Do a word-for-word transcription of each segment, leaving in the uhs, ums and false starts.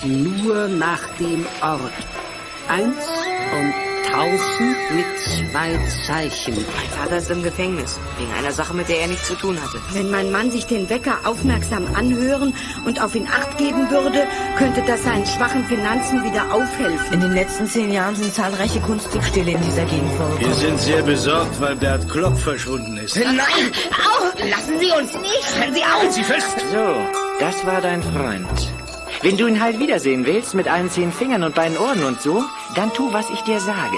nur nach dem Ort. Eins und tausend mit zwei Zeichen. Mein Vater ist im Gefängnis, wegen einer Sache, mit der er nichts zu tun hatte. Wenn mein Mann sich den Wecker aufmerksam anhören und auf ihn Acht geben würde, könnte das seinen schwachen Finanzen wieder aufhelfen. In den letzten zehn Jahren sind zahlreiche Kunstdiebstähle in dieser Gegend vorgekommen. Wir sind sehr besorgt, weil Bert Klock verschwunden ist. Nein! Au! Lassen Sie uns nicht! Hören Sie auf! Sie fest! So, das war dein Freund. Wenn du ihn halt wiedersehen willst, mit allen zehn Fingern und beiden Ohren und so, dann tu, was ich dir sage.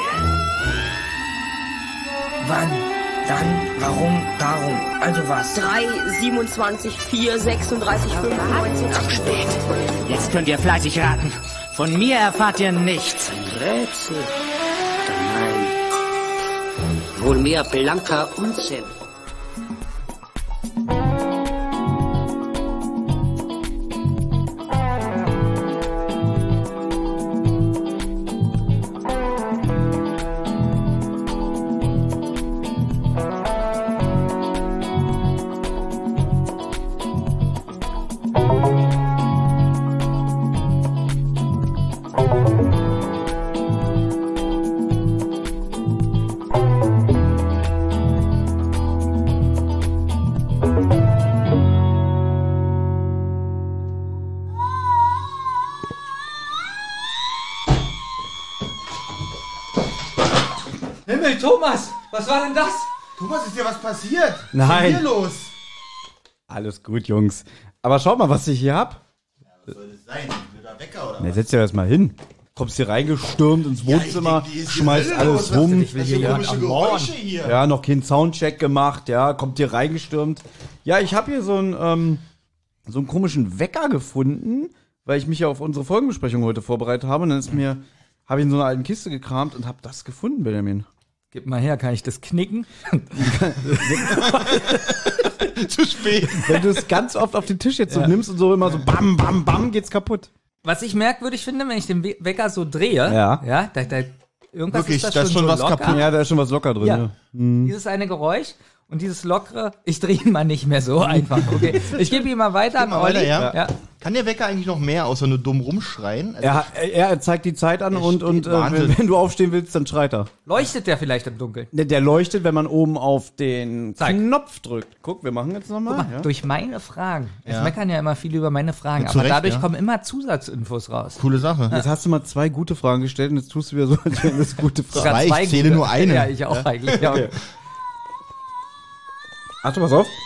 Wann? Dann? Warum? Darum? Also was? drei, siebenundzwanzig, vier, sechsunddreißig, fünf, neunzehn, Zu spät. Jetzt könnt ihr fleißig raten. Von mir erfahrt ihr nichts. Rätsel? Nein. Wohl mehr blanker Unsinn. Himmel, Thomas, was war denn das? Thomas, ist dir was passiert? Nein. Was ist denn hier los? Alles gut, Jungs. Aber schaut mal, was ich hier hab. Ja, was soll das sein? Ein blöder Wecker oder Na, was? setz dir das mal hin. Kommst hier reingestürmt ins Wohnzimmer, Ja, ich denk, die ist hier schmeißt Hölle alles los. rum. Was für komische Geräusche hier. Ja, noch keinen Soundcheck gemacht, ja, kommt hier reingestürmt. Ja, ich habe hier so einen, ähm, so einen komischen Wecker gefunden, weil ich mich ja auf unsere Folgenbesprechung heute vorbereitet habe. Und dann ist mir, habe ich in so einer alten Kiste gekramt und habe das gefunden, Benjamin. Gib mal her, kann ich das knicken? Zu spät. Wenn du es ganz oft auf den Tisch jetzt so ja. nimmst und so immer so bam, bam, bam, geht's kaputt. Was ich merkwürdig finde, wenn ich den We- Wecker so drehe, Ja. ja, da, da, irgendwas Wirklich, ist da das ist schon, schon so was locker. kaputt. Ja, da ist schon was locker drin. Ja. Ja. Mhm. Dieses eine Geräusch und dieses lockere, ich drehe ihn mal nicht mehr so einfach, okay? Ich gebe ihn mal weiter an Mal Olli. weiter, ja? Ja. Kann der Wecker eigentlich noch mehr, außer nur dumm rumschreien? Also, Er, er zeigt die Zeit an Er und, steht und äh, Wahnsinn. wenn, wenn du aufstehen willst, dann schreit er. Leuchtet der vielleicht im Dunkeln? Der, der leuchtet, wenn man oben auf den Zeig. Knopf drückt. Guck, wir machen jetzt nochmal. Guck mal, Ja. durch meine Fragen. Es Ja. meckern ja immer viele über meine Fragen, Ja, aber zu Recht, dadurch ja. kommen immer Zusatzinfos raus. Coole Sache. Jetzt hast du mal zwei gute Fragen gestellt und jetzt tust du wieder so, als wären das gute Fragen. Sogar Zwei, ich zwei zähle gute. nur eine. Ja, ich auch eigentlich. Ja. Okay. Achtung, pass auf.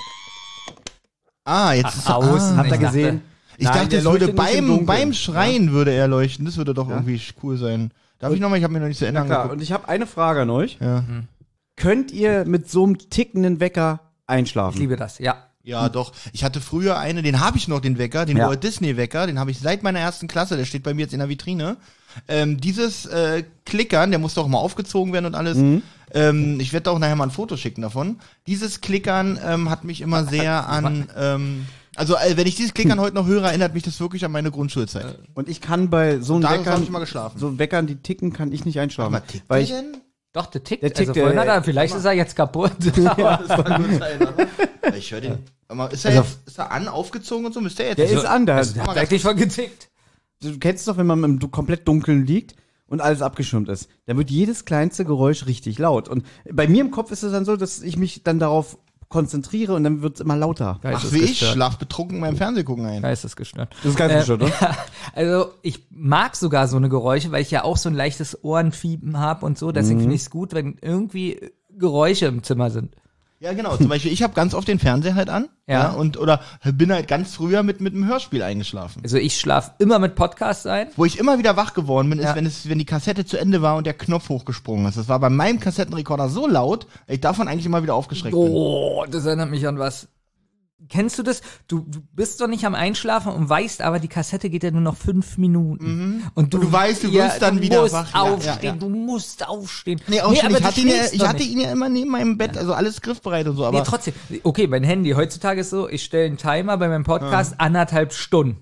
Ah, jetzt ist er, außen. ah, Hat Ich er dachte- gesehen? Ich Nein, dachte, der es würde leuchtet nicht im beim, Dunkeln. beim Schreien würde er leuchten. Das würde doch Ja. irgendwie cool sein. Darf ich nochmal? Ich habe mir noch nicht zu Ende Na klar, angeguckt. und ich habe eine Frage an euch. Ja. Könnt ihr mit so einem tickenden Wecker einschlafen? Ich liebe das, ja. Ja, doch. Ich hatte früher eine, den habe ich noch, den Wecker, den Ja. Walt Disney Wecker, den habe ich seit meiner ersten Klasse, der steht bei mir jetzt in der Vitrine. Ähm, dieses äh, Klickern, der muss doch mal aufgezogen werden und alles. Mhm. Ähm, ich werde auch nachher mal ein Foto schicken davon. Dieses Klickern ähm, hat mich immer sehr an, ähm, also äh, wenn ich dieses Klickern heute noch höre, erinnert mich das wirklich an meine Grundschulzeit. Und ich kann bei so einem Da habe Weckern, ich mal geschlafen. so Weckern, die ticken, kann ich nicht einschlafen. Aber tickt weil der ich, denn? Doch, der tickt. Der tickt, also vorhin äh, hat er, vielleicht ist er jetzt kaputt. Ja, das kann gut sein, oder? Ich höre den. Aber ist er, Also- jetzt, ist er an, aufgezogen und so? Müsste er jetzt? der ist an, der, Also, der hat eigentlich voll getickt. du kennst doch, wenn man im du- komplett Dunkeln liegt und alles abgeschirmt ist, dann wird jedes kleinste Geräusch richtig laut. Und bei mir im Kopf ist es dann so, dass ich mich dann darauf konzentriere und dann wird es immer lauter. Ach, wie ich, schlaf betrunken beim Fernsehgucken ein. Geistesgestört. Das ist ganz Äh, bestimmt, ne? ja, also ich mag sogar so eine Geräusche, weil ich ja auch so ein leichtes Ohrenfiepen habe und so. Deswegen finde ich es gut, wenn irgendwie Geräusche im Zimmer sind. Ja, genau. Zum Beispiel, ich habe ganz oft den Fernseher halt an. Ja. Ja. und oder bin halt ganz früher mit mit einem Hörspiel eingeschlafen. Also ich schlafe immer mit Podcasts ein. Wo ich immer wieder wach geworden bin, ist, Ja. wenn es, wenn die Kassette zu Ende war und der Knopf hochgesprungen ist. Das war bei meinem Kassettenrekorder so laut, dass ich davon eigentlich immer wieder aufgeschreckt bin. Oh, das erinnert mich an was. Kennst du das? Du, du bist doch nicht am Einschlafen und weißt aber, die Kassette geht ja nur noch fünf Minuten. Und du, Und du weißt, du wirst dann du wieder musst wach. Ja, aufstehen, ja, ja. du musst aufstehen. Nee, auch schon, aber ich du hatte, ihn ja, schläfst ich doch hatte nicht. ihn ja immer neben meinem Bett, also alles griffbereit und so, aber Nee, trotzdem. Okay, mein Handy heutzutage ist so, ich stelle einen Timer bei meinem Podcast anderthalb Stunden.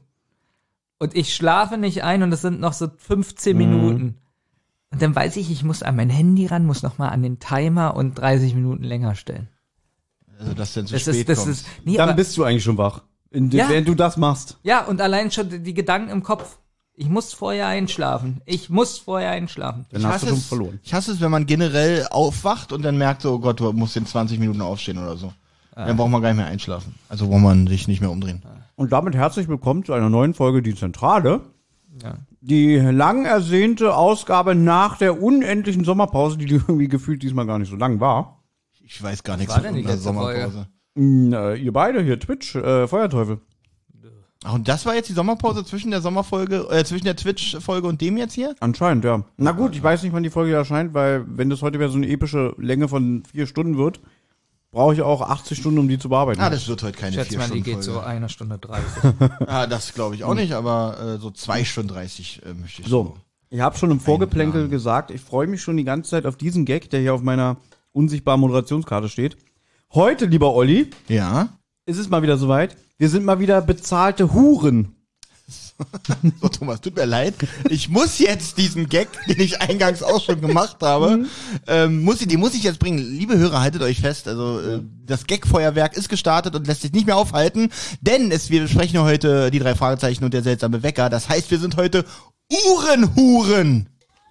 Und ich schlafe nicht ein und es sind noch so fünfzehn Minuten. Und dann weiß ich, ich muss an mein Handy ran, muss noch mal an den Timer und dreißig Minuten länger stellen. also, dass du dann zu Das spät ist, das kommst. ist, nee, Dann aber, bist du eigentlich schon wach. In dem, Ja. Während du das machst. ja, und allein schon die die Gedanken im Kopf. Ich muss vorher einschlafen. Ich muss vorher einschlafen. Dann Ich hast hasse du schon es- verloren. Ich hasse es, wenn man generell aufwacht und dann merkt so, oh Gott, du musst in zwanzig Minuten aufstehen oder so. Dann braucht man gar nicht mehr einschlafen. Also braucht man sich nicht mehr umdrehen. Und damit herzlich willkommen zu einer neuen Folge Die Zentrale. Ja. Die lang ersehnte Ausgabe nach der unendlichen Sommerpause, die irgendwie gefühlt diesmal gar nicht so lang war. Ich weiß gar nichts war denn die unserer letzte Sommerpause. Mm, äh, ihr beide hier, Twitch, äh, Feuerteufel. Ach, und das war jetzt die Sommerpause zwischen der Sommerfolge, äh, zwischen der Twitch-Folge und dem jetzt hier? Anscheinend, ja. Na gut, ich weiß nicht, wann die Folge erscheint, weil wenn das heute wieder so eine epische Länge von vier Stunden wird, brauche ich auch achtzig Stunden, um die zu bearbeiten. Ah, das wird heute keine Ich schätze vier mal, die Stunden geht so Folge. eine Stunde dreißig. Ah, das glaube ich auch nicht, aber äh, so zwei Stunden dreißig äh, möchte ich So, ich habe schon im Vorgeplänkel Plan. gesagt, ich freue mich schon die ganze Zeit auf diesen Gag, der hier auf meiner unsichtbaren Moderationskarte steht. Heute, lieber Olli, Ja. ist es mal wieder soweit. Wir sind mal wieder bezahlte Huren. So, Thomas, tut mir leid. Ich muss jetzt diesen Gag, den ich eingangs auch schon gemacht habe, ähm, muss ich, den muss ich jetzt bringen. Liebe Hörer, haltet euch fest. Also äh, das Gag-Feuerwerk ist gestartet und lässt sich nicht mehr aufhalten, denn es, wir besprechen heute die drei Fragezeichen und der seltsame Wecker. Das heißt, wir sind heute Uhrenhuren.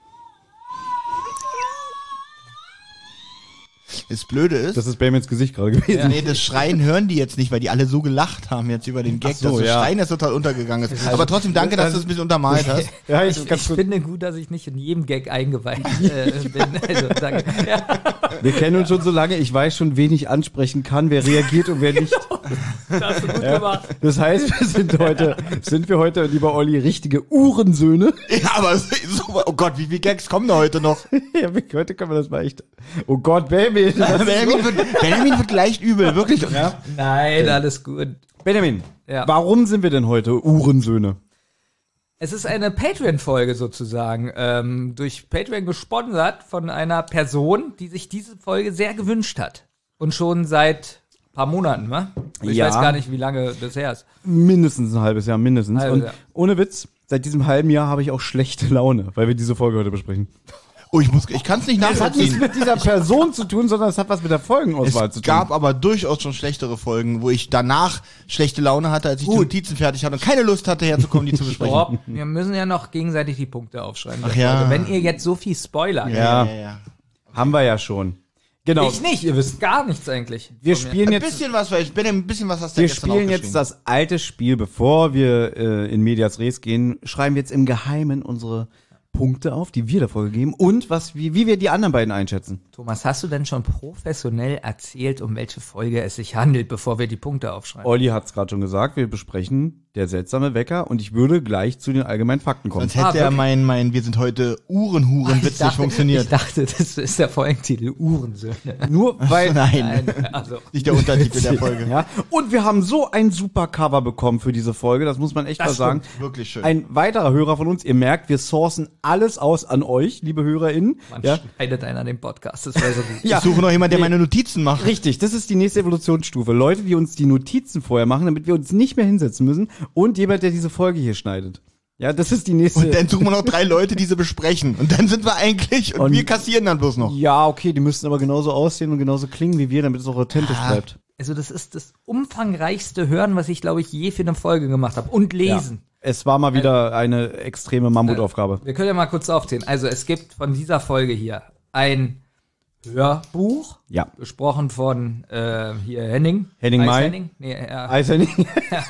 Das Blöde ist, Das ist Bamins Gesicht gerade gewesen. nee, das Schreien hören die jetzt nicht, weil die alle so gelacht haben jetzt über den Gag, Ach so, dass das ja. Schreien jetzt total untergegangen ist. Aber trotzdem danke, dass du es ein bisschen untermalt hast. Ja, Ich, ich, ich ganz kurz. finde gut, dass ich nicht in jedem Gag eingeweiht äh, bin. Also, danke. Ja. Wir kennen uns schon so lange, ich weiß schon, wen ich ansprechen kann, wer reagiert und wer nicht. Das hast du gut gemacht. Das heißt, wir sind heute, sind wir heute, lieber Olli, richtige Uhrensöhne. Ja, aber so, oh Gott, wie viele Gags kommen da heute noch? Ja, heute können wir das mal echt. Oh Gott, Baby. Benjamin wird, Benjamin wird leicht übel, wirklich. Ja. Nein, alles gut. Benjamin, Ja. warum sind wir denn heute Uhrensöhne? Es ist eine Patreon-Folge sozusagen, ähm, durch Patreon gesponsert von einer Person, die sich diese Folge sehr gewünscht hat. Und schon seit ein paar Monaten, ne? Ich Ja. weiß gar nicht, wie lange das her ist. Mindestens ein halbes Jahr, mindestens. Halbes Und Jahr. ohne Witz, seit diesem halben Jahr habe ich auch schlechte Laune, weil wir diese Folge heute besprechen. Oh, ich muss, ich kann es nicht Das hat nichts nachvollziehen. mit dieser Person zu tun, sondern es hat was mit der Folgenauswahl zu Es tun. gab aber durchaus schon schlechtere Folgen, wo ich danach schlechte Laune hatte, als ich die Notizen fertig hatte und keine Lust hatte, herzukommen, die zu besprechen. Stopp, wir müssen ja noch gegenseitig die Punkte aufschreiben. Ach ja. Also, wenn ihr jetzt so viel spoilert. Ja. ja, ja. Haben wir ja schon. Genau. Ich nicht, ihr wisst gar nichts eigentlich. Wir von mir. spielen Ein jetzt, bisschen was, weil ich bin ein bisschen was hast du wir gestern spielen aufgeschrieben. jetzt das alte Spiel, bevor wir äh, in Medias Res gehen, schreiben wir jetzt im Geheimen unsere Punkte auf, die wir der Folge geben und was, wie, wie wir die anderen beiden einschätzen. Thomas, hast du denn schon professionell erzählt, um welche Folge es sich handelt, bevor wir die Punkte aufschreiben? Olli hat es gerade schon gesagt, wir besprechen der seltsame Wecker und ich würde gleich zu den allgemeinen Fakten kommen. Sonst hätte Ah, ja wirklich? mein, mein, wir sind heute Uhrenhuren-Witz nicht funktioniert. Ich dachte, das ist der Folgentitel, Uhrensöhne. Nur weil... Nein, Nein, also, nicht der Untertitel der Folge. Ja, und wir haben so ein super Cover bekommen für diese Folge, das muss man echt mal Das sagen. Wirklich schön. Ein weiterer Hörer von uns, ihr merkt, wir sourcen alles aus an euch, liebe HörerInnen. man Ja, schneidet einer den Podcast, das wäre so gut. ja. Ich suche noch jemanden, der meine Notizen macht. Richtig, das ist die nächste Evolutionsstufe. Leute, die uns die Notizen vorher machen, damit wir uns nicht mehr hinsetzen müssen und jemand, der diese Folge hier schneidet. Ja, das ist die nächste. Und dann suchen wir noch drei Leute, die sie besprechen. Und dann sind wir eigentlich, und, Und- wir kassieren dann bloß noch. ja, okay, die müssten aber genauso aussehen und genauso klingen wie wir, damit es auch authentisch bleibt. Also das ist das umfangreichste Hören, was ich, glaube ich, je für eine Folge gemacht habe. Und lesen. Es war mal wieder eine extreme Mammutaufgabe. Wir können ja mal kurz aufzählen. Also es gibt von dieser Folge hier ein Hörbuch, Ja. besprochen von äh, hier Henning. Henning Eis May. Henning? Nee, äh, Eishenning.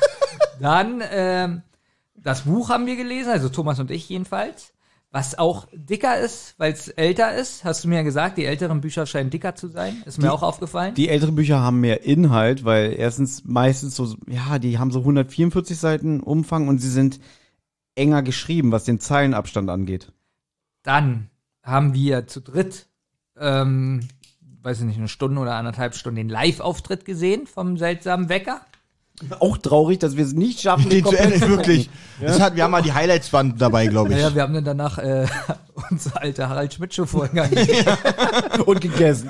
Dann ähm, das Buch haben wir gelesen, also Thomas und ich jedenfalls. Was auch dicker ist, weil es älter ist, hast du mir ja gesagt, die älteren Bücher scheinen dicker zu sein. Ist mir auch aufgefallen. Die älteren Bücher haben mehr Inhalt, weil erstens meistens so, ja, die haben so hundertvierundvierzig Seiten Umfang und sie sind enger geschrieben, was den Zeilenabstand angeht. Dann haben wir zu dritt, ähm, weiß ich nicht, eine Stunde oder anderthalb Stunden den Live-Auftritt gesehen vom seltsamen Wecker. Auch traurig, dass wir es nicht schaffen, Den zu komplett Ende, zu wirklich. Das hat, wir haben mal die Highlights-Band dabei, glaube ich. Ja, wir haben dann danach äh, unsere alte Harald Schmidt-Show vorgegangen. gucken und gegessen.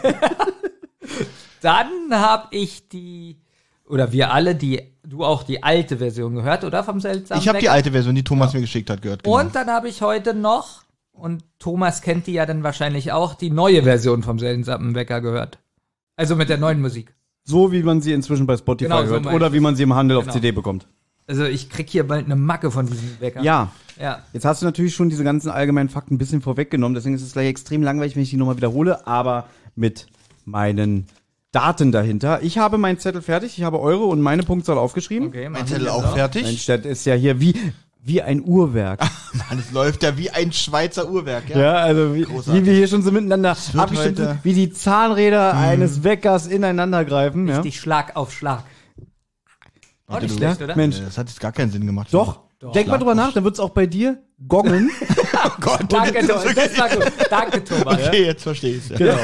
Dann habe ich die, oder wir alle, die, du auch die alte Version gehört, oder? Vom seltsamen Ich habe die Wecker? alte Version, die Thomas mir geschickt hat, gehört. Genau. Und dann habe ich heute noch, und Thomas kennt die ja dann wahrscheinlich auch, die neue Version vom seltsamen Wecker gehört. Also mit der neuen Musik. So wie man sie inzwischen bei Spotify Genau, so hört meine oder ich wie man sie im Handel auf Genau. C D bekommt. Also ich krieg hier bald eine Macke von diesem Wecker. Ja. Ja. Jetzt hast du natürlich schon diese ganzen allgemeinen Fakten ein bisschen vorweggenommen, deswegen ist es gleich extrem langweilig, wenn ich die nochmal wiederhole, aber mit meinen Daten dahinter. Ich habe meinen Zettel fertig, ich habe eure und meine Punktzahl aufgeschrieben. Okay, Mein Zettel auch fertig. Mensch, das ist ja hier wie, wie ein Uhrwerk. Mann, es läuft ja wie ein Schweizer Uhrwerk, ja. Ja, also wie, wie wir hier schon so miteinander wird abgestimmt heute- sind, wie die Zahnräder eines Weckers ineinander greifen. Ja? Richtig Schlag auf Schlag. Auch nicht du- schlecht, Ja, oder? Mensch, Nee, das hat jetzt gar keinen Sinn gemacht. doch. Denk mal drüber nach, dann wird's auch bei dir gongen. Oh Gott, Danke, das Thomas. Das war gut. Danke, Thomas. Okay, jetzt verstehe ich's. Ja. Genau.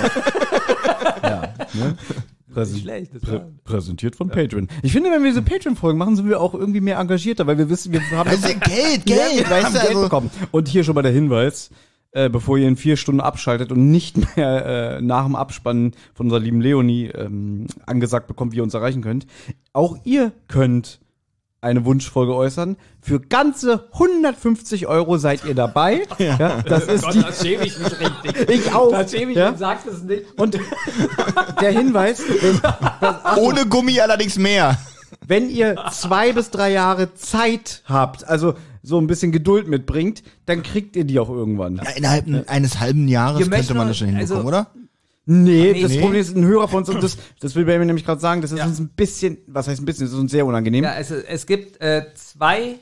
ja, ne? Präsen Schlecht, das prä war- präsentiert von Patreon. Ich finde, wenn wir diese Patreon-Folgen machen, sind wir auch irgendwie mehr engagierter, weil wir wissen, wir haben Das ist ja Geld, Ja, Geld, wir weißt haben du, Geld also. bekommen. Und hier schon mal der Hinweis, äh, bevor ihr in vier Stunden abschaltet und nicht mehr äh, nach dem Abspannen von unserer lieben Leonie ähm, angesagt bekommt, wie ihr uns erreichen könnt. Auch ihr könnt eine Wunschfolge äußern. Für ganze hundertfünfzig Euro seid ihr dabei. Ja, das ist die. Das schäme ich mich richtig. Ich auch. Das schäme ich Ja? und sag's es nicht. Und der Hinweis, wenn, Ohne Gummi allerdings mehr. wenn ihr zwei bis drei Jahre Zeit habt, also so ein bisschen Geduld mitbringt, dann kriegt ihr die auch irgendwann. Ja, innerhalb eines halben Jahres Wir könnte möchten man nur- das schon hinbekommen, also- oder? Nee, das Nee. Problem ist, ein Hörer von uns, und das, das will Benjamin nämlich gerade sagen, das ist Ja. uns ein bisschen, was heißt ein bisschen, das ist uns sehr unangenehm. Ja, also es gibt äh, zwei,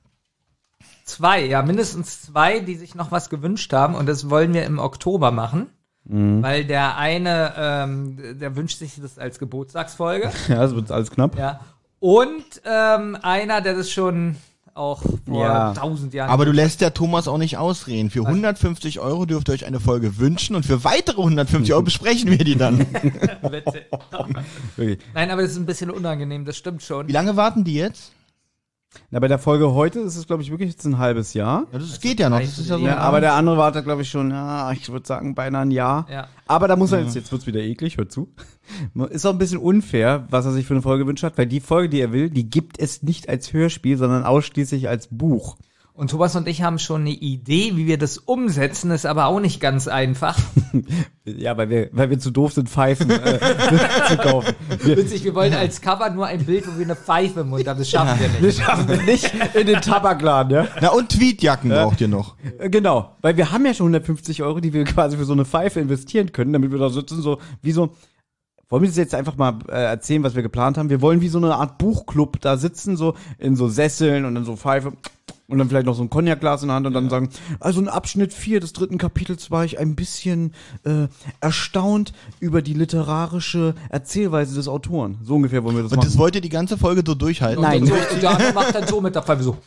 zwei, ja mindestens zwei, die sich noch was gewünscht haben und das wollen wir im Oktober machen, weil der eine, ähm, der wünscht sich das als Geburtstagsfolge, Ja, das wird alles knapp. ja, und ähm, einer, der das schon auch vor Ja. tausend Jahren. Aber du lässt ja Thomas auch nicht ausreden. Für hundertfünfzig Euro dürft ihr euch eine Folge wünschen und für weitere hundertfünfzig Euro besprechen wir die dann. Wette. Wirklich. Nein, aber das ist ein bisschen unangenehm, das stimmt schon. Wie lange warten die jetzt? Na, bei der Folge heute ist es, glaube ich, wirklich jetzt ein halbes Jahr. Ja, das geht ja noch. Das ist ja so. Ja, aber der andere wartet, glaube ich, schon, ja, ich würde sagen, beinahe ein Jahr. Ja. Aber da muss er jetzt, jetzt wird's wieder eklig, hört zu. Ist auch ein bisschen unfair, was er sich für eine Folge gewünscht hat, weil die Folge, die er will, die gibt es nicht als Hörspiel, sondern ausschließlich als Buch. Und Thomas und ich haben schon eine Idee, wie wir das umsetzen, ist aber auch nicht ganz einfach. Ja, weil wir, weil wir zu doof sind, Pfeifen äh, zu kaufen. Wir, Witzig, wir wollen als Cover nur ein Bild, wo wir eine Pfeife im Mund haben, das schaffen wir wir nicht. schaffen es nicht in den Tabakladen, ja? Na und Tweetjacken braucht ihr noch. Äh, Genau, weil wir haben ja schon hundertfünfzig Euro, die wir quasi für so eine Pfeife investieren können, damit wir da sitzen, so wie so. Wollen wir das jetzt einfach mal äh, erzählen, was wir geplant haben? Wir wollen wie so eine Art Buchclub da sitzen, so in so Sesseln und dann so Pfeife und dann vielleicht noch so ein Cognacglas in der Hand und dann sagen, also in Abschnitt vier des dritten Kapitels war ich ein bisschen äh, erstaunt über die literarische Erzählweise des Autoren. So ungefähr wollen wir das Und machen. das wollt ihr die ganze Folge so durchhalten? Nein. Und, so, und der andere macht dann so mit der Pfeife so.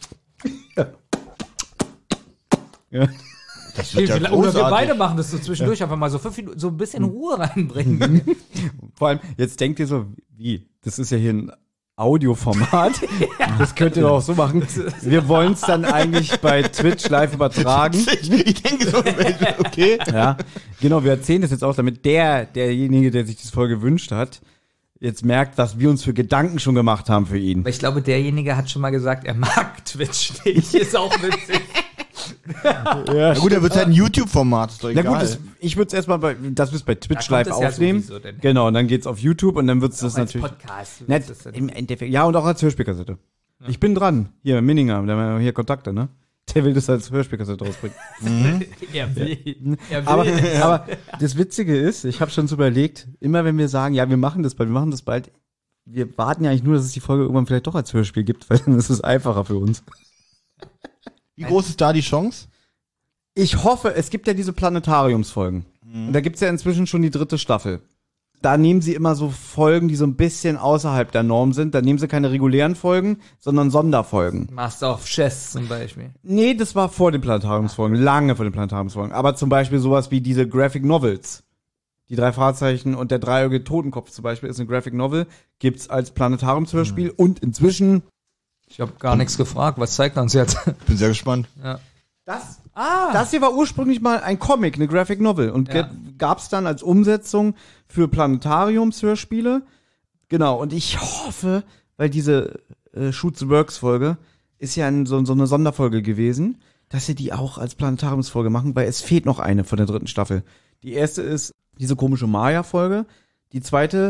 Ja. Das Wir, wird ja oder wir großartig. beide machen das so zwischendurch einfach mal so fünf Minuten, so ein bisschen Ruhe reinbringen. Vor allem, jetzt denkt ihr so, wie? Das ist ja hier ein Audioformat. Das könnt ihr doch auch so machen. Wir wollen es dann eigentlich bei Twitch live übertragen. Ich, ich denke so, okay. Ja, genau, wir erzählen das jetzt auch, damit der, derjenige, der sich diese Folge gewünscht hat, jetzt merkt, was wir uns für Gedanken schon gemacht haben für ihn. Aber ich glaube, derjenige hat schon mal gesagt, er mag Twitch nicht. Ist auch witzig. Na gut, dann wird es halt ein YouTube-Format, ist doch Na egal. gut, das, ich würde es erstmal bei, das wir's bei Twitch Da kommt live es ja aufnehmen. sowieso denn. Genau, und dann geht's auf YouTube und dann wird's das Als natürlich. Podcast. Nett, Das ist dann- im Endeffekt. Ja, und auch als Hörspielkassette. Ich bin dran. Hier, Minninger, der haben hier Kontakte, ne? Der will das als Hörspielkassette rausbringen. Er will. Er will. Aber, aber das Witzige ist, ich habe schon so überlegt, immer wenn wir sagen, ja, wir machen das bald, wir machen das bald, wir warten ja eigentlich nur, dass es die Folge irgendwann vielleicht doch als Hörspiel gibt, weil dann ist es einfacher für uns. Wie groß ist da die Chance? Ich hoffe, es gibt ja diese Planetariumsfolgen. Und da gibt's ja inzwischen schon die dritte Staffel. Da nehmen sie immer so Folgen, die so ein bisschen außerhalb der Norm sind. Da nehmen sie keine regulären Folgen, sondern Sonderfolgen. Master of Chess zum Beispiel. Nee, das war vor den Planetariumsfolgen, lange vor den Planetariumsfolgen. Aber zum Beispiel sowas wie diese Graphic Novels. Die drei Fahrzeichen und der dreieugige Totenkopf zum Beispiel ist eine Graphic Novel, gibt's als Planetariumshörspiel und inzwischen Ich habe gar nichts gefragt. Was zeigt er uns jetzt? Bin sehr gespannt. das. Ah. Das hier war ursprünglich mal ein Comic, eine Graphic Novel und Ja. ge- gab's dann als Umsetzung für Planetariumshörspiele. Genau, und ich hoffe, weil diese äh, Shoot the Works Folge ist ja ein, so, so eine Sonderfolge gewesen, dass sie die auch als Planetariumsfolge machen, weil es fehlt noch eine von der dritten Staffel. Die erste ist diese komische Maya-Folge. Die zweite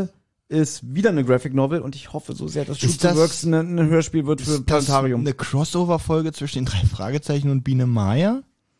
ist wieder eine Graphic Novel und ich hoffe so sehr, dass Shoot Ist the das- Works ein ein Hörspiel wird für Ist das Planetarium. eine Crossover-Folge zwischen den drei Fragezeichen und Biene Maya?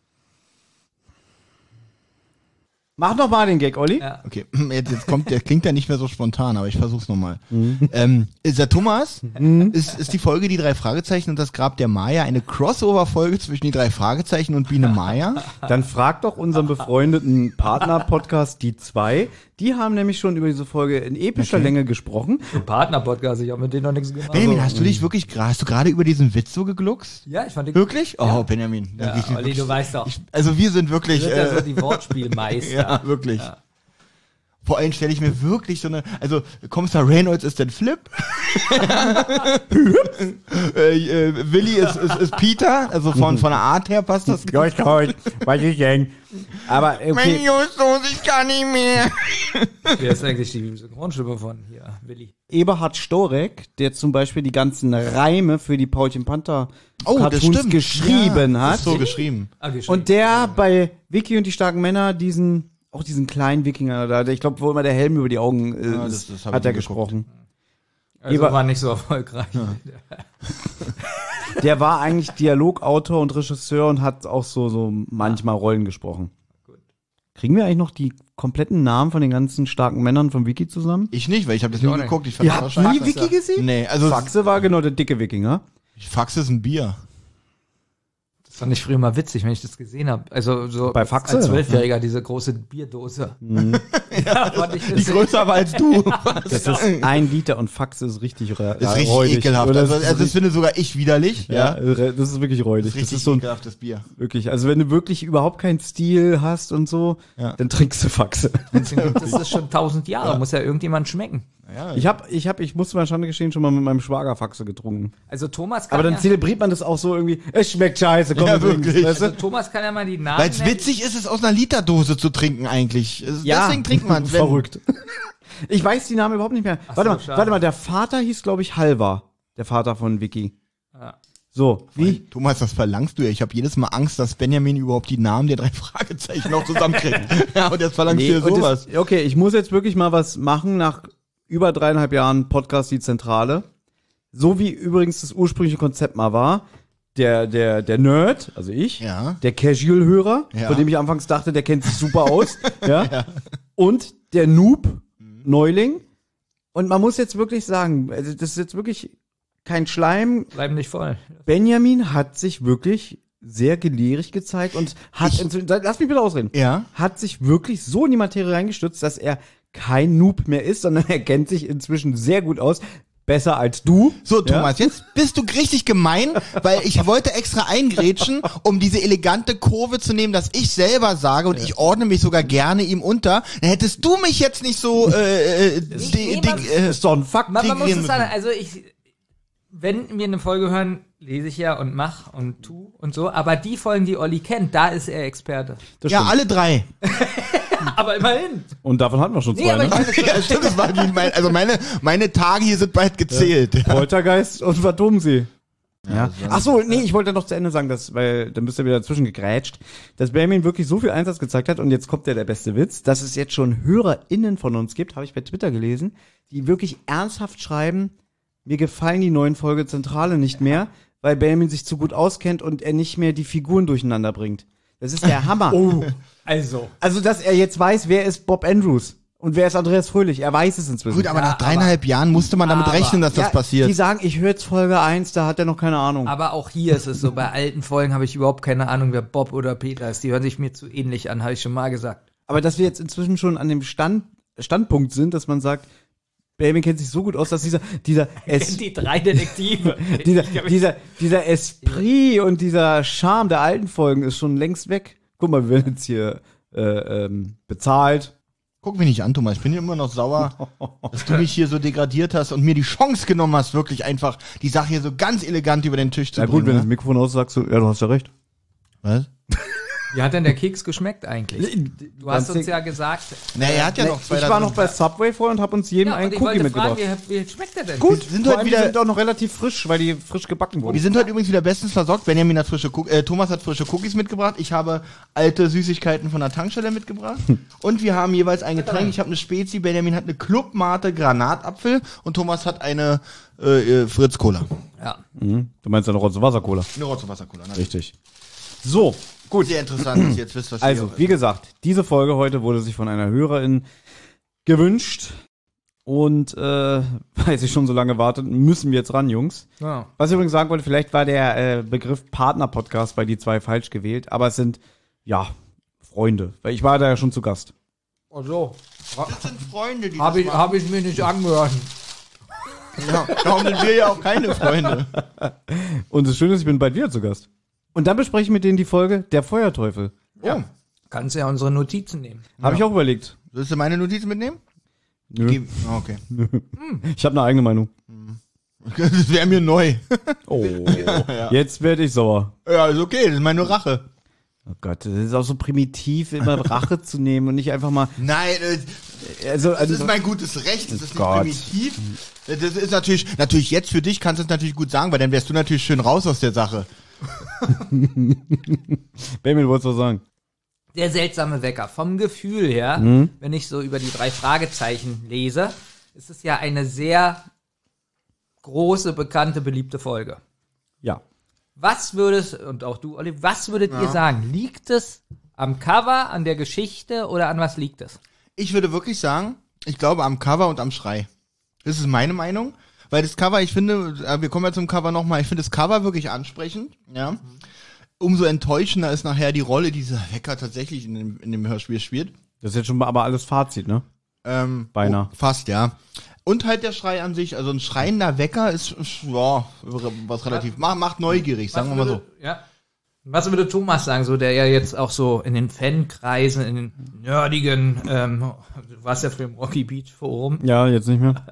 Mach noch mal den Gag, Olli. Ja. Okay, jetzt, jetzt kommt, der klingt ja nicht mehr so spontan, aber ich versuch's nochmal. Ähm, ist der Thomas? Ist, ist die Folge Die drei Fragezeichen und das Grab der Maya eine Crossover-Folge zwischen die drei Fragezeichen und Biene Maya? Dann frag doch unseren befreundeten Partner-Podcast Die zwei. Die haben nämlich schon über diese Folge in epischer Länge gesprochen. Ein Partner-Podcast, ich habe mit denen noch nichts gemacht. Benjamin, hast du dich wirklich, gra- hast du gerade über diesen Witz so gegluckst? Ja, ich fand die Wirklich? Oh, Benjamin. Ja, Ich- Olli, du weißt doch. ich, also wir sind wirklich, Wir sind ja äh, so die Wortspielmeister. ja, wirklich. Ja. Vor allem stelle ich mir wirklich so eine, also Kommissar Reynolds ist dann Flip, äh, äh, Willi ist, ist, ist Peter, also von, von der Art her passt das. Gut, gut, was ich denk. Aber okay. Justus, ich kann nicht mehr. Wer ist eigentlich die Synchronstimme von hier? Willi. Eberhard Storek, der zum Beispiel die ganzen Reime für die Paulchen Panther Oh, das Cartoons stimmt. geschrieben ja, hat. Ist so geschrieben. Ah, geschrieben. Und der bei Vicky und die starken Männer diesen, auch diesen kleinen Wikinger da, der- ich glaube, wo immer der Helm über die Augen äh, Ja, das- ist, das hab hat ich er nie geguckt. gesprochen. also Eber- war nicht so erfolgreich. Der war eigentlich Dialogautor und Regisseur und hat auch so, so manchmal Rollen gesprochen. Kriegen wir eigentlich noch die kompletten Namen von den ganzen starken Männern von Wiki zusammen? Ich nicht, weil ich habe das Ich nie auch nicht. geguckt. Ich fand Ihr das habt wahrscheinlich- nie Wiki gesehen? Nee, also Faxe war genau der dicke Wikinger. Fax ist ein Bier. Das fand ich früher mal witzig, wenn ich das gesehen habe. Also so Bei Faxe, als ja. Zwölfjähriger, diese große Bierdose. ja, fand ich Die das größer war als du. Das ist ein Liter und Faxe ist richtig ra- Das ist richtig räudig. ekelhaft. Oder Also, das ist also das finde sogar ich widerlich. Ja, Ja. das ist wirklich räudig. Das ist Das richtig ist so ein, ekelhaftes Bier. wirklich, also wenn du wirklich überhaupt keinen Stil hast und so, Ja. dann trinkst du Faxe. Das ist schon tausend Jahre, muss ja irgendjemand schmecken. Ja, Ich hab, ich hab, ich musste mal Schande gestehen, schon mal mit meinem Schwager Faxe getrunken. Also Thomas kann Aber dann ja, zelebriert man das auch so irgendwie, es schmeckt scheiße, komm, Ja, wir trinken's, wirklich. weißt du? also Thomas kann ja mal die Namen Weil es nennen. witzig ist, es aus einer Literdose zu trinken eigentlich. Es- Deswegen trinkt man es. Verrückt. Ich weiß die Namen überhaupt nicht mehr. Ach warte so, mal, schade. warte mal, der Vater hieß, glaube ich, Halvar. Der Vater von Vicky. Ja. So, wie? Thomas, das verlangst du ja. Ich habe jedes Mal Angst, dass Benjamin überhaupt die Namen der drei Fragezeichen noch zusammenkriegt. Ja, und jetzt verlangst du dir und sowas. das, okay, ich muss jetzt wirklich mal was machen nach über dreieinhalb Jahren Podcast Die Zentrale. So wie übrigens das ursprüngliche Konzept mal war. Der, der, der Nerd, also ich, Ja. der Casual-Hörer, Ja. von dem ich anfangs dachte, der kennt sich super aus, ja? Und der Noob, Neuling. Und man muss jetzt wirklich sagen, also das ist jetzt wirklich kein Schleim. Bleiben nicht voll. Benjamin hat sich wirklich sehr gelehrig gezeigt und hat, Ich- inzwischen- lass mich bitte ausreden, Ja. hat sich wirklich so in die Materie reingestützt, dass er kein Noob mehr ist, sondern er kennt sich inzwischen sehr gut aus. Besser als du. So, Thomas, jetzt bist du richtig gemein, weil ich wollte extra eingrätschen, um diese elegante Kurve zu nehmen, dass ich selber sage und ich ordne mich sogar gerne ihm unter. Dann hättest du mich jetzt nicht so äh, äh, di- nee, di- man- äh, Ist doch ein Fakt. Man, man muss Integrieren es sagen, müssen. also ich, wenn wir eine Folge hören, lese ich ja und mach und tu und so, aber die Folgen, die Olli kennt, da ist er Experte. Das Ja, stimmt. alle drei. Aber immerhin. Und davon hatten wir schon Nee, zwei, aber ich ne? meine, das Ja, stimmt, das war die, mein, also meine, meine Tage hier sind bald gezählt. Ja. Poltergeist und Phantomsee. Ja. Ach so, nee, ich wollte noch zu Ende sagen, dass, weil dann bist du wieder dazwischen gegrätscht, dass Benjamin wirklich so viel Einsatz gezeigt hat und jetzt kommt ja der beste Witz, dass es jetzt schon HörerInnen von uns gibt, habe ich bei Twitter gelesen, die wirklich ernsthaft schreiben, mir gefallen die neuen Folge Zentrale nicht mehr, weil Benjamin sich zu gut auskennt und er nicht mehr die Figuren durcheinander bringt. Das ist der Hammer. oh, also. Also, dass er jetzt weiß, wer ist Bob Andrews und wer ist Andreas Fröhlich. Er weiß es inzwischen. Gut, aber Ja, nach dreieinhalb Jahren musste man damit aber- rechnen, dass das Ja, passiert. Die sagen, ich höre jetzt Folge eins, da hat er noch keine Ahnung. Aber auch hier ist es so, bei alten Folgen habe ich überhaupt keine Ahnung, wer Bob oder Peter ist. Die hören sich mir zu ähnlich an, habe ich schon mal gesagt. Aber dass wir jetzt inzwischen schon an dem Stand, Standpunkt sind, dass man sagt, Benjamin kennt sich so gut aus, dass dieser, dieser, es, Die drei Detektive. dieser, dieser, dieser Esprit und dieser Charme der alten Folgen ist schon längst weg. Guck mal, wir werden jetzt hier äh, ähm, bezahlt. Guck mich nicht an, Thomas. Ich bin immer noch sauer, dass du mich hier so degradiert hast und mir die Chance genommen hast, wirklich einfach die Sache hier so ganz elegant über den Tisch zu Na gut, wenn du bringen. das Mikrofon aus sagst, du, ja, du hast ja recht. Ne? Was? Wie hat denn der Keks geschmeckt eigentlich? Du hast uns ja gesagt... Na, er hat ja Nee, noch zwei ich da war drin. noch bei Subway vorher und habe uns jedem Ja, einen und ich Cookie wollte mitgebracht. fragen, wie, wie schmeckt der denn? Gut, Wir sind vor heute allem, wieder- die sind auch noch relativ frisch, weil die frisch gebacken wurden. Wir sind heute übrigens wieder bestens versorgt. Benjamin hat frische Cook äh, Thomas hat frische Cookies mitgebracht. Ich habe alte Süßigkeiten von der Tankstelle mitgebracht. Und wir haben jeweils ein Getränk. Ich habe eine Spezi, Benjamin hat eine Clubmate Granatapfel und Thomas hat eine äh, äh, Fritz Cola. Ja. Mhm. Du meinst eine Rotze Wasser-Cola. Eine Rotze Wasser-Cola. Ne? Richtig. So, gut. Sehr interessant, dass ihr jetzt wisst, was Also, hier wie gesagt, diese Folge heute wurde sich von einer Hörerin gewünscht. Und äh, weil sie schon so lange wartet, müssen wir jetzt ran, Jungs. Ja. Was ich übrigens sagen wollte, vielleicht war der äh, Begriff Partner-Podcast bei die zwei falsch gewählt, aber es sind, ja, Freunde. Weil ich war da ja schon zu Gast. Oh so. Das sind Freunde, die Habe das ich, machen. hab ich mir nicht angehört. Ja, darum sind wir ja auch keine Freunde. Und das Schöne ist, ich bin bald wieder zu Gast. Und dann bespreche ich mit denen die Folge Der Feuerteufel. Oh, Kannst ja unsere Notizen nehmen. Habe ich auch überlegt. willst du meine Notizen mitnehmen? Nö. Gib- ah, okay. Ich habe eine eigene Meinung. Das wäre mir neu. Oh, jetzt werde ich sauer. Ja, ist okay, das ist meine Rache. Oh Gott, das ist auch so primitiv, immer Rache zu nehmen und nicht einfach mal. Nein, äh, Also, das also ist mein gutes Recht, das ist nicht Gott. primitiv. Das ist natürlich, natürlich jetzt für dich kannst du es natürlich gut sagen, weil dann wärst du natürlich schön raus aus der Sache. Benjamin, wolltest du was sagen? Der seltsame Wecker. Vom Gefühl her, Mhm. wenn ich so über die drei Fragezeichen lese, ist es ja eine sehr große, bekannte, beliebte Folge. Ja. Was würdest, und auch du, Olli, was würdet ihr sagen? Liegt es am Cover, an der Geschichte oder an was liegt es? Ich würde wirklich sagen, ich glaube am Cover und am Schrei. Das ist meine Meinung, weil das Cover, ich finde, äh, wir kommen ja zum Cover nochmal, ich finde das Cover wirklich ansprechend, ja. Umso enttäuschender ist nachher die Rolle, die dieser Wecker tatsächlich in dem, in dem Hörspiel spielt. Das ist jetzt schon mal aber alles Fazit, ne? Ähm, Beinahe. Oh, fast, ja. Und halt der Schrei an sich, also ein schreiender Wecker ist, ist ja, was relativ, macht, macht neugierig, sagen wir mal so. Ja. Was würde Thomas sagen, so der ja jetzt auch so in den Fankreisen, in den nerdigen, ähm, du warst ja für im Rocky Beach Forum, Ja, jetzt nicht mehr.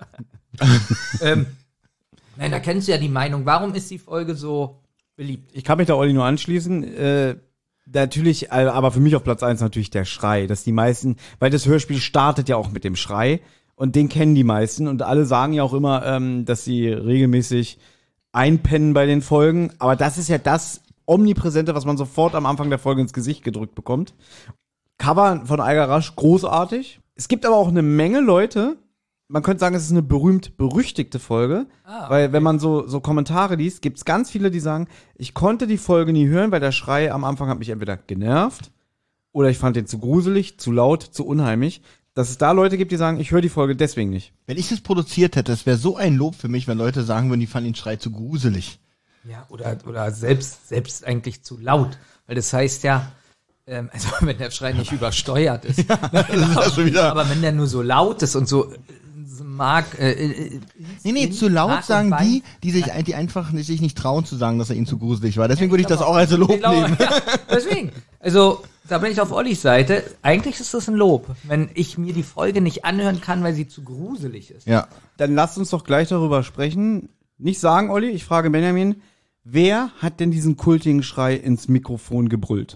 ähm, nein, da kennst du ja die Meinung, warum ist die Folge so beliebt? Ich kann mich da Olli nur anschließen. Äh, natürlich, äh, aber für mich auf Platz eins natürlich der Schrei, dass die meisten, weil das Hörspiel startet ja auch mit dem Schrei und den kennen die meisten und alle sagen ja auch immer, ähm, dass sie regelmäßig einpennen bei den Folgen, aber das ist ja das Omnipräsente, was man sofort am Anfang der Folge ins Gesicht gedrückt bekommt. Cover von Eiger Rasch, großartig. Es gibt aber auch eine Menge Leute, man könnte sagen, es ist eine berühmt-berüchtigte Folge, Ah, weil wenn man so, so Kommentare liest, gibt es ganz viele, die sagen, ich konnte die Folge nie hören, weil der Schrei am Anfang hat mich entweder genervt oder ich fand den zu gruselig, zu laut, zu unheimlich. Dass es da Leute gibt, die sagen, ich höre die Folge deswegen nicht. Wenn ich das produziert hätte, das wäre so ein Lob für mich, wenn Leute sagen würden, die fanden den Schrei zu gruselig. Ja, oder, oder selbst, selbst eigentlich zu laut. Weil das heißt ja, ähm, also wenn der Schrei nicht übersteuert ist. Also wieder. Aber wenn der nur so laut ist und so, äh, so mag, äh, äh, Nee, nee, in zu laut Mark und sagen Bein. die, die sich, die einfach nicht- sich nicht trauen zu sagen, dass er ihnen zu gruselig war. Deswegen würde ich das auch als Lob Ich glaube, nehmen. ja, deswegen. Also, da bin ich auf Ollis Seite. Eigentlich ist das ein Lob, wenn ich mir die Folge nicht anhören kann, weil sie zu gruselig ist. Ja. Dann lasst uns doch gleich darüber sprechen. Nicht sagen, Olli, ich frage Benjamin, wer hat denn diesen kultigen Schrei ins Mikrofon gebrüllt?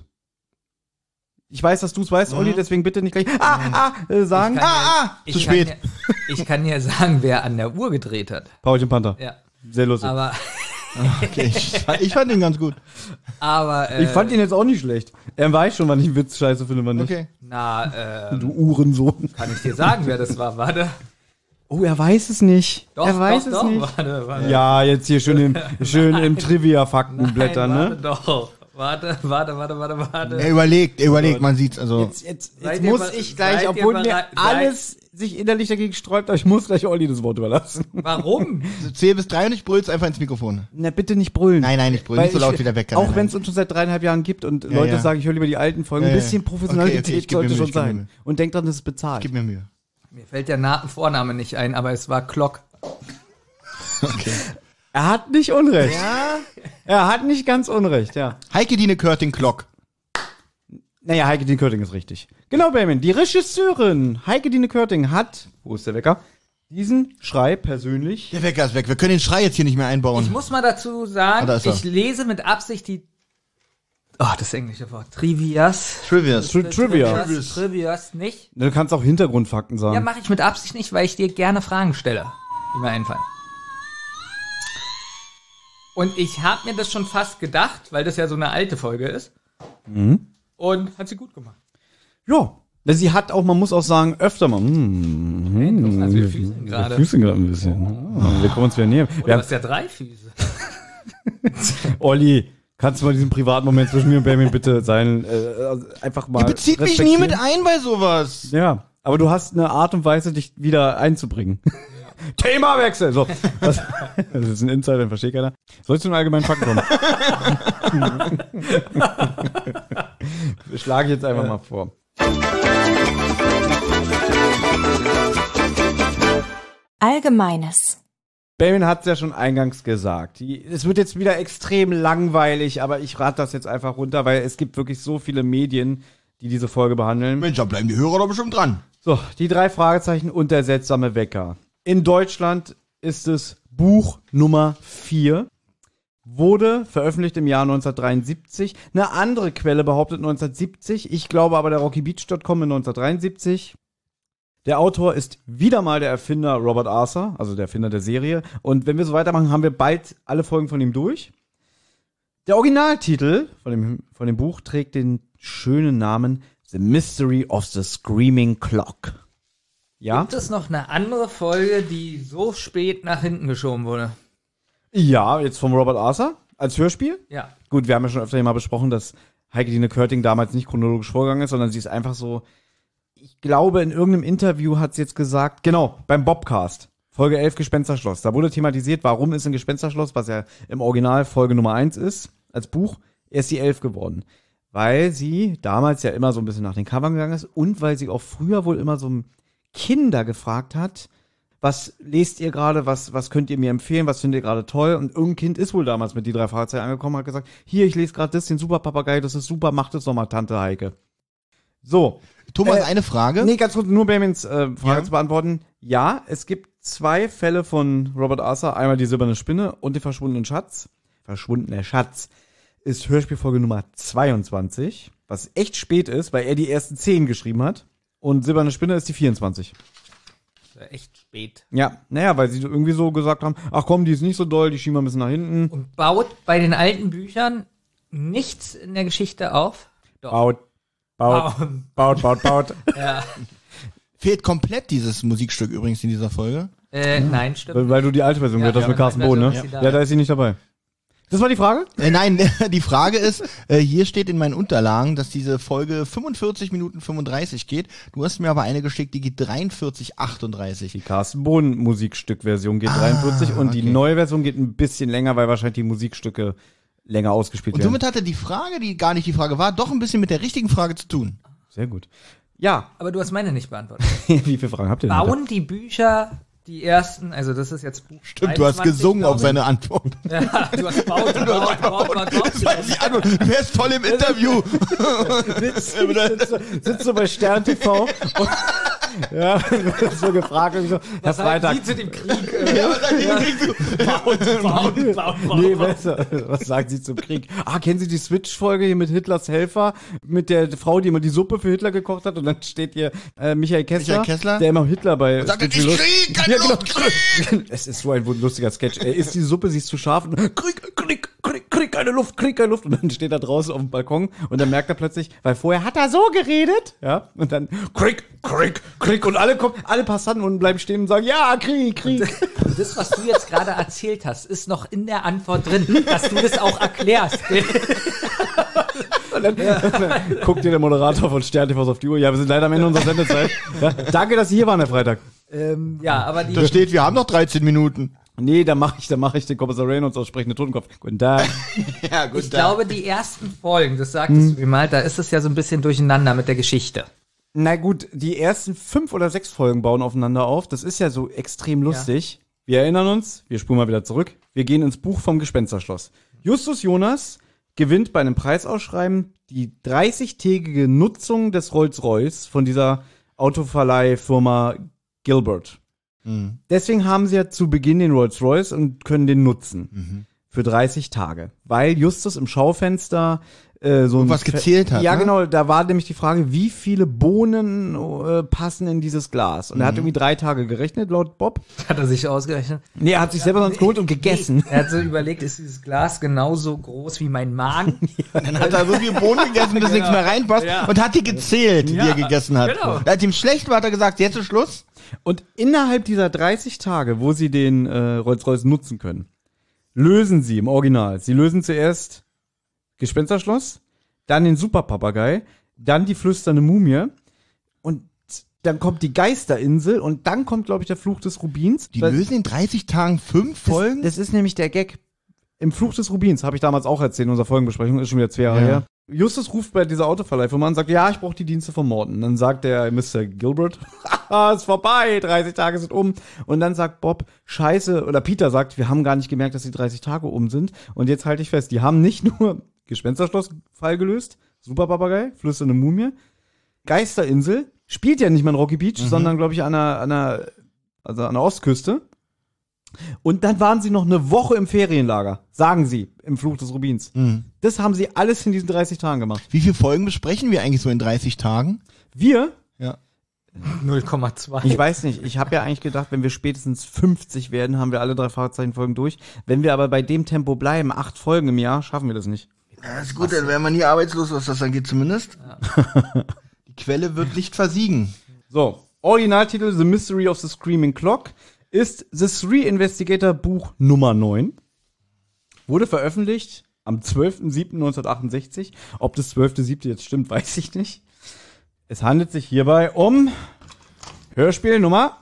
Ich weiß, dass du es weißt, Olli, deswegen bitte nicht gleich ah, ah, äh, sagen. Ich kann Ah, ja- ah, ich zu kann spät. Ja, ich kann ja sagen, wer an der Uhr gedreht hat. Paulchen Panther. Ja. Sehr lustig. Aber, Okay, ich, fand- ich fand ihn ganz gut. aber, äh, ich fand ihn jetzt auch nicht schlecht. Er weiß schon, wann ich einen Witz scheiße finde, wann nicht. Okay. na, äh, Du Uhrensohn. kann ich dir sagen, wer das war? Warte. Oh, er weiß es nicht. Doch, er weiß doch, es doch. nicht. Warte, warte. Ja, jetzt hier schön im, schön im Trivia-Fakten blättern, Nein, ne? warte doch. Warte, warte, warte, warte, warte. Er überlegt, er überlegt, man sieht's, also. Jetzt, jetzt, Seid jetzt ihr muss be- ich gleich, seid ihr obwohl mir bereit- alles sich innerlich dagegen sträubt, aber ich muss gleich Olli das Wort überlassen. Warum? Zähl bis drei und ich brüll's einfach ins Mikrofon. Na, bitte nicht brüllen. Nein, nein, nicht brüllen, Weil nicht so ich- laut wie der Wecker. Auch nein, wenn es nein. uns schon seit dreieinhalb Jahren gibt und Ja, Leute ja. sagen, ich höre lieber die alten Folgen, Ja, ein ja. bisschen Okay, Professionalität okay, ich geb mir sollte Mühe, schon ich geb mir sein. Mühe. Und denkt dran, das ist bezahlt. Gib mir Mühe. Mir fällt der Na Vorname nicht ein, aber es war Klock. Er hat nicht Unrecht. Ja. Er hat nicht ganz Unrecht, ja. Heike Dine Körting Klock. Naja, Heike Dine Körting ist richtig. Genau, Benjamin. Die Regisseurin Heike Dine Körting hat, wo ist der Wecker, diesen Schrei persönlich. Der Wecker ist weg. Wir können den Schrei jetzt hier nicht mehr einbauen. Ich muss mal dazu Ah, sagen, da ist er. ich lese mit Absicht die oh, das englische Wort, Trivias. Trivias. Tri- Trivia. Trivias, Trivias nicht. Du kannst auch Hintergrundfakten sagen. Ja, mache ich mit Absicht nicht, weil ich dir gerne Fragen stelle, die mir einfallen. Und ich habe mir das schon fast gedacht, weil das ja so eine alte Folge ist. Mhm. Und hat sie gut gemacht. Ja. Sie hat auch, man muss auch sagen, öfter mal. Mm, Also wir füßen gerade. Wir füßen gerade ein bisschen. Oh, wir kommen uns wieder näher. Oder Wir du hast ja drei Füße. Olli, kannst du mal diesen privaten Moment zwischen mir und Benjamin bitte sein, äh, einfach mal Ihr bezieht mich nie mit ein bei sowas. Ja, aber du hast eine Art und Weise, dich wieder einzubringen. Ja. Themawechsel! So. Das, das ist ein Insider, den versteht keiner. Sollst du einen allgemeinen Fakten kommen? Schlage ich jetzt einfach ja. mal vor. Allgemeines. Benjamin hat es ja schon eingangs gesagt. Die, es wird jetzt wieder extrem langweilig, aber ich rate das jetzt einfach runter, weil es gibt wirklich so viele Medien, die diese Folge behandeln. Mensch, da bleiben die Hörer doch bestimmt dran. So, die drei Fragezeichen und der seltsame Wecker. In Deutschland ist es Buch Nummer vier. Wurde veröffentlicht im Jahr neunzehnhundertdreiundsiebzig. Eine andere Quelle behauptet neunzehnhundertsiebzig. Ich glaube aber der Rocky Beach Punkt com in neunzehnhundertdreiundsiebzig. Der Autor ist wieder mal der Erfinder Robert Arthur, also der Erfinder der Serie. Und wenn wir so weitermachen, haben wir bald alle Folgen von ihm durch. Der Originaltitel von dem, von dem Buch trägt den schönen Namen The Mystery of the Screaming Clock. Ja? Gibt es noch eine andere Folge, die so spät nach hinten geschoben wurde? Ja, jetzt vom Robert Arthur als Hörspiel. Ja. Gut, wir haben ja schon öfter mal besprochen, dass Heike-Dine Körting damals nicht chronologisch vorgegangen ist, sondern sie ist einfach so, ich glaube, in irgendeinem Interview hat sie jetzt gesagt, genau, beim Bobcast, Folge elf Gespensterschloss, da wurde thematisiert, warum ist ein Gespensterschloss, was ja im Original Folge Nummer eins ist, als Buch, erst die elf geworden. Weil sie damals ja immer so ein bisschen nach den Covern gegangen ist und weil sie auch früher wohl immer so Kinder gefragt hat, was lest ihr gerade, was, was könnt ihr mir empfehlen, was findet ihr gerade toll? Und irgendein Kind ist wohl damals mit die drei Fragezeichen angekommen und hat gesagt, hier, ich lese gerade das, den Superpapagei, das ist super, macht es doch mal, Tante Heike. So. Thomas, äh, eine Frage? Nee, ganz kurz, nur Benjamins äh, Frage ja. zu beantworten. Ja, es gibt zwei Fälle von Robert Arthur, einmal die silberne Spinne und den verschwundenen Schatz. Verschwundener Schatz ist Hörspielfolge Nummer zweiundzwanzig, was echt spät ist, weil er die ersten zehn geschrieben hat. Und silberne Spinne ist die vierundzwanzig. Echt spät. Ja, naja, weil sie irgendwie so gesagt haben, ach komm, die ist nicht so doll, die schieben wir ein bisschen nach hinten. Und baut bei den alten Büchern nichts in der Geschichte auf? Doch. Baut, baut, baut, baut, baut. Ja. Fehlt komplett dieses Musikstück übrigens in dieser Folge. Äh, nein, stimmt. Weil, weil du die alte Version Ja, gehört hast ja, mit Carsten Bohn, ne? ist sie da. Ja, da ist sie nicht dabei. Das war die Frage? Äh, nein, die Frage ist, äh, hier steht in meinen Unterlagen, dass diese Folge fünfundvierzig Minuten fünfunddreißig geht. Du hast mir aber eine geschickt, die geht dreiundvierzig achtunddreißig. Die Carsten Bohn Musikstück-Version geht ah, dreiundvierzig und okay. Die neue Version geht ein bisschen länger, weil wahrscheinlich die Musikstücke länger ausgespielt und werden. Und somit hatte die Frage, die gar nicht die Frage war, doch ein bisschen mit der richtigen Frage zu tun. Sehr gut. Ja. Aber du hast meine nicht beantwortet. Wie viele Fragen habt ihr denn? Bauen die Bücher die ersten, also das ist jetzt Buch Stimmt, du hast gesungen auf seine Antwort. Ja, du hast baut, baut, baut, baut, baut, baut. Das war die Antwort. Du wärst voll im Interview. sitzt, sitzt, sitzt so bei Stern T V und ja, so gefragt und so, Herr Freitag. Was sagt sie zu dem Krieg? Äh, ja, was sagt sie ja. zum Krieg? Baut, baut, baut, baut. Nee, besser. Was sagt sie zum Krieg? Ah, kennen Sie die Switch-Folge hier mit Hitlers Helfer? Mit der Frau, die immer die Suppe für Hitler gekocht hat und dann steht hier äh, Michael Kessler, Michael Kessler, der immer Hitler bei und sagt, ich Krieg, kein ja, genau. Krieg. Es ist so ein lustiger Sketch. Er isst die Suppe, sie ist zu scharf und Krieg, Krieg, Krieg, Krieg, keine Luft, Krieg, keine Luft. Und dann steht er draußen auf dem Balkon und dann merkt er plötzlich, weil vorher hat er so geredet, ja, und dann Krieg, Krieg, Krieg und alle kommen, alle Passanten unten bleiben stehen und sagen, ja, Krieg, Krieg. Und das, was du jetzt gerade erzählt hast, ist noch in der Antwort drin, dass du das auch erklärst. Und dann, ja. dann guckt dir der Moderator von Stern T V auf die Uhr. Ja, wir sind leider am Ende unserer Sendezeit. Ja, danke, dass Sie hier waren, Herr Freitag. Ähm, ja, aber die... Da steht, wir haben noch dreizehn Minuten. Nee, da mache ich, da mache ich den Kommissar Reynolds aus sprechende Totenkopf. Guten Tag. Ja, guten ich Tag. glaube, die ersten Folgen, das sagtest hm. du mir mal, da ist es ja so ein bisschen durcheinander mit der Geschichte. Na gut, die ersten fünf oder sechs Folgen bauen aufeinander auf. Das ist ja so extrem lustig. Ja. Wir erinnern uns, wir spulen mal wieder zurück. Wir gehen ins Buch vom Gespensterschloss. Justus Jonas gewinnt bei einem Preisausschreiben die dreißigtägige Nutzung des Rolls-Royce von dieser Autoverleihfirma Gilbert. Mhm. Deswegen haben sie ja zu Beginn den Rolls-Royce und können den nutzen. Mhm. Für dreißig Tage. Weil Justus im Schaufenster äh, so ein was gezählt hat. Ja, ne? genau. Da war nämlich die Frage, wie viele Bohnen äh, passen in dieses Glas? Und er hat irgendwie drei Tage gerechnet, laut Bob. Hat er sich ausgerechnet? Nee, er hat sich selber sonst geholt und gegessen. Er hat so überlegt, ist dieses Glas genauso groß wie mein Magen? Dann hat er so viel Bohnen gegessen, bis nichts mehr reinpasst Ja. und hat die gezählt, die Ja, er gegessen hat. genau. Als ihm schlecht war, hat er gesagt, jetzt ist Schluss. Und innerhalb dieser dreißig Tage, wo sie den äh, Rolls-Royce nutzen können, lösen sie im Original. Sie lösen zuerst Gespensterschloss, dann den Superpapagei, dann die flüsternde Mumie und dann kommt die Geisterinsel und dann kommt, glaube ich, der Fluch des Rubins. Die Weil- lösen in dreißig Tagen fünf Folgen. Das, das ist nämlich der Gag. Im Fluch des Rubins, habe ich damals auch erzählt in unserer Folgenbesprechung, ist schon wieder zwei Jahre Ja. her. Justus ruft bei dieser Autoverleihfirma an und sagt, ja, ich brauche die Dienste von Morton. Dann sagt der Mister Gilbert, haha, ist vorbei, dreißig Tage sind um. Und dann sagt Bob, scheiße, oder Peter sagt, wir haben gar nicht gemerkt, dass die dreißig Tage um sind. Und jetzt halte ich fest, die haben nicht nur Gespensterschloss-Fall gelöst, Superpapagei, flüsternde Mumie, Geisterinsel, spielt ja nicht mehr in Rocky Beach, Mhm. sondern, glaube ich, an der, an der, also an der Ostküste. Und dann waren sie noch eine Woche im Ferienlager, sagen sie, im Fluch des Rubins. Mhm. Das haben sie alles in diesen dreißig Tagen gemacht. Wie viele Folgen besprechen wir eigentlich so in dreißig Tagen? Wir, Ja. null Komma zwei. ich weiß nicht, ich habe ja eigentlich gedacht, wenn wir spätestens fünfzig werden, haben wir alle drei Fahrzeichenfolgen durch. Wenn wir aber bei dem Tempo bleiben, acht Folgen im Jahr, schaffen wir das nicht. Ja, ist gut, dann wären wir nie arbeitslos, was das angeht zumindest. Die Quelle wird nicht versiegen. So, Originaltitel The Mystery of the Screaming Clock ist The Three Investigator Buch Nummer neun. Wurde veröffentlicht am zwölfter siebter neunzehnhundertachtundsechzig. Ob das zwölfter siebter jetzt stimmt, weiß ich nicht. Es handelt sich hierbei um Hörspiel Nummer.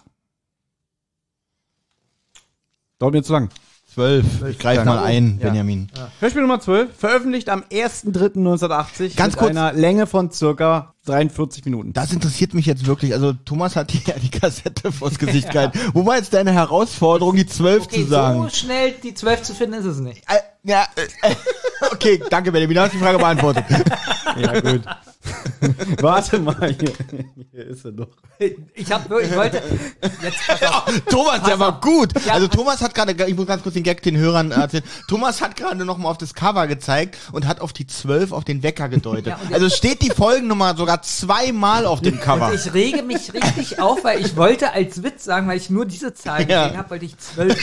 Dauert mir zu lang. Zwölf. Ich greife Ja, mal genau. ein, Ja. Benjamin. Hörspiel Nummer zwölf, veröffentlicht am erster dritter neunzehnhundertachtzig Ganz mit kurz. einer Länge von circa dreiundvierzig Minuten. Das interessiert mich jetzt wirklich. Also Thomas hat hier die Kassette vors Gesicht gehalten. Wo war jetzt deine Herausforderung, die zwölf Okay, zu sagen? so schnell die zwölf zu finden ist es nicht. Äh, ja, äh, äh, okay, danke Benjamin, du hast die Frage beantwortet. Ja, gut. Warte mal, hier, hier ist er doch. Ich hab wirklich, ich wollte, jetzt pass auf. Thomas, der war gut. Ja. Also Thomas hat gerade, ich muss ganz kurz den Gag den Hörern erzählen. Thomas hat gerade nochmal auf das Cover gezeigt und hat auf die zwölf auf den Wecker gedeutet. Ja, und jetzt- Also es steht die Folgennummer sogar zweimal auf dem Cover. Und ich rege mich richtig auf, weil ich wollte als Witz sagen, weil ich nur diese Zahl Ja. gesehen habe, wollte ich zwölf.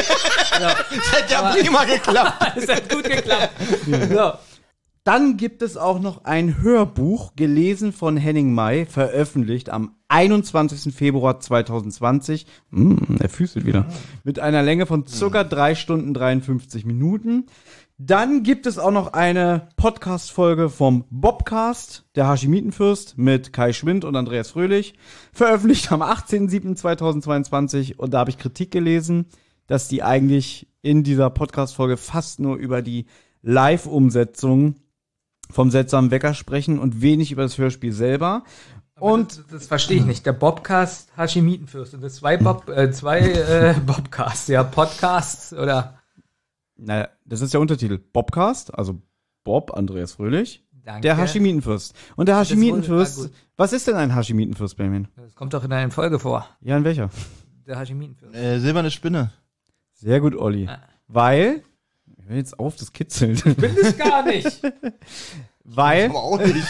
Das hat ja prima geklappt. Das hat gut geklappt. So. Dann gibt es auch noch ein Hörbuch, gelesen von Henning May, veröffentlicht am einundzwanzigster Februar zweitausendzwanzig. Mm, er füßelt wieder. Mit einer Länge von circa drei Stunden dreiundfünfzig Minuten. Dann gibt es auch noch eine Podcast-Folge vom Bobcast, der Hashimitenfürst, mit Kai Schwind und Andreas Fröhlich. Veröffentlicht am achtzehnter siebter zweitausendzweiundzwanzig. Und da habe ich Kritik gelesen, dass die eigentlich in dieser Podcast-Folge fast nur über die Live-Umsetzung vom seltsamen Wecker sprechen und wenig über das Hörspiel selber. Und Das, das verstehe ich nicht. Der Bobcast Hashimitenfürst und das zwei Bob, äh, zwei äh, Bobcasts, ja, Podcasts oder. naja, das ist der Untertitel. Bobcast, also Bob, Andreas Fröhlich, Danke. der Hashimitenfürst. Und der Das wurde- Hashimitenfürst, ah, gut. was ist denn ein Hashimitenfürst, Benjamin? Das kommt doch in einer Folge vor. Ja, in welcher? Der Hashimitenfürst. Äh, silberne Spinne. Sehr gut, Olli. Weil, ich will jetzt auf, das kitzelt. Bin es gar nicht. Weil Aber auch nicht.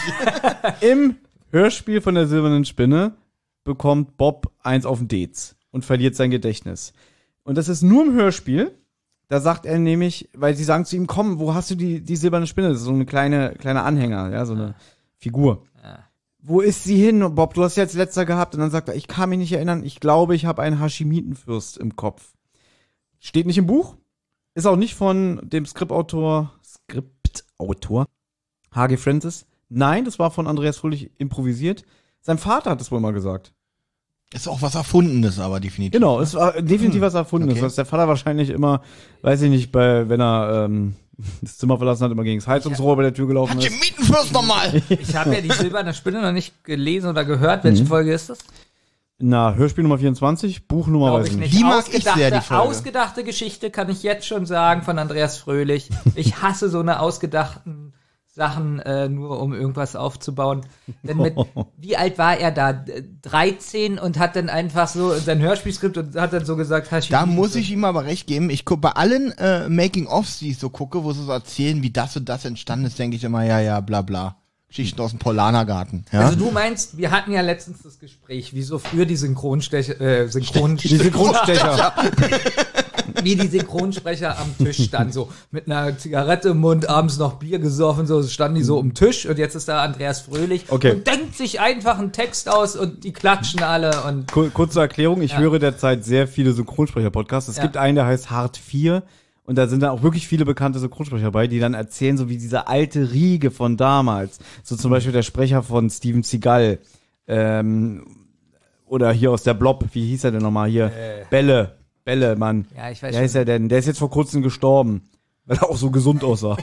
im Hörspiel von der silbernen Spinne bekommt Bob eins auf den Dez und verliert sein Gedächtnis. Und das ist nur im Hörspiel. Da sagt er nämlich, weil sie sagen zu ihm, komm, wo hast du die, die silberne Spinne? Das ist so eine kleine, kleine Anhänger, ja, so eine Figur. Ja. Wo ist sie hin? Und Bob, du hast sie als letzter gehabt. Und dann sagt er, ich kann mich nicht erinnern. Ich glaube, ich habe einen Hashimitenfürst im Kopf. Steht nicht im Buch. Ist auch nicht von dem Skriptautor, Skriptautor, H G Francis. Nein, das war von Andreas Fröhlich improvisiert. Sein Vater hat es wohl mal gesagt. Ist auch was Erfundenes, aber definitiv. Genau, es war definitiv was Erfundenes. Okay. Was der Vater wahrscheinlich immer, weiß ich nicht, bei, wenn er ähm, das Zimmer verlassen hat, immer gegen das Heizungsrohr bei der Tür gelaufen ist. Hashimitenfürst nochmal! Ich habe ja die silberne Spinne noch nicht gelesen oder gehört. Welche Folge ist das? Na, Hörspiel Nummer vierundzwanzig, Buchnummer Glaube weiß ich ich nicht. nicht. Die mag ich ausgedachte, sehr, die Folge. ausgedachte Geschichte kann ich jetzt schon sagen von Andreas Fröhlich. Ich hasse so eine ausgedachten Sachen, äh, nur um irgendwas aufzubauen. Denn mit, wie alt war er da? dreizehn und hat dann einfach so sein Hörspielskript und hat dann so gesagt, Hashimi. Da muss ich ihm aber recht geben. Ich gucke bei allen äh, Making-ofs, die ich so gucke, wo sie so erzählen, wie das und das entstanden ist, denke ich immer, ja, ja, bla bla. Geschichten aus dem Paulanergarten. Ja? Also du meinst, wir hatten ja letztens das Gespräch, wieso früher die Synchronstecher, äh, Synchron Die Synchronstecher. wie die Synchronsprecher am Tisch standen, so mit einer Zigarette im Mund, abends noch Bier gesoffen, so standen die so um den Tisch und jetzt ist da Andreas Fröhlich Okay. und denkt sich einfach einen Text aus und die klatschen alle und Kur kurze Erklärung, ich Ja. höre derzeit sehr viele Synchronsprecher-Podcasts. Es Ja. gibt einen, der heißt Hart vier und da sind dann auch wirklich viele bekannte Synchronsprecher dabei, die dann erzählen, so wie diese alte Riege von damals. So zum Beispiel der Sprecher von Steven Seagal ähm, oder hier aus der Blob, wie hieß er denn nochmal hier? Äh. Bälle, Bälle, Mann. Ja, ich weiß Wie heißt er denn? Der ist jetzt vor kurzem gestorben, weil er auch so gesund aussah.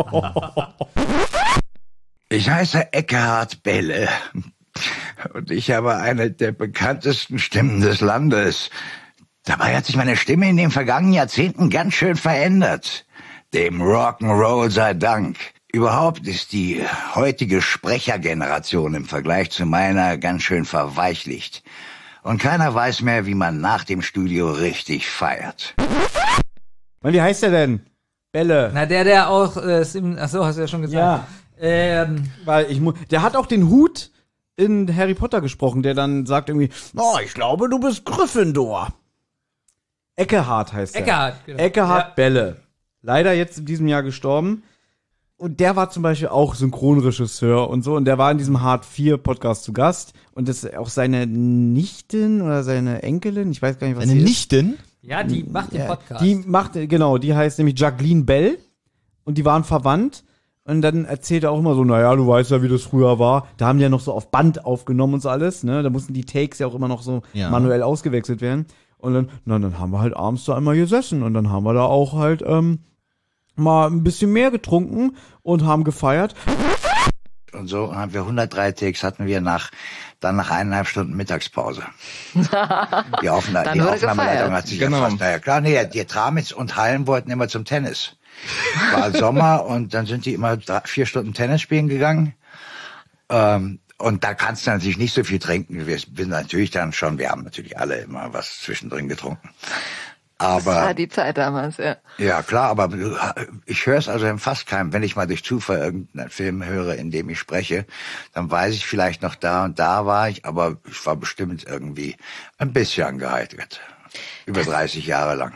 Ich heiße Eckhard Belle und ich habe eine der bekanntesten Stimmen des Landes. Dabei hat sich meine Stimme in den vergangenen Jahrzehnten ganz schön verändert. Dem Rock'n'Roll sei Dank. Überhaupt ist die heutige Sprechergeneration im Vergleich zu meiner ganz schön verweichlicht. Und keiner weiß mehr, wie man nach dem Studio richtig feiert. Mann, wie heißt der denn? Bälle. na der, der auch, äh, Sim, ach so, hast du ja schon gesagt. Ja. Ähm, Weil ich mu der hat auch den Hut in Harry Potter gesprochen, der dann sagt irgendwie, oh, ich glaube, du bist Gryffindor. Eckehard heißt er. Eckehard, genau. Eckehard Ja. Belle. Leider jetzt in diesem Jahr gestorben. Und der war zum Beispiel auch Synchronregisseur und so. Und der war in diesem Hard vier Podcast zu Gast. Und das ist auch seine Nichten oder seine Enkelin, ich weiß gar nicht, was Eine sie ist. Nichten? ja, die macht den Podcast. Die macht, genau, die heißt nämlich Jacqueline Bell. Und die waren verwandt. Und dann erzählt er auch immer so, naja, du weißt ja, wie das früher war. Da haben die ja noch so auf Band aufgenommen und so alles, ne? Da mussten die Takes ja auch immer noch so Ja. manuell ausgewechselt werden. Und dann, na, dann haben wir halt abends da einmal gesessen. Und dann haben wir da auch halt, ähm, mal ein bisschen mehr getrunken und haben gefeiert. Und so haben wir hundertdrei Takes hatten wir nach, dann nach eineinhalb Stunden Mittagspause. Die, Aufna Dann die wurde Aufnahmeleitung gefeiert. hat sich Genau. erfasst. Naja, klar, nee, die Tramitz und Hallen wollten immer zum Tennis. War Sommer und dann sind die immer drei, vier Stunden Tennis spielen gegangen. Ähm, und da kannst du natürlich nicht so viel trinken. Wir sind natürlich dann schon, wir haben natürlich alle immer was zwischendrin getrunken. Das war Aber, die Zeit damals, ja. ja klar, aber ich höre es also in fast keinem, wenn ich mal durch Zufall irgendeinen Film höre, in dem ich spreche, dann weiß ich vielleicht noch, da und da war ich, aber ich war bestimmt irgendwie ein bisschen geheitert. Über dreißig Jahre lang.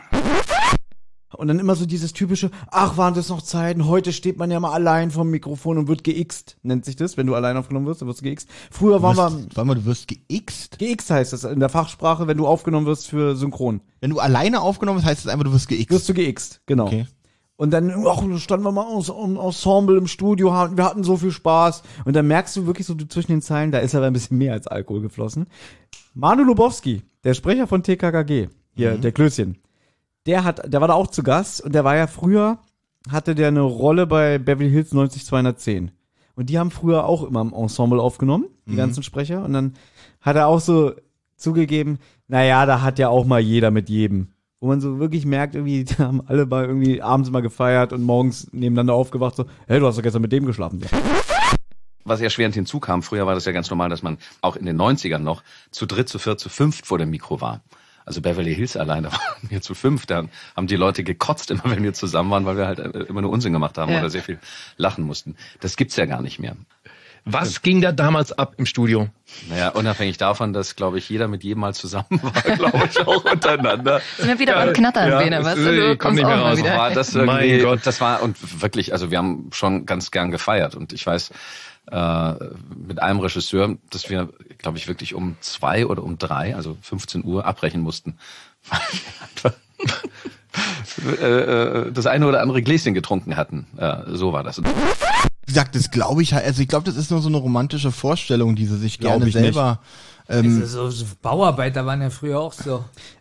Und dann immer so dieses typische, ach, waren das noch Zeiten, heute steht man ja mal allein vom Mikrofon und wird geixt, nennt sich das, wenn du allein aufgenommen wirst, dann wirst du geixt. Früher waren wir, Warte mal, du wirst geixt? geixt heißt das in der Fachsprache, wenn du aufgenommen wirst für Synchron. Wenn du alleine aufgenommen hast, heißt es einfach, du wirst geixt. Wirst du geixt, genau. Okay. Und dann, ach, da standen wir mal aus, im Ensemble im Studio, wir hatten so viel Spaß. Und dann merkst du wirklich so zwischen den Zeilen, da ist aber ein bisschen mehr als Alkohol geflossen. Manu Lubowski, der Sprecher von T K K G, hier, der Klößchen, der hat, der war da auch zu Gast und der war ja früher, hatte der eine Rolle bei Beverly Hills neunzig zweihundertzehn. Und die haben früher auch immer im Ensemble aufgenommen, die ganzen Sprecher. Und dann hat er auch so zugegeben, naja, da hat ja auch mal jeder mit jedem. Wo man so wirklich merkt, irgendwie, die haben alle mal irgendwie abends mal gefeiert und morgens nebeneinander aufgewacht, so, hey, du hast doch gestern mit dem geschlafen. Ja. Was erschwerend hinzukam, früher war das ja ganz normal, dass man auch in den neunzigern noch zu dritt, zu viert, zu fünft vor dem Mikro war. Also Beverly Hills alleine waren wir zu fünf, da haben die Leute gekotzt immer, wenn wir zusammen waren, weil wir halt immer nur Unsinn gemacht haben Ja. oder sehr viel lachen mussten. Das gibt's ja gar nicht mehr. Was ging da damals ab im Studio? Naja, unabhängig davon, dass, glaube ich, jeder mit jedem mal zusammen war, glaube ich, auch untereinander. Sind wir wieder beim Knattern, ja, Bene, es- weißt ich du? Du komm kommst nicht auch mehr mal raus. wieder. War das Mein irgendwie, Gott. das war, und wirklich, also wir haben schon ganz gern gefeiert und ich weiß, äh, mit einem Regisseur, dass wir, glaube ich, wirklich um zwei oder um drei, also fünfzehn Uhr abbrechen mussten. Weil wir einfach äh, das eine oder andere Gläschen getrunken hatten. Äh, so war das. Wie gesagt, das glaube ich, also ich glaube, das ist nur so eine romantische Vorstellung, die sie sich Glaub gerne ich selber, ähm, Also so, so Bauarbeiter waren ja früher auch so.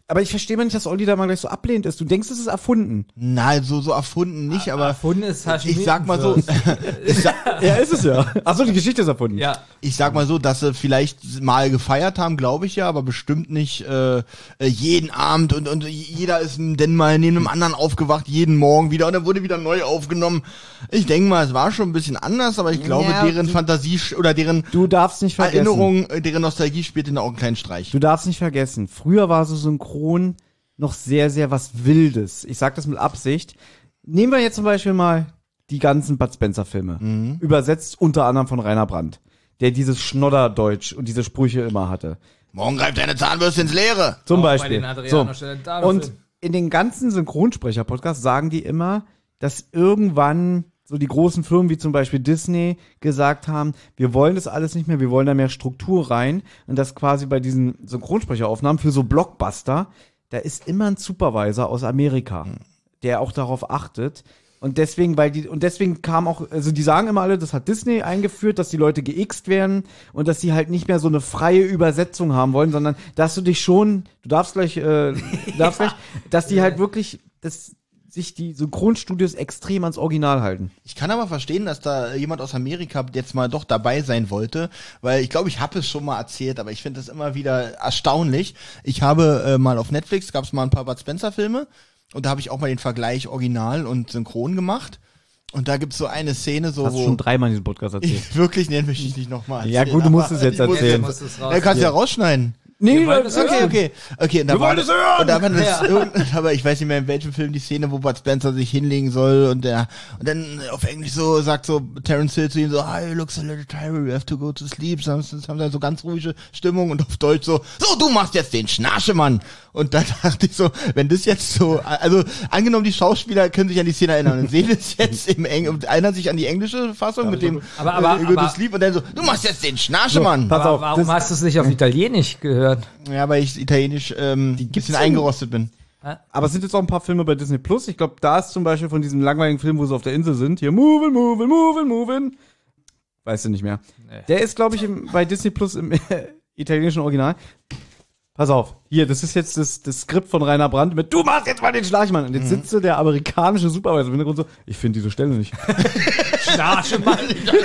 Aber ich verstehe mal nicht, dass Olli da mal gleich so ablehnend ist. Du denkst, es ist erfunden. Nein, so, so erfunden nicht, aber. Erfunden ist Hashimi. Ich sag mal so. ich sag, Ja, ist es ja. Achso, die Geschichte ist erfunden. Ja. Ich sag mal so, dass sie vielleicht mal gefeiert haben, glaube ich ja, aber bestimmt nicht äh, jeden Abend und und jeder ist denn mal neben einem anderen aufgewacht, jeden Morgen wieder und dann wurde wieder neu aufgenommen. Ich denke mal, es war schon ein bisschen anders, aber ich glaube, Ja, deren du- Fantasie oder deren Du darfst nicht vergessen. Erinnerung, äh, deren Nostalgie spielt in auch einen kleinen Streich. Du darfst nicht vergessen, früher war so synchron noch sehr, sehr was Wildes. Ich sag das mit Absicht. Nehmen wir jetzt zum Beispiel mal die ganzen Bud Spencer-Filme. Mhm. Übersetzt unter anderem von Rainer Brandt, der dieses Schnodderdeutsch und diese Sprüche immer hatte. Morgen greift deine Zahnbürste ins Leere. Zum Auch bei Beispiel. den Adriano So. Celentano Und Filmen. in den ganzen Synchronsprecher-Podcasts sagen die immer, dass irgendwann so die großen Firmen wie zum Beispiel Disney gesagt haben, wir wollen das alles nicht mehr, wir wollen da mehr Struktur rein und das quasi bei diesen Synchronsprecheraufnahmen für so Blockbuster, da ist immer ein Supervisor aus Amerika, der auch darauf achtet. Und deswegen, weil die, und deswegen kam auch, also die sagen immer alle, das hat Disney eingeführt, dass die Leute geixt werden und dass sie halt nicht mehr so eine freie Übersetzung haben wollen, sondern dass du dich schon, du darfst gleich, äh, du darfst gleich, dass die halt wirklich, dass sich die Synchronstudios extrem ans Original halten. Ich kann aber verstehen, dass da jemand aus Amerika jetzt mal doch dabei sein wollte, weil ich glaube, ich habe es schon mal erzählt, aber ich finde das immer wieder erstaunlich. Ich habe äh, mal auf Netflix, gab es mal ein paar Bud Spencer Filme und da habe ich auch mal den Vergleich Original und Synchron gemacht und da gibt's so eine Szene, so Hast du wo schon dreimal in diesem Podcast erzählt. ich wirklich, ne, möchte ich nicht nochmal Ja, gut, du musst es jetzt ich muss erzählen. jetzt- Musst es Ja, kannst du ja rausschneiden. Nee, wollen es Okay, hören. okay. Okay, und da Wir war wollen das, es hören! und da war das Ja. irgendein, aber ich weiß nicht mehr in welchem Film die Szene, wo Bud Spencer sich hinlegen soll und der, und dann auf Englisch so, sagt so Terence Hill zu ihm so, hi, you look so little tired, we have to go to sleep, das haben da so ganz ruhige Stimmung und auf Deutsch so, so, du machst jetzt den Schnarchemann. Und da dachte ich so, wenn das jetzt so, also, angenommen die Schauspieler können sich an die Szene erinnern und sehen es jetzt im Eng, und erinnern sich an die englische Fassung mit dem, Aber- aber- äh, you go to aber- sleep und dann so, du machst jetzt den Schnarchemann. pass Aber auf, warum das- hast du es nicht auf Italienisch gehört? Ja, weil ich italienisch ähm, ein gibt's bisschen denn? eingerostet bin. Aber es sind jetzt auch ein paar Filme bei Disney Plus. Ich glaube, da ist zum Beispiel von diesem langweiligen Film, wo sie auf der Insel sind. Hier, Movin', Movin', Movin', Movin'. Weißt du nicht mehr. Der ist, glaube ich, im, bei Disney Plus im italienischen Original. Pass auf, hier, das ist jetzt das, das Skript von Rainer Brandt mit, du machst jetzt mal den Schlagmann. Und jetzt sitzt so der amerikanische Supervisor im Hintergrund so, ich finde diese Stelle nicht. Schnarchemann.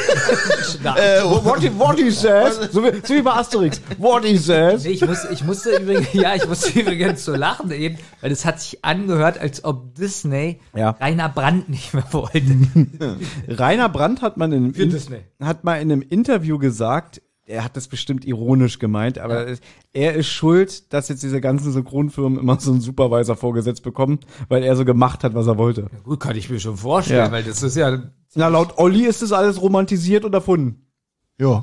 Äh, What he, what he says, so wie, so wie bei Asterix, what he says. Nee, ich, muss, ich musste übrigens, ja, ich musste übrigens so lachen eben, weil es hat sich angehört, als ob Disney Ja. Rainer Brandt nicht mehr wollte. Rainer Brandt hat man in, Für in, Disney. hat mal in einem Interview gesagt, er hat das bestimmt ironisch gemeint, aber es- er ist schuld, dass jetzt diese ganzen Synchronfirmen immer so einen Supervisor vorgesetzt bekommen, weil er so gemacht hat, was er wollte. Gut, kann ich mir schon vorstellen, Ja. weil das ist ja, Na, laut Olli ist das alles romantisiert und erfunden. ja.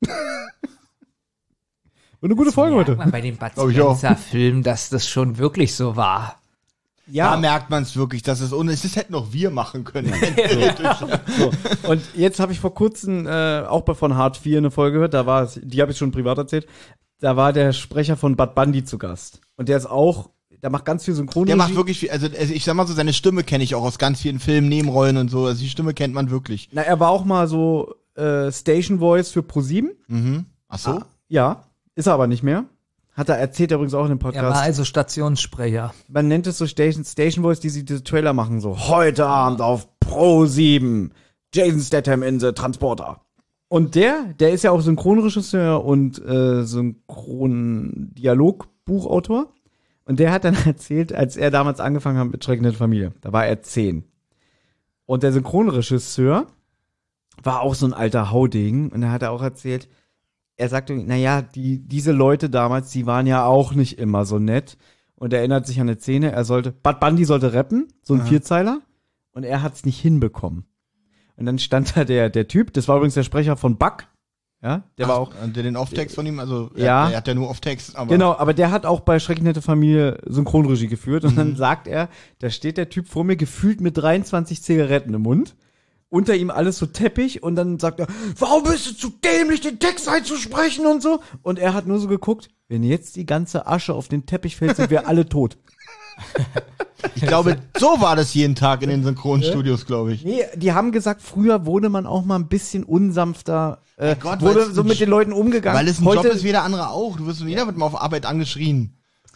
Und eine gute Folge merkt heute. man bei den Bud Glaub ich auch. Spencer-Filmen, dass das schon wirklich so war. Da merkt man es wirklich, dass es ohne ist. Das hätten noch wir machen können. So. Und jetzt habe ich vor kurzem äh, auch bei von Hart vier eine Folge gehört, da war es, die habe ich schon privat erzählt, da war der Sprecher von Bud Bundy zu Gast. Und der ist auch, der macht ganz viel Synchronregie. Der macht wirklich viel, also also ich sag mal so, seine Stimme kenne ich auch aus ganz vielen Filmen, Nebenrollen und so. Also die Stimme kennt man wirklich. Na, er war auch mal so äh, Station Voice für ProSieben. Mhm. Ach so? Ah, ja, ist er aber nicht mehr. Hat er erzählt er übrigens auch in dem Er war Podcast. also Stationssprecher. Man nennt es so Station, Station Voice, die sie diese Trailer machen, so heute Abend auf Pro sieben, Jason Statham in The Transporter. Und der, der ist ja auch Synchronregisseur und äh, Synchron-Dialogbuchautor. Und der hat dann erzählt, als er damals angefangen hat mit Schreck in der Familie, da war er zehn. Und der Synchronregisseur war auch so ein alter Hauding. Und er hat auch erzählt, er sagte, naja, die, diese Leute damals, die waren ja auch nicht immer so nett. Und er erinnert sich an eine Szene, er sollte, Bud Bundy sollte rappen, so ein Aha. Vierzeiler, und er hat's nicht hinbekommen. Und dann stand da der, der Typ, das war übrigens der Sprecher von Buck, ja, der war auch, Der den Off-Text von ihm, also Ja. er, er hat ja nur Off-Text, aber genau, aber der hat auch bei Schrecklich nette Familie Synchronregie geführt. Und Mhm. dann sagt er, da steht der Typ vor mir gefühlt mit dreiundzwanzig Zigaretten im Mund. Unter ihm alles so Teppich und dann sagt er, warum bist du zu dämlich, den Text einzusprechen und so? Und er hat nur so geguckt, wenn jetzt die ganze Asche auf den Teppich fällt, sind wir alle tot. ich glaube, so war das jeden Tag in den Synchronstudios, glaube ich. Nee, die haben gesagt, früher wurde man auch mal ein bisschen unsanfter, äh, Gott, wurde weil's so ein mit den Leuten umgegangen. Weil es ein Heute, Job ist wie jeder andere auch. Du wirst von jeder wird mal auf Arbeit angeschrien.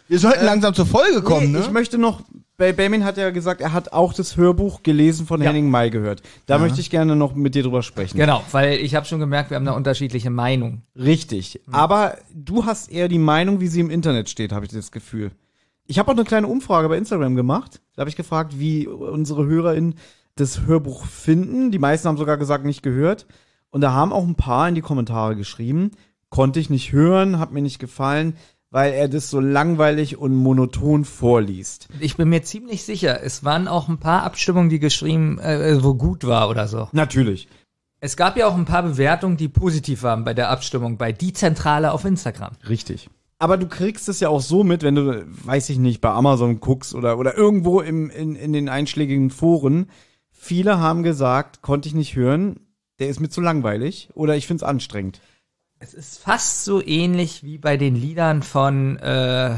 Wir sollten äh, langsam zur Folge kommen, nee, ne? Ich möchte noch, bei Benjamin hat er gesagt, er hat auch das Hörbuch gelesen von ja. Henning May gehört. Da ja. möchte ich gerne noch mit dir drüber sprechen. Genau, weil ich habe schon gemerkt, wir haben eine unterschiedliche Meinung. Richtig, mhm. aber du hast eher die Meinung, wie sie im Internet steht, habe ich das Gefühl. Ich habe auch eine kleine Umfrage bei Instagram gemacht. Da habe ich gefragt, wie unsere HörerInnen das Hörbuch finden. Die meisten haben sogar gesagt, nicht gehört. Und da haben auch ein paar in die Kommentare geschrieben, konnte ich nicht hören, hat mir nicht gefallen, weil er das so langweilig und monoton vorliest. Ich bin mir ziemlich sicher, es waren auch ein paar Abstimmungen, die geschrieben, äh, wo gut war oder so. Natürlich. Es gab ja auch ein paar Bewertungen, die positiv waren bei der Abstimmung, bei Die Zentrale auf Instagram. Richtig. Aber du kriegst es ja auch so mit, wenn du, weiß ich nicht, bei Amazon guckst oder, oder irgendwo im, in, in den einschlägigen Foren. Viele haben gesagt, konnte ich nicht hören, der ist mir zu langweilig oder ich find's anstrengend. Es ist fast so ähnlich wie bei den Liedern von äh,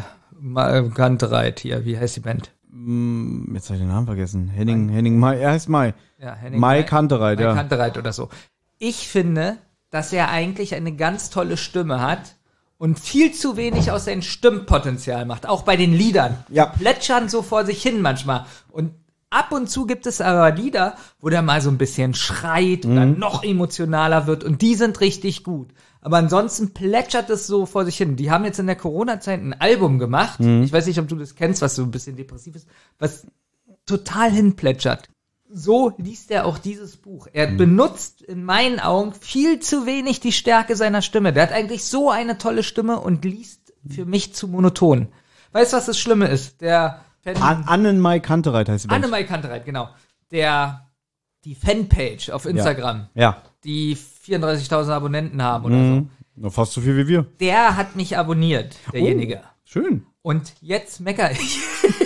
Kantereit hier. Wie heißt die Band? Mm, jetzt habe ich den Namen vergessen. Henning, Mai. Henning May, er heißt Mai. Ja, Henning Mai Kantereit, ja. Mai Kantereit oder so. Ich finde, dass er eigentlich eine ganz tolle Stimme hat und viel zu wenig aus seinem Stimmpotenzial macht. Auch bei den Liedern. Ja. Die plätschern so vor sich hin manchmal. Und ab und zu gibt es aber Lieder, wo der mal so ein bisschen schreit und dann noch emotionaler wird und die sind richtig gut. Aber ansonsten plätschert es so vor sich hin. Die haben jetzt in der Corona-Zeit ein Album gemacht. Mhm. Ich weiß nicht, ob du das kennst, was so ein bisschen depressiv ist, was total hinplätschert. So liest er auch dieses Buch. Er mhm. benutzt in meinen Augen viel zu wenig die Stärke seiner Stimme. Der hat eigentlich so eine tolle Stimme und liest für mich zu monoton. Weißt du, was das Schlimme ist? Der An- Annenmai Kantereit heißt sie. Annenmai Kantereit, genau. Der, die Fanpage auf Instagram. Ja. ja. Die vierunddreißigtausend Abonnenten haben oder mhm. so. Noch fast so viel wie wir. Der hat mich abonniert, derjenige. Oh, schön. Und jetzt meckere ich.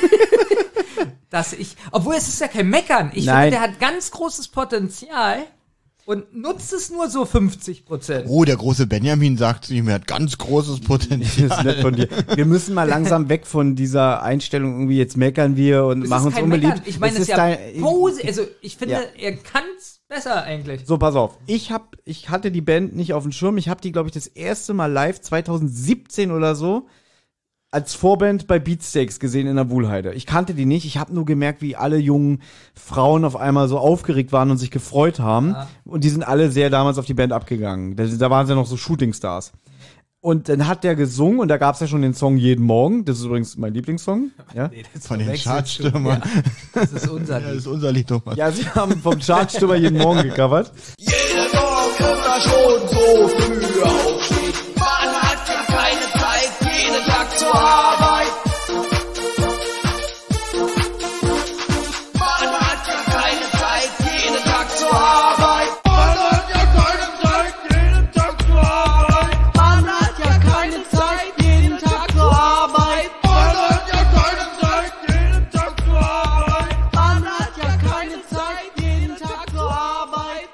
Dass ich, obwohl es ist ja kein Meckern. Ich Nein. finde, der hat ganz großes Potenzial und nutzt es nur so fünfzig Prozent. Oh, der große Benjamin sagt zu ihm, er hat ganz großes Potenzial. Das ist nett von dir. Wir müssen mal langsam weg von dieser Einstellung, irgendwie jetzt meckern wir und das machen uns unbeliebt. Meckern. Ich meine, es ist ja dein, Pose, also ich finde, ja. er kann's besser eigentlich. So, pass auf. Ich hab, ich hatte die Band nicht auf dem Schirm. Ich habe die, glaube ich, das erste Mal live zwanzig siebzehn oder so als Vorband bei Beatsteaks gesehen in der Wuhlheide. Ich kannte die nicht. Ich habe nur gemerkt, wie alle jungen Frauen auf einmal so aufgeregt waren und sich gefreut haben. Ja. Und die sind alle sehr damals auf die Band abgegangen. Da, da waren sie ja noch so Shootingstars. Und dann hat der gesungen und da gab's ja schon den Song Jeden Morgen. Das ist übrigens mein Lieblingssong. Ja? Nee, von den Chartstürmern. Ja, das ist unser Lied. Ja, das ist unser Lied, Thomas. Ja, sie haben vom Chartstürmer Jeden Morgen gecovert. Jeden Morgen immer schon so früh aufstehen. Man hat ja keine Zeit, jeden Tag zur Arbeit. Man hat ja keine Zeit, jeden Tag zur Arbeit. Man hat ja keine Zeit, jeden Tag zur Arbeit. Man hat ja keine Zeit, jeden Tag zur Arbeit. Man hat ja keine Zeit, jeden Tag zur Arbeit. Man hat ja keine Zeit, jeden Tag zur Arbeit.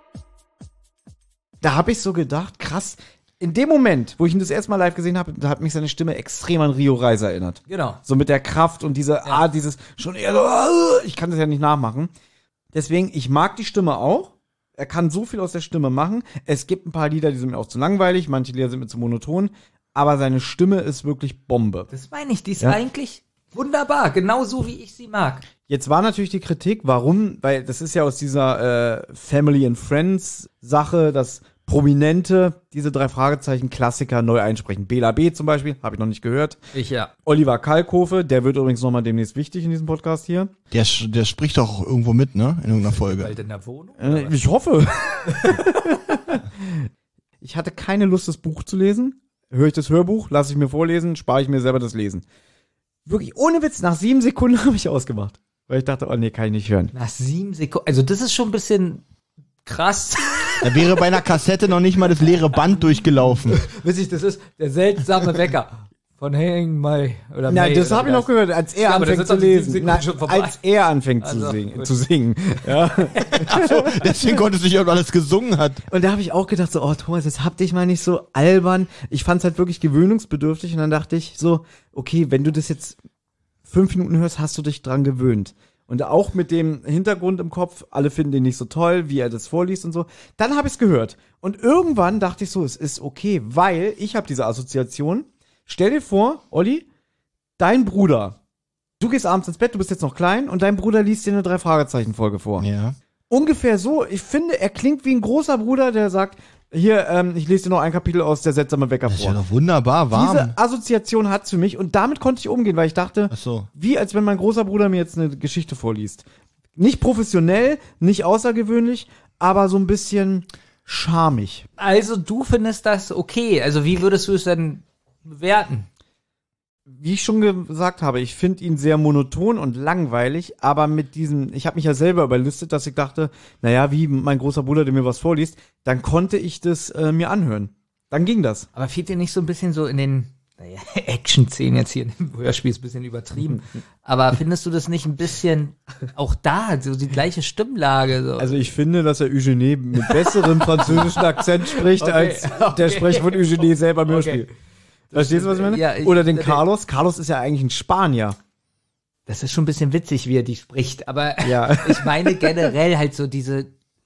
Da habe ich so gedacht, krass. In dem Moment, wo ich ihn das erste Mal live gesehen habe, da hat mich seine Stimme extrem an Rio Reiser erinnert. Genau. So mit der Kraft und diese, ja. ah, dieses, schon eher so, ich kann das ja nicht nachmachen. Deswegen, ich mag die Stimme auch. Er kann so viel aus der Stimme machen. Es gibt ein paar Lieder, die sind mir auch zu langweilig, manche Lieder sind mir zu monoton, aber seine Stimme ist wirklich Bombe. Das meine ich, die ist ja. eigentlich wunderbar, genauso wie ich sie mag. Jetzt war natürlich die Kritik, warum, weil das ist ja aus dieser äh, Family and Friends Sache, dass Prominente diese drei Fragezeichen Klassiker neu einsprechen. Bela B. zum Beispiel, habe ich noch nicht gehört. Ich ja. Oliver Kalkofe, der wird übrigens nochmal demnächst wichtig in diesem Podcast hier. Der, der spricht doch irgendwo mit, ne? In irgendeiner Folge. Bald in der Wohnung? Äh, ich hoffe. Ich hatte keine Lust, das Buch zu lesen. Höre ich das Hörbuch, lasse ich mir vorlesen, spare ich mir selber das Lesen. Wirklich, ohne Witz, nach sieben Sekunden habe ich ausgemacht. Weil ich dachte, oh nee, kann ich nicht hören. Nach sieben Sekunden, also das ist schon ein bisschen krass. Da wäre bei einer Kassette noch nicht mal das leere Band durchgelaufen. Witzig, das ist der seltsame Wecker von Henning May. Oder Nein, das habe ich noch gehört, als er ja, anfängt zu lesen. Nein, als er anfängt also, zu, singen, zu singen. Ja. Ach so, deswegen konntest du nicht, ob alles gesungen hat. Und da habe ich auch gedacht, so, oh Thomas, jetzt hab dich mal nicht so albern. Ich fand's halt wirklich gewöhnungsbedürftig und dann dachte ich so, okay, wenn du das jetzt fünf Minuten hörst, hast du dich dran gewöhnt. Und auch mit dem Hintergrund im Kopf, alle finden den nicht so toll, wie er das vorliest und so. Dann habe ich es gehört. Und irgendwann dachte ich so, es ist okay, weil ich habe diese Assoziation. Stell dir vor, Olli, dein Bruder, du gehst abends ins Bett, du bist jetzt noch klein und dein Bruder liest dir eine Drei-Fragezeichen-Folge vor. Ja. Ungefähr so, ich finde, er klingt wie ein großer Bruder, der sagt, hier, ähm, ich lese dir noch ein Kapitel aus Der seltsame Wecker vor. Das ist ja doch wunderbar, warm. Diese Assoziation hat's für mich und damit konnte ich umgehen, weil ich dachte, Ach so. wie als wenn mein großer Bruder mir jetzt eine Geschichte vorliest. Nicht professionell, nicht außergewöhnlich, aber so ein bisschen schamig. Also du findest das okay. Also wie würdest du es denn bewerten? Wie ich schon gesagt habe, ich finde ihn sehr monoton und langweilig, aber mit diesem, ich habe mich ja selber überlistet, dass ich dachte, naja, wie mein großer Bruder, der mir was vorliest, dann konnte ich das äh, mir anhören. Dann ging das. Aber fehlt dir nicht so ein bisschen so in den, naja, Action-Szenen jetzt hier im Hörspiel ist ein bisschen übertrieben, aber findest du das nicht ein bisschen auch da, so die gleiche Stimmlage? So? Also ich finde, dass er Eugenie mit besserem französischen Akzent spricht, Okay, als okay. der Sprecher von Eugenie selber im Okay. Hörspiel. Verstehst du, was ich meine? Ja, ich- Oder den der- Carlos. Carlos ist ja eigentlich ein Spanier. Das ist schon ein bisschen witzig, wie er die spricht, aber Ja. ich meine generell halt so diese,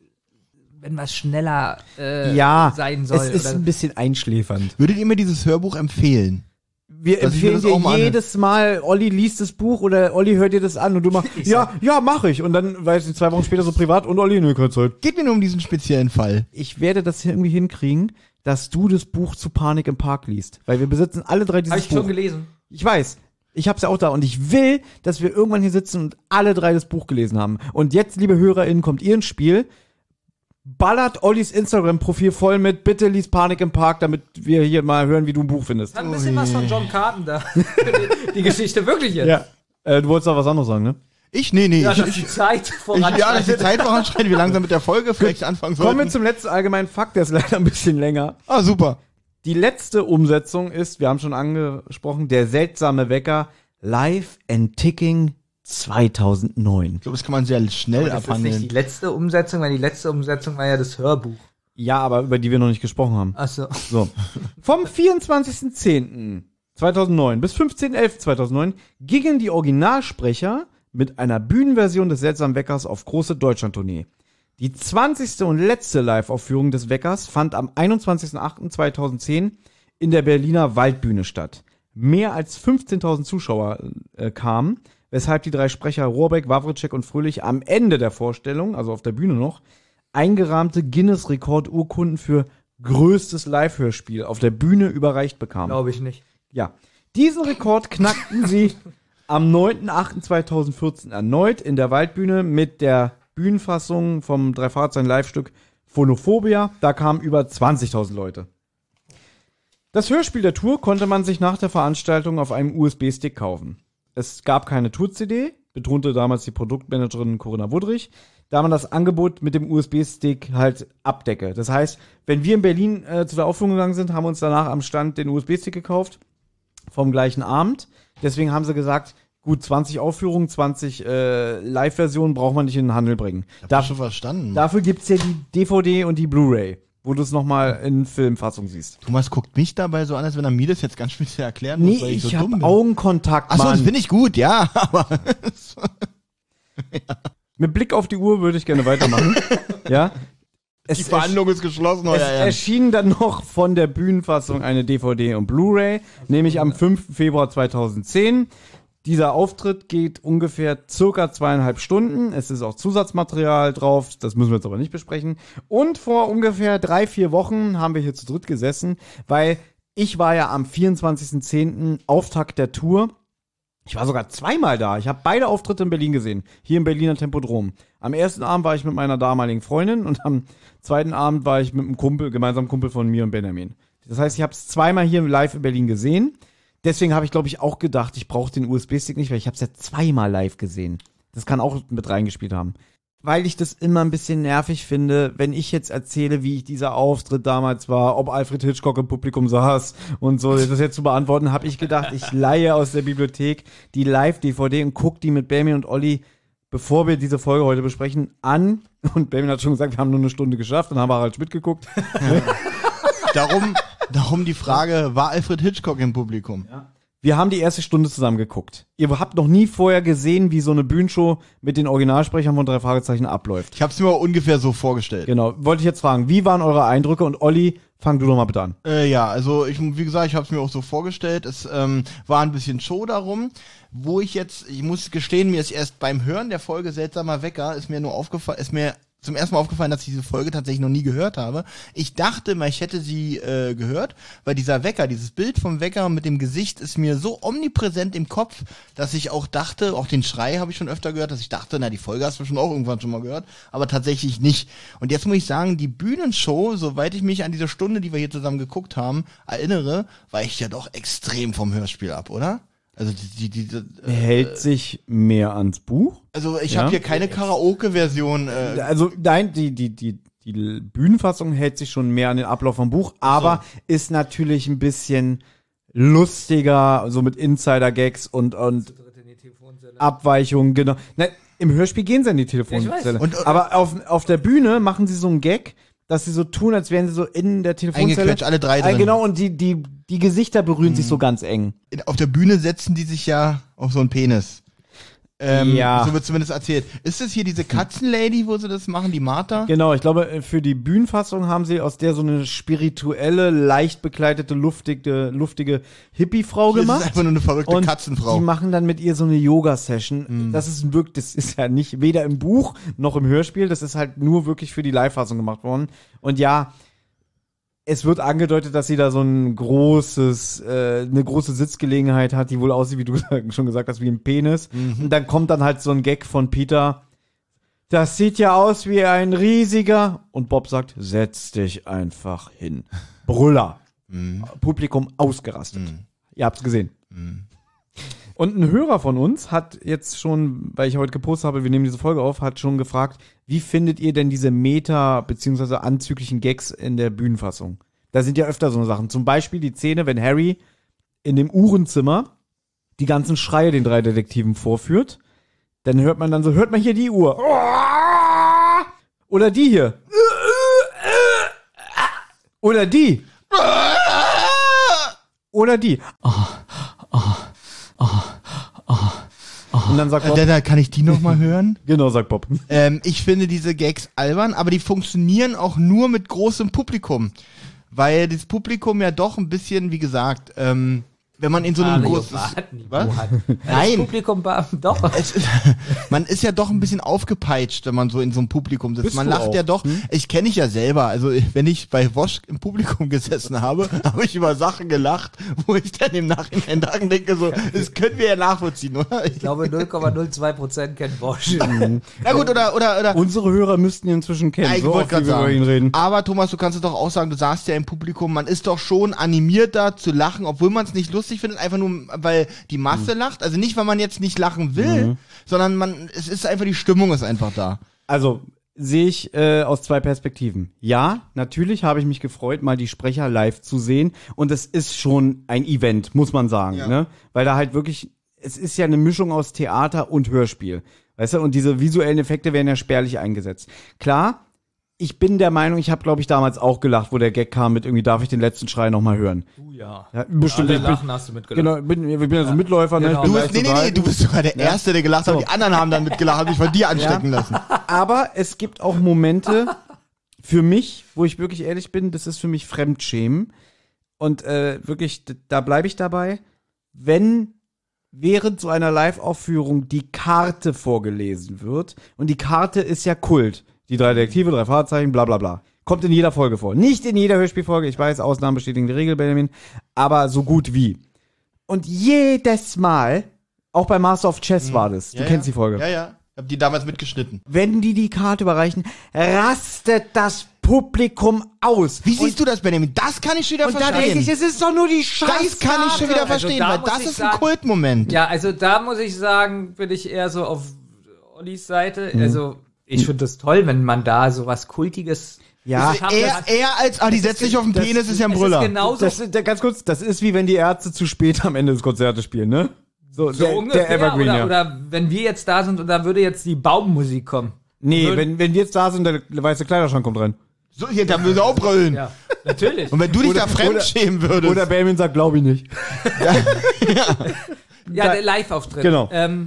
wenn was schneller äh, Ja, sein soll. es ist oder, ein bisschen einschläfernd. Würdet ihr mir dieses Hörbuch empfehlen? Wir Dass ich mir empfehlen das auch dir mal anhöre. jedes Mal, Olli liest das Buch oder Olli hört dir das an und du machst, ja, ja, mach ich. Und dann, weiß ich, zwei Wochen später so privat und Olli, nö, keine Zeit. Geht mir nur um diesen speziellen Fall. Ich werde das irgendwie hinkriegen, dass du das Buch zu Panik im Park liest. Weil wir besitzen alle drei dieses Habe ich Buch. schon gelesen. Ich weiß. Ich hab's ja auch da und ich will, dass wir irgendwann hier sitzen und alle drei das Buch gelesen haben. Und jetzt, liebe HörerInnen, kommt ihr ins Spiel. Ballert Ollis Instagram-Profil voll mit, bitte lies Panik im Park, damit wir hier mal hören, wie du ein Buch findest. Hat ein bisschen was von John Carpenter. die, die Geschichte wirklich jetzt. Ja. Äh, du wolltest auch was anderes sagen, ne? Ich? Nee, nee. Ja, ich, dass ich, die Zeit ich, voranschreitet. ja, dass die Zeit voranschreitet, wir langsam mit der Folge vielleicht anfangen sollten. Kommen wir zum letzten allgemeinen Fakt, der ist leider ein bisschen länger. Ah, super. Die letzte Umsetzung ist, wir haben schon angesprochen, Der seltsame Wecker Live and Ticking zweitausendneun. Ich glaube, das kann man sehr schnell das ist nicht abhandeln. die letzte Umsetzung, weil die letzte Umsetzung war ja das Hörbuch. Ja, aber über die wir noch nicht gesprochen haben. Ach so. So. Vom vierundzwanzigsten zehnten zweitausendneun bis fünfzehnten elften zweitausendneun gingen die Originalsprecher mit einer Bühnenversion des seltsamen Weckers auf große Deutschlandtournee. Die zwanzigste und letzte Live-Aufführung des Weckers fand am einundzwanzigsten achten zweitausendzehn in der Berliner Waldbühne statt. Mehr als fünfzehntausend Zuschauer äh, kamen, weshalb die drei Sprecher Rohrbeck, Wawritschek und Fröhlich am Ende der Vorstellung, also auf der Bühne noch, eingerahmte Guinness-Rekordurkunden für größtes Live-Hörspiel auf der Bühne überreicht bekamen. Glaube ich nicht. Ja. Diesen Rekord knackten sie am neunten achten zweitausendvierzehn erneut in der Waldbühne mit der Bühnenfassung vom Drei-Fragezeichen-Live-Stück Phonophobia. Da kamen über zwanzigtausend Leute. Das Hörspiel der Tour konnte man sich nach der Veranstaltung auf einem U S B-Stick kaufen. Es gab keine Tour-C D, betonte damals die Produktmanagerin Corinna Wudrich, da man das Angebot mit dem U S B-Stick halt abdecke. Das heißt, wenn wir in Berlin äh, zu der Aufführung gegangen sind, haben wir uns danach am Stand den U S B-Stick gekauft, vom gleichen Abend. Deswegen haben sie gesagt, gut, zwanzig Aufführungen, zwanzig äh, Live-Versionen braucht man nicht in den Handel bringen. Hab Da, ich schon verstanden. dafür gibt's ja die D V D und die Blu-ray, wo du es nochmal in Filmfassung siehst. Thomas guckt mich dabei so an, als wenn er mir das jetzt ganz speziell erklären Nee, muss, weil ich, ich so hab dumm bin. Augenkontakt, Achso, das Mann. finde ich gut, ja, aber Mit Blick auf die Uhr würde ich gerne weitermachen. Ja. Es die Verhandlung ist geschlossen, Es euer Ernst. erschien dann noch von der Bühnenfassung eine D V D und Blu-ray, nämlich am fünften Februar zweitausendzehn. Dieser Auftritt geht ungefähr circa zweieinhalb Stunden. Es ist auch Zusatzmaterial drauf, das müssen wir jetzt aber nicht besprechen. Und vor ungefähr drei, vier Wochen haben wir hier zu dritt gesessen, weil ich war ja am vierundzwanzigsten zehnten Auftakt der Tour. Ich war sogar zweimal da. Ich habe beide Auftritte in Berlin gesehen. Hier im Berliner Tempodrom. Am ersten Abend war ich mit meiner damaligen Freundin und am zweiten Abend war ich mit einem Kumpel, gemeinsamen Kumpel von mir und Benjamin. Das heißt, ich habe es zweimal hier live in Berlin gesehen. Deswegen habe ich, glaube ich, auch gedacht, ich brauche den U S B-Stick nicht, weil ich habe es ja zweimal live gesehen. Das kann auch mit reingespielt haben. Weil ich das immer ein bisschen nervig finde, wenn ich jetzt erzähle, wie ich dieser Auftritt damals war, ob Alfred Hitchcock im Publikum saß und so, das jetzt zu beantworten, habe ich gedacht, ich leihe aus der Bibliothek die Live-D V D und guck die mit Benjamin und Olli, bevor wir diese Folge heute besprechen, an. Und Benjamin hat schon gesagt, wir haben nur eine Stunde geschafft, dann haben wir halt mitgeguckt. darum, darum die Frage, war Alfred Hitchcock im Publikum? Ja. Wir haben die erste Stunde zusammen geguckt. Ihr habt noch nie vorher gesehen, wie so eine Bühnenshow mit den Originalsprechern von drei Fragezeichen abläuft. Ich habe es mir ungefähr so vorgestellt. Genau. Wollte ich jetzt fragen, wie waren eure Eindrücke? Und Olli, fang du doch mal bitte an. Äh, ja, also ich, wie gesagt, ich habe es mir auch so vorgestellt. Es ähm, war ein bisschen Show darum, wo ich jetzt, ich muss gestehen, mir ist erst beim Hören der Folge Seltsamer Wecker, ist mir nur aufgefallen, ist mir zum ersten Mal aufgefallen, dass ich diese Folge tatsächlich noch nie gehört habe. Ich dachte mal, ich hätte sie äh, gehört, weil dieser Wecker, dieses Bild vom Wecker mit dem Gesicht ist mir so omnipräsent im Kopf, dass ich auch dachte, auch den Schrei habe ich schon öfter gehört, dass ich dachte, na, die Folge hast du schon auch irgendwann schon mal gehört, aber tatsächlich nicht. Und jetzt muss ich sagen, die Bühnenshow, soweit ich mich an diese Stunde, die wir hier zusammen geguckt haben, erinnere, weicht ja doch extrem vom Hörspiel ab, oder? Also die, die, die äh, hält sich mehr ans Buch. Also ich Ja. habe hier keine Karaoke-Version. Äh, Also nein, die die die die Bühnenfassung hält sich schon mehr an den Ablauf vom Buch, aber ist natürlich ein bisschen lustiger, so mit Insider-Gags und und Abweichungen, genau. Nein, im Hörspiel gehen sie in die Telefonzelle. Und, äh, aber auf auf der Bühne machen sie so einen Gag, dass sie so tun, als wären sie so in der Telefonzelle. Eingequetscht, alle drei drin. Äh, genau, und die die die Gesichter berühren Mhm. sich so ganz eng. auf der Bühne setzen die sich ja auf so einen Penis. Ähm, Ja. So wird zumindest erzählt. Ist das hier diese Katzenlady, wo sie das machen, die Martha? Genau, ich glaube, für die Bühnenfassung haben sie aus der so eine spirituelle, leicht bekleidete, luftige, luftige Hippie-Frau Hier ist es gemacht. einfach nur eine verrückte und Katzenfrau. Die machen dann mit ihr so eine Yoga-Session. Das ist wirklich, das ist ja nicht weder im Buch noch im Hörspiel. Das ist halt nur wirklich für die Live-Fassung gemacht worden. Und ja, es wird angedeutet, dass sie da so ein großes, äh, eine große Sitzgelegenheit hat, die wohl aussieht, wie du schon gesagt hast, wie ein Penis. Und dann kommt dann halt so ein Gag von Peter. Das sieht ja aus wie ein riesiger. Und Bob sagt, setz dich einfach hin. Brüller. Publikum ausgerastet. Ihr habt's gesehen. Und ein Hörer von uns hat jetzt schon, weil ich heute gepostet habe, wir nehmen diese Folge auf, hat schon gefragt, wie findet ihr denn diese Meta- bzw. anzüglichen Gags in der Bühnenfassung? Da sind ja öfter so Sachen. Zum Beispiel die Szene, wenn Harry in dem Uhrenzimmer die ganzen Schreie den drei Detektiven vorführt. Dann hört man dann so, hört man hier die Uhr. Oder die hier. Oder die. Oder die. Und dann sagt Bob, Da, da kann ich die noch mal hören. genau, sagt Bob. Ähm, ich finde diese Gags albern, aber die funktionieren auch nur mit großem Publikum. Weil das Publikum ja doch ein bisschen, wie gesagt, ähm, wenn man in so einem großen... Was? Das Nein. Publikum war, doch. Es ist, man ist ja doch ein bisschen aufgepeitscht, wenn man so in so einem Publikum sitzt. Bist Man du lacht auch? ja doch. Ich kenne ich ja selber. Also wenn ich bei Wosch im Publikum gesessen habe, habe ich über Sachen gelacht, wo ich dann im Nachhinein daran denke, so, das können wir ja nachvollziehen, oder? Ich glaube, null Komma null zwei Prozent kennt Bosch. Na gut, oder oder oder. Unsere Hörer müssten ihn inzwischen kennen, Ja, ich so wollte oft, gerade wie wir über ihn sagen. reden. Aber Thomas, du kannst es doch auch sagen, du saßt ja im Publikum, man ist doch schon animiert da zu lachen, obwohl man es nicht lustig findet, einfach nur, weil die Masse lacht. Also nicht, weil man jetzt nicht lachen will, Mhm. sondern man, es ist einfach, die Stimmung ist einfach da. Also, sehe ich äh, aus zwei Perspektiven. Ja, natürlich habe ich mich gefreut, mal die Sprecher live zu sehen. Und es ist schon ein Event, muss man sagen. Ja. Ne? Weil da halt wirklich, es ist ja eine Mischung aus Theater und Hörspiel. Weißt du, und diese visuellen Effekte werden ja spärlich eingesetzt. Klar, ich bin der Meinung, ich habe, glaube ich, damals auch gelacht, wo der Gag kam mit irgendwie, darf ich den letzten Schrei nochmal hören? Du ja. Ja, bestimmt. Alle Ich bin- lachen hast du mitgelacht. Genau, ich bin, ich bin ja so ein Mitläufer. Ne? Genau. Ich bin Du leicht bist, nee, nee, nee, unterhalten. du bist sogar der Erste, der gelacht hat. So. Die anderen haben dann mitgelacht, haben sich von dir anstecken lassen. Aber es gibt auch Momente für mich, wo ich wirklich ehrlich bin, das ist für mich Fremdschämen. Und äh, wirklich, d- da bleibe ich dabei, wenn während so einer Live-Aufführung die Karte vorgelesen wird, und die Karte ist ja Kult. Die drei Detektive, drei Fahrzeichen, bla bla bla. Kommt in jeder Folge vor. Nicht in jeder Hörspielfolge, ich weiß, Ausnahmen bestätigen die Regel, Benjamin, aber so gut wie. Und jedes Mal, auch bei Master of Chess war das, du Ja, kennst ja. die Folge. Ja, ja. Ich hab die damals mitgeschnitten. Wenn die die Karte überreichen, rastet das Publikum aus. Wie siehst du das, Benjamin? Das kann ich schon wieder Und da verstehen. denke ich, es ist doch nur die Scheiße. das kann ich schon wieder Also verstehen, da weil muss das ich ist ein sagen- Kultmoment. Ja, also da muss ich sagen, bin ich eher so auf Ollis Seite. Also ich finde das toll, wenn man da so was Kultiges Ja, schafft. Eher, eher als, ah, die setzt sich auf den das- Penis, ist ja ein es Brüller. ist genauso Das, ist- der, ganz kurz, das ist wie wenn die Ärzte zu spät am Ende des Konzertes spielen, ne? So, so der, ungefähr. der Evergreen, oder, ja. oder wenn wir jetzt da sind und da würde jetzt die Baummusik kommen. Nee, Würden- wenn, wenn wir jetzt da sind, der weiße Kleiderschrank kommt rein. So, hier, da müssen wir auch brüllen. Ja. Natürlich. Und wenn du dich Oder- da fremdschämen würdest. Oder Benjamin sagt, glaube ich nicht. Ja, der Live-Auftritt. Genau. Ähm,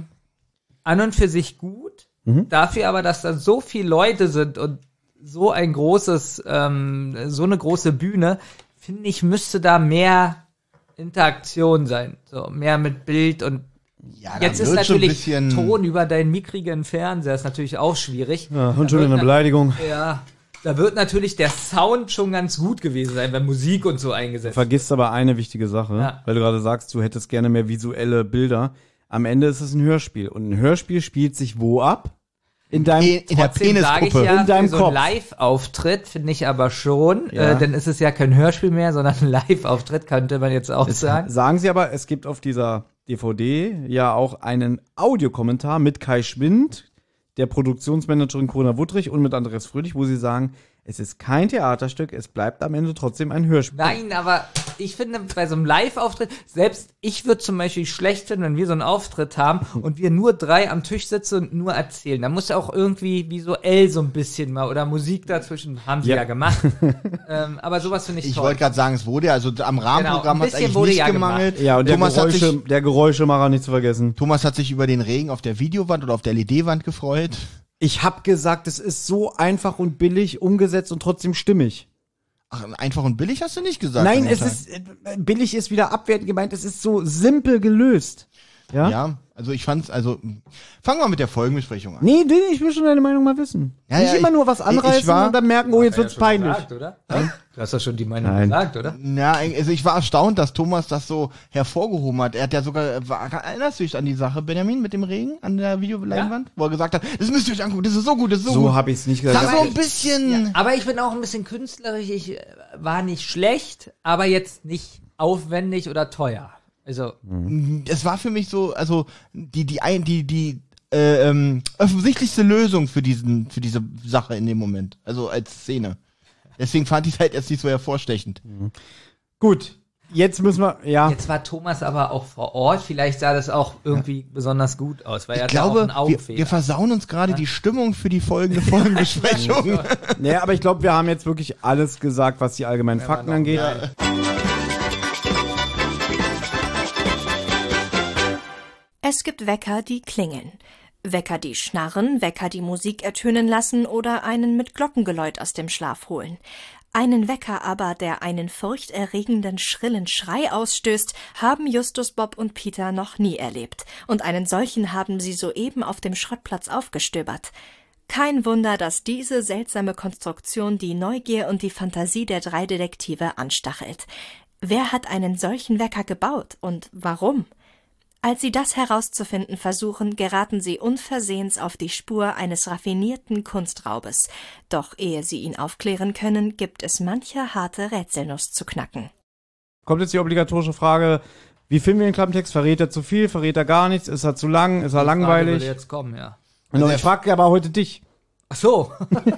an und für sich gut. Mhm. Dafür aber, dass da so viele Leute sind und so ein großes, ähm, so eine große Bühne, finde ich, müsste da mehr Interaktion sein. So, mehr mit Bild und Ja, da jetzt ist wird schon ein natürlich bisschen- Ton über deinen mickrigen Fernseher ist natürlich auch schwierig. Ja, und Da schon wird eine na- Beleidigung. Ja, da wird natürlich der Sound schon ganz gut gewesen sein, wenn Musik und so eingesetzt wird. Vergisst aber eine wichtige Sache, Ja. weil du gerade sagst, du hättest gerne mehr visuelle Bilder. Am Ende ist es ein Hörspiel. Und ein Hörspiel spielt sich wo ab? In deinem In, in der Trotzdem sage ich Penisgruppe. ja, in deinem für so einen Kopf. Live-Auftritt finde ich aber schon, Ja. äh, denn ist es ja kein Hörspiel mehr, sondern ein Live-Auftritt, könnte man jetzt auch Es sagen. sagen sie aber, es gibt auf dieser D V D ja auch einen Audiokommentar mit Kai Schwind, der Produktionsmanagerin Corona Wuttrich und mit Andreas Fröhlich, wo sie sagen, es ist kein Theaterstück, es bleibt am Ende trotzdem ein Hörspiel. Nein, aber ich finde, bei so einem Live-Auftritt, selbst ich würde zum Beispiel schlecht finden, wenn wir so einen Auftritt haben und wir nur drei am Tisch sitzen und nur erzählen. Da muss ja auch irgendwie visuell so ein bisschen mal oder Musik dazwischen, haben sie ja, Ja. gemacht. ähm, aber sowas finde ich, Ich toll. wollte gerade sagen, es wurde ja, also am Rahmenprogramm Genau, ein hat es bisschen eigentlich wurde nicht ja gemangelt. Ja, und der, Thomas, hat Geräusche, sich, der Geräuschemacher nicht zu vergessen. Thomas hat sich über den Regen auf der Videowand oder auf der L E D-Wand gefreut. Ich hab gesagt, es ist so einfach und billig umgesetzt und trotzdem stimmig. Ach, einfach und billig hast du nicht gesagt. Nein, an dem es Tag. ist, äh, billig ist wieder abwertend gemeint, es ist so simpel gelöst. Ja? Ja, also ich fand's, also fangen wir mit der Folgenbesprechung an. Nee, nee, ich will schon deine Meinung mal wissen. Ja, Nicht ja, immer ich- nur was ich- anreißen ich war- und dann merken, oh, jetzt wird's peinlich. Gesagt, oder? Du hast doch schon die Meinung Nein. gesagt, oder? Ja, also ich war erstaunt, dass Thomas das so hervorgehoben hat. Er hat ja sogar, war, erinnerst du dich an die Sache, Benjamin, mit dem Regen an der Videoleinwand? Wo er gesagt hat, das müsst ihr euch angucken, das ist so gut, das ist so, So gut. habe ich es nicht Das gesagt. war so ein bisschen... Aber ich bin auch ein bisschen künstlerisch. Ich äh, war nicht schlecht, aber jetzt nicht aufwendig oder teuer. Also, Es war für mich so, also die die ein die die äh, ähm, offensichtlichste Lösung für diesen für diese Sache in dem Moment, also als Szene. Deswegen fand ich es halt erst nicht so hervorstechend. Gut, jetzt müssen wir, ja. jetzt war Thomas aber auch vor Ort. Vielleicht sah das auch irgendwie besonders gut aus, weil er Ich hat ja auch glaube, einen wir, Augenfehler. wir versauen uns gerade die Stimmung für die folgende Folgenbesprechung. Nee, aber ich glaube, wir haben jetzt wirklich alles gesagt, was die allgemeinen Fakten angeht. Es gibt Wecker, die klingeln. Wecker, die schnarren, Wecker, die Musik ertönen lassen oder einen mit Glockengeläut aus dem Schlaf holen. Einen Wecker aber, der einen furchterregenden, schrillen Schrei ausstößt, haben Justus, Bob und Peter noch nie erlebt. Und einen solchen haben sie soeben auf dem Schrottplatz aufgestöbert. Kein Wunder, dass diese seltsame Konstruktion die Neugier und die Fantasie der drei Detektive anstachelt. Wer hat einen solchen Wecker gebaut und warum? Als sie das herauszufinden versuchen, geraten sie unversehens auf die Spur eines raffinierten Kunstraubes. Doch ehe sie ihn aufklären können, gibt es manche harte Rätselnuss zu knacken. Kommt jetzt die obligatorische Frage, wie finden wir den Klappentext? Verrät er zu viel? Verrät er gar nichts? Ist er zu lang? Ist er Die Frage langweilig? würde jetzt kommen, ja. Genau, ich frage aber heute dich. Ach so.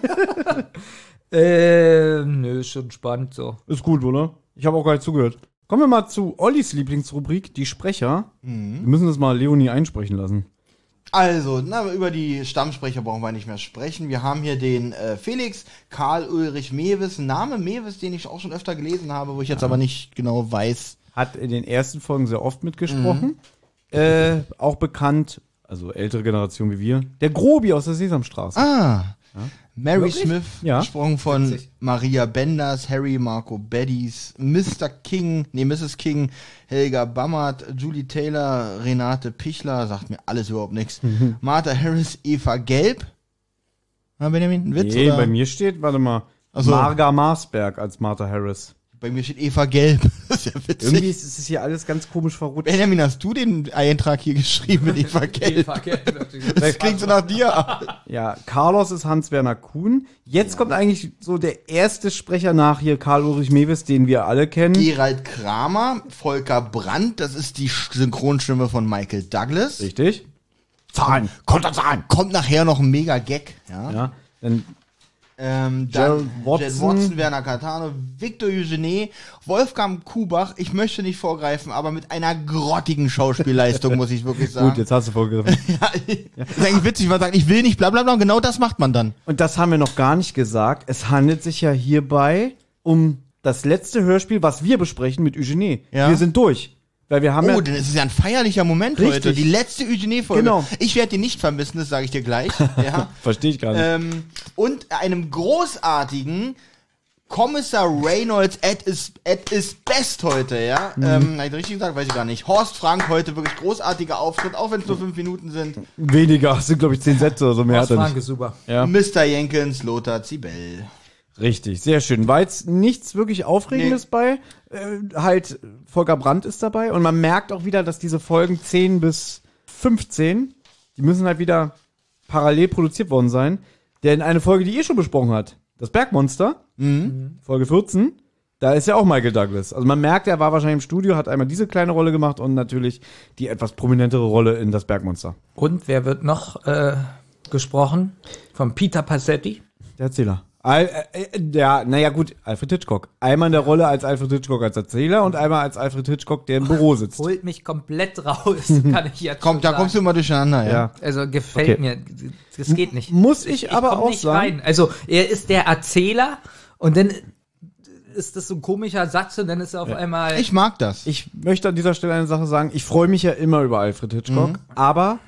äh, nö, ist schon spannend so. Ist gut, oder? Ich habe auch gar nicht zugehört. Kommen wir mal zu Ollis Lieblingsrubrik, die Sprecher. Mhm. Wir müssen das mal Leonie einsprechen lassen. Also, na, über die Stammsprecher brauchen wir nicht mehr sprechen. Wir haben hier den äh, Felix Karl Ulrich Mewes, ein Name Mewes, den ich auch schon öfter gelesen habe, wo ich jetzt aber nicht genau weiß. Hat in den ersten Folgen sehr oft mitgesprochen. Äh, auch bekannt, also ältere Generation wie wir, der Grobi aus der Sesamstraße. Ah, Ja. Mary Wirklich? Smith, Ja. gesprochen von Witzig. Maria Benders, Harry Marco Beddies, Mister King, nee, Misses King, Helga Bammert, Julie Taylor, Renate Pichler, sagt mir alles überhaupt nichts. Mhm. Martha Harris, Eva Gelb. Na, Benjamin, ein Witz, Nee, oder? bei mir steht, warte mal, Ach so. Marga Marsberg als Martha Harris. Bei mir steht Eva Gelb. Das ist ja witzig. Irgendwie ist es hier alles ganz komisch verrutscht. Benjamin, hast du den Eintrag hier geschrieben mit Eva Gelb? Eva Gelb, natürlich. Das klingt so nach dir. Ja, Carlos ist Hans-Werner Kuhn. Jetzt kommt eigentlich so der erste Sprecher nach hier, Karl-Ulrich Mewes, den wir alle kennen. Gerald Kramer, Volker Brandt, das ist die Synchronstimme von Michael Douglas. Richtig. Zahlen, Konterzahlen. Kommt nachher noch ein Mega-Gag. Ja. Ja, dann Ähm, Gerald dann Watson. Jet Watson, Werner Catano, Victor Eugene, Wolfgang Kubach, ich möchte nicht vorgreifen, aber mit einer grottigen Schauspielleistung, muss ich wirklich sagen. gut, jetzt hast du vorgegriffen. ja, ist eigentlich witzig, man sagt, ich will nicht, bla bla bla, und genau das macht man dann. Und das haben wir noch gar nicht gesagt. Es handelt sich ja hierbei um das letzte Hörspiel, was wir besprechen mit Eugenie. Ja. Wir sind durch. Weil wir haben oh, ja denn es ist ja ein feierlicher Moment Richtig. heute. Die letzte Eugenie-Folge. Genau. Ich werde die nicht vermissen, das sage ich dir gleich. Ja. Verstehe ich gar nicht. Ähm, und einem großartigen Kommissar Reynolds at is, at is best heute, ja. Mhm. Ähm, hab ich richtig gesagt? Weiß ich gar nicht. Horst Frank heute, wirklich großartiger Auftritt, auch wenn es nur fünf Minuten sind. Weniger, es sind glaube ich zehn Sätze oder so. Mehr Horst hat er Frank nicht. ist super. Ja. Mister Jenkins, Lothar Zibel. Richtig, sehr schön. War jetzt nichts wirklich Aufregendes Nee. bei. Äh, halt, Volker Brandt ist dabei. Und man merkt auch wieder, dass diese Folgen zehn bis fünfzehn, die müssen halt wieder parallel produziert worden sein. Denn eine Folge, die ihr schon besprochen habt, das Bergmonster, Mhm. Folge vierzehn, da ist ja auch Michael Douglas. Also man merkt, er war wahrscheinlich im Studio, hat einmal diese kleine Rolle gemacht und natürlich die etwas prominentere Rolle in das Bergmonster. Und wer wird noch äh, gesprochen? Von Peter Passetti. Der Erzähler. Al, äh, der, naja gut, Alfred Hitchcock. Einmal in der Rolle als Alfred Hitchcock als Erzähler und einmal als Alfred Hitchcock, der im Büro sitzt. Holt mich komplett raus, kann ich jetzt Komm, schon da sagen. kommst du immer durcheinander, ja. Ja. Also gefällt Okay. mir, das geht nicht. Muss ich, aber komm auch nicht sagen. rein. Also er ist der Erzähler und dann ist das so ein komischer Satz und dann ist er auf einmal... Ich mag das. Ich möchte an dieser Stelle eine Sache sagen. Ich freue mich ja immer über Alfred Hitchcock, Mhm. aber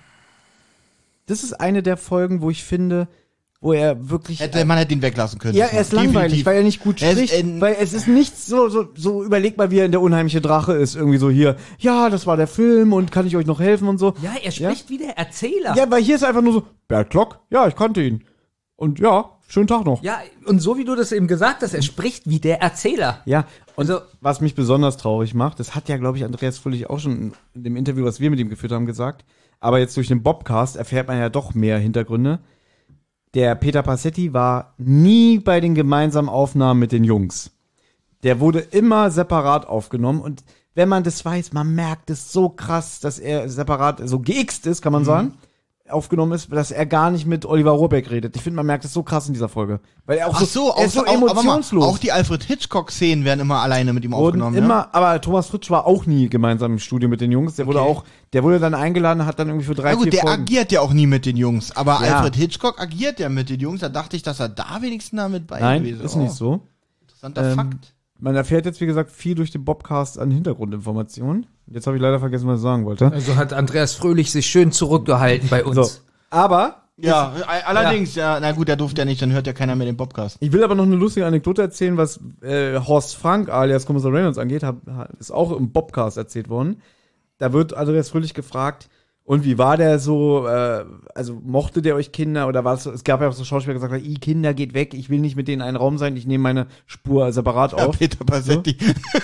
das ist eine der Folgen, wo ich finde, wo er wirklich... Hätte, man hätte ihn weglassen können. ja, er ist Definitiv. langweilig, weil er nicht gut Er ist, spricht. äh, weil es ist nichts so, so, so, überleg mal, wie er in der unheimliche Drache ist. Irgendwie so hier, ja, das war der Film und kann ich euch noch helfen und so. ja, er spricht wie der Erzähler. Ja, weil hier ist einfach nur so, Bert Klock, ja, ich kannte ihn. Und ja, schönen Tag noch. Ja, und so wie du das eben gesagt hast, er spricht wie der Erzähler. Ja, und Also- was mich besonders traurig macht, das hat ja, glaube ich, Andreas Fröhlich auch schon in dem Interview, was wir mit ihm geführt haben, gesagt. Aber jetzt durch den Bobcast erfährt man ja doch mehr Hintergründe. Der Peter Passetti war nie bei den gemeinsamen Aufnahmen mit den Jungs. Der wurde immer separat aufgenommen und wenn man das weiß, man merkt es so krass, dass er separat, so geixt ist, kann man sagen, aufgenommen ist, dass er gar nicht mit Oliver Rohrbeck redet. Ich finde, man merkt es so krass in dieser Folge. Weil er auch Ach so, so, er auch, ist so auch, aber mal, emotionslos. auch die Alfred Hitchcock-Szenen werden immer alleine mit ihm wurden aufgenommen. immer, ja? aber Thomas Fritsch war auch nie gemeinsam im Studio mit den Jungs. Der wurde Okay. auch, der wurde dann eingeladen, hat dann irgendwie für drei, Na gut, vier der Folgen. agiert ja auch nie mit den Jungs, aber Ja. Alfred Hitchcock agiert ja mit den Jungs. Da dachte ich, dass er da wenigstens damit bei Nein, gewesen ist Oh, nicht so. Interessanter Ähm, Fakt. Man erfährt jetzt, wie gesagt, viel durch den Bobcast an Hintergrundinformationen. Jetzt habe ich leider vergessen, was ich sagen wollte. Also hat Andreas Fröhlich sich schön zurückgehalten bei uns. So, aber Ja, allerdings, ja. na gut, der durfte ja nicht, dann hört ja keiner mehr den Podcast. ich will aber noch eine lustige Anekdote erzählen, was äh, Horst Frank alias Kommissar Reynolds angeht, hab, ist auch im Bobcast erzählt worden. Da wird Andreas Fröhlich gefragt, und wie war der so, äh, also mochte der euch Kinder oder war es so, es gab ja auch so Schauspieler, die gesagt haben, I, Kinder, geht weg, ich will nicht mit denen in einen Raum sein, ich nehme meine Spur separat Ja, auf. Peter Passetti.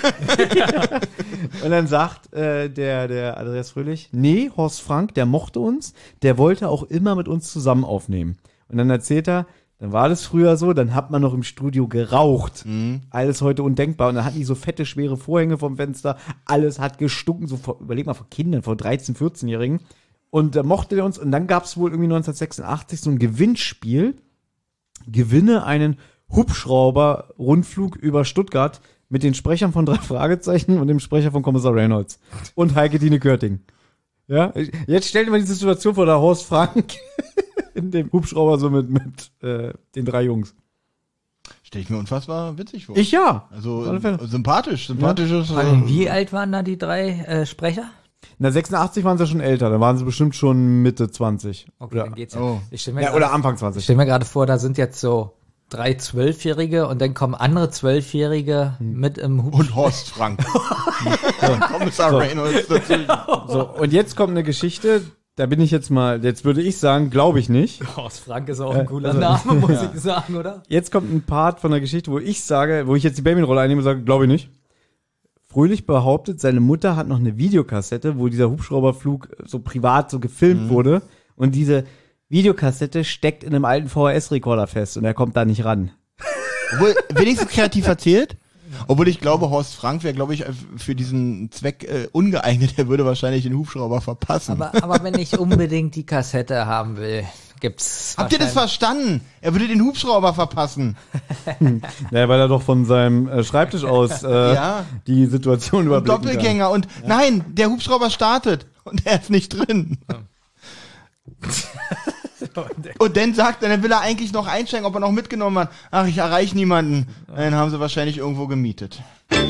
Und dann sagt äh, der, der Andreas Fröhlich, nee, Horst Frank, der mochte uns, der wollte auch immer mit uns zusammen aufnehmen. Und dann erzählt er, dann war das früher so, dann hat man noch im Studio geraucht. Mhm. Alles heute undenkbar. Und dann hatten die so fette, schwere Vorhänge vom Fenster, alles hat gestunken, so vor, überleg mal, vor Kindern, vor dreizehn-, vierzehnjährigen. Und da mochte der uns, und dann gab es wohl irgendwie neunzehnhundertsechsundachtzig so ein Gewinnspiel, gewinne einen Hubschrauber-Rundflug über Stuttgart mit den Sprechern von drei Fragezeichen und dem Sprecher von Kommissar Reynolds und Heike-Dine Körting. Ja, jetzt stell dir mal die Situation vor, der Horst Frank in dem Hubschrauber so mit, mit äh, den drei Jungs. Stell ich mir unfassbar witzig vor. Ich ja. Also Auf alle Fälle. äh, sympathisch, sympathisches. Vor allem, äh, wie alt waren da die drei äh, Sprecher? Na, sechsundachtzig waren sie schon älter, da waren sie bestimmt schon Mitte zwanzig. Okay, oder, dann geht's ja. Oh. Ich stell mir ja, grade- oder Anfang Ich zwanzig. stelle mir gerade vor, da sind jetzt so drei Zwölfjährige und dann kommen andere Zwölfjährige mit im Hubschrauber. Und Horst Frank. Kommissar So. Reynolds dazu. So, und jetzt kommt eine Geschichte, da bin ich jetzt mal, jetzt würde ich sagen, glaube ich nicht. Horst Frank ist auch Äh, ein cooler also- Name, muss Ja. ich sagen, oder? Jetzt kommt ein Part von der Geschichte, wo ich sage, wo ich jetzt die Babyenrolle einnehme und sage, glaube ich nicht. Fröhlich behauptet, seine Mutter hat noch eine Videokassette, wo dieser Hubschrauberflug so privat so gefilmt Mhm. wurde. Und diese Videokassette steckt in einem alten V H S-Rekorder fest und er kommt da nicht ran. Obwohl, wenigstens kreativ erzählt. Obwohl ich glaube, Horst Frank wäre, glaube ich, für diesen Zweck äh, ungeeignet. Er würde wahrscheinlich den Hubschrauber verpassen. Aber, aber wenn ich unbedingt die Kassette haben will, gibt's. Habt ihr das verstanden? Er würde den Hubschrauber verpassen. Naja, weil er doch von seinem äh, Schreibtisch aus äh, Ja. die Situation Und überblicken kann. Doppelgänger und nein, der Hubschrauber startet und er ist nicht drin. Und dann sagt er, dann will er eigentlich noch einsteigen, ob er noch mitgenommen hat. Ach, ich erreiche niemanden. Dann haben sie wahrscheinlich irgendwo gemietet.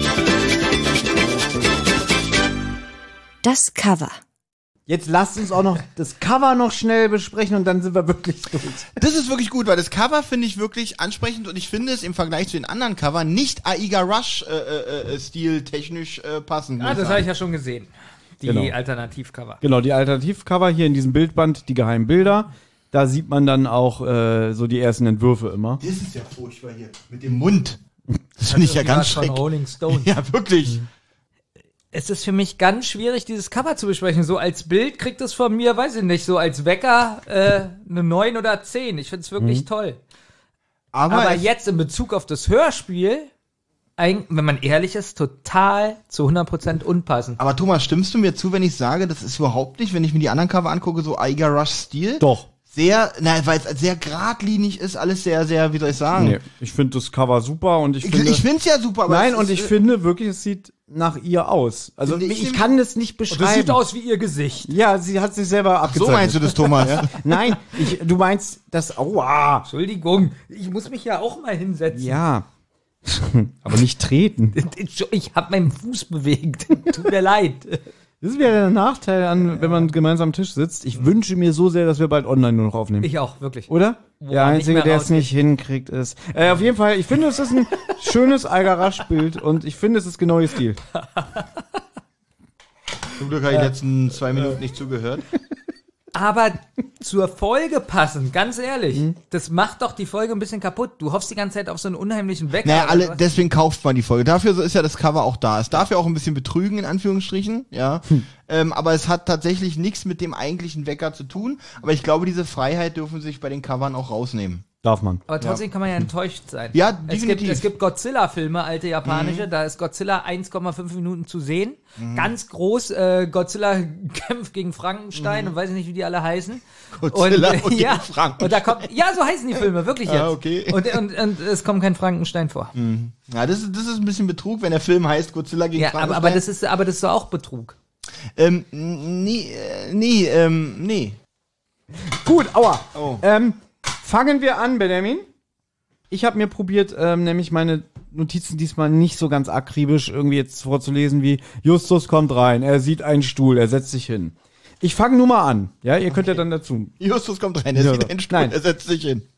Das Cover. Jetzt lasst uns auch noch das Cover noch schnell besprechen und dann sind wir wirklich durch. Das ist wirklich gut, weil das Cover finde ich wirklich ansprechend und ich finde es im Vergleich zu den anderen Cover nicht Aiga Rush äh, äh, äh, Stil technisch äh, passend. Ah, das habe ich ja schon gesehen. Die Genau. Alternativcover. Genau, die Alternativcover hier in diesem Bildband, die geheimen Bilder. Da sieht man dann auch äh, so die ersten Entwürfe immer. Das ist ja furchtbar hier. Mit dem Mund. Das finde ich ja ganz von schrecklich. Rolling Stone. Ja, wirklich. Es ist für mich ganz schwierig, dieses Cover zu besprechen. So als Bild kriegt es von mir, weiß ich nicht, so als Wecker äh, eine neun oder zehn. Ich finde es wirklich Mhm. toll. Aber, Aber es- jetzt in Bezug auf das Hörspiel, ein, wenn man ehrlich ist, total zu hundert Prozent unpassend. Aber Thomas, stimmst du mir zu, wenn ich sage, das ist überhaupt nicht, wenn ich mir die anderen Cover angucke, so Aiga Rush Stil? Doch. Sehr, nein, weil es sehr geradlinig ist, alles sehr, sehr, wie soll ich sagen? Nee, ich finde das Cover super und ich Ich- finde... ich find's ja super, aber Nein, es und ist, ich äh, finde wirklich, es sieht nach ihr aus. Also Nee, ich ich, nehm- kann das nicht Und beschreiben. das sieht aus wie ihr Gesicht. Ja, sie hat sich selber abgezeichnet. meinst du das, Thomas? Ja. Nein, ich, du meinst das... Aua. Entschuldigung, ich muss mich ja auch mal hinsetzen. Ja. Aber nicht treten. Ich habe meinen Fuß bewegt. Tut mir leid. Das ist wieder der Nachteil, an, wenn man gemeinsam am Tisch sitzt. Ich wünsche mir so sehr, dass wir bald online nur noch aufnehmen. Ich auch, wirklich. Oder? Wo Der man nicht Einzige, mehr der es rausgeht. nicht hinkriegt, ist. Äh, auf jeden Fall, ich finde, es ist ein schönes Algarasch-Bild und ich finde, es ist genau ihr Stil. Zum Glück habe ich die letzten zwei Minuten nicht zugehört. Aber zur Folge passend, ganz ehrlich, Mhm. das macht doch die Folge ein bisschen kaputt. Du hoffst die ganze Zeit auf so einen unheimlichen Wecker. Naja, oder alle, sowas. deswegen kauft man die Folge. Dafür so ist ja das Cover auch da. Es darf ja auch ein bisschen betrügen, in Anführungsstrichen, ja. Ähm, aber es hat tatsächlich nichts mit dem eigentlichen Wecker zu tun. Aber ich glaube, diese Freiheit dürfen sich bei den Covern auch rausnehmen. Darf man. Aber trotzdem kann man ja enttäuscht sein. Ja, es gibt, definitiv. es gibt Godzilla-Filme, alte japanische, Mhm. da ist Godzilla eins Komma fünf Minuten zu sehen. Mhm. Ganz groß, äh, Godzilla kämpft gegen Frankenstein Mhm. und weiß nicht, wie die alle heißen. Godzilla und, und gegen ja, Frankenstein. Und da kommt, ja, so heißen die Filme, wirklich jetzt. Ah, okay. Und, und, und es kommt kein Frankenstein vor. Mhm. Ja, das ist, das ist ein bisschen Betrug, wenn der Film heißt Godzilla gegen Ja, aber, Frankenstein. aber das ist, aber das ist doch auch Betrug. Ähm, nee, äh, nee, ähm, nee. Gut, aua. Oh. Ähm, fangen wir an, Benjamin. Ich habe mir probiert, ähm, nämlich meine Notizen diesmal nicht so ganz akribisch irgendwie jetzt vorzulesen wie Justus kommt rein, er sieht einen Stuhl, er setzt sich hin. Ich fange nur mal an. Ja, ihr könnt ja dann dazu. Justus kommt rein, er Ja, sieht so. einen Stuhl, Nein. er setzt sich hin.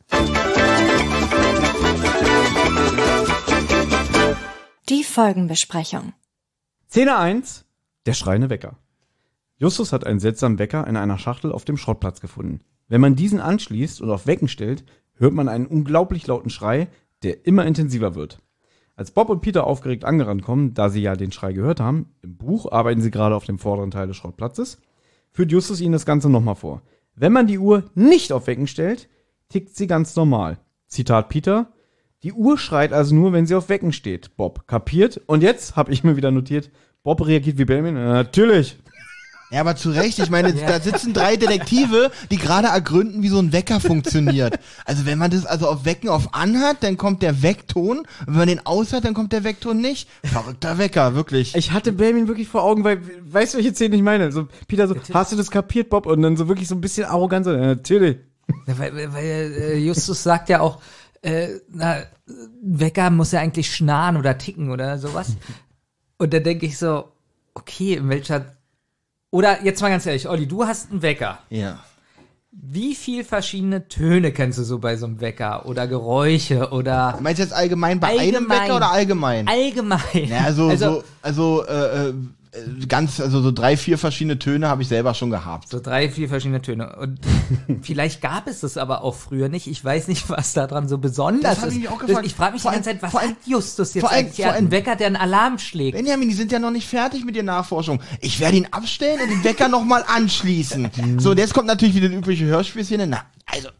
Die Folgenbesprechung. Szene eins. Der schreiende Wecker. Justus hat einen seltsamen Wecker in einer Schachtel auf dem Schrottplatz gefunden. Wenn man diesen anschließt und auf Wecken stellt, hört man einen unglaublich lauten Schrei, der immer intensiver wird. Als Bob und Peter aufgeregt angerannt kommen, da sie ja den Schrei gehört haben, im Buch arbeiten sie gerade auf dem vorderen Teil des Schrottplatzes, führt Justus ihnen das Ganze nochmal vor. Wenn man die Uhr nicht auf Wecken stellt, tickt sie ganz normal. Zitat Peter: Die Uhr schreit also nur, wenn sie auf Wecken steht. Bob kapiert. Und jetzt habe ich mir wieder notiert, Bob reagiert wie Benjamin. Äh, natürlich. Ja, aber zu Recht, ich meine, da sitzen drei Detektive, die gerade ergründen, wie so ein Wecker funktioniert. Also wenn man das also auf Wecken auf an hat, dann kommt der Weckton. Und wenn man den aus hat, dann kommt der Weckton nicht. Verrückter Wecker, wirklich. Ich hatte Benjamin wirklich vor Augen, weil, weißt du, welche Szene ich meine? So, Peter so, hast du das kapiert, Bob? Und dann so wirklich so ein bisschen arrogant so, äh, natürlich. Ja, weil, weil- weil äh, Justus sagt ja auch, äh, na, Wecker muss ja eigentlich schnarren oder ticken oder sowas. Und da denke ich so, okay, in welcher... Oder jetzt mal ganz ehrlich, Olli, du hast einen Wecker. Ja. Wie viel verschiedene Töne kennst du so bei so einem Wecker? Oder Geräusche oder... Meinst du jetzt allgemein bei einem Wecker oder allgemein? Allgemein. Ja, also, Also- so, also äh, äh, ganz, also so drei, vier verschiedene Töne habe ich selber schon gehabt. So drei, vier verschiedene Töne. Und vielleicht gab es das aber auch früher nicht. Ich weiß nicht, was daran so besonders Das hab ist. ich mich auch Das- gefragt. Ich frage mich die Vor ganze allem- Zeit, was vor allem- hat Justus jetzt vor allem- eigentlich? Er vor hat einen allem- Wecker, der einen Alarm schlägt. Benjamin, die sind ja noch nicht fertig mit der Nachforschung. Ich werde ihn abstellen und den Wecker nochmal anschließen. So, und jetzt kommt natürlich wieder die übliche Hörspielszene. Na, also...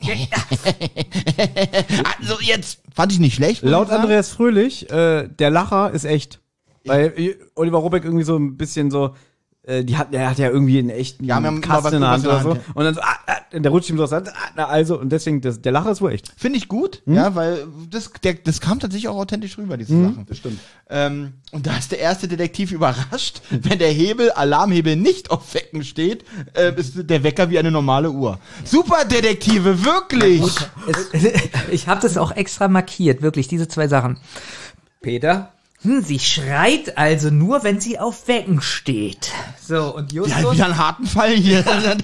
also jetzt... Fand ich nicht schlecht. muss Laut ich sagen. Andreas Fröhlich, äh, der Lacher ist echt. Weil äh, Oliver Robeck irgendwie so ein bisschen so, äh, die hat, der hat ja irgendwie einen echten Ja, wir haben immer was Kasten in der Hand in der oder so. Hand, Und dann so, ah, ah, der rutscht ihm so aus der Hand, ah, na also, und deswegen, das, der Lacher ist wohl echt. Finde ich gut, Hm? ja, weil das, der, das kam tatsächlich auch authentisch rüber, diese Hm, Sachen. das stimmt. Ähm, und da ist der erste Detektiv überrascht, wenn der Hebel, Alarmhebel nicht auf Wecken steht, äh, ist der Wecker wie eine normale Uhr. Super Detektive, wirklich! Es, ich habe das auch extra markiert, wirklich, diese zwei Sachen. Peter, hm, sie schreit also nur, wenn sie auf Wecken steht. So, und Justus... Ja, wieder einen harten Fall hier.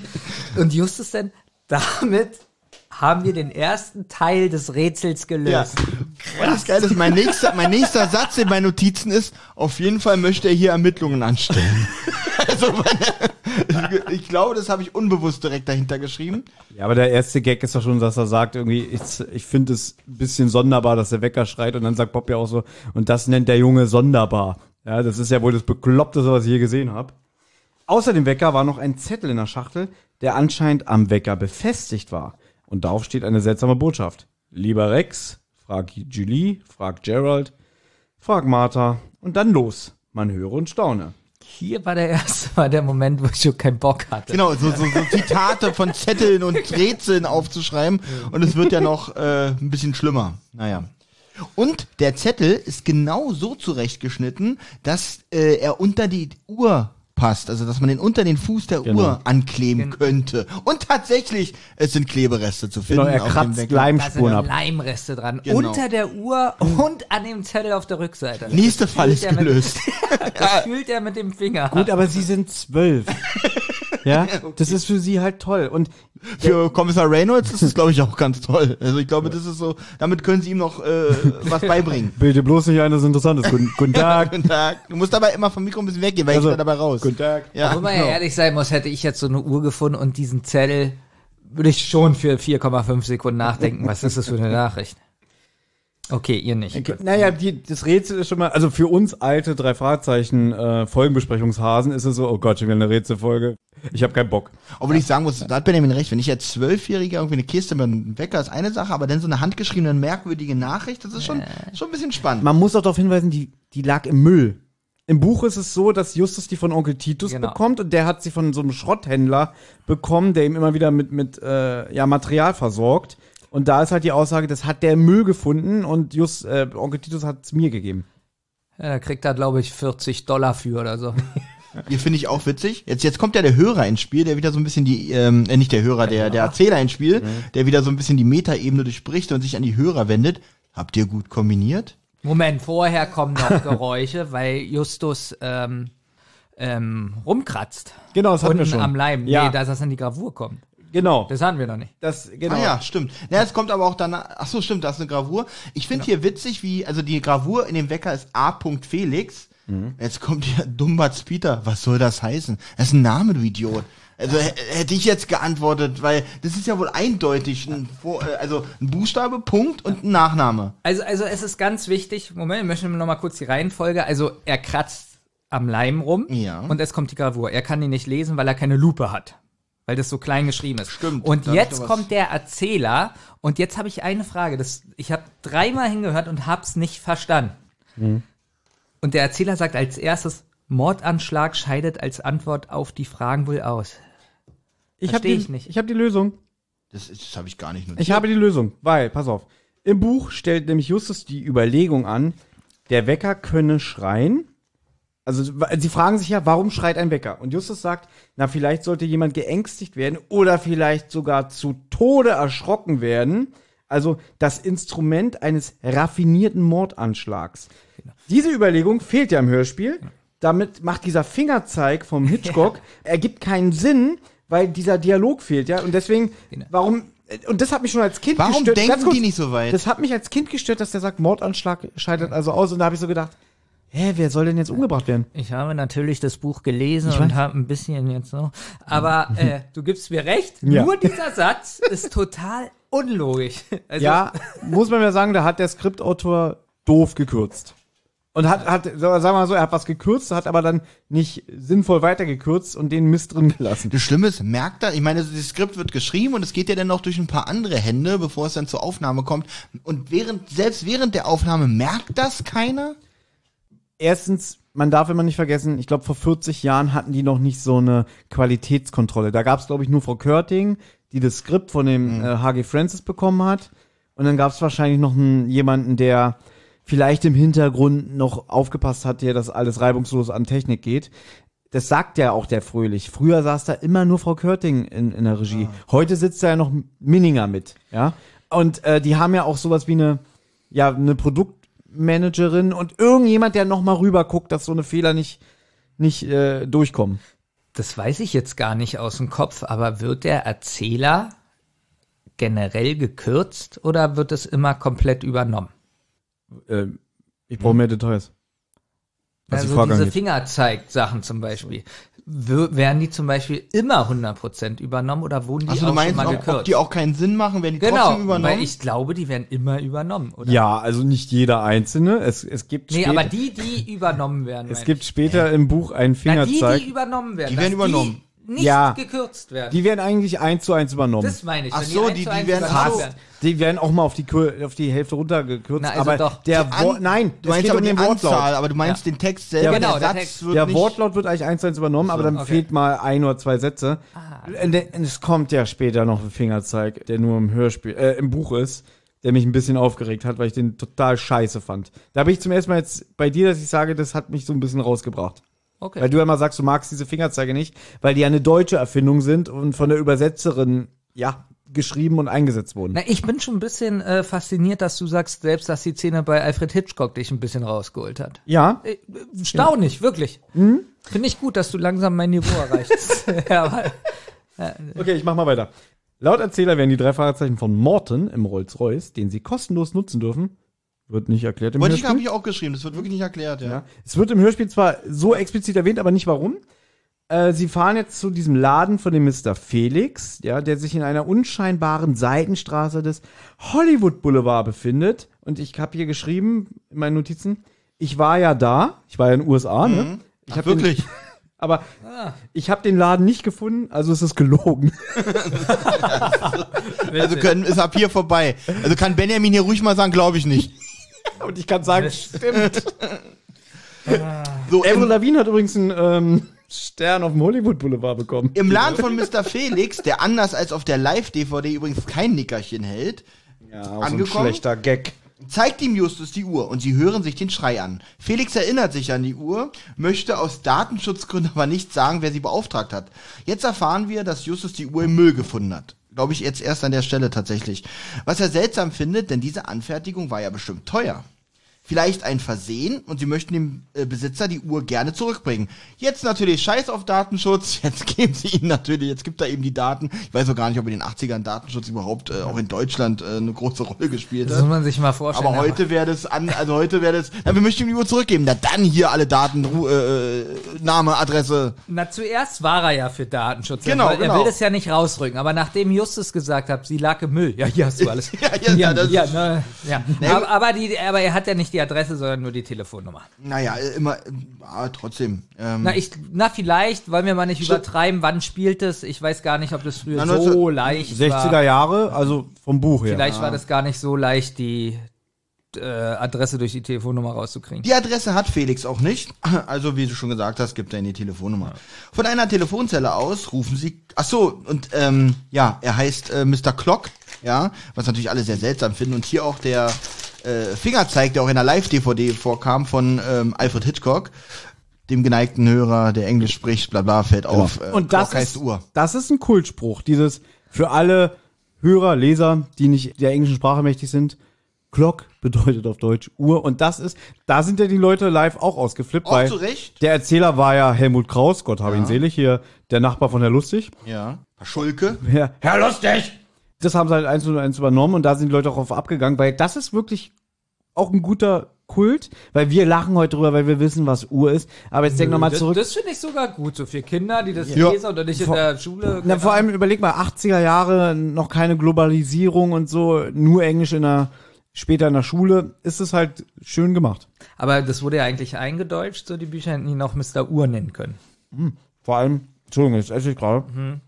Und Justus denn, damit haben wir den ersten Teil des Rätsels gelöst. Ja. Das Geile ist, mein nächster, mein nächster Satz in meinen Notizen ist, auf jeden Fall möchte er hier Ermittlungen anstellen. Also meine, ich glaube, das habe ich unbewusst direkt dahinter geschrieben. Ja, aber der erste Gag ist doch schon, dass er sagt, irgendwie, ich, ich finde es ein bisschen sonderbar, dass der Wecker schreit, und dann sagt Bob ja auch so, und das nennt der Junge sonderbar. Ja, das ist ja wohl das Bekloppteste, was ich je gesehen habe. Außer dem Wecker war noch ein Zettel in der Schachtel, der anscheinend am Wecker befestigt war. Und darauf steht eine seltsame Botschaft. Lieber Rex, frag Julie, frag Gerald, frag Martha und dann los. Man höre und staune. Hier war der erste Mal der Moment, wo ich schon keinen Bock hatte. Genau, so, so, so Zitate von Zetteln und Rätseln aufzuschreiben. Und es wird ja noch äh, ein bisschen schlimmer. Naja. Und der Zettel ist genau so zurechtgeschnitten, dass äh, er unter die Uhr passt. Also, dass man den unter den Fuß der Genau. Uhr ankleben könnte. Und tatsächlich, es sind Klebereste zu finden. Genau, er auf dem kratzt Wecker. Leimspuren Da ab. sind Leimreste dran. Genau. Unter der Uhr und an dem Zettel auf der Rückseite. Nächste Das Fall fühlt ist er mit- gelöst. Das fühlt er mit dem Finger. Gut, aber sie sind zwölf. Ja, das ist für sie halt toll. Und Für Kommissar Reynolds ist das, glaube ich, auch ganz toll. Also ich glaube, das ist so, damit können sie ihm noch äh, was beibringen. bilde bloß nicht ein, das Interessantes. Guten, guten Tag. Guten Tag. Du musst dabei immer vom Mikro ein bisschen weggehen, weil Also, ich da dabei raus. Guten Tag. Ja, Wo man ja genau. ehrlich sein muss, hätte ich jetzt so eine Uhr gefunden und diesen Zettel, würde ich schon für vier Komma fünf Sekunden nachdenken. Was ist das für eine Nachricht? Okay, ihr nicht. Okay, naja, die, das Rätsel ist schon mal, also für uns alte drei Fragezeichen äh, Folgenbesprechungshasen ist es so, oh Gott, schon wieder eine Rätselfolge. Ich habe keinen Bock. Obwohl ich sagen muss, da hat Benjamin recht, wenn ich als Zwölfjähriger irgendwie eine Kiste mit einem Wecker ist eine Sache, aber dann so eine handgeschriebene, merkwürdige Nachricht, das ist schon, schon ein bisschen spannend. Man muss auch darauf hinweisen, die, die lag im Müll. Im Buch ist es so, dass Justus die von Onkel Titus Genau. bekommt, und der hat sie von so einem Schrotthändler bekommen, der ihm immer wieder mit, mit äh, ja, Material versorgt. Und da ist halt die Aussage, das hat der im Müll gefunden, und Just, äh, Onkel Titus hat es mir gegeben. Ja, da kriegt er, glaube ich, vierzig Dollar für oder so. Hier finde ich auch witzig. Jetzt, jetzt kommt ja der Hörer ins Spiel, der wieder so ein bisschen die, ähm, äh, nicht der Hörer, der, der Erzähler ins Spiel, Mhm. der wieder so ein bisschen die Metaebene durchbricht und sich an die Hörer wendet. Habt ihr gut kombiniert? Moment, vorher kommen noch Geräusche, weil Justus ähm, ähm, rumkratzt. Genau, das hatten wir Unten schon. am Leim. Ja. Nee, dass das an die Gravur kommt. Genau. Das hatten wir noch nicht. Das, genau. Ah ja, stimmt. Na, es kommt aber auch danach, ach so, stimmt, da ist eine Gravur. Ich finde hier witzig, wie, also die Gravur in dem Wecker ist A. Felix. Mhm. Jetzt kommt hier Dumbatz Peter. Was soll das heißen? Das ist ein Name, du Idiot. Also h- hätte ich jetzt geantwortet, weil das ist ja wohl eindeutig ein, Vor- äh, also ein Buchstabe, Punkt und ein Nachname. Also, also es ist ganz wichtig, Moment, ich möchte noch mal kurz die Reihenfolge. Also er kratzt am Leim rum Ja. und es kommt die Gravur. Er kann die nicht lesen, weil er keine Lupe hat. Weil das so klein geschrieben ist. Stimmt, Und da hab ich jetzt noch was. kommt der Erzähler und jetzt habe ich eine Frage. Das, ich habe dreimal hingehört und hab's nicht verstanden. Mhm. Und der Erzähler sagt als erstes, Mordanschlag scheidet als Antwort auf die Fragen wohl aus. Ich habe Versteh die, ich nicht. ich hab die Lösung. Das, ist- das habe ich gar nicht notiert. Ich habe die Lösung, weil, pass auf, im Buch stellt nämlich Justus die Überlegung an, der Wecker könne schreien. Also sie fragen sich ja, warum schreit ein Wecker? Und Justus sagt, na, vielleicht sollte jemand geängstigt werden oder vielleicht sogar zu Tode erschrocken werden. Also das Instrument eines raffinierten Mordanschlags. Diese Überlegung fehlt ja im Hörspiel. Damit macht dieser Fingerzeig vom Hitchcock, ergibt keinen Sinn, weil dieser Dialog fehlt, ja. Und deswegen, warum, und das hat mich schon als Kind Warum gestört. denken Ganz kurz, die nicht so weit? Das hat mich als Kind gestört, dass der sagt, Mordanschlag scheitert also aus. Und da habe ich so gedacht, hä, wer soll denn jetzt umgebracht werden? Ich habe natürlich das Buch gelesen Ich und weiß. habe ein bisschen jetzt so. Aber äh, du gibst mir recht, Ja. nur dieser Satz ist total unlogisch. Also, Ja, muss man ja sagen, da hat der Skriptautor doof gekürzt. Und hat, hat, sagen wir mal so, er hat was gekürzt, hat aber dann nicht sinnvoll weitergekürzt und den Mist drin gelassen. Das Schlimme ist, merkt er, ich meine, das Skript wird geschrieben und es geht ja dann noch durch ein paar andere Hände, bevor es dann zur Aufnahme kommt. Und während, selbst während der Aufnahme merkt das keiner? Erstens, man darf immer nicht vergessen, ich glaube, vor vierzig Jahren hatten die noch nicht so eine Qualitätskontrolle. Da gab es, glaube ich, nur Frau Körting, die das Skript von dem Mhm. äh, H G Francis bekommen hat. Und dann gab es wahrscheinlich noch einen, jemanden, der vielleicht im Hintergrund noch aufgepasst hat, der das alles reibungslos an Technik geht. Das sagt ja auch der Fröhlich. Früher saß da immer nur Frau Körting in, in der Regie. Ah. Heute sitzt da ja noch Minninger mit, ja. Und äh, die haben ja auch sowas wie eine, ja, eine Produktmanagerin und irgendjemand, der noch mal rüber guckt, dass so eine Fehler nicht, nicht äh, durchkommen. Das weiß ich jetzt gar nicht aus dem Kopf, aber wird der Erzähler generell gekürzt oder wird es immer komplett übernommen? Äh, ich brauche mehr Details. Was die Also Frage diese angeht. Fingerzeig-Sachen zum Beispiel. W- werden die zum Beispiel immer hundert Prozent übernommen oder wurden die Achso, auch du meinst, schon mal ob, gekürzt? ob die auch keinen Sinn machen, werden die genau, trotzdem übernommen? weil ich glaube, die werden immer übernommen, oder? Ja, also nicht jeder einzelne. Es, es gibt Nee, später, aber die, die übernommen werden. es meine gibt ich. später im Buch einen Na, die, Fingerzeig. die übernommen werden. Die dass werden übernommen. Die nicht Ja. gekürzt werden. Die werden eigentlich eins zu eins übernommen. Das meine ich. Ach wenn so, eins die- zu die eins werden- übernommen Ach so. werden. Die werden auch mal auf die, Kur- auf die Hälfte runtergekürzt, Na, also aber doch. der Die An- Wort, nein, Du meinst es geht aber um die den Anzahl, Wortlaut. aber du meinst Ja. den Text selber, Ja, genau, der der Satz Text. wird Der nicht... Wortlaut wird eigentlich eins zu eins übernommen, aber dann okay. fehlt mal ein oder zwei Sätze. Ah. Und der- und es kommt ja später noch ein Fingerzeig, der nur im Hörspiel, äh, im Buch ist, der mich ein bisschen aufgeregt hat, weil ich den total scheiße fand. Da bin ich zum ersten Mal jetzt bei dir, dass ich sage, das hat mich so ein bisschen rausgebracht. Okay. Weil du ja immer sagst, du magst diese Fingerzeige nicht, weil die ja eine deutsche Erfindung sind und von der Übersetzerin, ja, geschrieben und eingesetzt wurden. Na, ich bin schon ein bisschen äh, fasziniert, dass du sagst, selbst dass die Szene bei Alfred Hitchcock dich ein bisschen rausgeholt hat. Ja, Äh, Staunig, wirklich. Mhm. Finde ich gut, dass du langsam mein Niveau erreichst. ja, weil, okay, ich mach mal weiter. Laut Erzähler werden die drei Fahrzeichen von Morton im Rolls-Royce, den sie kostenlos nutzen dürfen, wird nicht erklärt im Wollte ich, Hörspiel. habe ich auch geschrieben, das wird wirklich nicht erklärt, ja. Ja. Es wird im Hörspiel zwar so explizit erwähnt, aber nicht warum. Äh, sie fahren jetzt zu diesem Laden von dem Mister Felix, ja, der sich in einer unscheinbaren Seitenstraße des Hollywood Boulevard befindet. Und ich habe hier geschrieben in meinen Notizen, ich war ja da, ich war ja in den U S A, ne? Mhm. Ich Ach, hab wirklich? Den, aber ich habe den Laden nicht gefunden, also ist es gelogen. Also können, ist ab hier vorbei. Also kann Benjamin hier ruhig mal sagen, glaube ich nicht. Und ich kann sagen, stimmt. So, Avril im, Lavigne hat übrigens einen ähm, Stern auf dem Hollywood Boulevard bekommen. im Laden von Mister Felix, der anders als auf der Live-D V D übrigens kein Nickerchen hält, Ja, auch so ein angekommen? schlechter Gag. zeigt ihm Justus die Uhr und sie hören sich den Schrei an. Felix erinnert sich an die Uhr, möchte aus Datenschutzgründen aber nicht sagen, wer sie beauftragt hat. Jetzt erfahren wir, dass Justus die Uhr im Müll gefunden hat. Glaube ich jetzt erst an der Stelle tatsächlich. Was er seltsam findet, denn diese Anfertigung war ja bestimmt teuer. Vielleicht ein Versehen und sie möchten dem äh, Besitzer die Uhr gerne zurückbringen. Jetzt natürlich Scheiß auf Datenschutz, jetzt geben sie ihm natürlich, jetzt gibt er ihm die Daten. Ich weiß auch gar nicht, ob in den achtzigern Datenschutz überhaupt äh, auch in Deutschland äh, eine große Rolle gespielt das hat. muss man sich mal vorstellen. Aber heute wäre das an, also heute wäre das, na, wir möchten ihm die Uhr zurückgeben. Na dann hier alle Daten, Ru- äh, Name, Adresse. Na, zuerst war er ja für Datenschutz. Genau, er, genau. er will das ja nicht rausrücken. Aber nachdem Justus gesagt hat, sie lag im Müll. Ja, hier hast du alles. Ja, ja, ja, das ja, ist- ne, ja. Aber, aber, die, aber er hat ja nicht die Adresse, sondern nur die Telefonnummer. Naja, äh, immer, äh, ah, trotzdem. Ähm, Na, ich, na, vielleicht, wollen wir mal nicht Stimmt. übertreiben, wann spielt es? Ich weiß gar nicht, ob das früher Na, so neunzehn leicht sechziger war. Jahre, also vom Buch her. Vielleicht war das gar nicht so leicht, die äh, Adresse durch die Telefonnummer rauszukriegen. Die Adresse hat Felix auch nicht. Also, wie du schon gesagt hast, gibt er in die Telefonnummer. Von einer Telefonzelle aus rufen sie, ach so, und ähm, ja, er heißt äh, Mister Clock, ja, was natürlich alle sehr seltsam finden. Und hier auch der äh, Fingerzeig, der auch in der Live-D V D vorkam von ähm, Alfred Hitchcock, dem geneigten Hörer, der Englisch spricht, bla bla, fällt auf. Äh, Und das Clock heißt ist, Uhr. das ist ein Kultspruch. Dieses für alle Hörer, Leser, die nicht der englischen Sprache mächtig sind. Clock bedeutet auf Deutsch Uhr. Und das ist, da sind ja die Leute live auch ausgeflippt. Auch weil zu Recht. Der Erzähler war ja Helmut Kraus, Gott habe ihn selig, hier der Nachbar von Herr Lustig. Ja. Herr Schulke. Ja, Herr Lustig! Das haben sie halt eins zu eins übernommen und da sind die Leute auch drauf abgegangen, weil das ist wirklich auch ein guter Kult, weil wir lachen heute drüber, weil wir wissen, was Uhr ist. Aber jetzt denk noch mal das, zurück. Das finde ich sogar gut, so für Kinder, die das Ja. lesen oder nicht in Vor- der Schule. Na, vor allem überleg mal, achtziger Jahre, noch keine Globalisierung und so, nur Englisch in der, später in der Schule, ist es halt schön gemacht. Aber das wurde ja eigentlich eingedeutscht, so die Bücher hätten ihn noch Mister Uhr nennen können. Vor allem, Entschuldigung, jetzt esse ich gerade.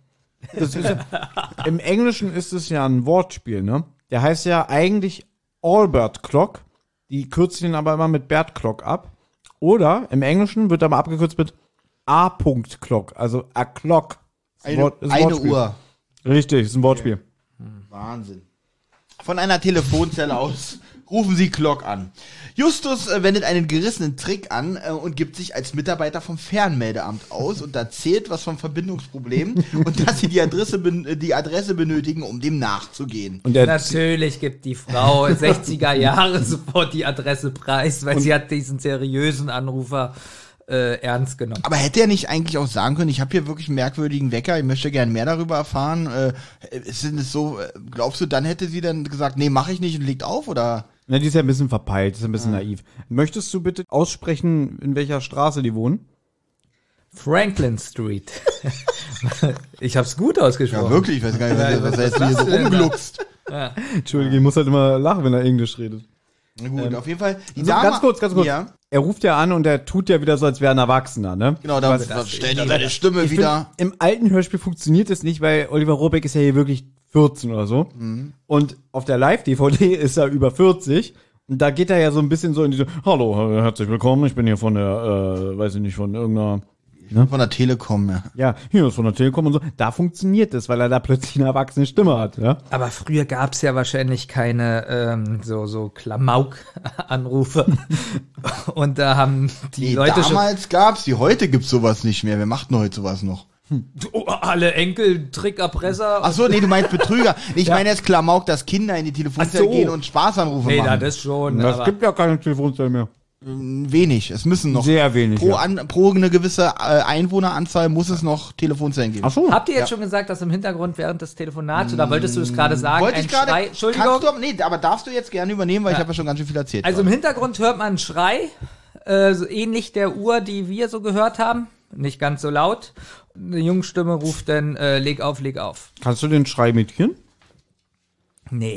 Das ist ja, im Englischen ist es ja ein Wortspiel, ne? Der heißt ja eigentlich Albert Clock. Die kürzen ihn aber immer mit Bert Clock ab. Oder im Englischen wird aber abgekürzt mit A. Clock, also a clock. Das Eine, Wort- das eine Wortspiel. Uhr. Richtig, ist ein Wortspiel. Wahnsinn. Von einer Telefonzelle aus rufen Sie Glock an. Justus äh, wendet einen gerissenen Trick an äh, und gibt sich als Mitarbeiter vom Fernmeldeamt aus und erzählt was vom Verbindungsproblem und dass sie die Adresse, ben- die Adresse benötigen, um dem nachzugehen. Und der Natürlich gibt die Frau sechziger Jahre sofort die Adresse preis, weil sie hat diesen seriösen Anrufer äh, ernst genommen. Aber hätte er nicht eigentlich auch sagen können, ich habe hier wirklich einen merkwürdigen Wecker, ich möchte gerne mehr darüber erfahren. Äh, ist denn das so, äh, glaubst du, dann hätte sie dann gesagt, nee, mache ich nicht und legt auf, oder? Na, die ist ja ein bisschen verpeilt, ist ein bisschen ja. naiv. Möchtest du bitte aussprechen, in welcher Straße die wohnen? Franklin Street. Ich hab's gut ausgesprochen. Ja, wirklich, ich weiß gar nicht, was, was er jetzt hier so rumgluckst. Ja. Entschuldige, ich muss halt immer lachen, wenn er Englisch redet. Na gut, ähm, auf jeden Fall. Die also Dame, ganz kurz, ganz kurz. Ja. Er ruft ja an und er tut ja wieder so, als wäre er ein Erwachsener, ne? Genau, da stellt er seine Stimme ich wieder. Find, im alten Hörspiel funktioniert es nicht, weil Oliver Rohrbeck ist ja hier wirklich vierzehn oder so. Mhm. Und auf der Live-D V D ist er über vierzig. Und da geht er ja so ein bisschen so in diese, hallo, herzlich willkommen, ich bin hier von der, äh, weiß ich nicht, von irgendeiner, ne? Von der Telekom, ja. Ja, hier ist von der Telekom und so. Da funktioniert es, weil er da plötzlich eine erwachsene Stimme hat, ja. Aber früher gab's ja wahrscheinlich keine ähm, so so Klamauk-Anrufe. Und da haben die nee, Leute damals schon gab's die, heute gibt's sowas nicht mehr. Wer macht denn heute sowas noch? Oh, alle Enkel, Trickerpresser. Ach so, nee, du meinst Betrüger. Ich Ja. meine jetzt Klamauk, dass Kinder in die Telefonzelle Ach so. gehen und Spaßanrufe Nee, machen. da das schon. Es aber gibt ja keine Telefonzelle mehr. Wenig, es müssen noch. Sehr wenig, Pro, ja. an, pro eine gewisse äh, Einwohneranzahl muss es noch Telefonzellen geben. Ach so. Habt ihr jetzt Ja. schon gesagt, dass im Hintergrund während des Telefonats, oder wolltest du das gerade sagen? Wollte ein ich gerade, Schrei? Entschuldigung. kannst du, nee, aber darfst du jetzt gerne übernehmen, weil Ja. ich habe ja schon ganz schön viel erzählt. Also im gerade. Hintergrund hört man einen Schrei, äh, so ähnlich der Uhr, die wir so gehört haben. Nicht ganz so laut. Eine Jungstimme ruft dann, äh, leg auf, leg auf. Kannst du den Schrei imitieren? Nee.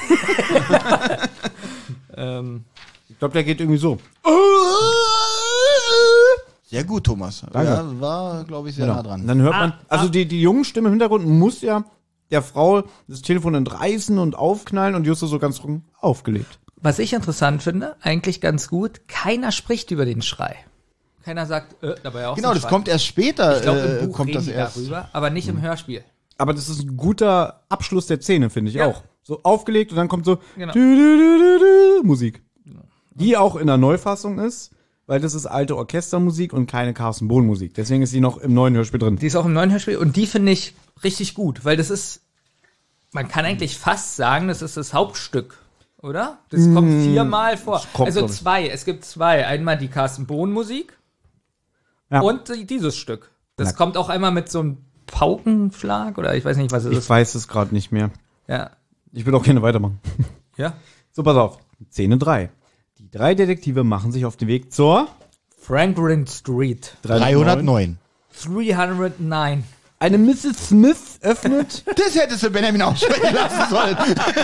ähm, Ich glaube, der geht irgendwie so. Sehr gut, Thomas. Danke. Ja, war, glaube ich, sehr Genau. nah dran. Dann hört man, Ah, also ah. die, die Jungenstimme im Hintergrund muss ja der Frau das Telefon entreißen und aufknallen und Justus so ganz trocken aufgelegt. Was ich interessant finde, eigentlich ganz gut, keiner spricht über den Schrei. Keiner sagt, äh, dabei auch Genau, so ein das Schrei. kommt erst später. Ich glaube, äh, im Buch kommt reden das die erst. darüber, aber nicht im Hörspiel. Aber das ist ein guter Abschluss der Szene, finde ich Ja. auch. So aufgelegt und dann kommt so Genau. du, du, du, du, du, Musik. Die auch in der Neufassung ist, weil das ist alte Orchestermusik und keine Carsten Bohn Musik. Deswegen ist sie noch im neuen Hörspiel drin. Die ist auch im neuen Hörspiel und die finde ich richtig gut, weil das ist, man kann eigentlich fast sagen, das ist das Hauptstück, oder? Das kommt viermal vor. kommt, Also glaub ich. zwei, es gibt zwei. Einmal die Carsten Bohn Musik Ja. und die, dieses Stück. Das Na. kommt auch einmal mit so einem Paukenschlag oder ich weiß nicht, was es Ich ist. weiß es gerade nicht mehr. Ja. Ich will auch gerne weitermachen. Ja. So, pass auf. Szene drei. Die drei Detektive machen sich auf den Weg zur Franklin Street. dreihundertneun. dreihundertneun. Eine Misses Smith öffnet Das hättest du Benjamin aussprechen lassen sollen.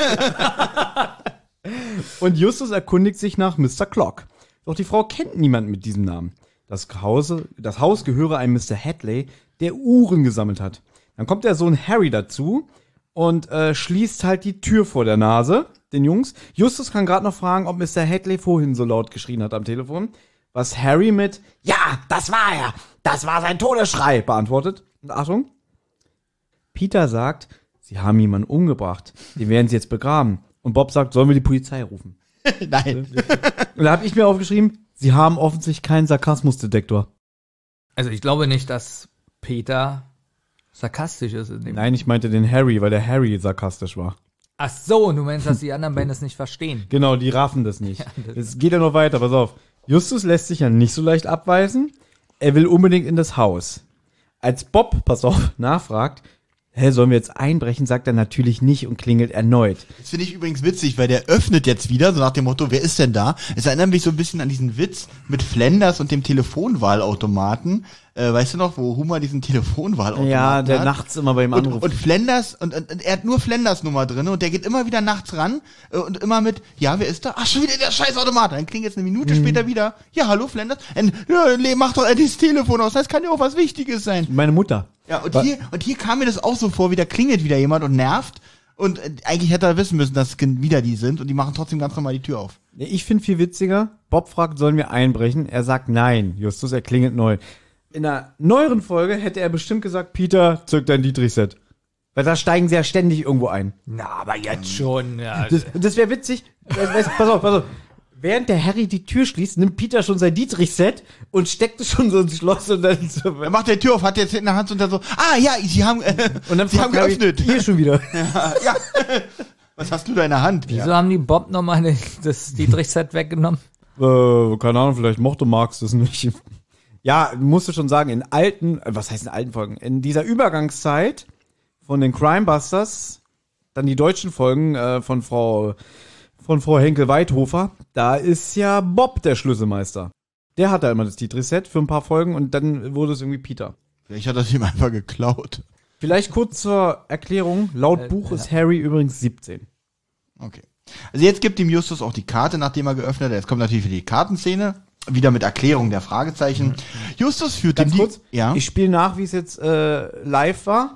und Justus erkundigt sich nach Mister Clock. Doch die Frau kennt niemanden mit diesem Namen. Das Haus, das Haus gehöre einem Mister Hadley, der Uhren gesammelt hat. Dann kommt der Sohn Harry dazu und äh, schließt halt die Tür vor der Nase, den Jungs. Justus kann gerade noch fragen, ob Mister Hadley vorhin so laut geschrien hat am Telefon. Was Harry mit "Ja, das war er! Das war sein Todesschrei!" beantwortet. Und Achtung. Peter sagt, sie haben jemanden umgebracht. Den werden sie jetzt begraben. Und Bob sagt, sollen wir die Polizei rufen? Nein. Und da habe ich mir aufgeschrieben, sie haben offensichtlich keinen Sarkasmusdetektor. Also ich glaube nicht, dass Peter sarkastisch ist. In dem Nein, ich meinte den Harry, weil der Harry sarkastisch war. Ach so, und du meinst, dass die anderen beiden das nicht verstehen. Genau, die raffen das nicht. Ja, das- Es geht ja noch weiter, pass auf. Justus lässt sich ja nicht so leicht abweisen. Er will unbedingt in das Haus. Als Bob, pass auf, nachfragt, hä, sollen wir jetzt einbrechen, sagt er natürlich nicht und klingelt erneut. Das finde ich übrigens witzig, weil der öffnet jetzt wieder, so nach dem Motto, wer ist denn da? Es erinnert mich so ein bisschen an diesen Witz mit Flanders und dem Telefonwahlautomaten. Äh, weißt du noch, wo Hummer diesen Telefonwahlautomaten Ja, der hat? nachts immer bei ihm Und, anruft. und Flanders, und, und, und er hat nur Flanders Nummer drin und der geht immer wieder nachts ran äh, und immer mit, ja, wer ist da? Ach, schon wieder der scheiß Automat. Dann klingt jetzt eine Minute Mhm. später wieder, ja, hallo Flanders. Und, ja, nee, mach doch endlich das Telefon aus, das kann ja auch was Wichtiges sein. Meine Mutter. Ja, und Wa- hier, und hier kam mir das auch so vor, wieder klingelt wieder jemand und nervt. Und äh, eigentlich hätte er wissen müssen, dass es wieder die sind und die machen trotzdem ganz normal die Tür auf. Ich finde viel witziger, Bob fragt, sollen wir einbrechen? Er sagt nein. Justus, er klingelt neu. In einer neueren Folge hätte er bestimmt gesagt, Peter, zück dein Dietrich-Set. Weil da steigen sie ja ständig irgendwo ein. Na, aber jetzt schon. Ja. Das, das wäre witzig. Weißt, pass auf, pass auf. Während der Harry die Tür schließt, nimmt Peter schon sein Dietrich-Set und steckt es schon so ins Schloss und dann so. Er macht die Tür auf, hat jetzt in der Hand und dann so, ah ja, sie haben, äh, und dann sie haben Harry, geöffnet. Hier schon wieder. Ja, ja. Was hast du da in der Hand? Wieso Ja. haben die Bob nochmal das Dietrich-Set weggenommen? Äh, keine Ahnung, vielleicht mochte Marx das nicht. Ja, musst du schon sagen, in alten, was heißt in alten Folgen? In dieser Übergangszeit von den Crimebusters, dann die deutschen Folgen äh, von Frau von Frau Henkel-Weithofer, da ist ja Bob der Schlüsselmeister. Der hat da immer das Dietrich-Set für ein paar Folgen und dann wurde es irgendwie Peter. Vielleicht hat er es ihm einfach geklaut. Vielleicht kurz zur Erklärung, laut äh, Buch ja. ist Harry übrigens siebzehn. Okay. Also jetzt gibt ihm Justus auch die Karte, nachdem er geöffnet hat. Jetzt kommt natürlich wieder die Kartenszene. Wieder mit Erklärung der Fragezeichen. Justus führt Ganz dem kurz, die, ja. Ich spiele nach, wie es jetzt äh, live war.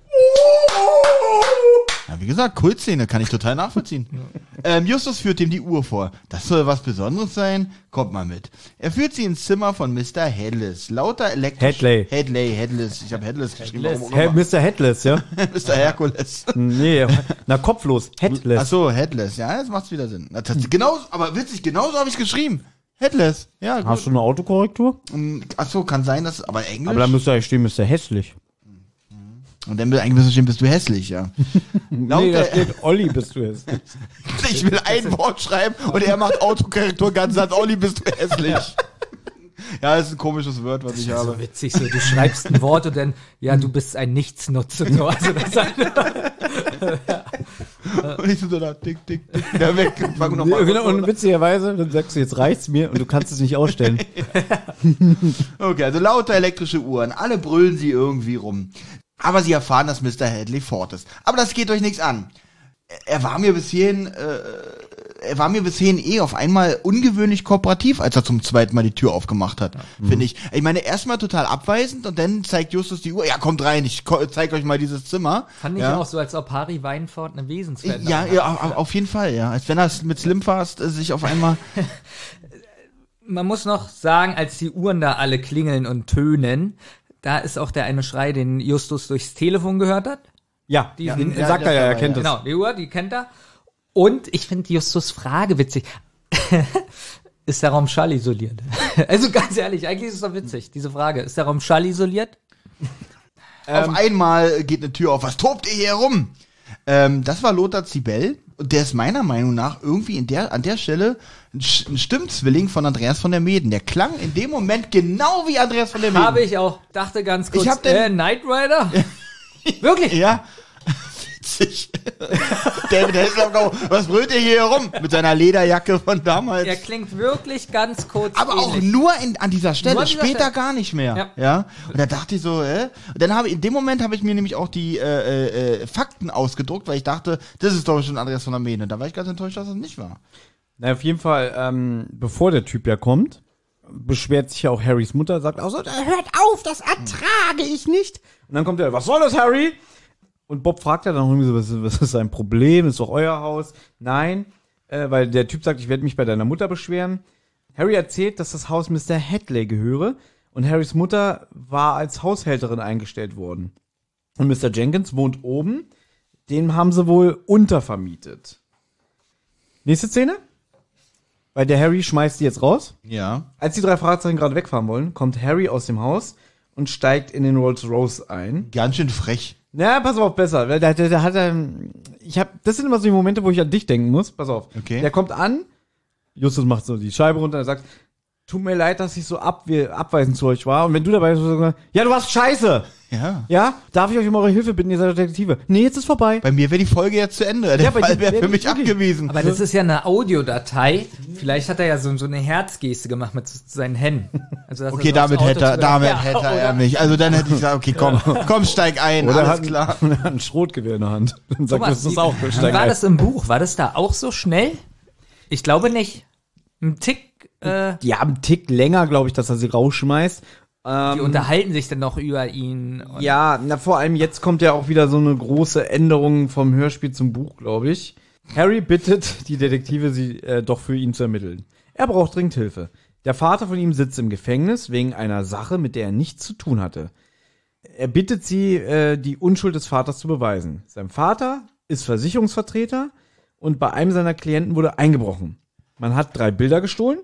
Ja, wie gesagt, Kultszene, kann ich total nachvollziehen. ähm, Justus führt ihm die Uhr vor. Das soll was Besonderes sein. Kommt mal mit. Er führt sie ins Zimmer von Mister Headless. Lauter elektrisch... Headley. Headley, Headless. Ich habe Headless geschrieben. Headless. He- Mister Headless, ja? Mister Herkules. Nee, na kopflos. Headless. Ach so, Headless. Ja, jetzt macht's wieder Sinn. Das, genau, aber witzig, genauso habe ich geschrieben. Headless. Ja, gut. Hast du eine Autokorrektur? Ach so, kann sein, dass... Aber Englisch... Aber dann müsste eigentlich stehen, Mister Hässlich. Und dann eigentlich müsste stehen, bist du hässlich, ja. Nee, da steht Olli, bist du hässlich. Ich will ein Wort schreiben und er macht Autokorrektur ganz Satz, Olli, bist du hässlich. Ja, das ist ein komisches Wort, was ich das ist habe. So witzig, so, du schreibst ein Wort und dann, ja, du bist ein Nichtsnutz und so. Also das und ich so da, tick, tick, tick, wieder weg. Und fang noch mal ja, genau, und witzigerweise, dann sagst du, jetzt reicht's mir und du kannst es nicht ausstellen. Okay, also lauter elektrische Uhren, alle brüllen sie irgendwie rum. Aber sie erfahren, dass Mister Hadley fort ist. Aber das geht euch nichts an. Er war mir bis hierhin, äh, er war mir bis hierhin eh auf einmal ungewöhnlich kooperativ, als er zum zweiten Mal die Tür aufgemacht hat, ja. finde ich. Ich meine, erstmal total abweisend und dann zeigt Justus die Uhr. Ja, kommt rein, ich zeig euch mal dieses Zimmer. Fand ich ja. auch so, als ob Harry Weinfurt eine Wesensveränderung Ja, ja, auf, auf jeden Fall, ja. Als wenn er mit Slimfast äh, sich auf einmal... Man muss noch sagen, als die Uhren da alle klingeln und tönen, da ist auch der eine Schrei, den Justus durchs Telefon gehört hat. Ja, die, ja, den, ja sagt er ja, er kennt das. Genau, die Uhr, die kennt er. Und ich finde Justus Frage witzig. Ist der Raum Schall isoliert? Also ganz ehrlich, eigentlich ist es doch witzig, diese Frage. Ist der Raum Schall isoliert? Auf ähm, einmal geht eine Tür auf. Was tobt ihr hier rum? Ähm, das war Lothar Zibel. Und der ist meiner Meinung nach irgendwie in der, an der Stelle ein, ein Stimmzwilling von Andreas von der Meeden. Der klang in dem Moment genau wie Andreas von der Meeden. Habe ich auch. Dachte ganz kurz, ich hab den, äh, Knight Rider? Wirklich? Ja. Witzig. David Hasselhoff, was brüllt ihr hier rum? Mit seiner Lederjacke von damals. Er klingt wirklich ganz kurz Aber ähnlich. auch nur in, an dieser Stelle, an dieser später Stelle. gar nicht mehr. Ja. ja. Und da dachte ich so, äh? Und dann habe ich, in dem Moment habe ich mir nämlich auch die äh, äh, Fakten ausgedruckt, weil ich dachte, das ist doch schon Andreas von der Meeden. Und da war ich ganz enttäuscht, dass das nicht war. Na, auf jeden Fall, ähm, bevor der Typ ja kommt, beschwert sich ja auch Harrys Mutter, sagt auch so, hört auf, das ertrage ich nicht. Und dann kommt er, was soll das, Harry? Und Bob fragt ja dann auch irgendwie so, was, was ist sein Problem? Ist doch euer Haus? Nein, äh, weil der Typ sagt, ich werde mich bei deiner Mutter beschweren. Harry erzählt, dass das Haus Mister Hadley gehöre und Harrys Mutter war als Haushälterin eingestellt worden. Und Mister Jenkins wohnt oben, den haben sie wohl untervermietet. Nächste Szene? Weil der Harry schmeißt die jetzt raus. Ja. Als die drei Fragezeichen gerade wegfahren wollen, kommt Harry aus dem Haus und steigt in den Rolls-Royce ein. Ganz schön frech. Na, pass auf, besser. Da, da, da hat er, ich hab, das sind immer so die Momente, wo ich an dich denken muss. Pass auf. Okay. Der kommt an, Justus macht so die Scheibe runter und er sagt, tut mir leid, dass ich so abwe- abweisend zu euch war. Und wenn du dabei bist, so sagst, ja, du warst scheiße. Ja. Ja? Darf ich euch um eure Hilfe bitten, ihr seid Detektive? Nee, jetzt ist vorbei. Bei mir wäre die Folge jetzt zu Ende. Der Ja, bei Fall dir wäre wär für die mich wirklich- abgewiesen. Aber das ist ja eine Audiodatei. Vielleicht hat er ja so, so eine Herzgeste gemacht mit seinen Händen. Also, dass Okay, er so aufs damit Auto hätte er, zu- damit Ja, hätte er oder? mich. Also dann hätte ich gesagt, okay, komm, komm, steig ein, Oder alles hat, klar. Oder hat ein Schrotgewehr in der Hand. Dann sagt Thomas, das wie, auch. wie steig war ein. das im Buch? War das da auch so schnell? Ich glaube nicht. Ein Tick, äh, Die haben einen Tick länger, glaube ich, dass er sie rausschmeißt. die Ähm, unterhalten sich dann noch über ihn. Und Ja, na vor allem jetzt kommt ja auch wieder so eine große Änderung vom Hörspiel zum Buch, glaube ich. Harry bittet die Detektive, sie äh, doch für ihn zu ermitteln. Er braucht dringend Hilfe. Der Vater von ihm sitzt im Gefängnis wegen einer Sache, mit der er nichts zu tun hatte. er bittet sie, äh, die Unschuld des Vaters zu beweisen. Sein Vater ist Versicherungsvertreter und bei einem seiner Klienten wurde eingebrochen. Man hat drei Bilder gestohlen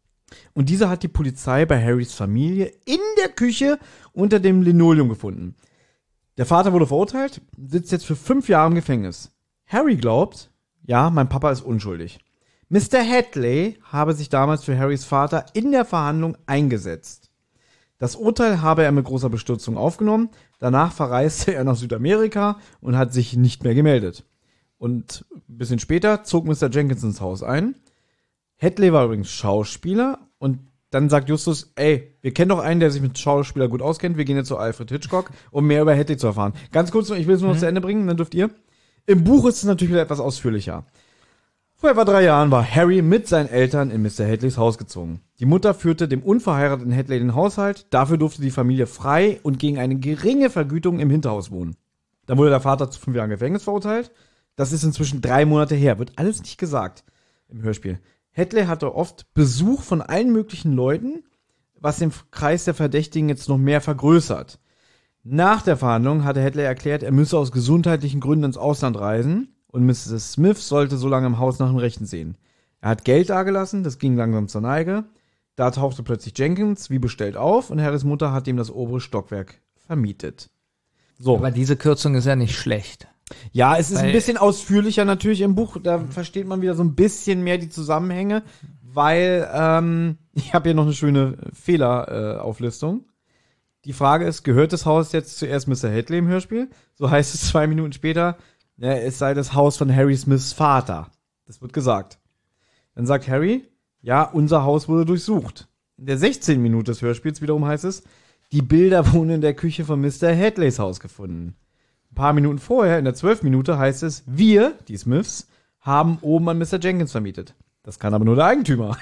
und diese hat die Polizei bei Harrys Familie in der Küche unter dem Linoleum gefunden. Der Vater wurde verurteilt, sitzt jetzt für fünf Jahre im Gefängnis. Harry glaubt, ja, mein Papa ist unschuldig. Mister Hadley habe sich damals für Harrys Vater in der Verhandlung eingesetzt. Das Urteil habe er mit großer Bestürzung aufgenommen. Danach verreiste er nach Südamerika und hat sich nicht mehr gemeldet. Und ein bisschen später zog Mister Jenkins ins Haus ein. Hadley war übrigens Schauspieler und dann sagt Justus, ey, wir kennen doch einen, der sich mit Schauspieler gut auskennt. Wir gehen jetzt zu Alfred Hitchcock, um mehr über Hadley zu erfahren. Ganz kurz noch, ich will es nur noch mhm. zu Ende bringen, dann dürft ihr. Im Buch ist es natürlich wieder etwas ausführlicher. Vor etwa drei Jahren war Harry mit seinen Eltern in Mister Hadleys Haus gezogen. Die Mutter führte dem unverheirateten Hadley den Haushalt. Dafür durfte die Familie frei und gegen eine geringe Vergütung im Hinterhaus wohnen. Dann wurde der Vater zu fünf Jahren Gefängnis verurteilt. Das ist inzwischen drei Monate her. Wird alles nicht gesagt im Hörspiel. Hadley hatte oft Besuch von allen möglichen Leuten, was den Kreis der Verdächtigen jetzt noch mehr vergrößert. Nach der Verhandlung hatte Hadley erklärt, er müsse aus gesundheitlichen Gründen ins Ausland reisen und Misses Smith sollte so lange im Haus nach dem Rechten sehen. Er hat Geld dagelassen, das ging langsam zur Neige. Da tauchte plötzlich Jenkins wie bestellt auf und Harrys Mutter hat ihm das obere Stockwerk vermietet. So. Aber diese Kürzung ist ja nicht schlecht. Ja, es ist Weil, ein bisschen ausführlicher natürlich im Buch. Da versteht man wieder so ein bisschen mehr die Zusammenhänge, weil ähm, ich habe hier noch eine schöne Fehlerauflistung. Äh, Auflistung. Die Frage ist, gehört das Haus jetzt zuerst Mister Hadley im Hörspiel? So heißt es zwei Minuten später, ja, es sei das Haus von Harry Smiths Vater. Das wird gesagt. Dann sagt Harry, ja, unser Haus wurde durchsucht. In der sechzehnten Minute des Hörspiels wiederum heißt es, die Bilder wurden in der Küche von Mister Hadleys Haus gefunden. Ein paar Minuten vorher, in der zwölften Minute, heißt es, wir, die Smiths, haben oben an Mister Jenkins vermietet. Das kann aber nur der Eigentümer.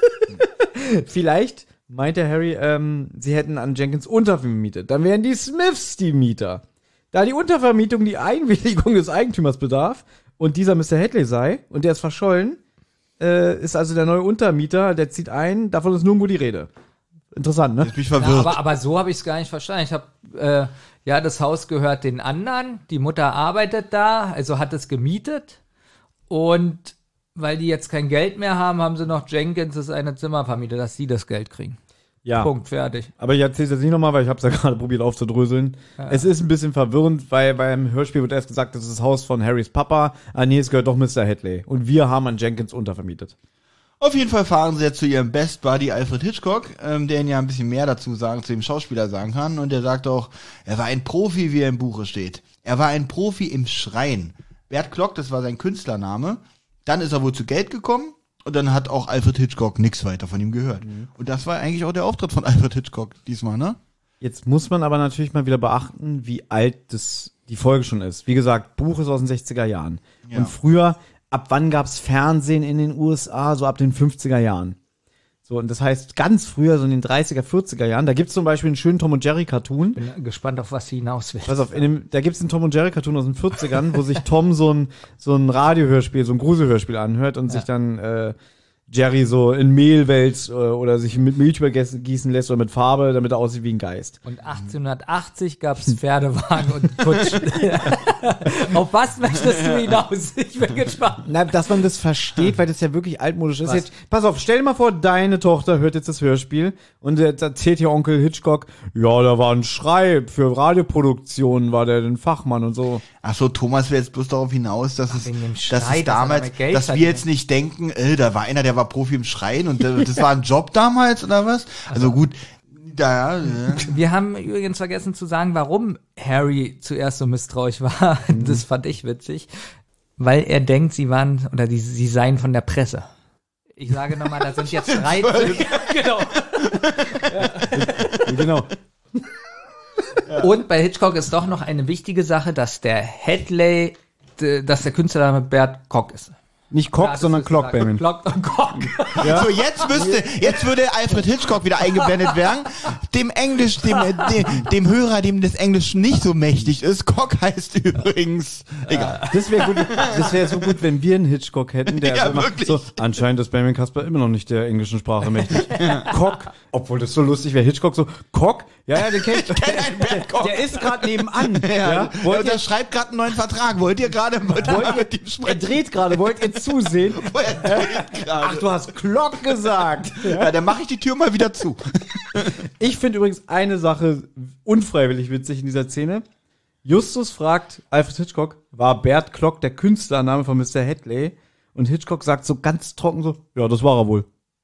Vielleicht meinte Harry, ähm, sie hätten an Jenkins untervermietet. Dann wären die Smiths die Mieter. Da die Untervermietung die Einwilligung des Eigentümers bedarf und dieser Mister Hadley sei und der ist verschollen, äh, ist also der neue Untermieter, der zieht ein, davon ist nirgendwo die Rede. Interessant, ne? Ich bin verwirrt. Ja, aber, aber so habe ich es gar nicht verstanden. Ich habe, äh, ja, das Haus gehört den anderen, die Mutter arbeitet da, also hat es gemietet und weil die jetzt kein Geld mehr haben, haben sie noch Jenkins das eine Zimmer vermietet, dass sie das Geld kriegen. Ja. Punkt, fertig. Aber ich erzähl's jetzt nicht nochmal, weil ich hab's ja gerade probiert aufzudröseln. Ja. Es ist ein bisschen verwirrend, weil beim Hörspiel wird erst gesagt, das ist das Haus von Harrys Papa. Ah nee, es gehört doch Mister Hadley. Und wir haben an Jenkins untervermietet. Auf jeden Fall fahren sie jetzt zu ihrem Best Buddy Alfred Hitchcock, ähm, der ihnen ja ein bisschen mehr dazu sagen, zu dem Schauspieler sagen kann. Und der sagt auch, er war ein Profi, wie er im Buche steht. Er war ein Profi im Schreien. Bert Klock, das war sein Künstlername. Dann ist er wohl zu Geld gekommen. Und dann hat auch Alfred Hitchcock nichts weiter von ihm gehört. Mhm. Und das war eigentlich auch der Auftritt von Alfred Hitchcock diesmal, ne? Jetzt muss man aber natürlich mal wieder beachten, wie alt das die Folge schon ist. Wie gesagt, Buch ist aus den sechziger Jahren. Ja. Und früher, ab wann gab's Fernsehen in den U S A? So ab den fünfziger Jahren. So, und das heißt, ganz früher, so in den dreißiger, vierziger Jahren, da gibt's zum Beispiel einen schönen Tom und Jerry Cartoon. Bin gespannt, auf was sie hinaus will. Pass auf, in dem, da gibt's einen Tom und Jerry Cartoon aus den vierzigern, wo sich Tom so ein, so ein Radiohörspiel, so ein Gruselhörspiel anhört und ja. sich dann, äh, Jerry so in Mehl wälzt äh, oder sich mit Milch übergießen lässt oder mit Farbe, damit er aussieht wie ein Geist. Und achtzehnhundertachtzig gab's Pferdewagen und Kutschen. Auf was möchtest du hinaus? Ich bin gespannt. Na, dass man das versteht, weil das ja wirklich altmodisch ist. Jetzt, pass auf, stell dir mal vor, deine Tochter hört jetzt das Hörspiel und jetzt erzählt hier Onkel Hitchcock, ja, da war ein Schrei, für Radioproduktionen war der ein Fachmann und so. Ach so, Thomas will jetzt bloß darauf hinaus, dass Ach, es, Streit, dass es damals, dass, dass wir jetzt nicht denken, äh, da war einer, der war Profi im Schreien und äh, das war ein Job damals oder was? Also gut, da, ja. Wir haben übrigens vergessen zu sagen, warum Harry zuerst so misstrauisch war. Das fand ich witzig. Weil er denkt, sie waren, oder die, sie seien von der Presse. Ich sage nochmal, da sind jetzt drei. Genau. Ja. Genau. Ja. Und bei Hitchcock ist doch noch eine wichtige Sache, dass der Hadley, dass der Künstlername Bert Koch ist. Nicht Cock, Ja, das sondern ist Clock, gesagt. Benjamin. Clock, Cock. Ja? So, jetzt müsste, jetzt würde Alfred Hitchcock wieder eingeblendet werden. Dem Englisch, dem, dem, dem Hörer, dem das Englischen nicht so mächtig ist. Cock heißt übrigens, egal. Das wäre gut, das wäre so gut, wenn wir einen Hitchcock hätten, der Ja, so immer- wirklich. so, anscheinend ist Benjamin Kasper immer noch nicht der englischen Sprache mächtig. Cock, obwohl das so lustig wäre, Hitchcock so, Cock, ja, ja, den kenn ich. Der, der ist gerade nebenan, ja. Ja, ja. Wollt Der ihr, schreibt gerade einen neuen Vertrag. Wollt ihr gerade, wollt ihr mal mit ihm er sprechen? dreht gerade, wollt ihr zusehen? Er dreht gerade. Ach, du hast Clock gesagt. Ja, dann mache ich die Tür mal wieder zu. Ich finde übrigens eine Sache unfreiwillig witzig in dieser Szene. Justus fragt Alfred Hitchcock, war Bert Klock der Künstlername von Mister Hadley? Und Hitchcock sagt so ganz trocken so, ja, das war er wohl.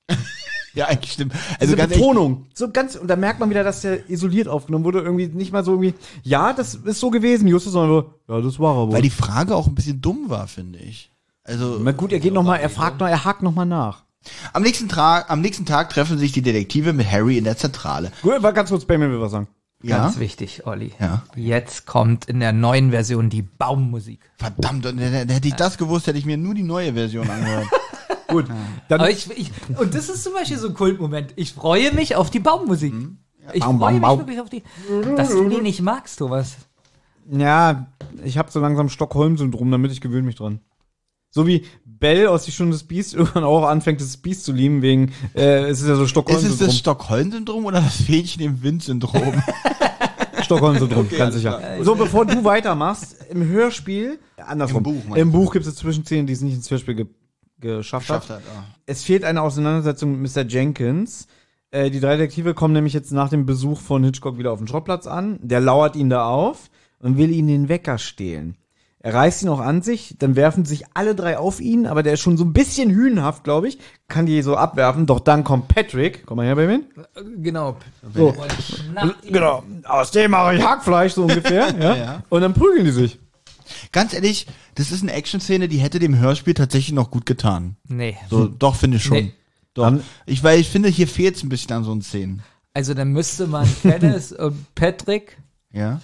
Ja, eigentlich stimmt. Also Also ganz Betonung. So ganz, und da merkt man wieder, dass der isoliert aufgenommen wurde. Irgendwie nicht mal so irgendwie, ja, das ist so gewesen, Justus, sondern so, ja, das war er wohl. Weil die Frage auch ein bisschen dumm war, finde ich. Also, Na gut, er geht noch mal, er fragt noch, er hakt noch mal nach. am nächsten, Tra- am nächsten Tag treffen sich die Detektive mit Harry in der Zentrale. Gut, war ganz kurz, Benjamin will was sagen. Ja? Ganz wichtig, Olli. Ja. Jetzt kommt in der neuen Version die Baummusik. Verdammt, und hätte hätte ich das gewusst, hätte ich mir nur die neue Version angehört. Gut, dann Aber ich, ich, und das ist zum Beispiel so ein Kultmoment. Ich freue mich auf die Baummusik. Ich Baum, freue Baum, mich Baum. wirklich auf die. Dass du die nicht magst, Thomas. ja, ich habe so langsam Stockholm-Syndrom, damit ich gewöhne mich dran. So wie Bell aus Die Stunde des Biest irgendwann auch anfängt, das Biest zu lieben, wegen, äh, es ist ja so Ist es Stockholm-Syndrom. das Stockholm-Syndrom oder das Fähnchen im Wind-Syndrom? Stockholm-Syndrom, Okay, ganz alles sicher. klar. So, bevor du weitermachst, im Hörspiel, andersrum, Im Buch, meinst im du? Buch gibt es Zwischenszenen, die es nicht ins Hörspiel ge geschafft, Geschafft hat. hat, ah. Es fehlt eine Auseinandersetzung mit Mister Jenkins. Äh, die drei Detektive kommen nämlich jetzt nach dem Besuch von Hitchcock wieder auf den Schrottplatz an. Der lauert ihn da auf und will ihn den Wecker stehlen. Er reißt ihn auch an sich, dann werfen sich alle drei auf ihn, aber der ist schon so ein bisschen hühnhaft, glaube ich, kann die so abwerfen, doch dann kommt Patrick, komm mal her, Baby. Genau. So. Schnappt ihn. Genau, aus dem mache ich Hackfleisch, so ungefähr, ja? Ja. Und dann prügeln die sich. Ganz ehrlich, das ist eine Action-Szene, die hätte dem Hörspiel tatsächlich noch gut getan. Nee. So, doch, finde ich schon. Nee. Doch. Dann- Ich, weil ich finde, hier fehlt es ein bisschen an so einen Szenen. Also dann müsste man Dennis und Patrick Ja.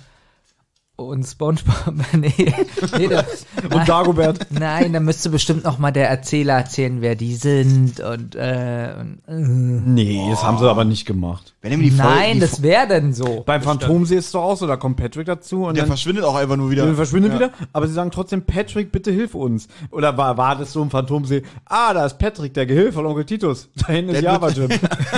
und SpongeBob. nee. nee das, Und Dagobert. Nein, dann müsste bestimmt noch mal der Erzähler erzählen, wer die sind und, äh, und äh. Nee, das haben sie aber nicht gemacht. Wenn ihm die Folge, Nein, die das wäre denn so. Beim Phantomsee ist es doch auch so, da kommt Patrick dazu und der dann verschwindet auch einfach nur wieder. der verschwindet Ja. wieder, aber sie sagen trotzdem, Patrick, bitte hilf uns. Oder war, war das so im Phantomsee? Ah, da ist Patrick, der Gehilfe von Onkel Titus. Da hinten ist Der Java Jim.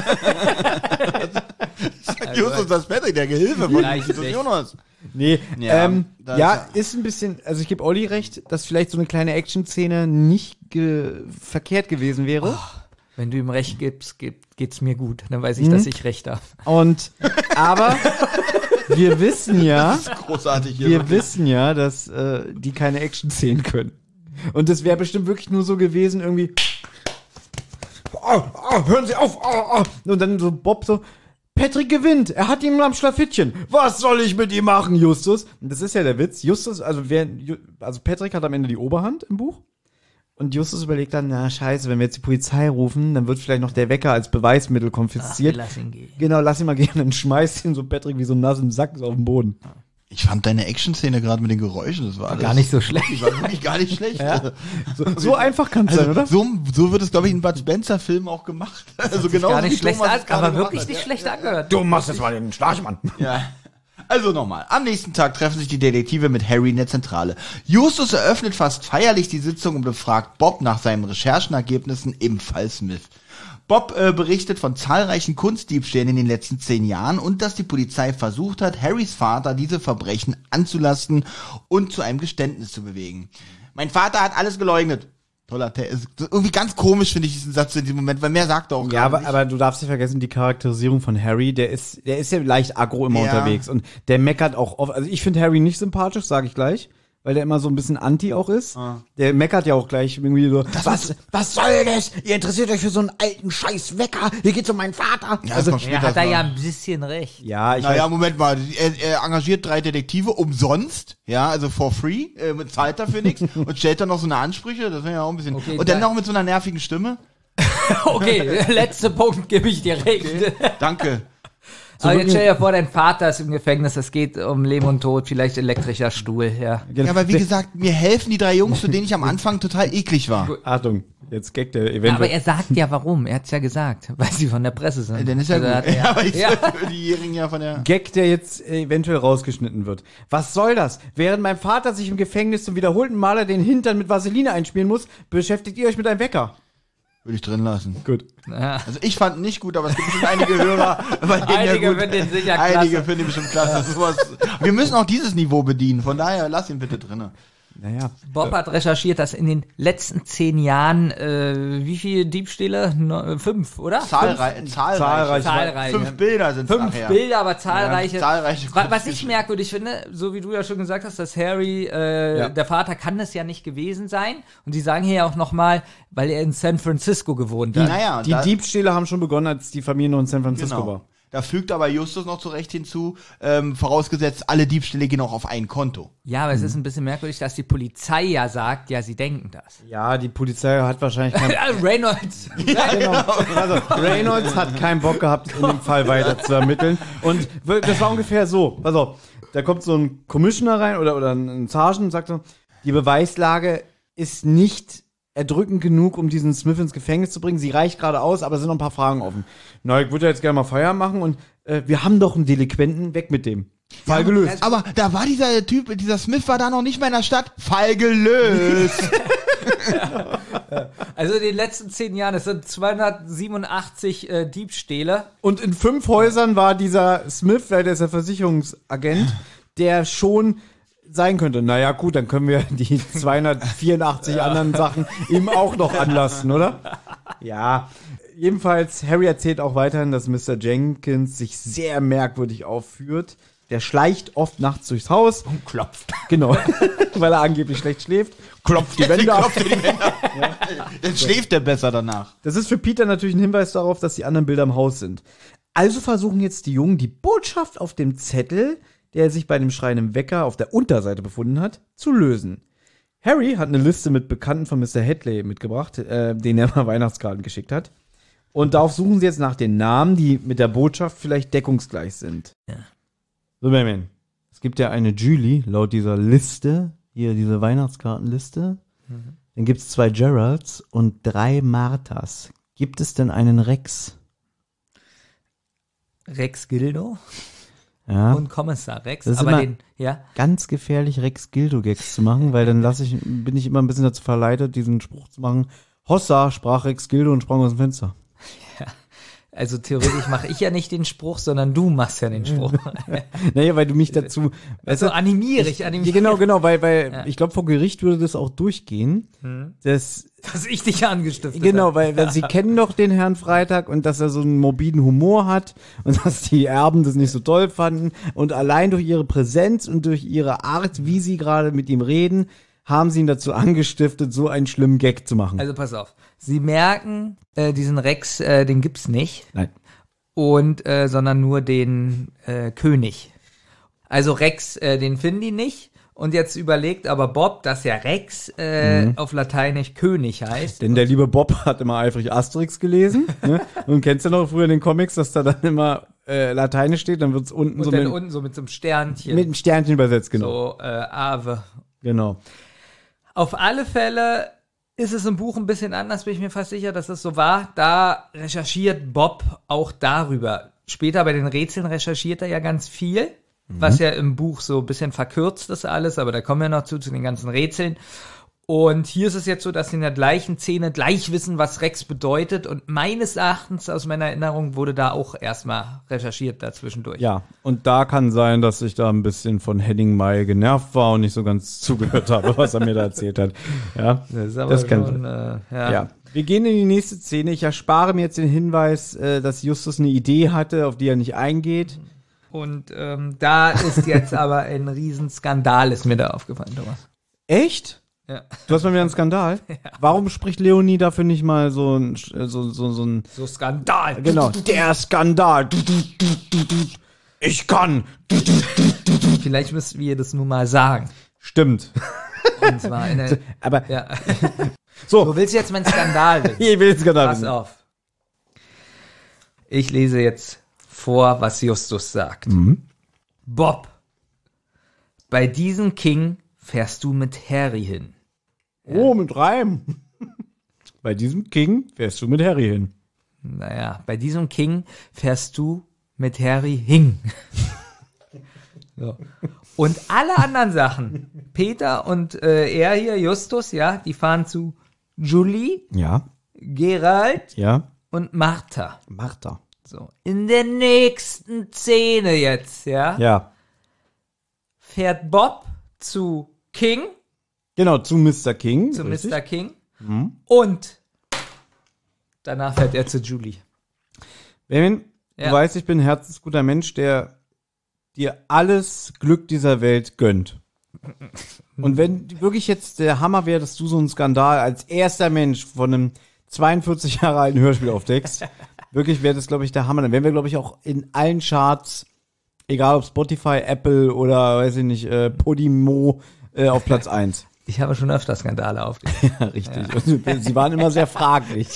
Sagt Justus, das Patrick, der Gehilfe von Vielleicht Justus nicht. Jonas. Nee, Ja, ähm, da ja, ist ist ein bisschen, also ich gebe Olli recht, dass vielleicht so eine kleine Action-Szene nicht ge verkehrt gewesen wäre. Wenn du ihm recht gibst, geht, geht's mir gut. Dann weiß ich, Mhm. dass ich recht habe. Und, aber, wir wissen ja, Großartig hier. wir wirklich. wissen ja, dass äh, die keine Action-Szenen können. Und das wäre bestimmt wirklich nur so gewesen, irgendwie, oh, oh, hören Sie auf, oh, oh. Und dann so Bob so, Patrick gewinnt, er hat ihn am Schlafittchen. Was soll ich mit ihm machen, Justus? Und das ist ja der Witz. Justus, also wer, Ju- also Patrick hat am Ende die Oberhand im Buch. Und Justus überlegt dann, na scheiße, wenn wir jetzt die Polizei rufen, dann wird vielleicht noch der Wecker als Beweismittel konfisziert. Ach, lass ihn gehen. Genau, lass ihn mal gehen, dann schmeißt ihn so Patrick wie so ein nass im Sack auf den Boden. Ich fand deine Action-Szene gerade mit den Geräuschen, das war alles. Gar nicht so schlecht. Die war wirklich gar nicht schlecht. So, so einfach kann es sein, oder? So, so wird es, glaube ich, in Bud Spencer-Filmen auch gemacht. Also genau Gar nicht wie schlecht, Thomas es an, gerade aber gemacht wirklich hat. nicht Ja. schlecht angehört. Du machst jetzt mal den Schlafmann. Ja. Also nochmal. Am nächsten Tag treffen sich die Detektive mit Harry in der Zentrale. Justus eröffnet fast feierlich die Sitzung und befragt Bob nach seinen Recherchenergebnissen im Fall Smith. Bob äh, berichtet von zahlreichen Kunstdiebstählen in den letzten zehn Jahren und dass die Polizei versucht hat, Harrys Vater diese Verbrechen anzulasten und zu einem Geständnis zu bewegen. Mein Vater hat alles geleugnet. Toller Text. Irgendwie ganz komisch finde ich diesen Satz in diesem Moment, weil mehr sagt er auch Ja, gerade aber, nicht. aber du darfst nicht vergessen, die Charakterisierung von Harry, der ist, der ist ja leicht aggro immer Ja. unterwegs und der meckert auch oft. Also ich finde Harry nicht sympathisch, sage ich gleich, weil der immer so ein bisschen anti auch ist. Ah. Der meckert ja auch gleich irgendwie so, was, was soll das? Ihr interessiert euch für so einen alten scheiß Wecker? Hier geht's um meinen Vater. Ja, also, das kommt Ja, später hat er mal. ja ein bisschen recht. ja, ich Naja, weiß, Moment mal, er, er engagiert drei Detektive umsonst, ja, also for free, äh, zahlt dafür nichts und stellt dann noch so eine Ansprüche, das wäre ja auch ein bisschen. Okay, und dann da- noch mit so einer nervigen Stimme. Okay, letzter Punkt gebe ich dir recht. Danke. So aber jetzt wirklich- stell dir vor, dein Vater ist im Gefängnis, es geht um Leben und Tod, vielleicht elektrischer Stuhl, ja. Ja, aber wie gesagt, mir helfen die drei Jungs, zu denen ich am Anfang total eklig war. Achtung, jetzt gaggt der Ja, eventuell. aber er sagt ja warum, er hat's ja gesagt, weil sie von der Presse sind. Dann ist ja Also gut. hat er- Ja, aber ich ja. für diejenigen ja von der... Gag, der jetzt eventuell rausgeschnitten wird. Was soll das? Während mein Vater sich im Gefängnis zum wiederholten Male den Hintern mit Vaseline einspielen muss, beschäftigt ihr euch mit einem Wecker. Würde ich drin lassen. Gut. Ja. Also ich fand ihn nicht gut, aber es gibt bestimmt einige Hörer, bei denen Einige ja gut. finden ihn sicher klasse. Einige finden ihn bestimmt klasse. Sowas. Wir müssen auch dieses Niveau bedienen, von daher lass ihn bitte drinne. Naja. Bob hat recherchiert, dass in den letzten zehn Jahren, äh, wie viele Diebstähle? No, fünf, oder? Zahlrei Fünf? zahlreiche. Zahlreiche. Zahlreiche. Fünf Bilder sind Fünf nachher. Bilder, aber zahlreiche. Ja, zahlreiche Wa- Was ich merkwürdig finde, so wie du ja schon gesagt hast, dass Harry, äh, Ja. der Vater kann das ja nicht gewesen sein. Und die sagen hier ja auch nochmal, weil er in San Francisco gewohnt hat. Naja, Die da, Diebstähle haben schon begonnen, als die Familie noch in San Francisco genau. war. Da fügt aber Justus noch zu Recht hinzu, ähm, vorausgesetzt, alle Diebstähle gehen auch auf ein Konto. Ja, aber es ist ein bisschen merkwürdig, dass die Polizei ja sagt, ja, sie denken das. Ja, die Polizei hat wahrscheinlich keinen Ja, Reynolds. Ja, genau. Also, Reynolds hat keinen Bock gehabt, in dem Fall weiter zu ermitteln. Und wir- das war ungefähr so. Also, da kommt so ein Commissioner rein oder, oder ein Sergeant und sagt so, die Beweislage ist nicht erdrückend genug, um diesen Smith ins Gefängnis zu bringen. Sie reicht gerade aus, aber es sind noch ein paar Fragen offen. Na, ich würde jetzt gerne mal Feier machen und äh, wir haben doch einen Delinquenten, weg mit dem. Fall Ja, gelöst. Aber da war dieser Typ, dieser Smith war da noch nicht mehr in der Stadt. Fall gelöst. Also in den letzten zehn Jahren, es sind zweihundertsiebenundachtzig äh, Diebstähle. Und in fünf Häusern war dieser Smith, weil der ist der Versicherungsagent, der schon sein könnte. Naja, gut, dann können wir die zweihundertvierundachtzig anderen Sachen ihm auch noch anlassen, oder? Ja. Jedenfalls, Harry erzählt auch weiterhin, dass Mister Jenkins sich sehr merkwürdig aufführt. Der schleicht oft nachts durchs Haus. Und klopft. Genau. Weil er angeblich schlecht schläft. Klopft die Wände ab. Dann schläft er besser danach. Das ist für Peter natürlich ein Hinweis darauf, dass die anderen Bilder im Haus sind. Also versuchen jetzt die Jungen, die Botschaft auf dem Zettel, der sich bei dem schreienden Wecker auf der Unterseite befunden hat, zu lösen. Harry hat eine Liste mit Bekannten von Mister Hadley mitgebracht, äh, denen er mal Weihnachtskarten geschickt hat. Und darauf suchen sie jetzt nach den Namen, die mit der Botschaft vielleicht deckungsgleich sind. Ja. So, Batman. Es gibt ja eine Julie, laut dieser Liste, hier diese Weihnachtskartenliste. Mhm. Dann gibt es zwei Geralds und drei Marthas. Gibt es denn einen Rex? Rex Gildo Ja. und Kommissar Rex. Das ist Aber immer den, ja. ganz gefährlich, Rex Gildo-Gags zu machen, weil dann lasse ich, bin ich immer ein bisschen dazu verleitet, diesen Spruch zu machen. Hossa, sprach Rex Gildo und sprang aus dem Fenster. Also theoretisch mache ich ja nicht den Spruch, sondern du machst ja den Spruch. Naja, weil du mich dazu... Also animiere ich, Ja, animiere. genau, genau, weil, weil Ja. ich glaube, vor Gericht würde das auch durchgehen. Hm. Das, Dass ich dich angestiftet genau, habe. weil, weil sie kennen doch den Herrn Freitag und dass er so einen morbiden Humor hat und dass die Erben das nicht so toll fanden und allein durch ihre Präsenz und durch ihre Art, wie sie gerade mit ihm reden, haben sie ihn dazu angestiftet, so einen schlimmen Gag zu machen. Also pass auf. Sie merken, äh, diesen Rex, äh, den gibt's nicht. Nein. Und, äh, sondern nur den äh, König. Also Rex, äh, den finden die nicht. Und jetzt überlegt aber Bob, dass ja Rex äh, Mhm. auf Lateinisch König heißt. Denn der liebe Bob hat immer eifrig Asterix gelesen. Ne? Und kennst du noch früher in den Comics, dass da dann immer äh, Lateinisch steht, dann wird's unten Und so dann mit, unten so mit so einem Sternchen. mit einem Sternchen übersetzt, genau. So, äh, Ave. Genau. Auf alle Fälle ist es im Buch ein bisschen anders, bin ich mir fast sicher, dass es so war. Da recherchiert Bob auch darüber. Später bei den Rätseln recherchiert er ja ganz viel, Mhm. was ja im Buch so ein bisschen verkürzt ist alles, aber da kommen wir noch zu, zu den ganzen Rätseln. Und hier ist es jetzt so, dass sie in der gleichen Szene gleich wissen, was Rex bedeutet. Und meines Erachtens, aus meiner Erinnerung, wurde da auch erstmal recherchiert dazwischendurch. Ja, und da kann sein, dass ich da ein bisschen von Henning May genervt war und nicht so ganz zugehört habe, was er mir da erzählt hat. Ja, Das ist aber das kann schon, sein. äh, ja. Ja. Wir gehen in die nächste Szene. Ich erspare mir jetzt den Hinweis, äh, dass Justus eine Idee hatte, auf die er nicht eingeht. Und ähm, da ist jetzt aber ein Riesenskandal, ist mir da aufgefallen, Thomas. Echt? Ja. Du hast mal wieder einen Skandal? Warum spricht Leonie dafür nicht mal so ein, so, so, so ein, So Skandal. genau, der Skandal. Ich kann. Vielleicht müssen wir das nur mal sagen. Stimmt. Und zwar in der, Aber, ja. so. Du willst jetzt meinen Skandal wissen. Ich will den Skandal Pass wissen. auf. Ich lese jetzt vor, was Justus sagt. Mhm. Bob, bei diesem King fährst du mit Harry hin. Oh, mit Reim. Bei diesem King fährst du mit Harry hin. Naja, bei diesem King fährst du mit Harry hin. So. Und alle anderen Sachen, Peter und äh, er hier, Justus, ja, die fahren zu Julie, Ja. Gerald Ja. und Martha. Martha. So. In der nächsten Szene jetzt, ja, Ja. fährt Bob zu King, Genau, zu Mister King. zu richtig. Mister King Mhm. und danach fährt er zu Julie. Benjamin, Ja. du weißt, ich bin ein herzensguter Mensch, der dir alles Glück dieser Welt gönnt. Und wenn wirklich jetzt der Hammer wäre, dass du so einen Skandal als erster Mensch von einem zweiundvierzig Jahre alten Hörspiel aufdeckst, wirklich wäre das, glaube ich, der Hammer. Dann wären wir, glaube ich, auch in allen Charts, egal ob Spotify, Apple oder, weiß ich nicht, äh, Podimo, äh, auf Platz eins. Ich habe schon öfter Skandale aufgedeckt. Ja, richtig. Und sie waren immer sehr fraglich.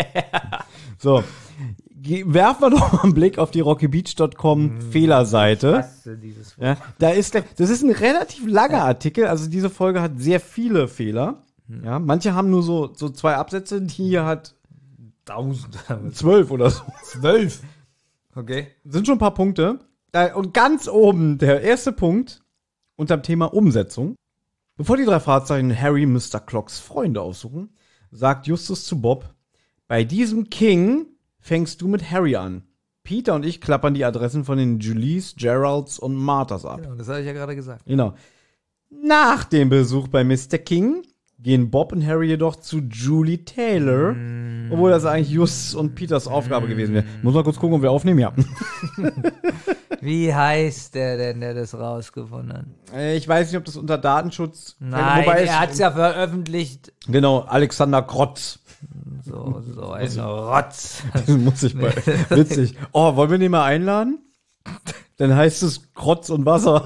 So. Ge- Werfen wir doch mal einen Blick auf die rocky beach Punkt com Fehlerseite. Dieses Ja, da ist der, das ist ein relativ langer Artikel, also diese Folge hat sehr viele Fehler. Ja, manche haben nur so, so zwei Absätze, die hier hat tausend. zwölf oder so. Zwölf. Okay. Sind schon ein paar Punkte. Äh, Und ganz oben der erste Punkt unter dem Thema Umsetzung. Bevor die drei Fahrzeichen Harry Mister Clocks Freunde aussuchen, sagt Justus zu Bob, bei diesem King fängst du mit Harry an. Peter und ich klappern die Adressen von den Julies, Geralds und Marthas ab. Genau, das habe ich ja gerade gesagt. Genau. Nach dem Besuch bei Mister King gehen Bob und Harry jedoch zu Julie Taylor, Mm. obwohl das eigentlich Justus und Peters Aufgabe gewesen wäre. Muss mal kurz gucken, ob wir aufnehmen, ja. Wie heißt der denn, der das rausgefunden hat? Äh, Ich weiß nicht, ob das unter Datenschutz... Nein, wobei er hat es ja veröffentlicht. Genau, Alexander Krotz. So, so ein Rotz. Muss ich mal. Witzig. Oh, wollen wir den mal einladen? Dann heißt es Krotz und Wasser.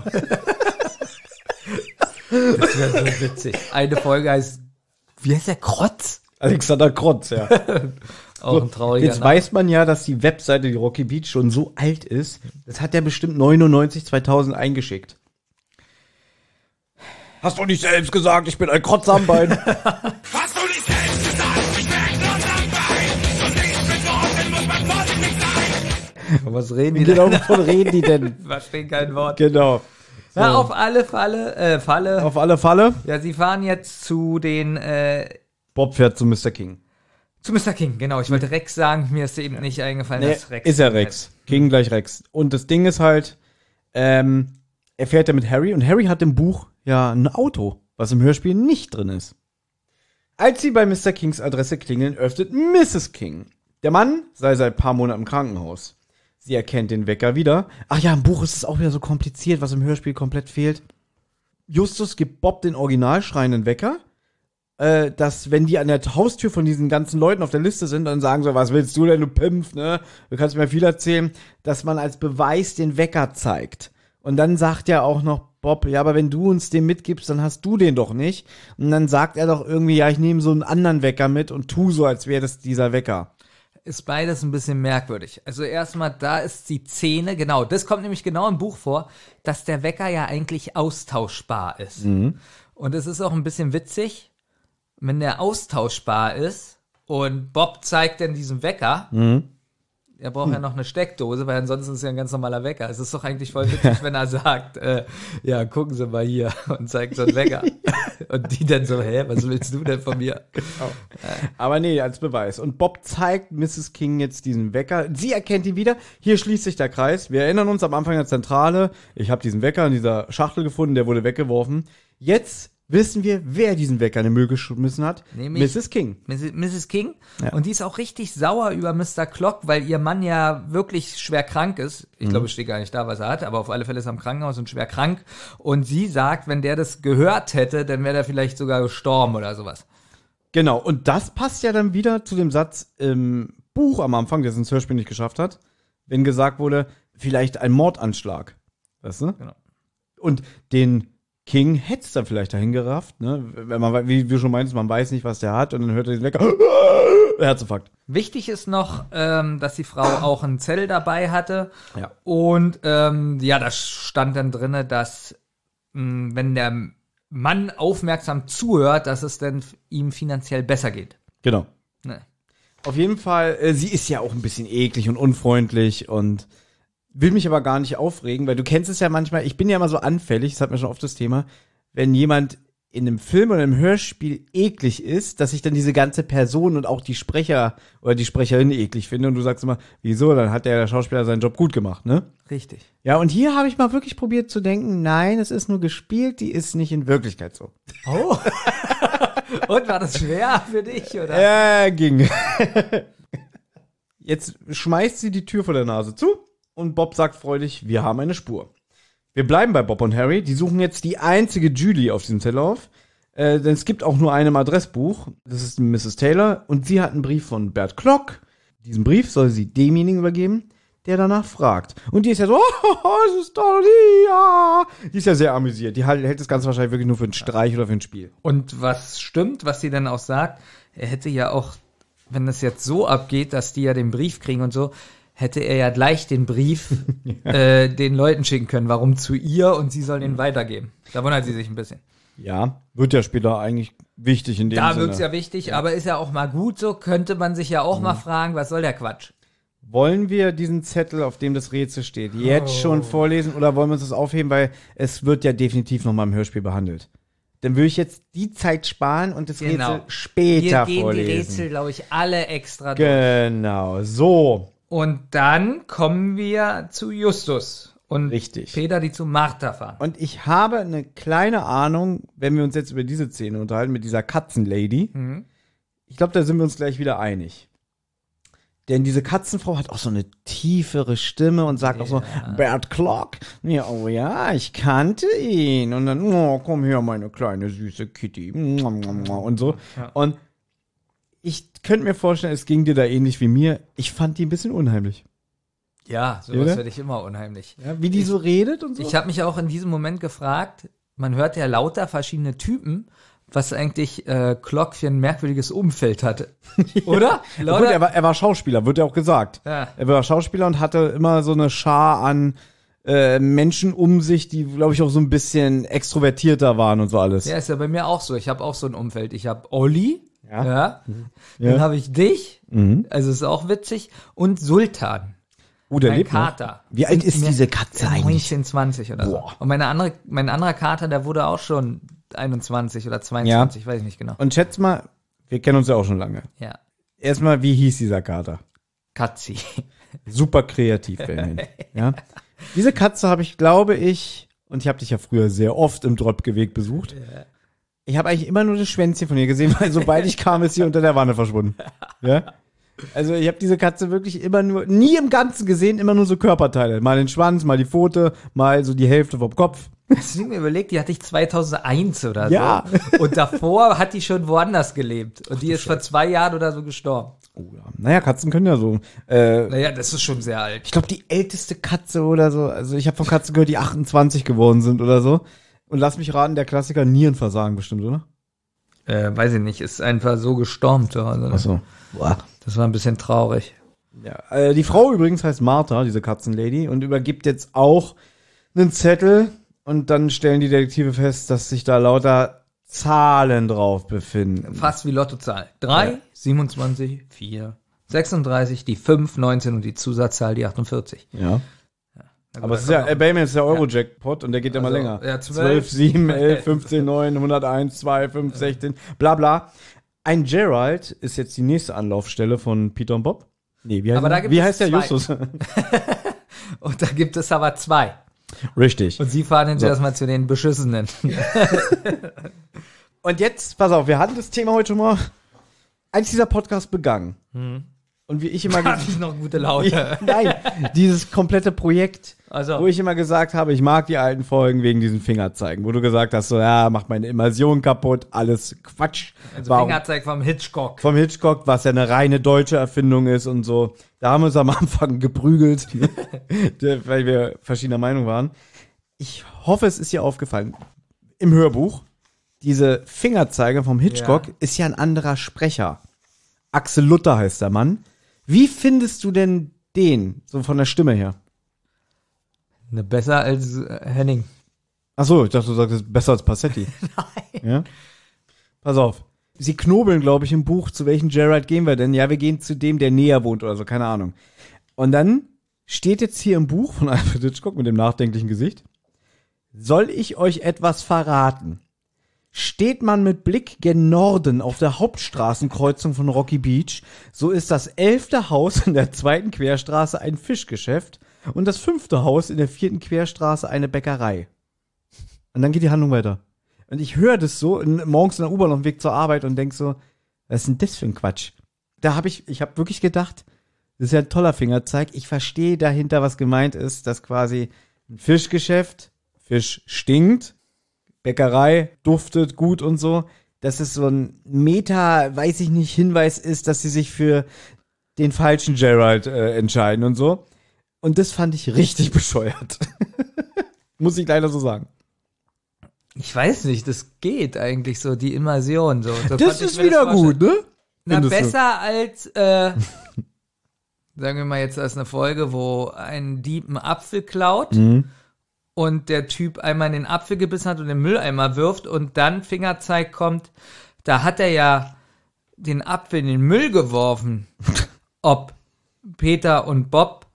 Das wäre so witzig. Eine Folge heißt, wie heißt der, Krotz? Alexander Krotz, ja. Auch ein trauriger Jetzt Name. weiß man ja, dass die Webseite, die Rocky Beach, schon so alt ist. Das hat er bestimmt neunundneunzig, zweitausend eingeschickt. Hast du nicht selbst gesagt, ich bin ein Krotz am Bein? Hast du nicht selbst gesagt, ich bin ein Klotz am Bein? Und nicht betroffen, muss man vorsichtig sein. Was reden die Genau, denn? wovon reden die denn? Verstehen kein Wort. Genau. So. Na, auf alle Falle, äh, Falle. Auf alle Fälle. Ja, sie fahren jetzt zu den, äh, Bob fährt zu Mister King. zu Mister King, genau. Ich wollte Rex sagen, mir ist eben nicht eingefallen, Nee, dass Rex. ist er Rex. King gleich Rex. Und das Ding ist halt, ähm, er fährt ja mit Harry und Harry hat im Buch ja ein Auto, was im Hörspiel nicht drin ist. Als sie bei Mister Kings Adresse klingeln, öffnet Misses King. Der Mann sei seit ein paar Monaten im Krankenhaus. Sie erkennt den Wecker wieder. Ach ja, im Buch ist es auch wieder so kompliziert, was im Hörspiel komplett fehlt. Justus gibt Bob den original schreienden Wecker, äh, dass, wenn die an der Haustür von diesen ganzen Leuten auf der Liste sind, dann sagen so, was willst du denn, du Pimpf, ne? Du kannst mir viel erzählen, dass man als Beweis den Wecker zeigt. Und dann sagt ja auch noch Bob, ja, aber wenn du uns den mitgibst, dann hast du den doch nicht. Und dann sagt er doch irgendwie, ja, ich nehme so einen anderen Wecker mit und tu so, als wäre das dieser Wecker. Ist beides ein bisschen merkwürdig. Also erstmal, da ist die Szene, genau, das kommt nämlich genau im Buch vor, dass der Wecker ja eigentlich austauschbar ist. Mhm. Und es ist auch ein bisschen witzig, wenn der austauschbar ist und Bob zeigt dann diesen Wecker, Mhm. er braucht ja noch eine Steckdose, weil ansonsten ist es ja ein ganz normaler Wecker. Es ist doch eigentlich voll witzig, wenn er sagt, äh, ja, gucken Sie mal hier und zeigt so einen Wecker. Und die dann so, hä, was willst du denn von mir? Aber nee, als Beweis. Und Bob zeigt Misses King jetzt diesen Wecker. Sie erkennt ihn wieder. Hier schließt sich der Kreis. Wir erinnern uns am Anfang der Zentrale. Ich habe diesen Wecker in dieser Schachtel gefunden, der wurde weggeworfen. Jetzt wissen wir, wer diesen Wecker in den Müll geschmissen hat. Nämlich Misses King. Misses King. Ja. Und die ist auch richtig sauer über Mister Clock, weil ihr Mann ja wirklich schwer krank ist. Ich Mhm. glaube, es steht gar nicht da, was er hat, aber auf alle Fälle ist er im Krankenhaus und schwer krank. Und sie sagt, wenn der das gehört hätte, dann wäre er vielleicht sogar gestorben oder sowas. Genau. Und das passt ja dann wieder zu dem Satz im Buch am Anfang, der es ins Hörspiel nicht geschafft hat, wenn gesagt wurde, vielleicht ein Mordanschlag. Weißt du? Genau. Und den King hätte es dann vielleicht dahin gerafft, ne? Wenn man, wie du schon meinst, man weiß nicht, was der hat, und dann hört er den Wecker. Herzinfarkt. Wichtig ist noch, ähm, dass die Frau auch einen Zettel dabei hatte. Ja. Und ähm, ja, da stand dann drinne, dass mh, wenn der Mann aufmerksam zuhört, dass es dann ihm finanziell besser geht. Genau. Ne. Auf jeden Fall, äh, sie ist ja auch ein bisschen eklig und unfreundlich und will mich aber gar nicht aufregen, weil du kennst es ja manchmal, ich bin ja immer so anfällig, das hat mir schon oft das Thema, wenn jemand in einem Film oder einem Hörspiel eklig ist, dass ich dann diese ganze Person und auch die Sprecher oder die Sprecherin eklig finde und du sagst immer, wieso, dann hat der Schauspieler seinen Job gut gemacht, ne? Richtig. Ja, und hier habe ich mal wirklich probiert zu denken, nein, es ist nur gespielt, die ist nicht in Wirklichkeit so. Oh. Und war das schwer für dich, oder? Ja, ging. Jetzt schmeißt sie die Tür vor der Nase zu und Bob sagt freudig, wir haben eine Spur. Wir bleiben bei Bob und Harry. Die suchen jetzt die einzige Julie auf diesem Zettel auf. Äh, denn es gibt auch nur eine im Adressbuch. Das ist Misses Taylor. Und sie hat einen Brief von Bert Klock. Diesen Brief soll sie demjenigen übergeben, der danach fragt. Und die ist ja so, oh, es ist Dolly, ja. Die ist ja sehr amüsiert. Die hält das Ganze wahrscheinlich wirklich nur für einen Streich oder für ein Spiel. Und was stimmt, was sie dann auch sagt, er hätte ja auch, wenn das jetzt so abgeht, dass die ja den Brief kriegen und so, hätte er ja gleich den Brief ja. äh, den Leuten schicken können. Warum zu ihr und sie soll ihn weitergeben? Da wundert sie sich ein bisschen. Ja, wird ja später eigentlich wichtig in dem da Sinne. Da wird's ja wichtig, ja. aber ist ja auch mal gut so, könnte man sich ja auch mhm. mal fragen, was soll der Quatsch? Wollen wir diesen Zettel, auf dem das Rätsel steht, jetzt oh. schon vorlesen oder wollen wir uns das aufheben, weil es wird ja definitiv nochmal im Hörspiel behandelt. Dann würde ich jetzt die Zeit sparen und das genau. Rätsel später wir vorlesen. Wir gehen die Rätsel, glaube ich, alle extra durch. Genau, so. Und dann kommen wir zu Justus und Richtig. Peter, die zu Martha fahren. Und ich habe eine kleine Ahnung, wenn wir uns jetzt über diese Szene unterhalten, mit dieser Katzenlady. Mhm. Ich glaube, da sind wir uns gleich wieder einig. Denn diese Katzenfrau hat auch so eine tiefere Stimme und sagt ja. auch so, Bert Klock, ja, oh ja, ich kannte ihn. Und dann, oh, komm her, meine kleine süße Kitty. Und so. Ja. Und ich könnte mir vorstellen, es ging dir da ähnlich wie mir. Ich fand die ein bisschen unheimlich. Ja, sowas finde ich immer unheimlich. Ja, wie die ich, so redet und so. Ich habe mich auch in diesem Moment gefragt, man hört ja lauter verschiedene Typen, was eigentlich äh, Klock für ein merkwürdiges Umfeld hatte. Oder? Ja, gut, er, war, er war Schauspieler, wird ja auch gesagt. Ja. Er war Schauspieler und hatte immer so eine Schar an äh, Menschen um sich, die, glaube ich, auch so ein bisschen extrovertierter waren und so alles. Ja, ist ja bei mir auch so. Ich habe auch so ein Umfeld. Ich habe Olli. Ja. ja. Mhm. Dann habe ich dich. Mhm. Also ist auch witzig. Und Sultan. Oh, der mein lebt Kater. Noch. Wie alt ist diese Katze eigentlich? neunzehn, zwanzig oder Boah. so. Und meine andere, mein anderer Kater, der wurde auch schon einundzwanzig oder zweiundzwanzig, ja. weiß ich nicht genau. Und schätz mal, wir kennen uns ja auch schon lange. Ja. Erstmal, wie hieß dieser Kater? Katzi. Super kreativ, Benjamin. Ja. Diese Katze habe ich, glaube ich, und ich habe dich ja früher sehr oft im Drottgeweg besucht. Ja. Ich habe eigentlich immer nur das Schwänzchen von ihr gesehen, weil sobald ich kam, ist sie unter der Wanne verschwunden. Ja. Also ich habe diese Katze wirklich immer nur, nie im Ganzen gesehen, immer nur so Körperteile. Mal den Schwanz, mal die Pfote, mal so die Hälfte vom Kopf. Hast du mir überlegt, die hatte ich zweitausendeins oder ja. so. Und davor hat die schon woanders gelebt. Und die ist vor zwei Jahren oder so gestorben. Oh ja. Naja, Katzen können ja so. Äh, naja, das ist schon sehr alt. Ich glaube, die älteste Katze oder so, also ich habe von Katzen gehört, die achtundzwanzig geworden sind oder so. Und lass mich raten, der Klassiker Nierenversagen bestimmt, oder? Äh, weiß ich nicht, ist einfach so gestorben. Also, Ach so. Boah. Das war ein bisschen traurig. Ja, äh, die Frau übrigens heißt Martha, diese Katzenlady, und übergibt jetzt auch einen Zettel und dann stellen die Detektive fest, dass sich da lauter Zahlen drauf befinden. Fast wie Lottozahl. drei, ja. siebenundzwanzig, vier, sechsunddreißig, die fünf, neunzehn und die Zusatzzahl, die achtundvierzig. Ja. Aber es ist ja, äh, Bayman ist der Euro-Jackpot und der geht ja also, mal länger. Ja, zwölf, zwölf, sieben, elf, fünfzehn, neun, hunderteins, zwei, fünf, sechzehn, bla bla. Ein Gerald ist jetzt die nächste Anlaufstelle von Peter und Bob. Nee, wie heißt, aber da der? Gibt Wie es heißt der zwei. Justus? Und da gibt es aber zwei. Richtig. Und sie fahren jetzt so. erstmal zu den Beschissenen. Und jetzt, pass auf, wir hatten das Thema heute schon mal, als dieser Podcast begann. Hm. Und wie ich immer hatte ich noch gute Laune. Ja, nein, dieses komplette Projekt, also. wo ich immer gesagt habe, ich mag die alten Folgen wegen diesen Fingerzeigen, wo du gesagt hast, so, ja, macht meine Immersion kaputt, alles Quatsch. Also Warum? Fingerzeig vom Hitchcock. Vom Hitchcock, was ja eine reine deutsche Erfindung ist und so. Da haben wir uns am Anfang geprügelt, weil wir verschiedener Meinung waren. Ich hoffe, es ist dir aufgefallen. Im Hörbuch, diese Fingerzeige vom Hitchcock ja. ist ja ein anderer Sprecher. Axel Luther heißt der Mann. Wie findest du denn den, so von der Stimme her? Ne, besser als äh, Henning. Ach so, ich dachte, du sagst besser als Passetti. Nein. Ja? Pass auf. Sie knobeln, glaube ich, im Buch, zu welchem Gerald gehen wir denn? Ja, wir gehen zu dem, der näher wohnt oder so, keine Ahnung. Und dann steht jetzt hier im Buch von Alfred Hitchcock mit dem nachdenklichen Gesicht: Soll ich euch etwas verraten? Steht man mit Blick gen Norden auf der Hauptstraßenkreuzung von Rocky Beach, so ist das elfte Haus in der zweiten Querstraße ein Fischgeschäft und das fünfte Haus in der vierten Querstraße eine Bäckerei. Und dann geht die Handlung weiter. Und ich höre das so in, morgens in der U-Bahn auf dem Weg zur Arbeit und denk so, was ist denn das für ein Quatsch? Da habe ich, ich habe wirklich gedacht, das ist ja ein toller Fingerzeig. Ich verstehe dahinter, was gemeint ist, dass quasi ein Fischgeschäft, Fisch stinkt, Bäckerei duftet gut und so, dass es so ein Meta, weiß ich nicht, Hinweis ist, dass sie sich für den falschen Gerald äh, entscheiden und so. Und das fand ich richtig bescheuert. Muss ich leider so sagen. Ich weiß nicht, das geht eigentlich so, die Immersion. So. so das ist wieder das gut, ne? Na, Findest besser du? als, äh, sagen wir mal jetzt, als eine Folge, wo ein Dieb einen Apfel klaut Mhm. und der Typ einmal in den Apfel gebissen hat und den Mülleimer wirft und dann Fingerzeig kommt, da hat er ja den Apfel in den Müll geworfen. Ob Peter und Bob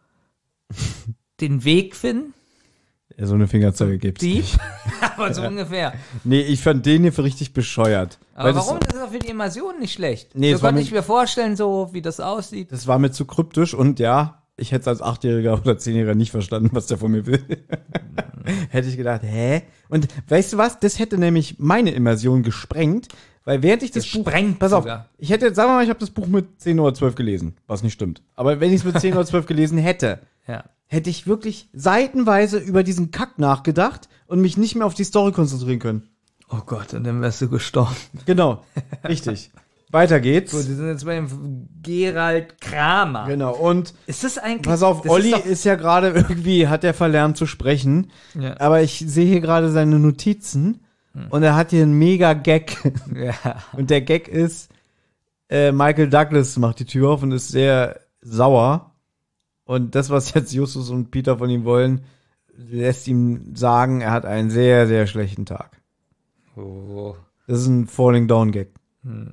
den Weg finden? Ja, so eine Fingerzeige gibt's Dieb? nicht. Aber so ungefähr. Nee, ich fand den hier für richtig bescheuert. Aber Weil warum? Das, Das ist auch für die Immersion nicht schlecht. Nee, so es war konnte mit- ich mir vorstellen, so wie das aussieht. das war mir zu kryptisch und ja, ich hätte es als Achtjähriger oder Zehnjähriger nicht verstanden, was der von mir will. Hätte ich gedacht, hä? Und weißt du was? Das hätte nämlich meine Immersion gesprengt, weil während ich das Buch... Gesprengt Pass auf, sogar. ich hätte, sagen wir mal, ich habe das Buch mit zehn oder zwölf gelesen, was nicht stimmt. Aber wenn ich es mit zehn oder zwölf gelesen hätte, Ja. hätte ich wirklich seitenweise über diesen Kack nachgedacht und mich nicht mehr auf die Story konzentrieren können. Oh Gott, und dann wärst du gestorben. Genau, richtig. Weiter geht's. Gut, wir sind jetzt bei dem Gerald Kramer. Genau, und Ist das eigentlich... pass auf, das Olli ist, ist, ja gerade irgendwie, hat er verlernt zu sprechen, Ja. aber ich sehe hier gerade seine Notizen und er hat hier einen mega Gag. doch, ja. Und der Gag ist, äh, Michael Douglas macht die Tür auf und ist sehr sauer. Und das, was jetzt Justus und Peter von ihm wollen, lässt ihm sagen, er hat einen sehr, sehr schlechten Tag. Oh. Das ist ein Falling Down Gag. Hm.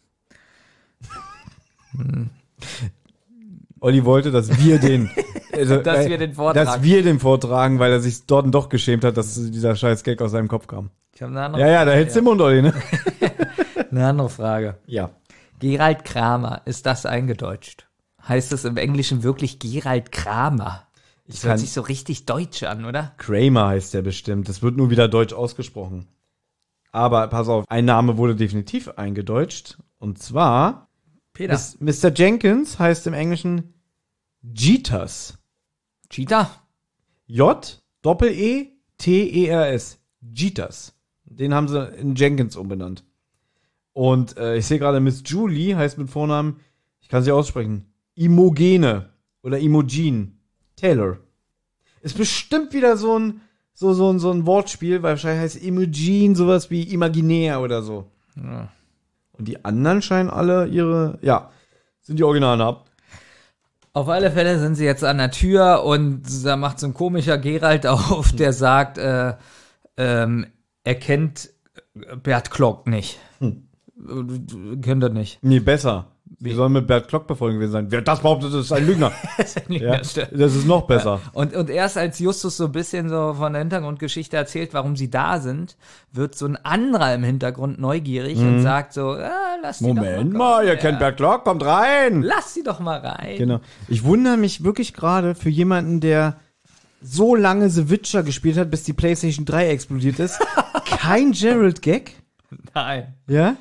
Olli wollte, dass wir den, also, Dass äh, wir den vortragen. dass wir den vortragen, weil er sich dort doch geschämt hat, dass dieser scheiß Gag aus seinem Kopf kam. Ich habe eine andere Ja, ja, da Frage, hältst du im Mund, Olli, ne? Eine andere Frage. Ja. Gerald Kramer, ist das eingedeutscht? Heißt das im Englischen wirklich Gerald Kramer? Das Ich hört kann- sich so richtig deutsch an, oder? Kramer heißt der bestimmt. Das wird nur wieder deutsch ausgesprochen. Aber pass auf, ein Name wurde definitiv eingedeutscht. Und zwar, Peter. Miss- Mister Jenkins heißt im Englischen Jeeters. Cheetah? J Doppel-E T E R S. Jeeters. Den haben sie in Jenkins umbenannt. Und äh, ich sehe gerade, Miss Julie heißt mit Vornamen, ich kann sie aussprechen, Imogene oder Imogen Taylor. Ist bestimmt wieder so ein so so ein so ein Wortspiel, weil wahrscheinlich heißt Imogen sowas wie imaginär oder so. Ja. Und die anderen scheinen alle ihre, ja, sind die Originalnamen. Auf alle Fälle sind sie jetzt an der Tür und da macht so ein komischer Gerald auf, der sagt, äh, ähm, er kennt Bert Klock nicht. Hm. Äh, Kennt er nicht. Nee, besser. Wie soll mit Bert Klock befreundet gewesen sein? Wer das behauptet, das ist ein Lügner. Ja, das ist noch besser. Ja. Und, und erst als Justus so ein bisschen so von der Hintergrundgeschichte erzählt, warum sie da sind, wird so ein anderer im Hintergrund neugierig Mhm. und sagt so, ah, lass sie Moment doch mal, mal, ihr ja. kennt Bert Klock, kommt rein. Lass sie doch mal rein. Genau. Ich wundere mich wirklich gerade für jemanden, der so lange The Witcher gespielt hat, bis die PlayStation drei explodiert ist. Kein Gerald-Gag? Nein. Ja?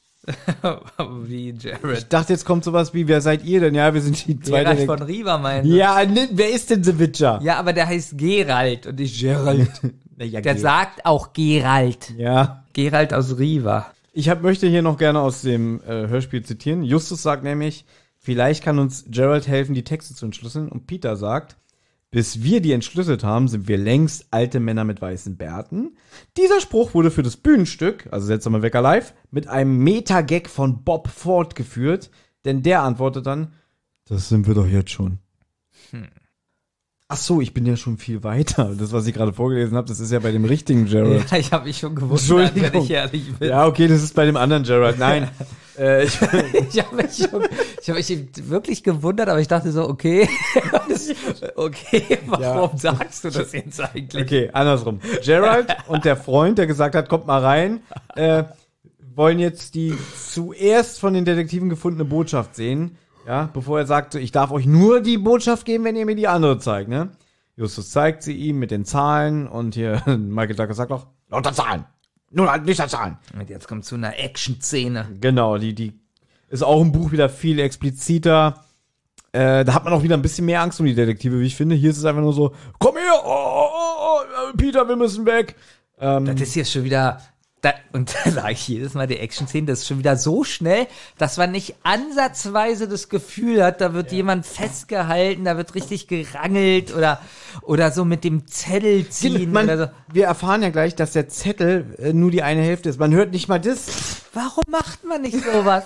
Wie Jared. Ich dachte, jetzt kommt sowas wie, wer seid ihr denn? Ja, wir sind die zweite. Gerald von Riva meinte. Ja, ne, wer ist denn The Witcher? Ja, aber der heißt Gerald und nicht Gerald. Ja, Der Ge- sagt auch Gerald. Ja. Gerald aus Riva. Ich hab, möchte hier noch gerne aus dem äh, Hörspiel zitieren. Justus sagt nämlich, vielleicht kann uns Gerald helfen, die Texte zu entschlüsseln. Und Peter sagt, bis wir die entschlüsselt haben, sind wir längst alte Männer mit weißen Bärten. Dieser Spruch wurde für das Bühnenstück, also Seltsamer Wecker live, mit einem Meta-Gag von Bob fortgeführt, Denn der antwortet dann, das sind wir doch jetzt schon. Hm. Ach so, ich bin ja schon viel weiter. Das, was ich gerade vorgelesen habe, das ist ja bei dem richtigen Gerald. Ja, ich habe mich schon gewundert, wenn ich ehrlich bin. Ja, okay, das ist bei dem anderen Gerald. Nein. äh, ich ich habe mich, schon, ich hab mich wirklich gewundert, aber ich dachte so, okay, okay, warum ja. sagst du das jetzt eigentlich? Okay, andersrum. Gerald und der Freund, der gesagt hat, kommt mal rein, äh, wollen jetzt die zuerst von den Detektiven gefundene Botschaft sehen. Ja, bevor er sagt, ich darf euch nur die Botschaft geben, wenn ihr mir die andere zeigt, ne? Justus zeigt sie ihm mit den Zahlen und hier Michael Douglas sagt auch, lauter Zahlen. Nur nicht Zahlen. Und jetzt kommt zu einer Action-Szene. Genau, die, die ist auch im Buch wieder viel expliziter. Äh, da hat man auch wieder ein bisschen mehr Angst um die Detektive, wie ich finde. Hier ist es einfach nur so, komm her, oh, oh, oh, Peter, wir müssen weg. Ähm, das ist jetzt schon wieder... Da, und da sage ich jedes Mal, die Action-Szene, das ist schon wieder so schnell, dass man nicht ansatzweise das Gefühl hat, da wird ja. jemand festgehalten, da wird richtig gerangelt oder, oder so mit dem Zettel ziehen. Man, oder so. Wir erfahren ja gleich, dass der Zettel äh, nur die eine Hälfte ist. Man hört nicht mal das. Warum macht man nicht sowas?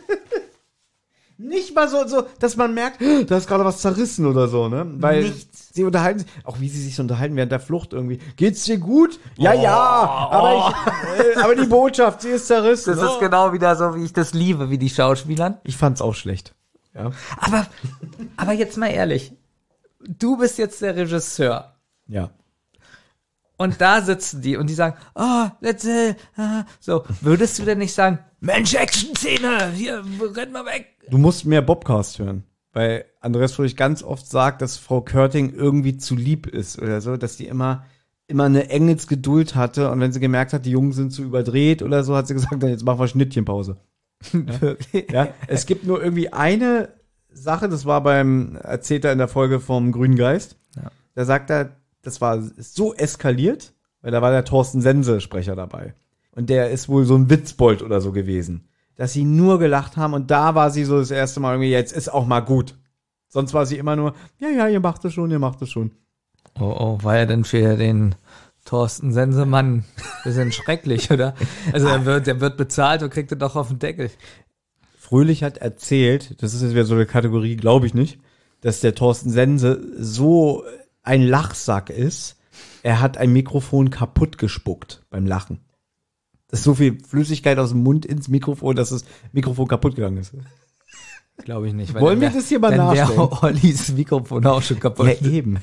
Nicht mal so, so, dass man merkt, da ist gerade was zerrissen oder so, ne? Weil Nichts. sie unterhalten sich, auch wie sie sich so unterhalten während der Flucht irgendwie. Geht's dir gut? Ja, oh, ja, aber oh. ich, äh, aber die Botschaft, sie ist zerrissen. Das ist oh. genau wieder so, wie ich das liebe, wie die Schauspielern. Ich fand's auch schlecht. Ja. Aber, aber jetzt mal ehrlich. Du bist jetzt der Regisseur. Ja. Und da sitzen die und die sagen, oh, let's, uh, so. Würdest du denn nicht sagen, Mensch, Action-Szene, hier, renn mal weg. Du musst mehr Bobcast hören, weil Andreas Fröhlich ganz oft sagt, dass Frau Körting irgendwie zu lieb ist oder so, dass die immer, immer eine Engelsgeduld hatte und wenn sie gemerkt hat, die Jungen sind zu überdreht oder so, hat sie gesagt, dann jetzt machen wir Schnittchenpause. Ja? Ja? Es gibt nur irgendwie eine Sache, das war beim Erzähler in der Folge vom Grünen Geist, ja. Da sagt er, das war so eskaliert, weil da war der Thorsten Sense Sprecher dabei. Und der ist wohl so ein Witzbold oder so gewesen. Dass sie nur gelacht haben und da war sie so das erste Mal irgendwie, jetzt ist auch mal gut. Sonst war sie immer nur, ja, ja, ihr macht es schon, ihr macht es schon. Oh, oh, war ja denn für den Thorsten Sensemann ein bisschen schrecklich, oder? Also der wird, der wird bezahlt und kriegt er doch auf den Deckel. Fröhlich hat erzählt, das ist jetzt wieder so eine Kategorie, glaube ich nicht, dass der Thorsten Sense so ein Lachsack ist, er hat ein Mikrofon kaputt gespuckt beim Lachen. Das ist so viel Flüssigkeit aus dem Mund ins Mikrofon, dass das Mikrofon kaputt gegangen ist. Glaube ich nicht. Weil Wollen wir das hier mal dann nachstellen? Dann wäre Ollis Mikrofon auch schon kaputt. Ja, eben.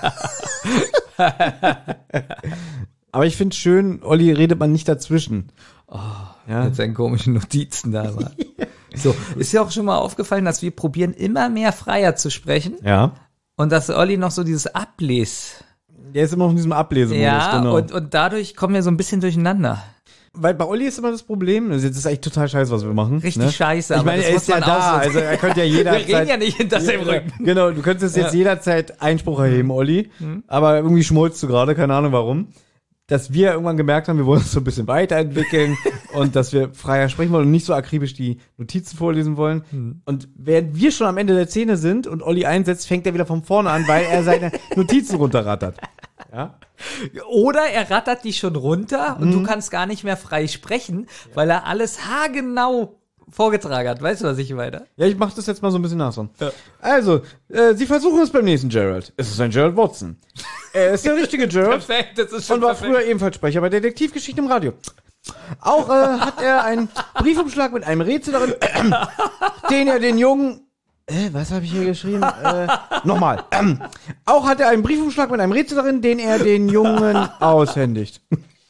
Aber ich finde schön, Olli redet man nicht dazwischen. Oh, ja. Mit seinen komischen Notizen da. Ja. So, ist ja auch schon mal aufgefallen, dass wir probieren, immer mehr freier zu sprechen. Ja. Und dass Olli noch so dieses Ables... Der ist immer noch in diesem Ablesemodus, ja, genau. und, und dadurch kommen wir so ein bisschen durcheinander. Weil bei Olli ist immer das Problem, das ist eigentlich total scheiße, was wir machen. Richtig ne? scheiße. Ich meine, er ist ja da, also er könnte ja jederzeit... Wir reden ja nicht hinter seinem Rücken. Genau, du könntest jetzt ja. jederzeit Einspruch erheben, Olli, mhm. aber irgendwie schmolzt du gerade, keine Ahnung warum. Dass wir irgendwann gemerkt haben, wir wollen uns so ein bisschen weiterentwickeln und dass wir freier sprechen wollen und nicht so akribisch die Notizen vorlesen wollen. Mhm. Und während wir schon am Ende der Szene sind und Olli einsetzt, fängt er wieder von vorne an, weil er seine Notizen runterrattert. Ja? Oder er rattert die schon runter und mhm. du kannst gar nicht mehr frei sprechen, ja. weil er alles haargenau vorgetragen hat. Weißt du, was ich meine? Ja, ich mach das jetzt mal so ein bisschen nach. So. Ja. Also, äh, sie versuchen es beim nächsten Gerald. Es ist ein Gerald Watson. Er ist der richtige Gerald. Perfekt, das ist schon und war perfekt. früher ebenfalls Sprecher bei Detektivgeschichten im Radio. Auch äh, hat er einen Briefumschlag mit einem Rätsel darin, äh, den er den Jungen... Äh, was habe ich hier geschrieben? äh, nochmal. Ähm, auch hat er einen Briefumschlag mit einem Rätsel darin, den er den Jungen aushändigt.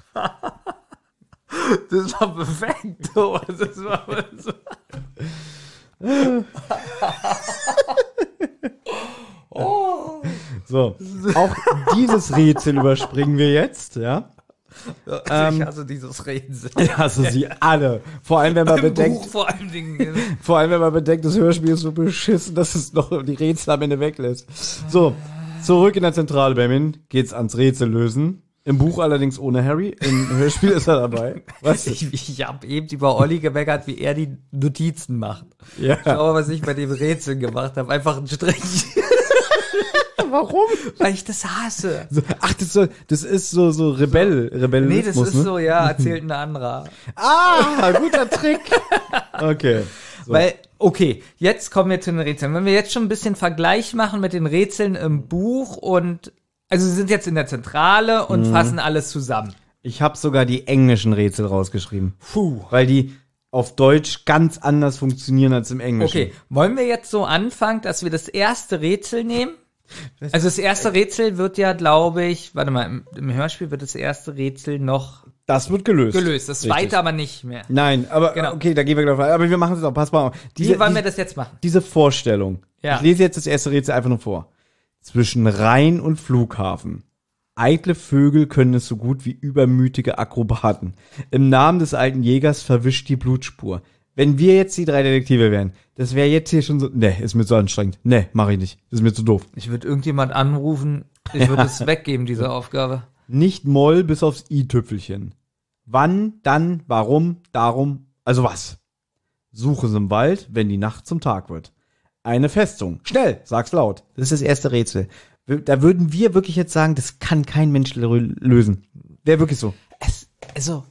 Das war perfekt, Thomas. Das war so. Oh. So, auch dieses Rätsel überspringen wir jetzt, ja. Also ähm, ich hasse dieses Rätsel. Ich hasse sie alle. Vor allem, wenn man Im bedenkt. Buch vor allen Dingen. Vor allem, wenn man bedenkt, das Hörspiel ist so beschissen, dass es noch die Rätsel am Ende weglässt. So, zurück in der Zentrale, Benjamin, geht's ans Rätsel lösen. Im Buch allerdings ohne Harry. Im Hörspiel ist er dabei. Was? Ich, ich habe eben über Olli gemeckert, wie er die Notizen macht. Ja. Schau mal, was ich bei dem Rätsel gemacht habe. Einfach einen Strich. Warum? Weil ich das hasse. So, ach, das ist so, das ist so, so Rebell, Rebellismus, Nee, das ist ne? so, ja, erzählt ein anderer. Ah, guter Trick. Okay. Weil, okay, jetzt kommen wir zu den Rätseln. Wenn wir jetzt schon ein bisschen Vergleich machen mit den Rätseln im Buch und, also sie sind jetzt in der Zentrale und Mhm. fassen alles zusammen. Ich habe sogar die englischen Rätsel rausgeschrieben. Puh. Weil die auf Deutsch ganz anders funktionieren als im Englischen. Okay, wollen wir jetzt so anfangen, dass wir das erste Rätsel nehmen? Also das erste Rätsel wird ja, glaube ich, warte mal, im, im Hörspiel wird das erste Rätsel noch Das wird gelöst. gelöst, das Richtig. zweite aber nicht mehr. Nein, aber Genau. okay, da gehen wir gleich weiter. Aber wir machen es auch. Pass mal auf. Wie wollen wir das jetzt machen? Diese Vorstellung. Ja. Ich lese jetzt das erste Rätsel einfach nur vor. Zwischen Rhein und Flughafen. Eitle Vögel können es so gut wie übermütige Akrobaten. Im Namen des alten Jägers verwischt die Blutspur. Wenn wir jetzt die drei Detektive wären, das wäre jetzt hier schon so, ne, ist mir zu anstrengend. Ne, mache ich nicht. Das ist mir zu doof. Ich würde irgendjemand anrufen, ich würde es weggeben, diese Aufgabe. Nicht Moll bis aufs i-Tüpfelchen. Wann, dann, warum, darum, also was? Suche es im Wald, wenn die Nacht zum Tag wird. Eine Festung. Schnell, sag's laut. Das ist das erste Rätsel. Da würden wir wirklich jetzt sagen, das kann kein Mensch lösen. Wäre wirklich so. Es, also,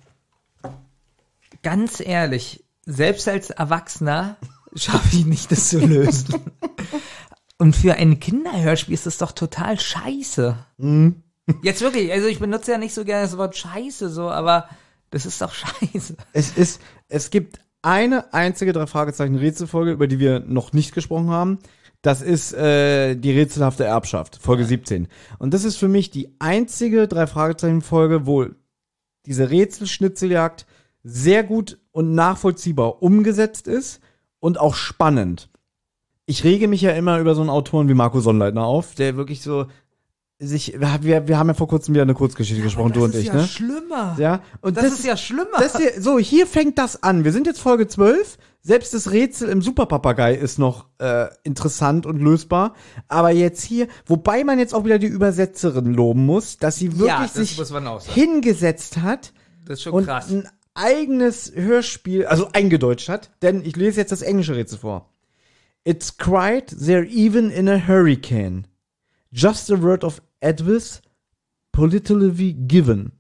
ganz ehrlich, selbst als Erwachsener schaffe ich nicht, das zu lösen. Und für ein Kinderhörspiel ist das doch total scheiße. Mhm. Jetzt wirklich, also ich benutze ja nicht so gerne das Wort scheiße, so, aber das ist doch scheiße. Es ist, es gibt eine einzige drei Fragezeichen Rätselfolge, über die wir noch nicht gesprochen haben. Das ist äh, die rätselhafte Erbschaft, Folge ja. siebzehn. Und das ist für mich die einzige drei Fragezeichen Folge, wo diese Rätselschnitzeljagd sehr gut und nachvollziehbar umgesetzt ist und auch spannend. Ich rege mich ja immer über so einen Autoren wie Marco Sonnleitner auf, der wirklich so sich, wir, wir haben ja vor kurzem wieder eine Kurzgeschichte ja, gesprochen, du und ich, ne? Das ist ja schlimmer. Ja, und das, das ist ja schlimmer. Das hier, so, hier fängt das an. Wir sind jetzt Folge zwölf. Selbst das Rätsel im Superpapagei ist noch äh, interessant und lösbar. Aber jetzt hier, wobei man jetzt auch wieder die Übersetzerin loben muss, dass sie wirklich ja, das sich muss man auch sagen. hingesetzt hat. Das ist schon und krass. ein eigenes Hörspiel, also eingedeutscht hat. Denn ich lese jetzt das englische Rätsel vor. It's cried they're even in a hurricane. Just a word of advice, politically given.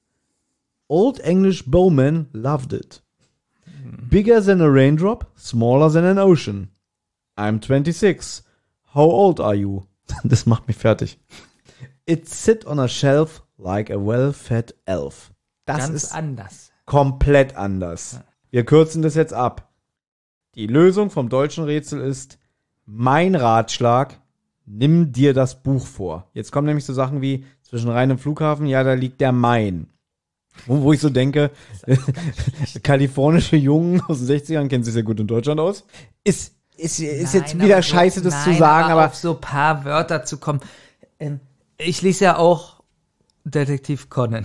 Old English bowmen loved it. Bigger than a raindrop, smaller than an ocean. I'm twenty-six. How old are you? Das macht mich fertig. It sit on a shelf like a well-fed elf. Das Ganz ist anders. Komplett anders. Wir kürzen das jetzt ab. Die Lösung vom deutschen Rätsel ist mein Ratschlag, nimm dir das Buch vor. Jetzt kommen nämlich so Sachen wie zwischen Rhein und Flughafen, ja, da liegt der Main. Wo, wo ich so denke, kalifornische Jungen aus den sechzigern kennen sich sehr gut in Deutschland aus. Ist, ist, ist Nein, jetzt wieder aber scheiße, so, das nein, zu sagen, aber, auf so ein paar Wörter zu kommen. Ähm, ich lese ja auch Detektiv Conan.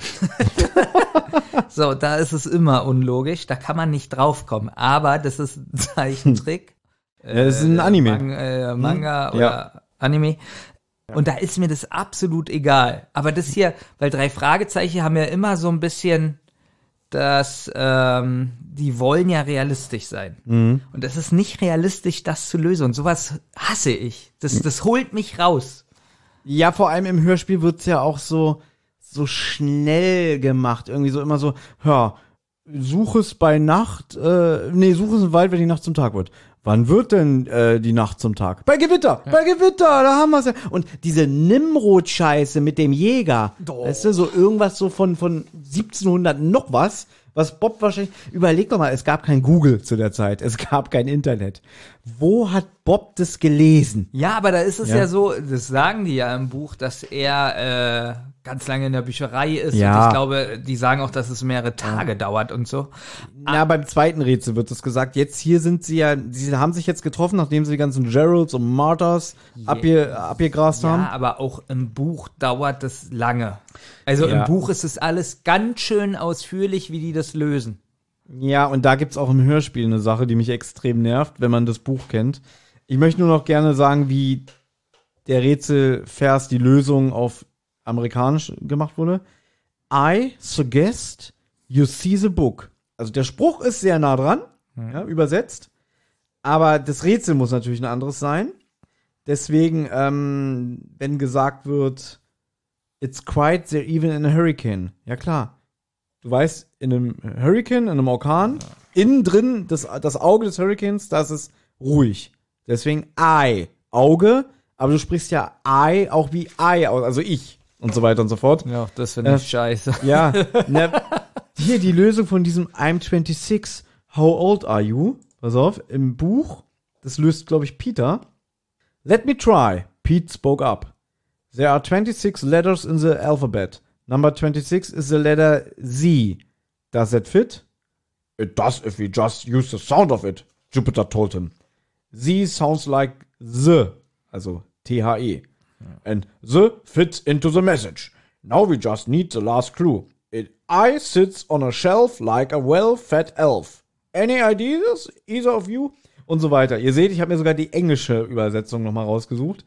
So, da ist es immer unlogisch, da kann man nicht draufkommen. Aber das ist ein Zeichentrick. Ja, das ist ein Anime. Mang, äh, Manga hm? oder Ja. Anime. Und da ist mir das absolut egal. Aber das hier, weil drei Fragezeichen haben ja immer so ein bisschen, dass ähm, die wollen ja realistisch sein. Mhm. Und das ist nicht realistisch, das zu lösen. Und sowas hasse ich. Das, das holt mich raus. Ja, vor allem im Hörspiel wird's ja auch so, so schnell gemacht. Irgendwie so immer so, ja, such es bei Nacht, äh, nee, such es im Wald, wenn die Nacht zum Tag wird. Wann wird denn äh, die Nacht zum Tag? Bei Gewitter, ja. bei Gewitter, da haben wir's ja. Und diese Nimrod-Scheiße mit dem Jäger, oh. Weißt du, so irgendwas so von, von siebzehnhundert noch was, was Bob wahrscheinlich, überleg doch mal, es gab kein Google zu der Zeit, es gab kein Internet. Wo hat Bob das gelesen? Ja, aber da ist es ja, Ja. so, das sagen die ja im Buch, dass er äh, ganz lange in der Bücherei ist. Ja. Und ich glaube, die sagen auch, dass es mehrere Tage ja. dauert und so. Na, beim zweiten Rätsel wird es gesagt. Jetzt hier sind sie ja, sie haben sich jetzt getroffen, nachdem sie die ganzen Geralds und Marthas Ja. abge, abgegrast Ja, haben. aber auch im Buch dauert das lange. Also Ja. im Buch ist es alles ganz schön ausführlich, wie die das lösen. Ja, und da gibt's auch im Hörspiel eine Sache, die mich extrem nervt, wenn man das Buch kennt. Ich möchte nur noch gerne sagen, wie der Rätselvers, die Lösung auf amerikanisch gemacht wurde. I suggest you see the book. Also der Spruch ist sehr nah dran, Mhm. ja, übersetzt. Aber das Rätsel muss natürlich ein anderes sein. Deswegen, ähm, wenn gesagt wird, it's quite there even in a hurricane. Ja klar. du weißt, in einem Hurricane, in einem Orkan, innen drin, das, das Auge des Hurricanes, das ist ruhig. Deswegen Eye, Auge, aber du sprichst ja I auch wie I aus, also ich und so weiter und so fort. Ja, das finde ich äh, scheiße. Ja, ne, hier die Lösung von diesem I'm twenty-six, how old are you? Pass auf, im Buch, das löst, glaube ich, Peter. Let me try, Pete spoke up. There are twenty-six letters in the alphabet. Number twenty-six is the letter Z. Does that fit? It does if we just use the sound of it, Jupiter told him. Z sounds like the, also T H E. And the fits into the message. Now we just need the last clue. It I sits on a shelf like a well-fed elf. Any ideas, either of you? Und so weiter. Ihr seht, ich habe mir sogar die englische Übersetzung nochmal rausgesucht.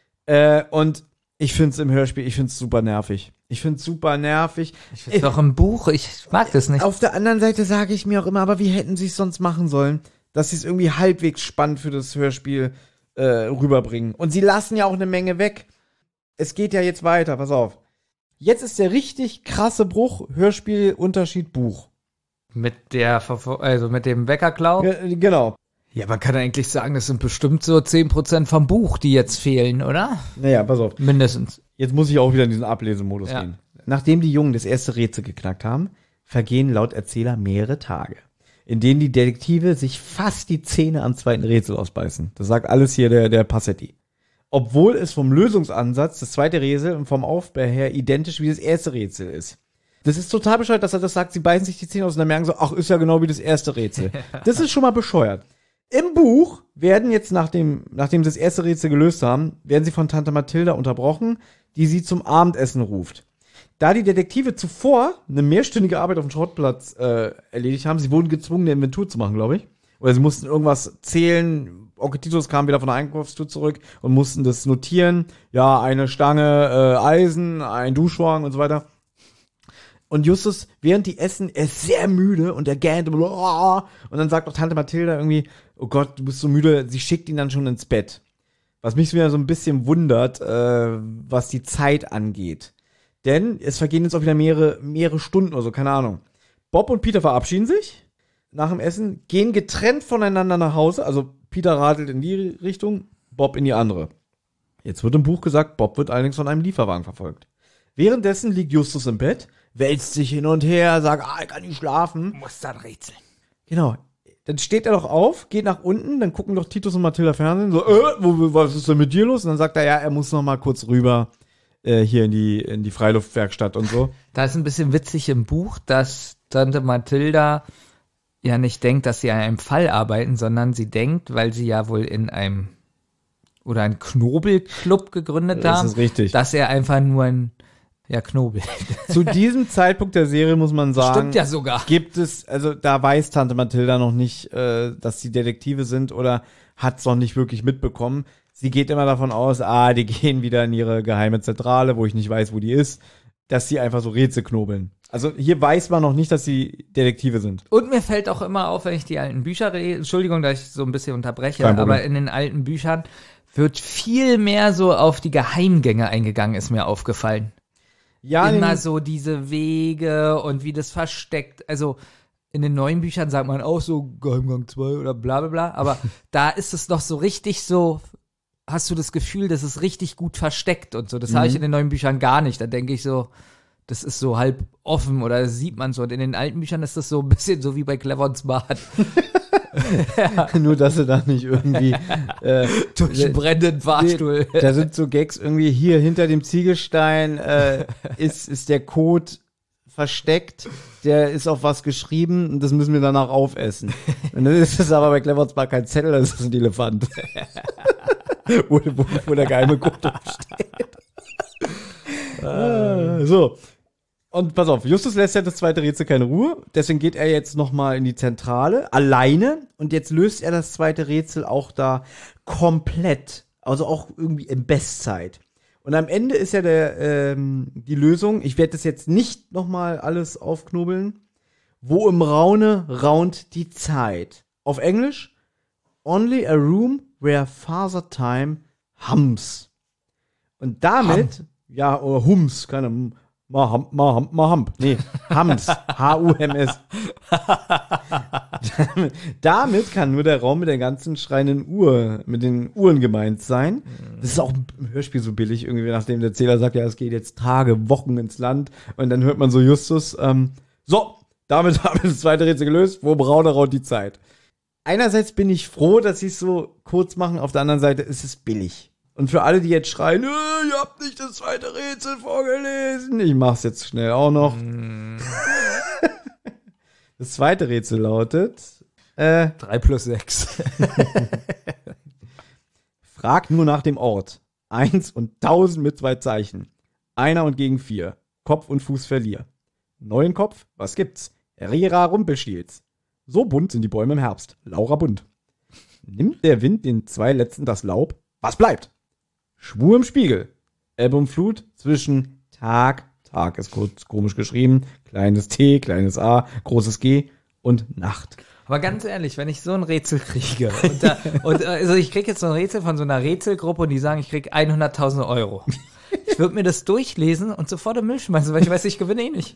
Äh, und ich finde es im Hörspiel, ich finde es super nervig. Ich finde es super nervig. Ich finde es doch im Buch, ich mag das nicht. Auf der anderen Seite sage ich mir auch immer, aber wie hätten sie es sonst machen sollen, dass sie es irgendwie halbwegs spannend für das Hörspiel äh, rüberbringen. Und sie lassen ja auch eine Menge weg. Es geht ja jetzt weiter, pass auf. Jetzt ist der richtig krasse Bruch, Hörspiel, Unterschied, Buch. Mit der, also mit dem Weckerklau? Ja, genau. Ja, man kann eigentlich sagen, das sind bestimmt so zehn Prozent vom Buch, die jetzt fehlen, oder? Naja, pass auf. Mindestens. Jetzt muss ich auch wieder in diesen Ablesemodus Ja. gehen. Nachdem die Jungen das erste Rätsel geknackt haben, vergehen laut Erzähler mehrere Tage, in denen die Detektive sich fast die Zähne am zweiten Rätsel ausbeißen. Das sagt alles hier der, der Passetti. Obwohl es vom Lösungsansatz das zweite Rätsel und vom Aufbau her identisch wie das erste Rätsel ist. Das ist total bescheuert, dass er das sagt, sie beißen sich die Zähne aus und dann merken so, ach, ist ja genau wie das erste Rätsel. Das ist schon mal bescheuert. Im Buch werden jetzt, nachdem, nachdem sie das erste Rätsel gelöst haben, werden sie von Tante Mathilda unterbrochen, die sie zum Abendessen ruft. Da die Detektive zuvor eine mehrstündige Arbeit auf dem Schrottplatz äh, erledigt haben, sie wurden gezwungen, eine Inventur zu machen, glaube ich. Oder sie mussten irgendwas zählen. Onkel Titus kam wieder von der Einkaufstour zurück und mussten das notieren. Ja, eine Stange äh, Eisen, ein Duschwagen und so weiter. Und Justus, während die essen, er ist sehr müde und er gähnt und dann sagt auch Tante Mathilda irgendwie, oh Gott, du bist so müde, sie schickt ihn dann schon ins Bett. Was mich wieder so ein bisschen wundert, äh, was die Zeit angeht. Denn es vergehen jetzt auch wieder mehrere, mehrere Stunden oder so, keine Ahnung. Bob und Peter verabschieden sich nach dem Essen, gehen getrennt voneinander nach Hause, also Peter radelt in die Richtung, Bob in die andere. Jetzt wird im Buch gesagt, Bob wird allerdings von einem Lieferwagen verfolgt. Währenddessen liegt Justus im Bett, wälzt sich hin und her, sagt, ah, ich kann nicht schlafen. Muss dann rätseln. Genau. Dann steht er doch auf, geht nach unten, dann gucken doch Titus und Mathilda Fernsehen, so, äh, wo, was ist denn mit dir los? Und dann sagt er, ja, er muss noch mal kurz rüber, äh, hier in die, in die Freiluftwerkstatt und so. Da ist ein bisschen witzig im Buch, dass Tante Mathilda ja nicht denkt, dass sie an einem Fall arbeiten, sondern sie denkt, weil sie ja wohl in einem oder einen Knobelclub gegründet Das haben, ist richtig. dass er einfach nur ein ja, Knobel. Zu diesem Zeitpunkt der Serie muss man sagen, Stimmt ja sogar. Gibt es, also da weiß Tante Mathilda noch nicht, äh, dass die Detektive sind oder hat es noch nicht wirklich mitbekommen. Sie geht immer davon aus, ah, die gehen wieder in ihre geheime Zentrale, wo ich nicht weiß, wo die ist, dass sie einfach so Rätsel knobeln. Also hier weiß man noch nicht, dass sie Detektive sind. Und mir fällt auch immer auf, wenn ich die alten Bücher rede, Entschuldigung, dass ich so ein bisschen unterbreche, Kein Problem. aber in den alten Büchern wird viel mehr so auf die Geheimgänge eingegangen, ist mir aufgefallen. Ja, immer den- so diese Wege und wie das versteckt. Also in den neuen Büchern sagt man auch so Geheimgang zwei oder bla bla bla, aber da ist es doch so richtig so, hast du das Gefühl, das ist richtig gut versteckt und so. Das habe ich Mhm. in den neuen Büchern gar nicht. Da denke ich so, das ist so halb offen oder das sieht man so. Und in den alten Büchern ist das so ein bisschen so wie bei Clever und Smart. Nur, dass sie da nicht irgendwie äh, Durch einen brennenden Fahrstuhl. Nee, da sind so Gags irgendwie, hier hinter dem Ziegelstein äh, ist, ist der Code versteckt, der ist auf was geschrieben und das müssen wir danach aufessen. Und dann ist es aber bei Clever zwar kein Zettel, das ist ein Elefant. wo, wo, wo der geheime Code steht. ah, so. Und pass auf, Justus lässt ja das zweite Rätsel keine Ruhe, deswegen geht er jetzt nochmal in die Zentrale, alleine, und jetzt löst er das zweite Rätsel auch da komplett, also auch irgendwie in Bestzeit. Und am Ende ist ja der, ähm, die Lösung, ich werde das jetzt nicht nochmal alles aufknobeln, wo im Raune raunt die Zeit. Auf Englisch, only a room where father time hums. Und damit, ja, oder hums, keine Mahamp, Mahamp, Mahamp. Nee, Hams. H U M S. damit, damit kann nur der Raum mit der ganzen schreienden Uhr, mit den Uhren gemeint sein. Das ist auch im Hörspiel so billig, irgendwie, nachdem der Erzähler sagt, ja, es geht jetzt Tage, Wochen ins Land. Und dann hört man so Justus, ähm, so, damit haben wir das zweite Rätsel gelöst. Wo Brauner raut die Zeit? Einerseits bin ich froh, dass sie es so kurz machen. Auf der anderen Seite ist es billig. Und für alle, die jetzt schreien, ihr habt nicht das zweite Rätsel vorgelesen. Ich mach's jetzt schnell auch noch. Mm. Das zweite Rätsel lautet äh, drei plus sechs. Frag nur nach dem Ort. Eins und tausend mit zwei Zeichen. Einer und gegen vier. Kopf und Fuß verlier. Neuen Kopf, was gibt's? Rera Rumpelstilz. So bunt sind die Bäume im Herbst. Laura bunt. Nimmt der Wind den zwei letzten das Laub? Was bleibt? Schwur im Spiegel. Ebbe und Flut zwischen Tag, Tag ist kurz komisch geschrieben, kleines T, kleines A, großes G und Nacht. Aber ganz ehrlich, wenn ich so ein Rätsel kriege und, da, und also ich kriege jetzt so ein Rätsel von so einer Rätselgruppe und die sagen, ich krieg hunderttausend Euro. Ich würde mir das durchlesen und sofort im Müll schmeißen, weil ich weiß, ich gewinne eh nicht.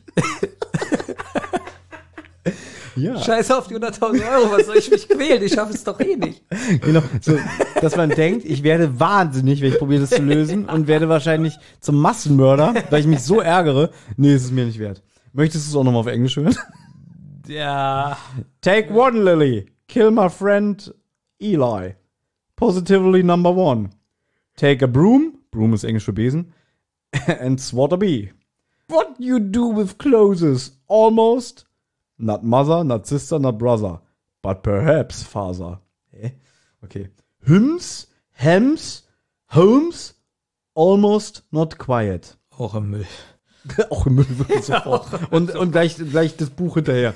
Ja. Scheiß auf die hunderttausend Euro, was soll ich mich quälen? Ich schaffe es doch eh nicht. Genau, so, dass man denkt, ich werde wahnsinnig, wenn ich probiere das zu lösen und werde wahrscheinlich zum Massenmörder, weil ich mich so ärgere. Nee, es ist mir nicht wert. Möchtest du es auch nochmal auf Englisch hören? Ja. Take one, Lily. Kill my friend Eli. Positively number one. Take a broom. Broom ist Englisch für Besen. And swat a bee. What you do with clothes? Almost. Not mother, not sister, not brother. But perhaps father. Hä? Okay. Hymns, Hems, Homes, almost not quiet. Auch im Müll. Auch im Müll wirklich sofort. Und, und gleich, gleich das Buch hinterher.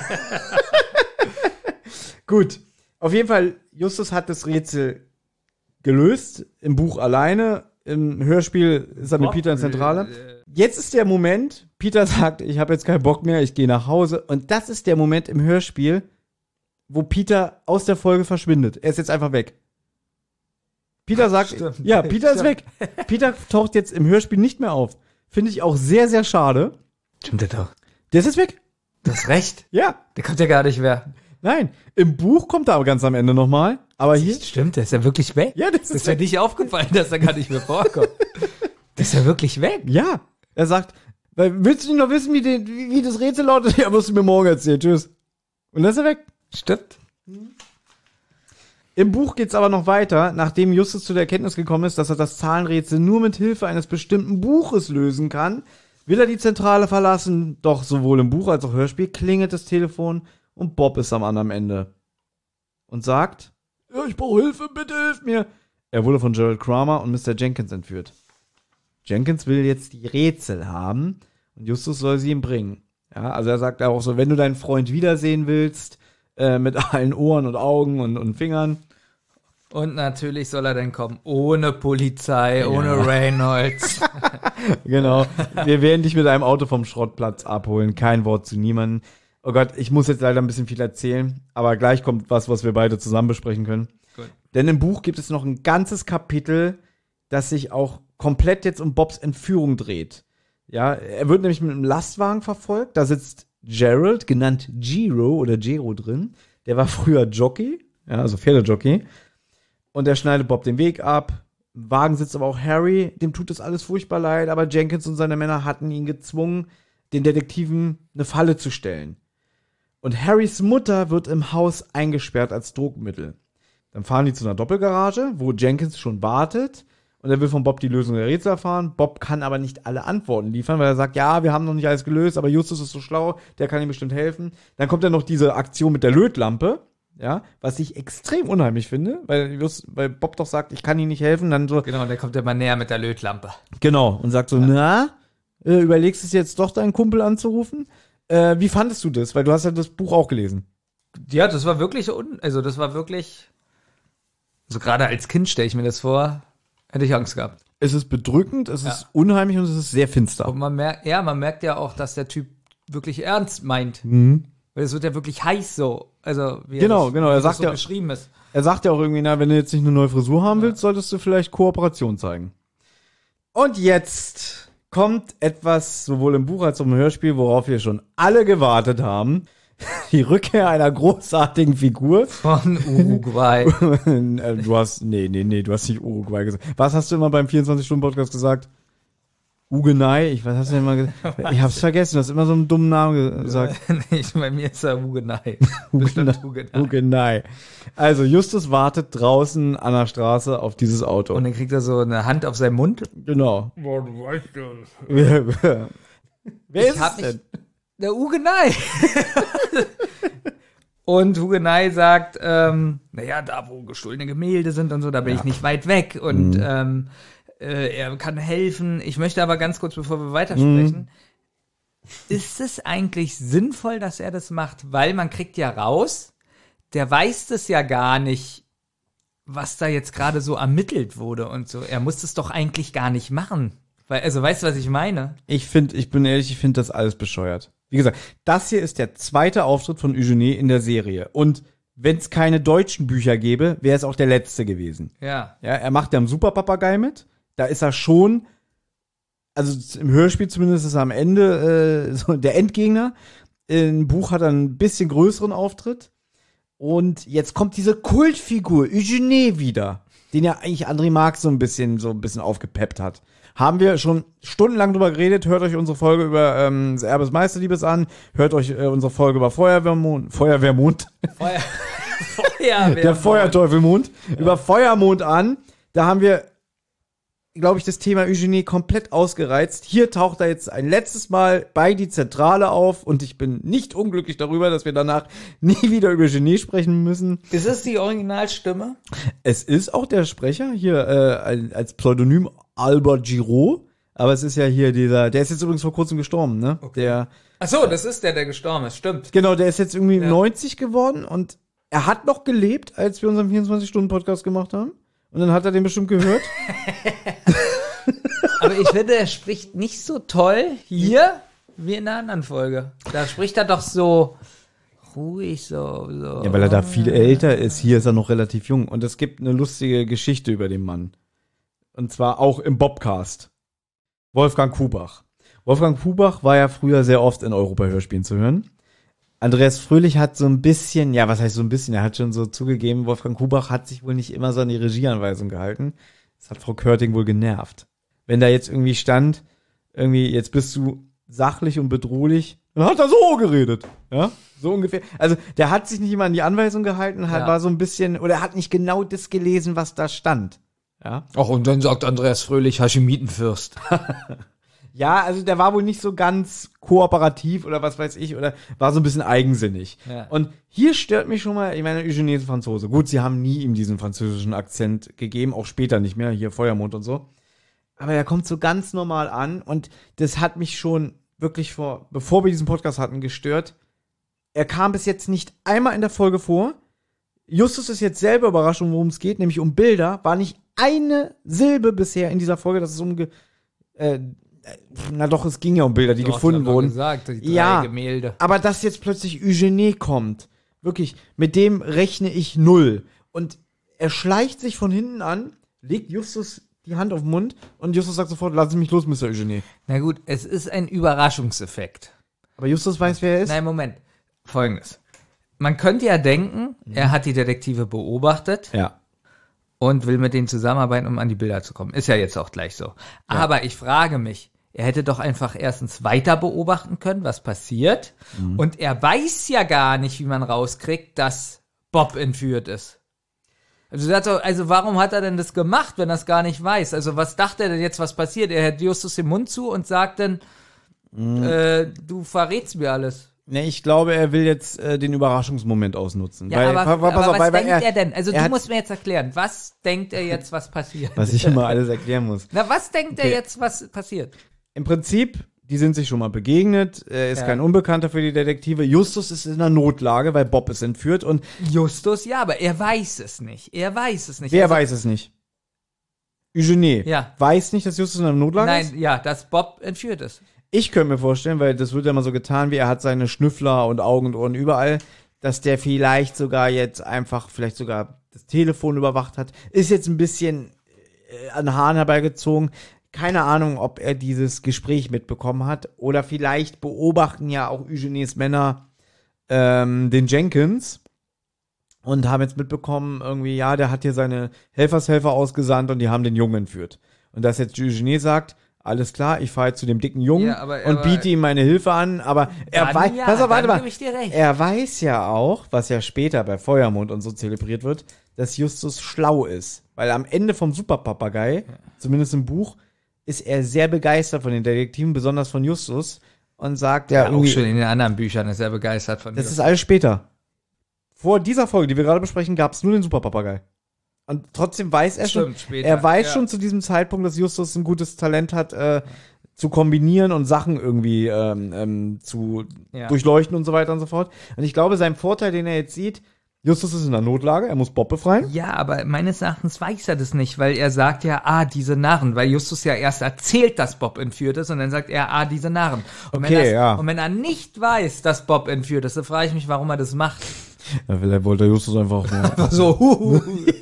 Gut. Auf jeden Fall, Justus hat das Rätsel gelöst. Im Buch alleine. Im Hörspiel ist er mit Peter in Zentrale. Jetzt ist der Moment, Peter sagt, ich habe jetzt keinen Bock mehr, ich gehe nach Hause. Und das ist der Moment im Hörspiel, wo Peter aus der Folge verschwindet. Er ist jetzt einfach weg. Peter sagt, Stimmt. ja, Peter ist weg. Peter taucht jetzt im Hörspiel nicht mehr auf. Finde ich auch sehr, sehr schade. Stimmt der doch. Der ist jetzt weg. Du hast recht. Ja. Der kommt ja gar nicht mehr. Nein, im Buch kommt er aber ganz am Ende nochmal. Aber hier. Stimmt, der ist ja wirklich weg. Ja, das ist, das ist ja nicht aufgefallen, dass er gar nicht mehr vorkommt. Der ist ja wirklich weg. Ja. Er sagt, willst du nicht noch wissen, wie, die, wie, wie das Rätsel lautet? Ja, musst du mir morgen erzählen. Tschüss. Und dann ist er weg. Stimmt. Im Buch geht's aber noch weiter, nachdem Justus zu der Erkenntnis gekommen ist, dass er das Zahlenrätsel nur mit Hilfe eines bestimmten Buches lösen kann, will er die Zentrale verlassen. Doch sowohl im Buch als auch Hörspiel klingelt das Telefon und Bob ist am anderen Ende. Und sagt, ja, ich brauche Hilfe, bitte hilf mir. Er wurde von Gerald Kramer und Mister Jenkins entführt. Jenkins will jetzt die Rätsel haben und Justus soll sie ihm bringen. Ja, also er sagt auch so, wenn du deinen Freund wiedersehen willst, äh, mit allen Ohren und Augen und, und Fingern. Und natürlich soll er dann kommen, ohne Polizei, ja. ohne Reynolds. Genau, wir werden dich mit einem Auto vom Schrottplatz abholen, kein Wort zu niemandem. Oh Gott, ich muss jetzt leider ein bisschen viel erzählen, aber gleich kommt was, was wir beide zusammen besprechen können. Gut. Denn im Buch gibt es noch ein ganzes Kapitel, das sich auch komplett jetzt um Bobs Entführung dreht. Ja, er wird nämlich mit einem Lastwagen verfolgt. Da sitzt Gerald, genannt Giro oder Gero drin. Der war früher Jockey, ja, also Pferdejockey. Und er schneidet Bob den Weg ab. Im Wagen sitzt aber auch Harry. Dem tut das alles furchtbar leid. Aber Jenkins und seine Männer hatten ihn gezwungen, den Detektiven eine Falle zu stellen. Und Harrys Mutter wird im Haus eingesperrt als Druckmittel. Dann fahren die zu einer Doppelgarage, wo Jenkins schon wartet. Und er will von Bob die Lösung der Rätsel erfahren. Bob kann aber nicht alle Antworten liefern, weil er sagt, ja, wir haben noch nicht alles gelöst, aber Justus ist so schlau, der kann ihm bestimmt helfen. Dann kommt ja noch diese Aktion mit der Lötlampe, ja, was ich extrem unheimlich finde, weil, Just, weil Bob doch sagt, ich kann ihm nicht helfen. Dann so, genau, der kommt immer näher mit der Lötlampe. Genau, und sagt so, ja. na, äh, überlegst du es jetzt doch, deinen Kumpel anzurufen? Äh, wie fandest du das? Weil du hast ja das Buch auch gelesen. Ja, das war wirklich, un- also das war wirklich, also gerade als Kind stelle ich mir das vor, hätte ich Angst gehabt. Es ist bedrückend, es ja. ist unheimlich und es ist sehr finster. Und man merkt, ja, man merkt ja auch, dass der Typ wirklich ernst meint. Mhm. Weil es wird ja wirklich heiß so. Also, wie genau, das, genau. Er wie sagt das so ja, beschrieben ist. Er sagt ja auch irgendwie, na, wenn du jetzt nicht eine neue Frisur haben willst, solltest du vielleicht Kooperation zeigen. Und jetzt kommt etwas, sowohl im Buch als auch im Hörspiel, worauf wir schon alle gewartet haben. Die Rückkehr einer großartigen Figur. Von Uruguay. Du hast, nee, nee, nee, du hast nicht Uruguay gesagt. Was hast du immer beim vierundzwanzig-Stunden-Podcast gesagt? Ugenei? Ich, was hast du denn immer gesagt? Ich hab's vergessen, du hast immer so einen dummen Namen gesagt. Nee, bei mir ist er Ugenei. Ugenei. Ugenei. Ugenei. Also, Justus wartet draußen an der Straße auf dieses Auto. Und dann kriegt er so eine Hand auf seinen Mund. Genau. Boah, du weißt das. Wer, wer ist Ich hab es denn? mich- Der Ugenei. Und Ugenei sagt, ähm, naja, da wo gestohlene Gemälde sind und so, da bin Ja. ich nicht weit weg und Mhm. ähm, äh, er kann helfen. Ich möchte aber ganz kurz, bevor wir weitersprechen, Mhm. ist es eigentlich sinnvoll, dass er das macht? Weil man kriegt ja raus, der weiß das ja gar nicht, was da jetzt gerade so ermittelt wurde und so. Er muss das doch eigentlich gar nicht machen. Weil, also weißt du, was ich meine? Ich finde, ich bin ehrlich, ich finde das alles bescheuert. Wie gesagt, das hier ist der zweite Auftritt von Eugenie in der Serie. Und wenn es keine deutschen Bücher gäbe, wäre es auch der letzte gewesen. Ja. Ja, er macht ja im Superpapagei mit. Da ist er schon, also im Hörspiel zumindest ist er am Ende äh, so der Endgegner. Im Buch hat er einen bisschen größeren Auftritt. Und jetzt kommt diese Kultfigur Eugenie wieder, den ja eigentlich André Marx so ein bisschen so ein bisschen aufgepeppt hat. Haben wir schon stundenlang drüber geredet. Hört euch unsere Folge über ähm, das Erbe des Meisterliebes an. Hört euch äh, unsere Folge über Feuerwehrmond. Feuerwehrmond. Feuer, Feuerwehr. Der Feuerteufelmond. Ja. Über Feuermond an. Da haben wir, glaube ich, das Thema Eugenie komplett ausgereizt. Hier taucht er jetzt ein letztes Mal bei die Zentrale auf. Und ich bin nicht unglücklich darüber, dass wir danach nie wieder über Eugenie sprechen müssen. Ist es die Originalstimme? Es ist auch der Sprecher hier äh, als Pseudonym Albert Giraud, aber es ist ja hier dieser, der ist jetzt übrigens vor kurzem gestorben, ne? Okay. Der, Ach so, das ist der, der gestorben ist, stimmt. genau, der ist jetzt irgendwie Ja. neunzig geworden und er hat noch gelebt, als wir unseren vierundzwanzig-Stunden-Podcast gemacht haben. Und dann hat er den bestimmt gehört. Aber ich finde, er spricht nicht so toll hier wie in der anderen Folge. Da spricht er doch so ruhig, so, so. Ja, weil er da viel älter ist. Hier ist er noch relativ jung. Und es gibt eine lustige Geschichte über den Mann. Und zwar auch im Bobcast. Wolfgang Kubach. Wolfgang Kubach war ja früher sehr oft in Europa-Hörspielen zu hören. Andreas Fröhlich hat so ein bisschen, ja, was heißt so ein bisschen, er hat schon so zugegeben, Wolfgang Kubach hat sich wohl nicht immer so an die Regieanweisung gehalten. Das hat Frau Körting wohl genervt. Wenn da jetzt irgendwie stand, irgendwie, jetzt bist du sachlich und bedrohlich, dann hat er so geredet. Ja, so ungefähr. Also, der hat sich nicht immer an die Anweisung gehalten, hat, Ja. war so ein bisschen, oder er hat nicht genau das gelesen, was da stand. Ja. Ach, und dann sagt Andreas Fröhlich, Haschimitenfürst. Ja, also der war wohl nicht so ganz kooperativ oder was weiß ich, oder war so ein bisschen eigensinnig. Ja. Und hier stört mich schon mal, ich meine, Eugenie ist Franzose. Gut, sie haben nie ihm diesen französischen Akzent gegeben, auch später nicht mehr, hier Feuermond und so. Aber er kommt so ganz normal an und das hat mich schon wirklich vor, bevor wir diesen Podcast hatten, gestört. Er kam bis jetzt nicht einmal in der Folge vor. Justus ist jetzt selber überrascht, worum es geht, nämlich um Bilder. War nicht eine Silbe bisher in dieser Folge, dass es um ge äh, na doch, es ging ja um Bilder, die Doch, gefunden hat er wurden. gesagt, die drei ja, Gemälde. aber dass jetzt plötzlich Eugenie kommt, wirklich, mit dem rechne ich null. Und er schleicht sich von hinten an, legt Justus die Hand auf den Mund und Justus sagt sofort, lassen Sie mich los, Mister Eugenie. Na gut, es ist ein Überraschungseffekt. Aber Justus weiß, wer er ist? Nein, Moment. Folgendes. Man könnte ja denken, er hat die Detektive beobachtet. Ja. Und will mit denen zusammenarbeiten, um an die Bilder zu kommen. Ist ja jetzt auch gleich so. Aber ich frage mich, er hätte doch einfach erstens weiter beobachten können, was passiert. Mhm. Und er weiß ja gar nicht, wie man rauskriegt, dass Bob entführt ist. Also, er hat doch, also warum hat er denn das gemacht, wenn er es gar nicht weiß? Also was dachte er denn jetzt, was passiert? Er hält Justus den Mund zu und sagt dann, Mhm. äh, du verrätst mir alles. Ne, ich glaube, er will jetzt äh, den Überraschungsmoment ausnutzen. Ja, weil, aber, pa- pa- pass aber auf, was weil, weil denkt er, denn? Also er du hat- musst mir jetzt erklären, was denkt er jetzt, was passiert? Was ich immer alles erklären muss. Na, was denkt Okay. er jetzt, was passiert? Im Prinzip, die sind sich schon mal begegnet. Er ist Ja. kein Unbekannter für die Detektive. Justus ist in einer Notlage, weil Bob ist entführt. Und Justus, ja, aber er weiß es nicht. Er weiß es nicht. wer Also- weiß es nicht? Eugenie Ja. weiß nicht, dass Justus in einer Notlage ist? Nein, ja, dass Bob entführt ist. Ich könnte mir vorstellen, weil das wird ja immer so getan, wie er hat seine Schnüffler und Augen und Ohren überall, dass der vielleicht sogar jetzt einfach, vielleicht sogar das Telefon überwacht hat. Ist jetzt ein bisschen äh, an den Haaren herbeigezogen. keine Ahnung, ob er dieses Gespräch mitbekommen hat. Oder vielleicht beobachten ja auch Eugenes Männer ähm, den Jenkins und haben jetzt mitbekommen, irgendwie, ja, der hat hier seine Helfershelfer ausgesandt und die haben den Jungen entführt. Und dass jetzt Eugene sagt, alles klar, ich fahre jetzt zu dem dicken Jungen Ja, aber- und aber- biete ihm meine Hilfe an, aber er Dann weiß, ja, pass auf, warte dann mal, gebe ich dir recht. er weiß ja auch, was ja später bei Feuermond und so zelebriert wird, dass Justus schlau ist, weil am Ende vom Superpapagei, zumindest im Buch, ist er sehr begeistert von den Detektiven, besonders von Justus und sagt ja, Ja, auch irgendwie, schon in den anderen Büchern ist er begeistert von das dir. ist alles später. Vor dieser Folge, die wir gerade besprechen, gab es nur den Superpapagei. Und trotzdem weiß er schon, Stimmt, später, er weiß ja. schon zu diesem Zeitpunkt, dass Justus ein gutes Talent hat, äh, zu kombinieren und Sachen irgendwie ähm, ähm, zu Ja. durchleuchten und so weiter und so fort. Und ich glaube, sein Vorteil, den er jetzt sieht, Justus ist in der Notlage, er muss Bob befreien. Ja, aber meines Erachtens weiß er das nicht, weil er sagt ja, ah, diese Narren, weil Justus ja erst erzählt, dass Bob entführt ist und dann sagt er, ah, diese Narren. Und Okay, wenn das, ja. Und wenn er nicht weiß, dass Bob entführt ist, dann frage ich mich, warum er das macht. Ja, vielleicht wollte Justus einfach nur. So, huhu.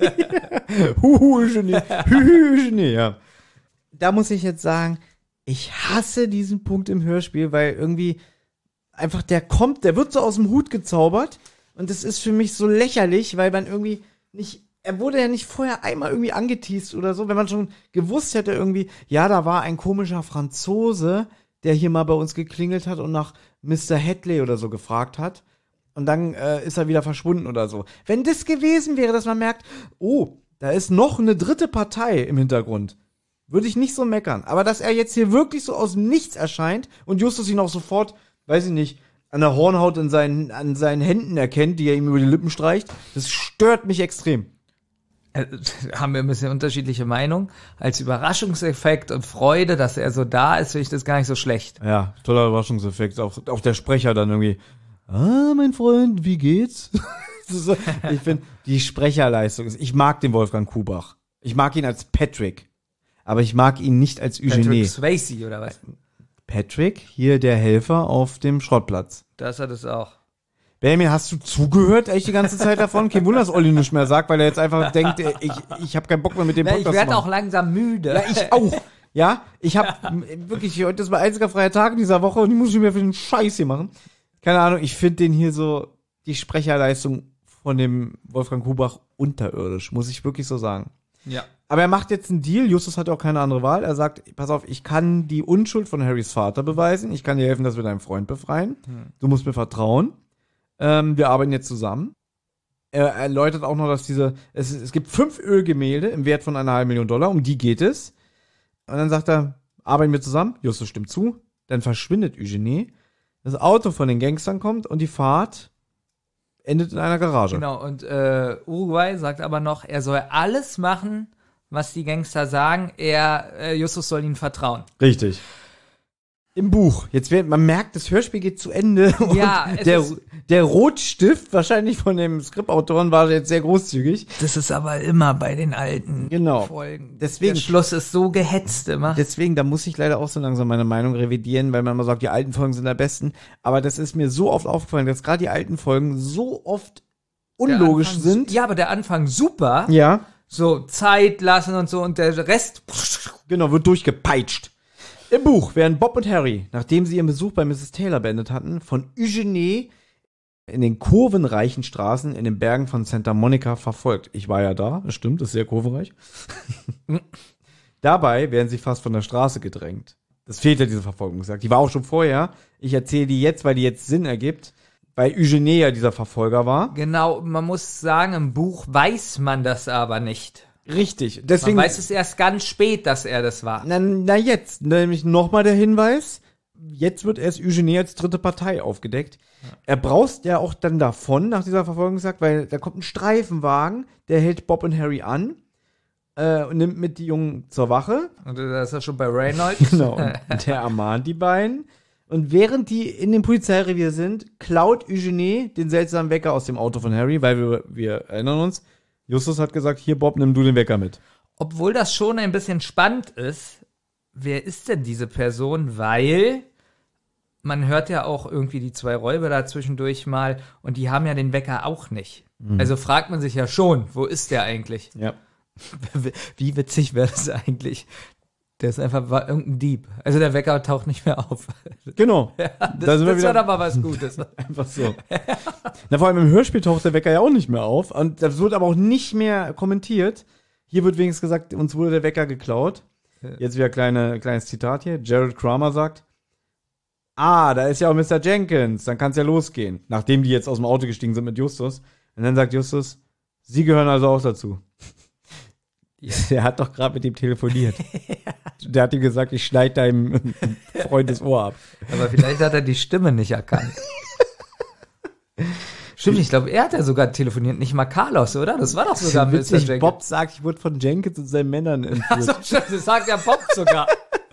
Huhu, Genie. Huhu, Genie, ja. Da muss ich jetzt sagen, ich hasse diesen Punkt im Hörspiel, weil irgendwie einfach der kommt, der wird so aus dem Hut gezaubert und das ist für mich so lächerlich, weil man irgendwie nicht, er wurde ja nicht vorher einmal irgendwie angeteast oder so, wenn man schon gewusst hätte irgendwie, ja, da war ein komischer Franzose, der hier mal bei uns geklingelt hat und nach Mister Hadley oder so gefragt hat. Und dann äh, ist er wieder verschwunden oder so. Wenn das gewesen wäre, dass man merkt, oh, da ist noch eine dritte Partei im Hintergrund, würde ich nicht so meckern. Aber dass er jetzt hier wirklich so aus dem Nichts erscheint und Justus ihn auch sofort, weiß ich nicht, an der Hornhaut in seinen, an seinen Händen erkennt, die er ihm über die Lippen streicht, das stört mich extrem. Äh, haben wir ein bisschen unterschiedliche Meinungen. Als Überraschungseffekt und Freude, dass er so da ist, finde ich das gar nicht so schlecht. Ja, toller Überraschungseffekt. Auch, auch der Sprecher dann irgendwie, ah, mein Freund, wie geht's? So, ich finde, die Sprecherleistung ist, ich mag den Wolfgang Kubach. Ich mag ihn als Patrick. Aber ich mag ihn nicht als Eugene. Patrick Swayze oder was? Patrick, hier der Helfer auf dem Schrottplatz. Das hat es auch. Benjamin, hast du zugehört eigentlich die ganze Zeit davon? Kein Wunder, dass Olli nichts mehr sagt, weil er jetzt einfach denkt, äh, ich, ich habe keinen Bock mehr mit dem Na, Podcast ich werde zu auch machen. langsam müde. Ja, ich auch. Ja, ich habe wirklich, heute ist mein einziger freier Tag in dieser Woche und ich muss nicht mehr für den Scheiß hier machen. Keine Ahnung, ich finde den hier so, die Sprecherleistung von dem Wolfgang Kubach unterirdisch, muss ich wirklich so sagen. Ja. Aber er macht jetzt einen Deal, Justus hat auch keine andere Wahl. Er sagt, pass auf, ich kann die Unschuld von Harrys Vater beweisen, ich kann dir helfen, dass wir deinen Freund befreien. Hm. Du musst mir vertrauen. Ähm, wir arbeiten jetzt zusammen. Er erläutert auch noch, dass diese, es, es gibt fünf Ölgemälde im Wert von einer halben Million Dollar, um die geht es. Und dann sagt er, arbeiten wir zusammen? Justus stimmt zu. Dann verschwindet Eugene. Das Auto von den Gangstern kommt und die Fahrt endet in einer Garage. Genau, und äh, Uruguay sagt aber noch, er soll alles machen, was die Gangster sagen. Er, äh, Justus soll ihnen vertrauen. Richtig. Im Buch. Jetzt wird, man merkt, das Hörspiel geht zu Ende. Und Ja, es der, ist- der Rotstift, wahrscheinlich von dem Skriptautoren, war jetzt sehr großzügig. Das ist aber immer bei den alten Genau. Folgen. Deswegen, Der Schluss ist so gehetzt immer. deswegen, da muss ich leider auch so langsam meine Meinung revidieren, weil man immer sagt, die alten Folgen sind am besten. Aber das ist mir so oft aufgefallen, dass gerade die alten Folgen so oft Der unlogisch Anfang- sind. Ja, aber der Anfang super. Ja, So Zeit lassen und so und der Rest. genau, wird durchgepeitscht. Im Buch werden Bob und Harry, nachdem sie ihren Besuch bei Misses Taylor beendet hatten, von Eugene in den kurvenreichen Straßen in den Bergen von Santa Monica verfolgt. Ich war ja da, das stimmt, das ist sehr kurvenreich. Dabei werden sie fast von der Straße gedrängt. Das fehlt ja diese Verfolgung gesagt. Die war auch schon vorher. Ich erzähle die jetzt, weil die jetzt Sinn ergibt, weil Eugene ja dieser Verfolger war. Genau, man muss sagen, im Buch weiß man das aber nicht. Richtig. Deswegen, Man weiß es erst ganz spät, dass er das war. Na, na jetzt, nämlich nochmal der Hinweis. Jetzt wird erst Eugene als dritte Partei aufgedeckt. Er braust ja auch dann davon, nach dieser Verfolgungsjagd, weil da kommt ein Streifenwagen, der hält Bob und Harry an äh, und nimmt mit die Jungen zur Wache. Und da ist er schon bei Reynolds. Genau. Und der ermahnt die beiden. Und während die in dem Polizeirevier sind, klaut Eugene den seltsamen Wecker aus dem Auto von Harry, weil wir, wir erinnern uns, Justus hat gesagt, hier Bob, nimm du den Wecker mit. Obwohl das schon ein bisschen spannend ist, wer ist denn diese Person? Weil man hört ja auch irgendwie die zwei Räuber da zwischendurch mal und die haben ja den Wecker auch nicht. Mhm. Also fragt man sich ja schon, wo ist der eigentlich? Ja. Wie witzig wäre das eigentlich? Der ist einfach war irgendein Dieb. Also der Wecker taucht nicht mehr auf. Genau. Ja, das Da sind wir das wieder- war doch mal was Gutes. Einfach so. Na, vor allem im Hörspiel taucht der Wecker ja auch nicht mehr auf. Und das wird aber auch nicht mehr kommentiert. Hier wird wenigstens gesagt, uns wurde der Wecker geklaut. Jetzt wieder kleine, kleines Zitat hier. Jared Kramer sagt, ah, da ist ja auch Mister Jenkins, dann kann's ja losgehen. Nachdem die jetzt aus dem Auto gestiegen sind mit Justus. Und dann sagt Justus, Sie gehören also auch dazu. Der hat doch gerade mit ihm telefoniert. Der hat ihm gesagt, ich schneide deinem Freund das Ohr ab. Aber vielleicht hat er die Stimme nicht erkannt. Stimmt, ich glaube, er hat ja sogar telefoniert, nicht mal Carlos, oder? Das war doch sogar Mister Witzig, Jenkins. Bob sagt, ich wurde von Jenkins und seinen Männern entführt. Achso, stimmt, das sagt ja Bob sogar.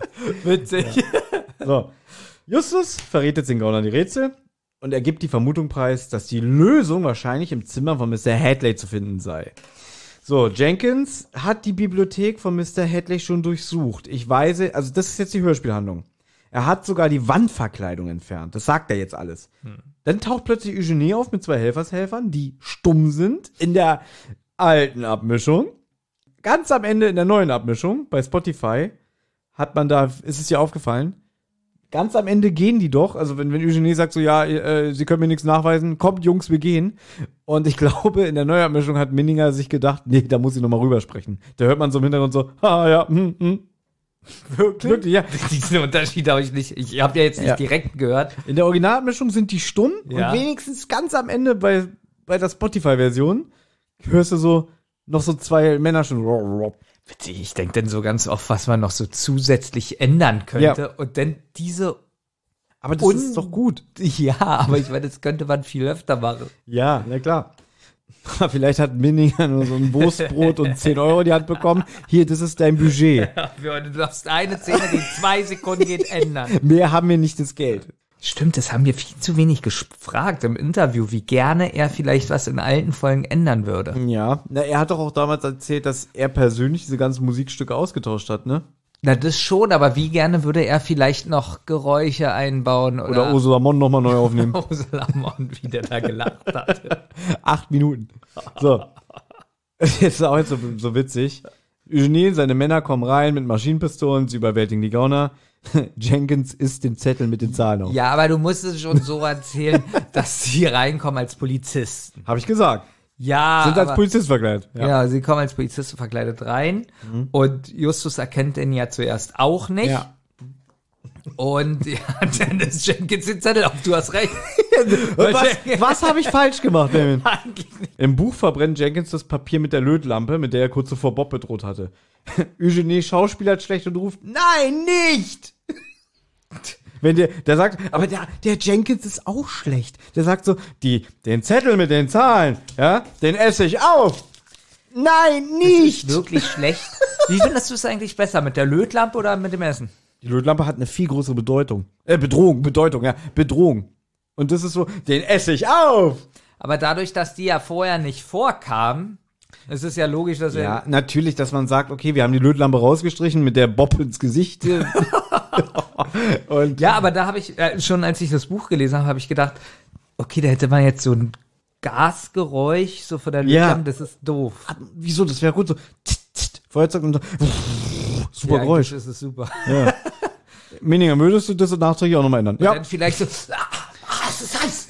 Witzig. So. Justus verrät jetzt den Gaunern die Rätsel und er gibt die Vermutung preis, dass die Lösung wahrscheinlich im Zimmer von Mister Hadley zu finden sei. So, Jenkins hat die Bibliothek von Mister Hadley schon durchsucht. Ich weise, also das ist jetzt die Hörspielhandlung. Er hat sogar die Wandverkleidung entfernt. Das sagt er jetzt alles. Hm. Dann taucht plötzlich Eugenie auf mit zwei Helfershelfern, die stumm sind in der alten Abmischung. Ganz am Ende in der neuen Abmischung bei Spotify hat man da, ist es dir aufgefallen, ganz am Ende gehen die doch, also wenn, wenn Eugenie sagt so, ja, äh, sie können mir nichts nachweisen, kommt Jungs, wir gehen. Und ich glaube, in der Neuabmischung hat Minninger sich gedacht, nee, da muss ich nochmal rübersprechen. Da hört man so im Hintergrund so, ah ja, hm, hm. Wirklich? Wirklich, ja. Diesen Unterschied habe ich nicht, ich habe ja jetzt nicht Ja. direkt gehört. In der Originalabmischung sind die stumm Ja. und wenigstens ganz am Ende bei, bei der Spotify-Version hörst du so noch so zwei Männer schon. Witzig, ich denke dann so ganz oft, was man noch so zusätzlich ändern könnte Ja. und dann diese. Aber das ist doch gut. Ja, aber ich meine, das könnte man viel öfter machen. Ja, na klar. Vielleicht hat Minninger nur so ein Wurstbrot und zehn Euro in die Hand bekommen. Hier, das ist dein Budget. Ja, du darfst eine Szene, die in zwei Sekunden geht, ändern. Mehr haben wir nicht das Geld. Stimmt, das haben wir viel zu wenig gefragt im Interview, wie gerne er vielleicht was in alten Folgen ändern würde. Ja, na, er hat doch auch damals erzählt, dass er persönlich diese ganzen Musikstücke ausgetauscht hat, ne? Na, das schon, aber wie gerne würde er vielleicht noch Geräusche einbauen oder, Oder Ursula Mon nochmal neu aufnehmen. Ursula Mon, wie der da gelacht hat. Acht Minuten. So. Jetzt ist auch jetzt so, so witzig. Eugenie, seine Männer kommen rein mit Maschinenpistolen, sie überwältigen die Gauner. Jenkins isst den Zettel mit den Zahlen auf. Ja, aber du musst es schon so erzählen, dass sie reinkommen als Polizisten. Habe ich gesagt. Ja, Sind als aber- Polizist verkleidet. Ja. Genau, sie kommen als Polizisten verkleidet rein Mhm. und Justus erkennt den ja zuerst auch nicht. Ja. Und ja, dann ist Jenkins den Zettel auf, du hast recht. Was, was habe ich falsch gemacht, Benjamin? Im Buch verbrennt Jenkins das Papier mit der Lötlampe, mit der er kurz zuvor Bob bedroht hatte. Eugenie schauspielert schlecht und ruft, nein, nicht! Wenn der, der sagt, aber der, der Jenkins ist auch schlecht. Der sagt so, die, den Zettel mit den Zahlen, ja, den esse ich auf. Nein, nicht! Das ist wirklich schlecht. Wie findest du es eigentlich besser, mit der Lötlampe oder mit dem Essen? Die Lötlampe hat eine viel größere Bedeutung. Äh, Bedrohung, Bedeutung, ja, Bedrohung. Und das ist so, den esse ich auf! Aber dadurch, dass die ja vorher nicht vorkamen, ist es ja logisch, dass Ja, er... natürlich, dass man sagt, okay, wir haben die Lötlampe rausgestrichen, mit der Bob ins Gesicht. Und Ja, aber da habe ich, äh, schon als ich das Buch gelesen habe, habe ich gedacht, okay, da hätte man jetzt so ein Gasgeräusch so von der Ja. Lötlampe, das ist doof. wieso, das wäre gut so, tzt, tzt, Feuerzeug und so, super Ja, Geräusch. eigentlich ist es super. Ja. Meninger, würdest du das nachträglich auch nochmal ändern? Und dann vielleicht so, ah, ah, es ist heiß.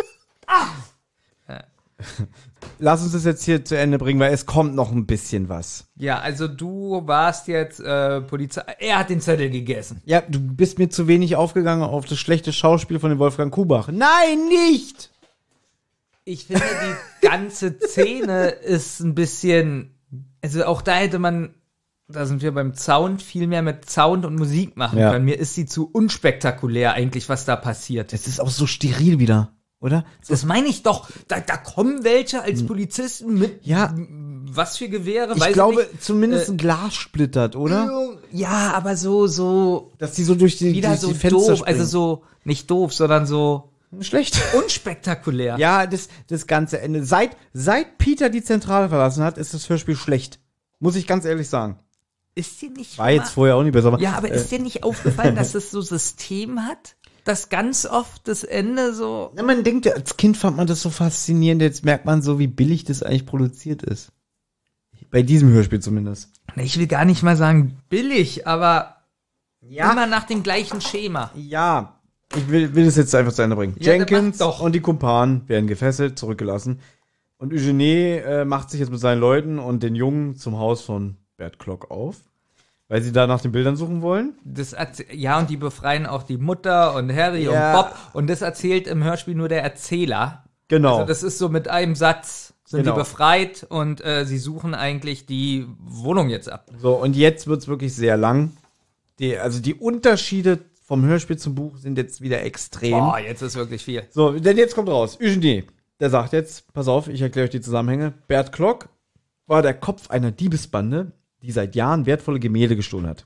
Lass uns das jetzt hier zu Ende bringen, weil es kommt noch ein bisschen was. Ja, also du warst jetzt äh, Polizei. Er hat den Zettel gegessen. Ja, du bist mir zu wenig aufgegangen auf das schlechte Schauspiel von dem Wolfgang Kubach. Nein, nicht! Ich finde, die ganze Szene ist ein bisschen, also auch da hätte man, da sind wir beim Sound, viel mehr mit Sound und Musik machen Ja. können. Mir ist sie zu unspektakulär eigentlich, was da passiert. Es ist auch so steril wieder, oder? Das meine ich doch. Da, da kommen welche als Polizisten mit Ja. m- was für Gewehre, Ich weiß glaube, nicht. zumindest Äh, ein Glas splittert, oder? Ja, aber so, so, Dass die so durch die, wieder durch so die Fenster doof, also so, nicht doof, sondern so schlecht. unspektakulär. Ja, das, das ganze Ende. Seit, seit Peter die Zentrale verlassen hat, ist das Hörspiel schlecht. Muss ich ganz ehrlich sagen. Ist dir nicht War jetzt mal- vorher auch nicht besser. Aber, Ja, aber äh, ist dir nicht aufgefallen, dass es so System hat? Dass ganz oft das Ende so. Na, man denkt ja, als Kind fand man das so faszinierend. Jetzt merkt man so, wie billig das eigentlich produziert ist. Bei diesem Hörspiel zumindest. Ich will gar nicht mal sagen billig, aber Ja. immer nach dem gleichen Schema. Ja, ich will, will es jetzt einfach zu Ende bringen. Ja, dann Jenkins mach doch. und die Kumpanen werden gefesselt, zurückgelassen. Und Eugenie äh, macht sich jetzt mit seinen Leuten und den Jungen zum Haus von Bert Klock auf, weil sie da nach den Bildern suchen wollen. Das erzäh- ja, und die befreien auch die Mutter und Harry Ja. und Bob. Und das erzählt im Hörspiel nur der Erzähler. Genau. Also das ist so mit einem Satz sind Genau. die befreit und äh, sie suchen eigentlich die Wohnung jetzt ab. So, und jetzt wird's wirklich sehr lang. Die, also die Unterschiede vom Hörspiel zum Buch sind jetzt wieder extrem. Boah, jetzt ist wirklich viel. So, denn jetzt kommt raus. Eugenie, der sagt jetzt, pass auf, ich erkläre euch die Zusammenhänge. Bert Klock war der Kopf einer Diebesbande, die seit Jahren wertvolle Gemälde gestohlen hat.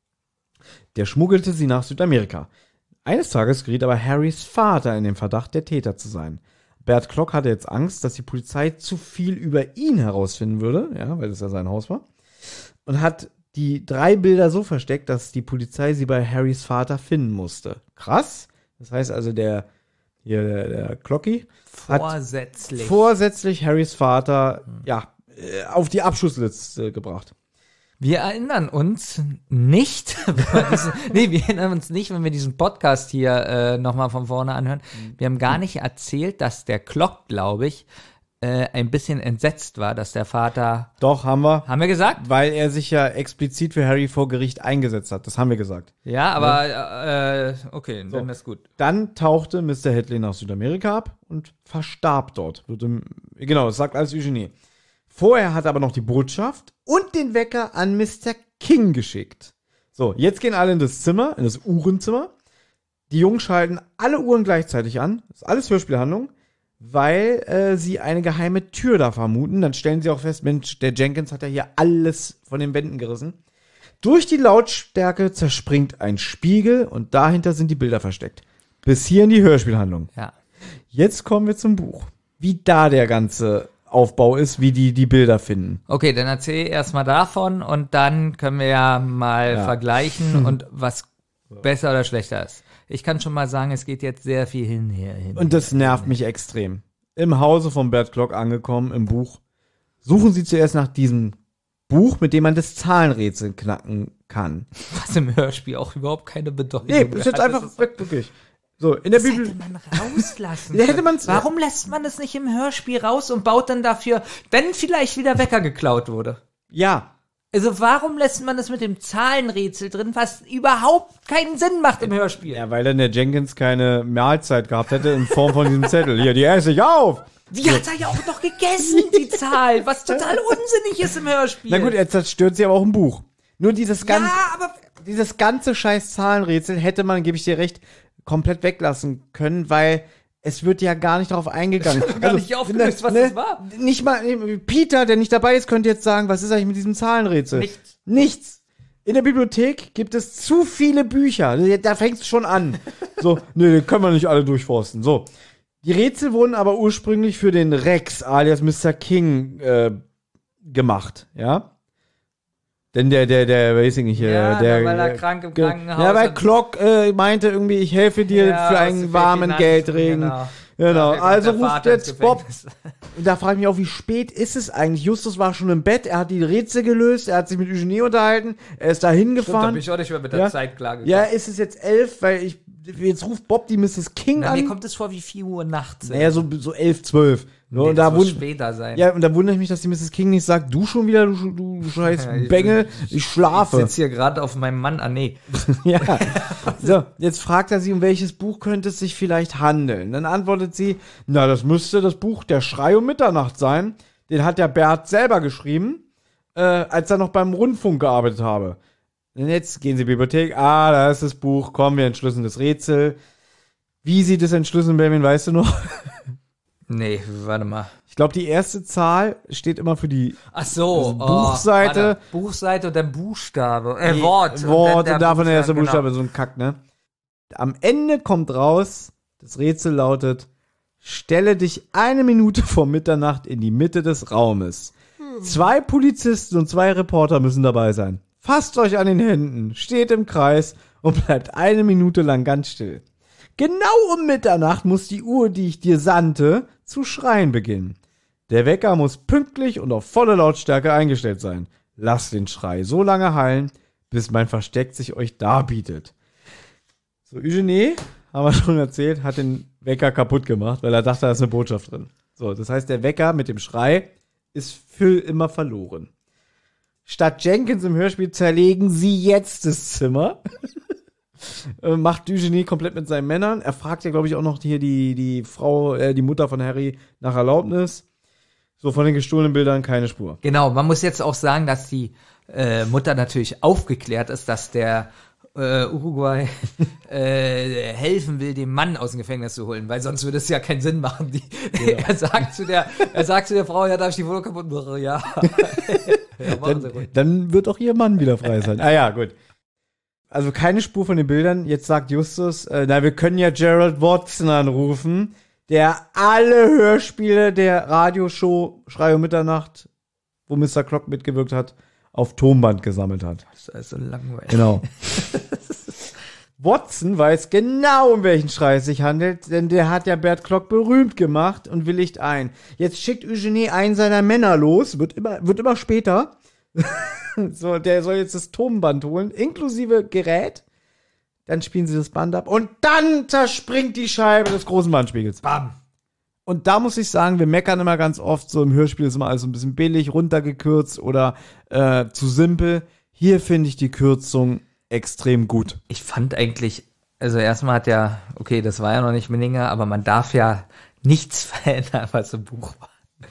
Der schmuggelte sie nach Südamerika. Eines Tages geriet aber Harrys Vater in den Verdacht, der Täter zu sein. Bert Klock hatte jetzt Angst, dass die Polizei zu viel über ihn herausfinden würde, ja, weil das ja sein Haus war, und hat die drei Bilder so versteckt, dass die Polizei sie bei Harrys Vater finden musste. Krass. Das heißt also, der hier der, der Klocki hat Vorsätzlich. vorsätzlich Harrys Vater ja äh, auf die Abschussliste gebracht. Wir erinnern uns nicht, wenn wir diesen, nee, wir erinnern uns nicht, wenn wir diesen Podcast hier äh, nochmal von vorne anhören. Wir haben gar nicht erzählt, dass der Klock, glaube ich, äh, ein bisschen entsetzt war, dass der Vater... Doch, haben wir. Haben wir gesagt? Weil er sich ja explizit für Harry vor Gericht eingesetzt hat. Das haben wir gesagt. Ja, aber äh, okay, So. dann ist gut. Dann tauchte Mister Hadley nach Südamerika ab und verstarb dort. Wird im, genau, das sagt alles Eugenie. Vorher hat er aber noch die Botschaft und den Wecker an Mister King geschickt. So, jetzt gehen alle in das Zimmer, in das Uhrenzimmer. Die Jungs schalten alle Uhren gleichzeitig an. Das ist alles Hörspielhandlung, weil äh, sie eine geheime Tür da vermuten. Dann stellen sie auch fest, Mensch, der Jenkins hat ja hier alles von den Wänden gerissen. Durch die Lautstärke zerspringt ein Spiegel und dahinter sind die Bilder versteckt. Bis hier in die Hörspielhandlung. Ja. Jetzt kommen wir zum Buch. Wie da der ganze Aufbau ist, wie die die Bilder finden. Okay, dann erzähl erstmal davon und dann können wir ja mal Ja. vergleichen und was besser oder schlechter ist. Ich kann schon mal sagen, es geht jetzt sehr viel hin, her, hin. Und das nervt mich extrem. Im Hause von Bert Klock angekommen, im Buch, suchen sie zuerst nach diesem Buch, mit dem man das Zahlenrätsel knacken kann. Was im Hörspiel auch überhaupt keine Bedeutung Nee, ist jetzt hat. einfach weg, wirklich. So, in der Das Bibel. hätte man rauslassen Ja, hätte können. man's- Warum lässt man es nicht im Hörspiel raus und baut dann dafür, wenn vielleicht wieder Wecker geklaut wurde? Ja. Also warum lässt man es mit dem Zahlenrätsel drin, was überhaupt keinen Sinn macht im Hörspiel? Ja, weil dann der Jenkins keine Mahlzeit gehabt hätte in Form von diesem Zettel. Hier, die esse ich auf! Die hat er ja auch noch gegessen, die Zahl, was total unsinnig ist im Hörspiel. Na gut, er zerstört sie aber auch im Buch. Nur dieses ganze, Ja, aber dieses ganze scheiß Zahlenrätsel hätte man, gebe ich dir recht, komplett weglassen können, weil es wird ja gar nicht darauf eingegangen. Ich hab gar nicht aufgelöst, was das war. Nicht mal, Peter, der nicht dabei ist, könnte jetzt sagen, was ist eigentlich mit diesem Zahlenrätsel? Nichts. Nichts. In der Bibliothek gibt es zu viele Bücher. Da fängt es schon an. So, nee, die können wir nicht alle durchforsten. So. Die Rätsel wurden aber ursprünglich für den Rex alias Mister King äh, gemacht, ja? Denn der, der, der, weiß ich nicht, Ja, der, weil er der, krank im ge- Krankenhaus Ja, weil und- Klock äh, meinte irgendwie, ich helfe dir Ja, für aus einen den warmen Finanzen, Geldregen. genau. Genau, Dafür kommt also der ruft Vater ins jetzt Bob. Gefängnis. Und da frage ich mich auch, wie spät ist es eigentlich? Justus war schon im Bett, er hat die Rätsel gelöst, er hat sich mit Eugenie unterhalten, er ist da Stimmt, da hingefahren. bin ich auch nicht mehr mit der Ja. Zeit klargekommen. Ja, ist es jetzt elf, weil ich, jetzt ruft Bob die Misses King Na, an. mir kommt es vor wie vier Uhr nachts. Naja, so, so elf, zwölf. So, Nee, und das da muss wund- später sein. Ja, und da wundere ich mich, dass die Misses King nicht sagt, du schon wieder, du, du, du scheiß Ja, ich- Bengel, ich Ich schlafe. sitze hier gerade auf meinem Mann. Ah, nee. Ja. So, jetzt fragt er sie, um welches Buch könnte es sich vielleicht handeln. Dann antwortet sie, na, das müsste das Buch Der Schrei um Mitternacht sein. Den hat der Bert selber geschrieben, äh, als er noch beim Rundfunk gearbeitet habe. Und jetzt gehen sie in die Bibliothek, ah, da ist das Buch, komm, wir entschlüsseln das Rätsel. Wie sie das entschlüsseln, Benjamin, weißt du noch? Nee, warte mal. Ich glaube, die erste Zahl steht immer für die Ach so. Also Buchseite. Oh, warte. Buchseite und dann Buchstabe. Äh, Die- Wort. Wort dann und davon der erste Buchstabe, Buchstabe, so ein Kack, ne? Am Ende kommt raus, das Rätsel lautet, stelle dich eine Minute vor Mitternacht in die Mitte des Raumes. Zwei Polizisten und zwei Reporter müssen dabei sein. Fasst euch an den Händen, steht im Kreis und bleibt eine Minute lang ganz still. Genau um Mitternacht muss die Uhr, die ich dir sandte, zu schreien beginnen. Der Wecker muss pünktlich und auf volle Lautstärke eingestellt sein. lasst den Schrei so lange hallen, bis mein Versteck sich euch darbietet. So, Eugenie, haben wir schon erzählt, hat den Wecker kaputt gemacht, weil er dachte, da ist eine Botschaft drin. So, das heißt, der Wecker mit dem Schrei ist für immer verloren. Statt Jenkins im Hörspiel zerlegen sie jetzt das Zimmer. Macht Eugenie komplett mit seinen Männern. Er fragt ja, glaube ich, auch noch hier die, die Frau, äh, die Mutter von Harry nach Erlaubnis. So, von den gestohlenen Bildern keine Spur. Genau, man muss jetzt auch sagen, dass die äh, Mutter natürlich aufgeklärt ist, dass der äh, Uruguay äh, helfen will, den Mann aus dem Gefängnis zu holen, weil sonst würde es ja keinen Sinn machen. Die, ja. er, sagt zu der, er sagt zu der Frau, ja, darf ich die Wohnung kaputt machen? Ja. ja dann, dann wird auch ihr Mann wieder frei sein. Ah ja, gut. Also keine Spur von den Bildern. Jetzt sagt Justus, äh, na, wir können ja Gerald Watson anrufen, der alle Hörspiele der Radioshow Schrei um Mitternacht, wo Mister Croc mitgewirkt hat, auf Tonband gesammelt hat. Das ist also langweilig. Genau. Watson weiß genau, um welchen Schrei es sich handelt, denn der hat ja Bert Klock berühmt gemacht und willigt ein. Jetzt schickt Eugenie einen seiner Männer los, wird immer, wird immer später. So, der soll jetzt das Tonband holen, inklusive Gerät. Dann spielen sie das Band ab und dann zerspringt die Scheibe des großen Bandspiegels. Bam. Und da muss ich sagen, wir meckern immer ganz oft, so im Hörspiel ist immer alles so ein bisschen billig, runtergekürzt oder äh, zu simpel. Hier finde ich die Kürzung extrem gut. Ich fand eigentlich, also erstmal hat ja, okay, das war ja noch nicht Menninger, aber man darf ja nichts verändern, was im Buch war.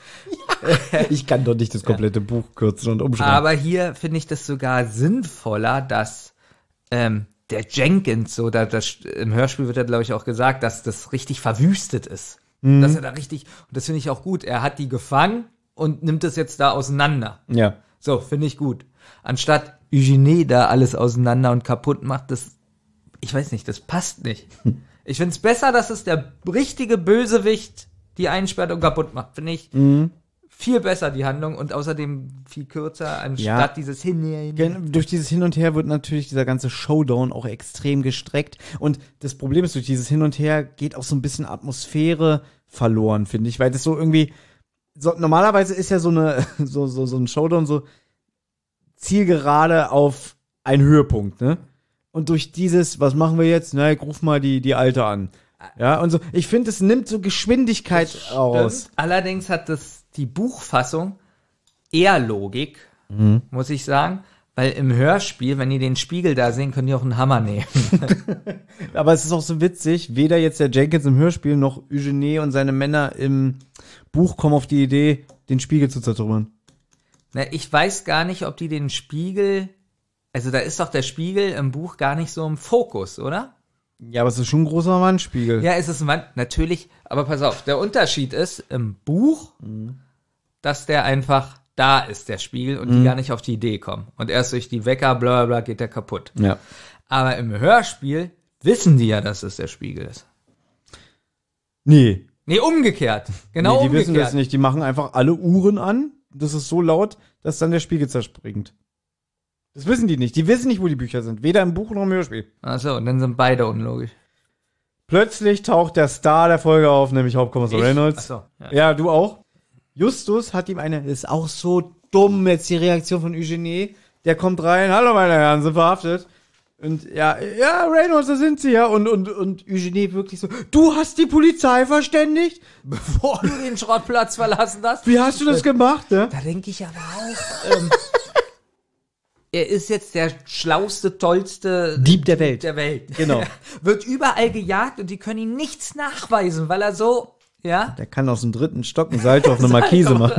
Ich kann doch nicht das komplette ja. Buch kürzen und umschreiben. Aber hier finde ich das sogar sinnvoller, dass ähm, der Jenkins, so da, das, im Hörspiel wird ja, glaube ich, auch gesagt, dass das richtig verwüstet ist. Mhm. Dass er da richtig, und das finde ich auch gut, er hat die gefangen und nimmt es jetzt da auseinander. Ja. So, finde ich gut. Anstatt Eugenie da alles auseinander und kaputt macht, das, ich weiß nicht, das passt nicht. Ich finde es besser, dass es der richtige Bösewicht die einsperrt und kaputt macht. Finde ich mhm. viel besser, die Handlung, und außerdem viel kürzer, anstatt ja. dieses Hin, Hin. Durch dieses Hin und Her wird natürlich dieser ganze Showdown auch extrem gestreckt. Und das Problem ist, durch dieses Hin und Her geht auch so ein bisschen Atmosphäre verloren, finde ich. Weil das so irgendwie, so, normalerweise ist ja so eine, so, so, so ein Showdown so zielgerade auf einen Höhepunkt, ne? Und durch dieses, was machen wir jetzt? Na, ich ruf mal die, die Alte an. Ja, und so, ich finde, es nimmt so Geschwindigkeit aus. Allerdings hat das die Buchfassung eher Logik, mhm. muss ich sagen, weil im Hörspiel, wenn die den Spiegel da sehen, können die auch einen Hammer nehmen. Aber es ist auch so witzig, weder jetzt der Jenkins im Hörspiel noch Eugenie und seine Männer im Buch kommen auf die Idee, den Spiegel zu zertrümmern. Na, ich weiß gar nicht, ob die den Spiegel, also da ist doch der Spiegel im Buch gar nicht so im Fokus, oder? Ja, aber es ist schon ein großer Wandspiegel. Ja, es ist ein Wand, natürlich, aber pass auf, der Unterschied ist im Buch, mhm. dass der einfach da ist, der Spiegel, und mhm. die gar nicht auf die Idee kommen. Und erst durch die Wecker, bla bla, geht der kaputt. Ja. Aber im Hörspiel wissen die ja, dass es der Spiegel ist. Nee. Nee, umgekehrt. Genau nee, die umgekehrt. wissen das nicht. Die machen einfach alle Uhren an. Das ist so laut, dass dann der Spiegel zerspringt. Das wissen die nicht. Die wissen nicht, wo die Bücher sind. Weder im Buch noch im Hörspiel. Ach so, und dann sind beide unlogisch. Plötzlich taucht der Star der Folge auf, nämlich Hauptkommissar Reynolds. Ach so, ja. ja, du auch. Justus hat ihm eine, ist auch so dumm jetzt die Reaktion von Eugenie. Der kommt rein, hallo meine Herren, sind verhaftet. Und ja, ja, Reynolds, da sind sie ja. Und, und, und Eugenie wirklich so, du hast die Polizei verständigt? Bevor du den Schrottplatz verlassen hast. Wie hast du das gemacht, ne? Da denke ich aber auch, ähm, er ist jetzt der schlauste, tollste Dieb der Welt. Der Welt. Genau. Wird überall gejagt und die können ihm nichts nachweisen, weil er so, ja. Der kann aus dem dritten Stock ein Salto auf eine Markise machen.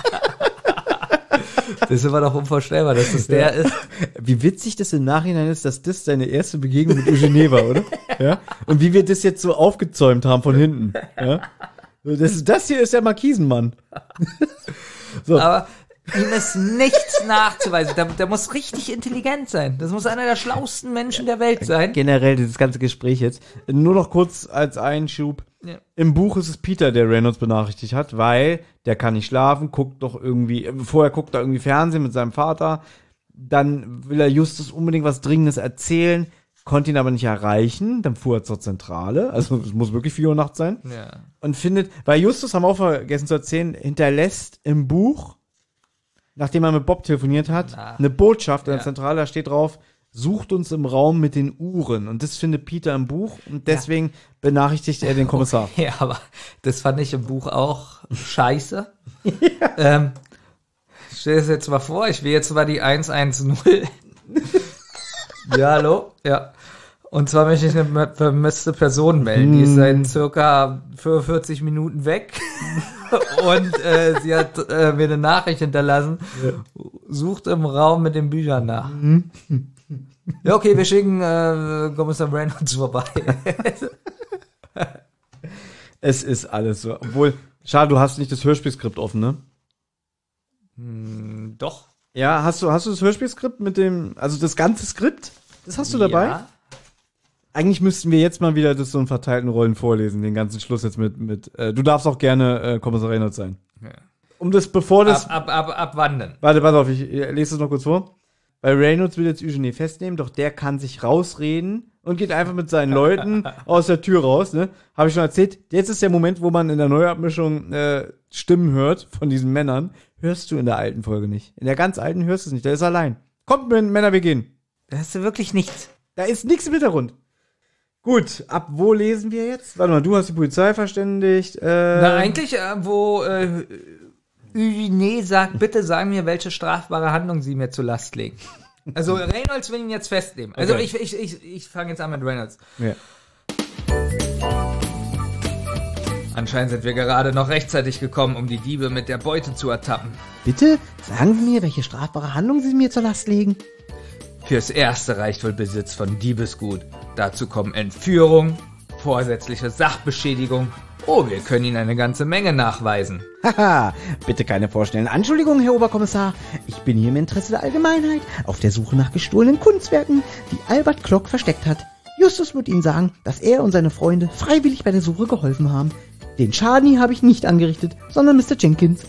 Das ist aber doch unvorstellbar, dass das der ist. Wie witzig das im Nachhinein ist, dass das seine erste Begegnung mit Eugenie war, oder? Ja. Und wie wir das jetzt so aufgezäumt haben von hinten. Ja. Das, das hier ist der Markisenmann. So. Aber ihm ist nichts nachzuweisen. Der, der muss richtig intelligent sein. Das muss einer der schlauesten Menschen der Welt sein. Generell dieses ganze Gespräch jetzt. Nur noch kurz als Einschub. Ja. Im Buch ist es Peter, der Reynolds benachrichtigt hat, weil der kann nicht schlafen, guckt doch irgendwie, vorher guckt er irgendwie Fernsehen mit seinem Vater. Dann will er Justus unbedingt was Dringendes erzählen, konnte ihn aber nicht erreichen. Dann fuhr er zur Zentrale. Also es muss wirklich vier Uhr nachts sein. Ja. Und findet, weil Justus, haben wir auch vergessen zu erzählen, hinterlässt im Buch nachdem er mit Bob telefoniert hat, Na. eine Botschaft in der Ja. Zentrale, da steht drauf, sucht uns im Raum mit den Uhren. Und das findet Peter im Buch und deswegen benachrichtigt er den Kommissar. Ja, aber das fand ich im Buch auch scheiße. ja. ähm, stell dir das jetzt mal vor, ich will jetzt mal die eins eins null. Ja, hallo? Ja. Und zwar möchte ich eine vermisste Person melden. Die ist seit circa fünfundvierzig Minuten weg. Und äh, sie hat äh, mir eine Nachricht hinterlassen. Ja. Sucht im Raum mit den Büchern nach. Ja, okay, wir schicken äh, Kommissar Reynolds vorbei. Es ist alles so. Obwohl, schade, du hast nicht das Hörspielskript offen, ne? Hm, doch. Ja, hast du, hast du das Hörspielskript mit dem, also das ganze Skript? Das hast du dabei? Ja. Eigentlich müssten wir jetzt mal wieder das so in verteilten Rollen vorlesen, den ganzen Schluss jetzt mit, mit, äh, du darfst auch gerne äh, Kommissar Reynolds sein. Ja. Um das, bevor das... Ab, ab, ab, ab wann denn? Warte, pass auf, ich, ich lese es noch kurz vor. Weil Reynolds will jetzt Eugenie festnehmen, doch der kann sich rausreden und geht einfach mit seinen Leuten aus der Tür raus, ne? Habe ich schon erzählt. Jetzt ist der Moment, wo man in der Neuabmischung äh, Stimmen hört von diesen Männern. Hörst du in der alten Folge nicht. In der ganz alten hörst du es nicht, der ist allein. Kommt, Männer, wir gehen. Da hast du wirklich nichts. Da ist nichts im Hintergrund. Gut, ab wo lesen wir jetzt? Warte mal, du hast die Polizei verständigt. Äh, Na, eigentlich, äh, wo äh, Eugenie sagt, bitte sagen mir, welche strafbare Handlung sie mir zur Last legen. Also Reynolds will ihn jetzt festnehmen. Also Okay. ich, ich, ich, ich fange jetzt an mit Reynolds. Ja. Anscheinend sind wir gerade noch rechtzeitig gekommen, um die Diebe mit der Beute zu ertappen. Bitte sagen Sie mir, welche strafbare Handlung Sie mir zur Last legen. Fürs Erste reicht wohl Besitz von Diebesgut. Dazu kommen Entführung, vorsätzliche Sachbeschädigung. Oh, wir können Ihnen eine ganze Menge nachweisen. Haha, bitte keine vorstellen. Anschuldigungen, Herr Oberkommissar. Ich bin hier im Interesse der Allgemeinheit auf der Suche nach gestohlenen Kunstwerken, die Albert Klock versteckt hat. Justus wird Ihnen sagen, dass er und seine Freunde freiwillig bei der Suche geholfen haben. Den Schaden hier habe ich nicht angerichtet, sondern Mister Jenkins.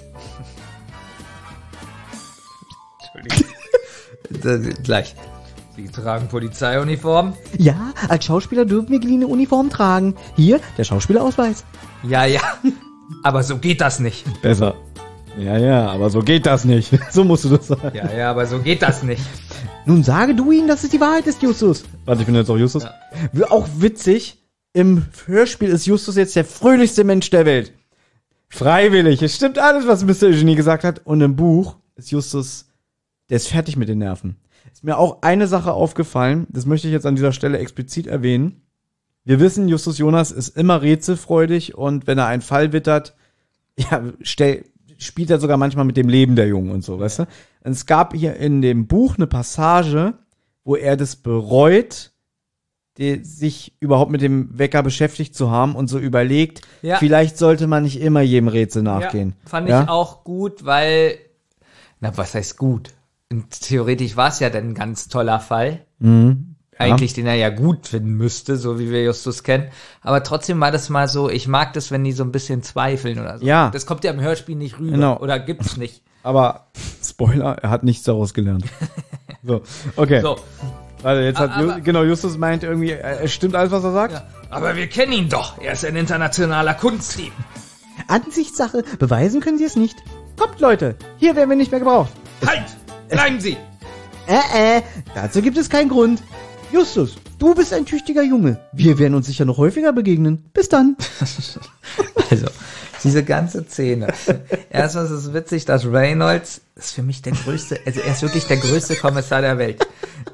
Entschuldigung. Gleich. Sie tragen Polizeiuniform? Ja, als Schauspieler dürfen wir geliehene Uniformen tragen. Hier, der Schauspielerausweis. Ja, ja. Aber so geht das nicht. Besser. Ja, ja, aber so geht das nicht. So musst du das sagen. Ja, ja, aber so geht das nicht. Nun sage du ihnen, dass es die Wahrheit ist, Justus. Warte, ich bin jetzt auch Justus. Ja. Auch witzig, im Hörspiel ist Justus jetzt der fröhlichste Mensch der Welt. Freiwillig. Es stimmt alles, was Mister Eugenie gesagt hat. Und im Buch ist Justus, der ist fertig mit den Nerven. Ist mir auch eine Sache aufgefallen, das möchte ich jetzt an dieser Stelle explizit erwähnen. Wir wissen, Justus Jonas ist immer rätselfreudig und wenn er einen Fall wittert, ja, stell, spielt er sogar manchmal mit dem Leben der Jungen und so, weißt du? Und es gab hier in dem Buch eine Passage, wo er das bereut, die, sich überhaupt mit dem Wecker beschäftigt zu haben und so überlegt, Ja. vielleicht sollte man nicht immer jedem Rätsel nachgehen. Ja, fand Ja? ich auch gut, weil, na, was heißt gut? Und theoretisch war es ja dann ein ganz toller Fall. Mhm. Ja. Eigentlich, den er ja gut finden müsste, so wie wir Justus kennen. Aber trotzdem war das mal so, ich mag das, wenn die so ein bisschen zweifeln oder so. Ja. Das kommt ja im Hörspiel nicht rüber. Genau. Oder gibt's nicht. Aber, Spoiler, er hat nichts daraus gelernt. So, okay. So. Warte, jetzt hat, Aber- Ju- genau, Justus meint irgendwie, äh, es stimmt alles, was er sagt? Ja. Aber wir kennen ihn doch. Er ist ein internationaler Kunstdieb. Ansichtssache, beweisen können Sie es nicht. Kommt, Leute, hier werden wir nicht mehr gebraucht. Halt! Bleiben Sie! Äh, äh, dazu gibt es keinen Grund. Justus, du bist ein tüchtiger Junge. Wir werden uns sicher noch häufiger begegnen. Bis dann. Also, diese ganze Szene. Erstmal ist es witzig, dass Reynolds ist für mich der größte, also er ist wirklich der größte Kommissar der Welt.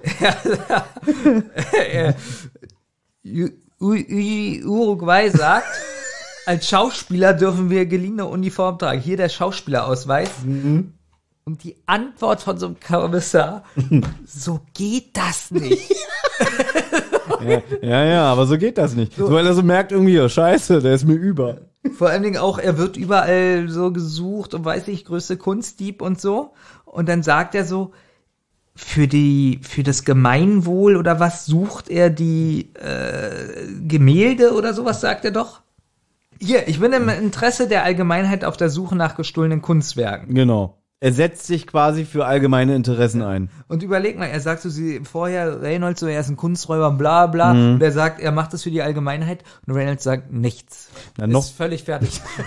Er- U- U- Uruguay sagt, als Schauspieler dürfen wir geliehene Uniform tragen. Hier der Schauspielerausweis. Und die Antwort von so einem Kommissar, so geht das nicht. Ja, ja, ja, aber so geht das nicht. So, weil er so merkt irgendwie, oh, scheiße, der ist mir über. Vor allen Dingen auch, er wird überall so gesucht und weiß ich, größte Kunstdieb und so. Und dann sagt er so, für die, für das Gemeinwohl oder was sucht er die äh, Gemälde oder sowas, sagt er doch. Hier, ich bin im Interesse der Allgemeinheit auf der Suche nach gestohlenen Kunstwerken. Genau. Er setzt sich quasi für allgemeine Interessen ein. Und überleg mal, er sagt so, sie vorher, Reynolds so, er ist ein Kunsträuber, bla bla. Mhm. Und er sagt, er macht das für die Allgemeinheit. Und Reynolds sagt nichts. Na, noch- Ist völlig fertig.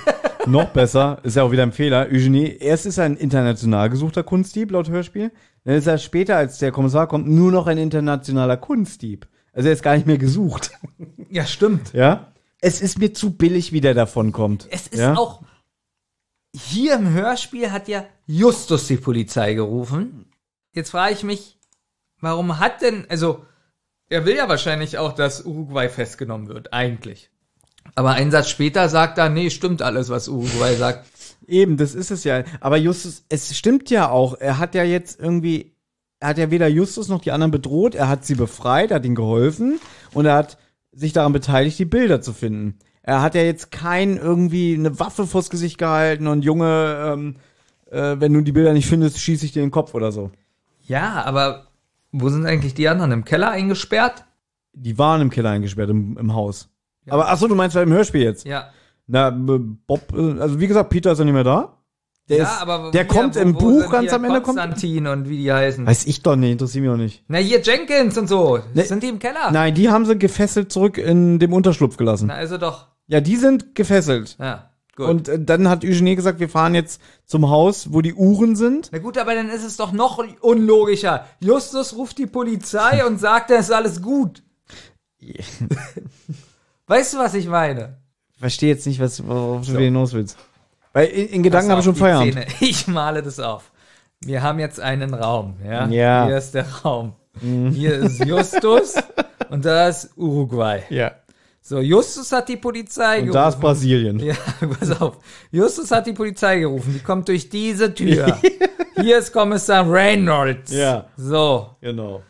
Noch besser, ist ja auch wieder ein Fehler. Eugenie, erst ist er ein international gesuchter Kunstdieb, laut Hörspiel. Dann ist er später, als der Kommissar kommt, nur noch ein internationaler Kunstdieb. Also er ist gar nicht mehr gesucht. Ja, stimmt. Ja? Es ist mir zu billig, wie der davon kommt. Es ist ja? auch, hier im Hörspiel hat ja Justus die Polizei gerufen. Jetzt frage ich mich, warum hat denn, also, er will ja wahrscheinlich auch, dass Uruguay festgenommen wird, eigentlich. Aber einen Satz später sagt er, nee, stimmt alles, was Uruguay sagt. Eben, das ist es ja. Aber Justus, es stimmt ja auch. Er hat ja jetzt irgendwie, er hat ja weder Justus noch die anderen bedroht. Er hat sie befreit, er hat ihnen geholfen und er hat sich daran beteiligt, die Bilder zu finden. Er hat ja jetzt kein irgendwie eine Waffe vors Gesicht gehalten und Junge, ähm, äh, wenn du die Bilder nicht findest, schieße ich dir in den Kopf oder so. Ja, aber wo sind eigentlich die anderen? Im Keller eingesperrt? Die waren im Keller eingesperrt, im, im Haus. Ja. Aber ach so, du meinst im Hörspiel jetzt? Ja. Na, Bob, also wie gesagt, Peter ist ja nicht mehr da. Der ja, ist, aber der hier, kommt wo, im wo Buch sind ganz hier am Ende. Kommt, Konstantin und wie die heißen. weiß ich doch nicht, interessiert mich auch nicht. Na, hier Jenkins und so. Ne, sind die im Keller? Nein, die haben sie gefesselt zurück in dem Unterschlupf gelassen. Na, also doch. Ja, die sind gefesselt. Ja, gut. Und äh, dann hat Eugenie gesagt, wir fahren jetzt zum Haus, wo die Uhren sind. Na gut, aber dann ist es doch noch unlogischer. Justus ruft die Polizei und sagt, es ist alles gut. Weißt du, was ich meine? Ich verstehe jetzt nicht, was, worauf du so. hinaus willst. Weil in, in Gedanken habe ich schon Feierabend. Szene. Ich male das auf. Wir haben jetzt einen Raum. Ja. ja. Hier ist der Raum. Mhm. Hier ist Justus und da ist Uruguay. Ja. So, Justus hat die Polizei und gerufen. Und da ist Brasilien. Ja, pass auf. Justus hat die Polizei gerufen. Die kommt durch diese Tür. Hier ist Kommissar Reynolds. Ja. So. Genau.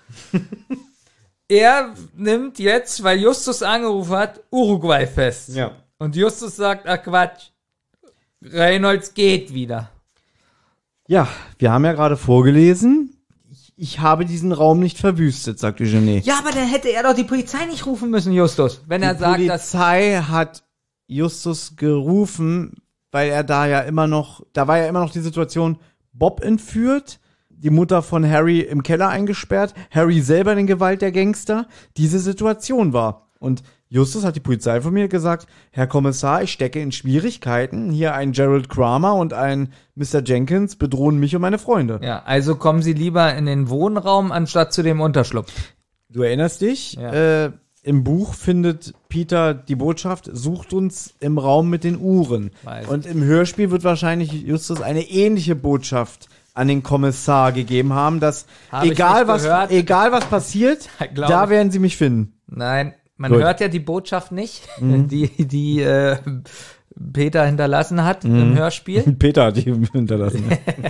Er nimmt jetzt, weil Justus angerufen hat, Uruguay fest. Ja. Und Justus sagt, ach Quatsch, Reynolds geht wieder. Ja, wir haben ja gerade vorgelesen, ich, ich habe diesen Raum nicht verwüstet, sagt Eugenie. Ja, aber dann hätte er doch die Polizei nicht rufen müssen, Justus. Wenn er die sagt, dass... Die Polizei hat Justus gerufen, weil er da ja immer noch, da war ja immer noch die Situation, Bob entführt, die Mutter von Harry im Keller eingesperrt, Harry selber in Gewalt der Gangster. Diese Situation war. Und Justus hat die Polizei von mir gesagt, Herr Kommissar, ich stecke in Schwierigkeiten. Hier ein Gerald Kramer und ein Mister Jenkins bedrohen mich und meine Freunde. Ja, also kommen Sie lieber in den Wohnraum anstatt zu dem Unterschlupf. Du erinnerst dich? Ja. Äh, im Buch findet Peter die Botschaft, sucht uns im Raum mit den Uhren. Weiß. Und im Hörspiel wird wahrscheinlich Justus eine ähnliche Botschaft an den Kommissar gegeben haben, dass Hab ich egal nicht was, gehört. egal was passiert, da ich. werden sie mich finden. Nein, man Gut. hört ja die Botschaft nicht, Mhm. die, die äh, Peter hinterlassen hat Mhm. im Hörspiel. Peter hat die hinterlassen.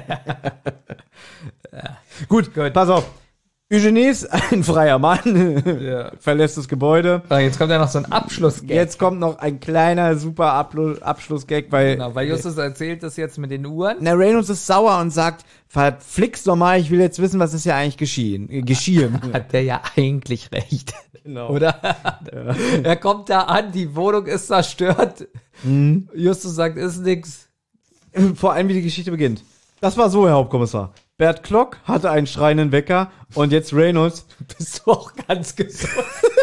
Ja. Gut, Gut, pass auf. Eugenie ist ein freier Mann, Ja. verlässt das Gebäude. Ah, jetzt kommt ja noch so ein Abschlussgag. Jetzt kommt noch ein kleiner, super Ablu- Abschlussgag, weil, Genau, weil Justus erzählt das jetzt mit den Uhren. na, Reynolds ist sauer und sagt, verflixt doch mal, ich will jetzt wissen, was ist ja eigentlich geschehen, äh, geschehen. Hat der ja eigentlich recht. Genau. Oder? Ja. Er kommt da an, die Wohnung ist zerstört. Mhm. Justus sagt, ist nix. Vor allem, wie die Geschichte beginnt. Das war so, Herr Hauptkommissar. Bert Klock hatte einen schreienden Wecker und jetzt Reynolds. Bist du auch ganz gesund?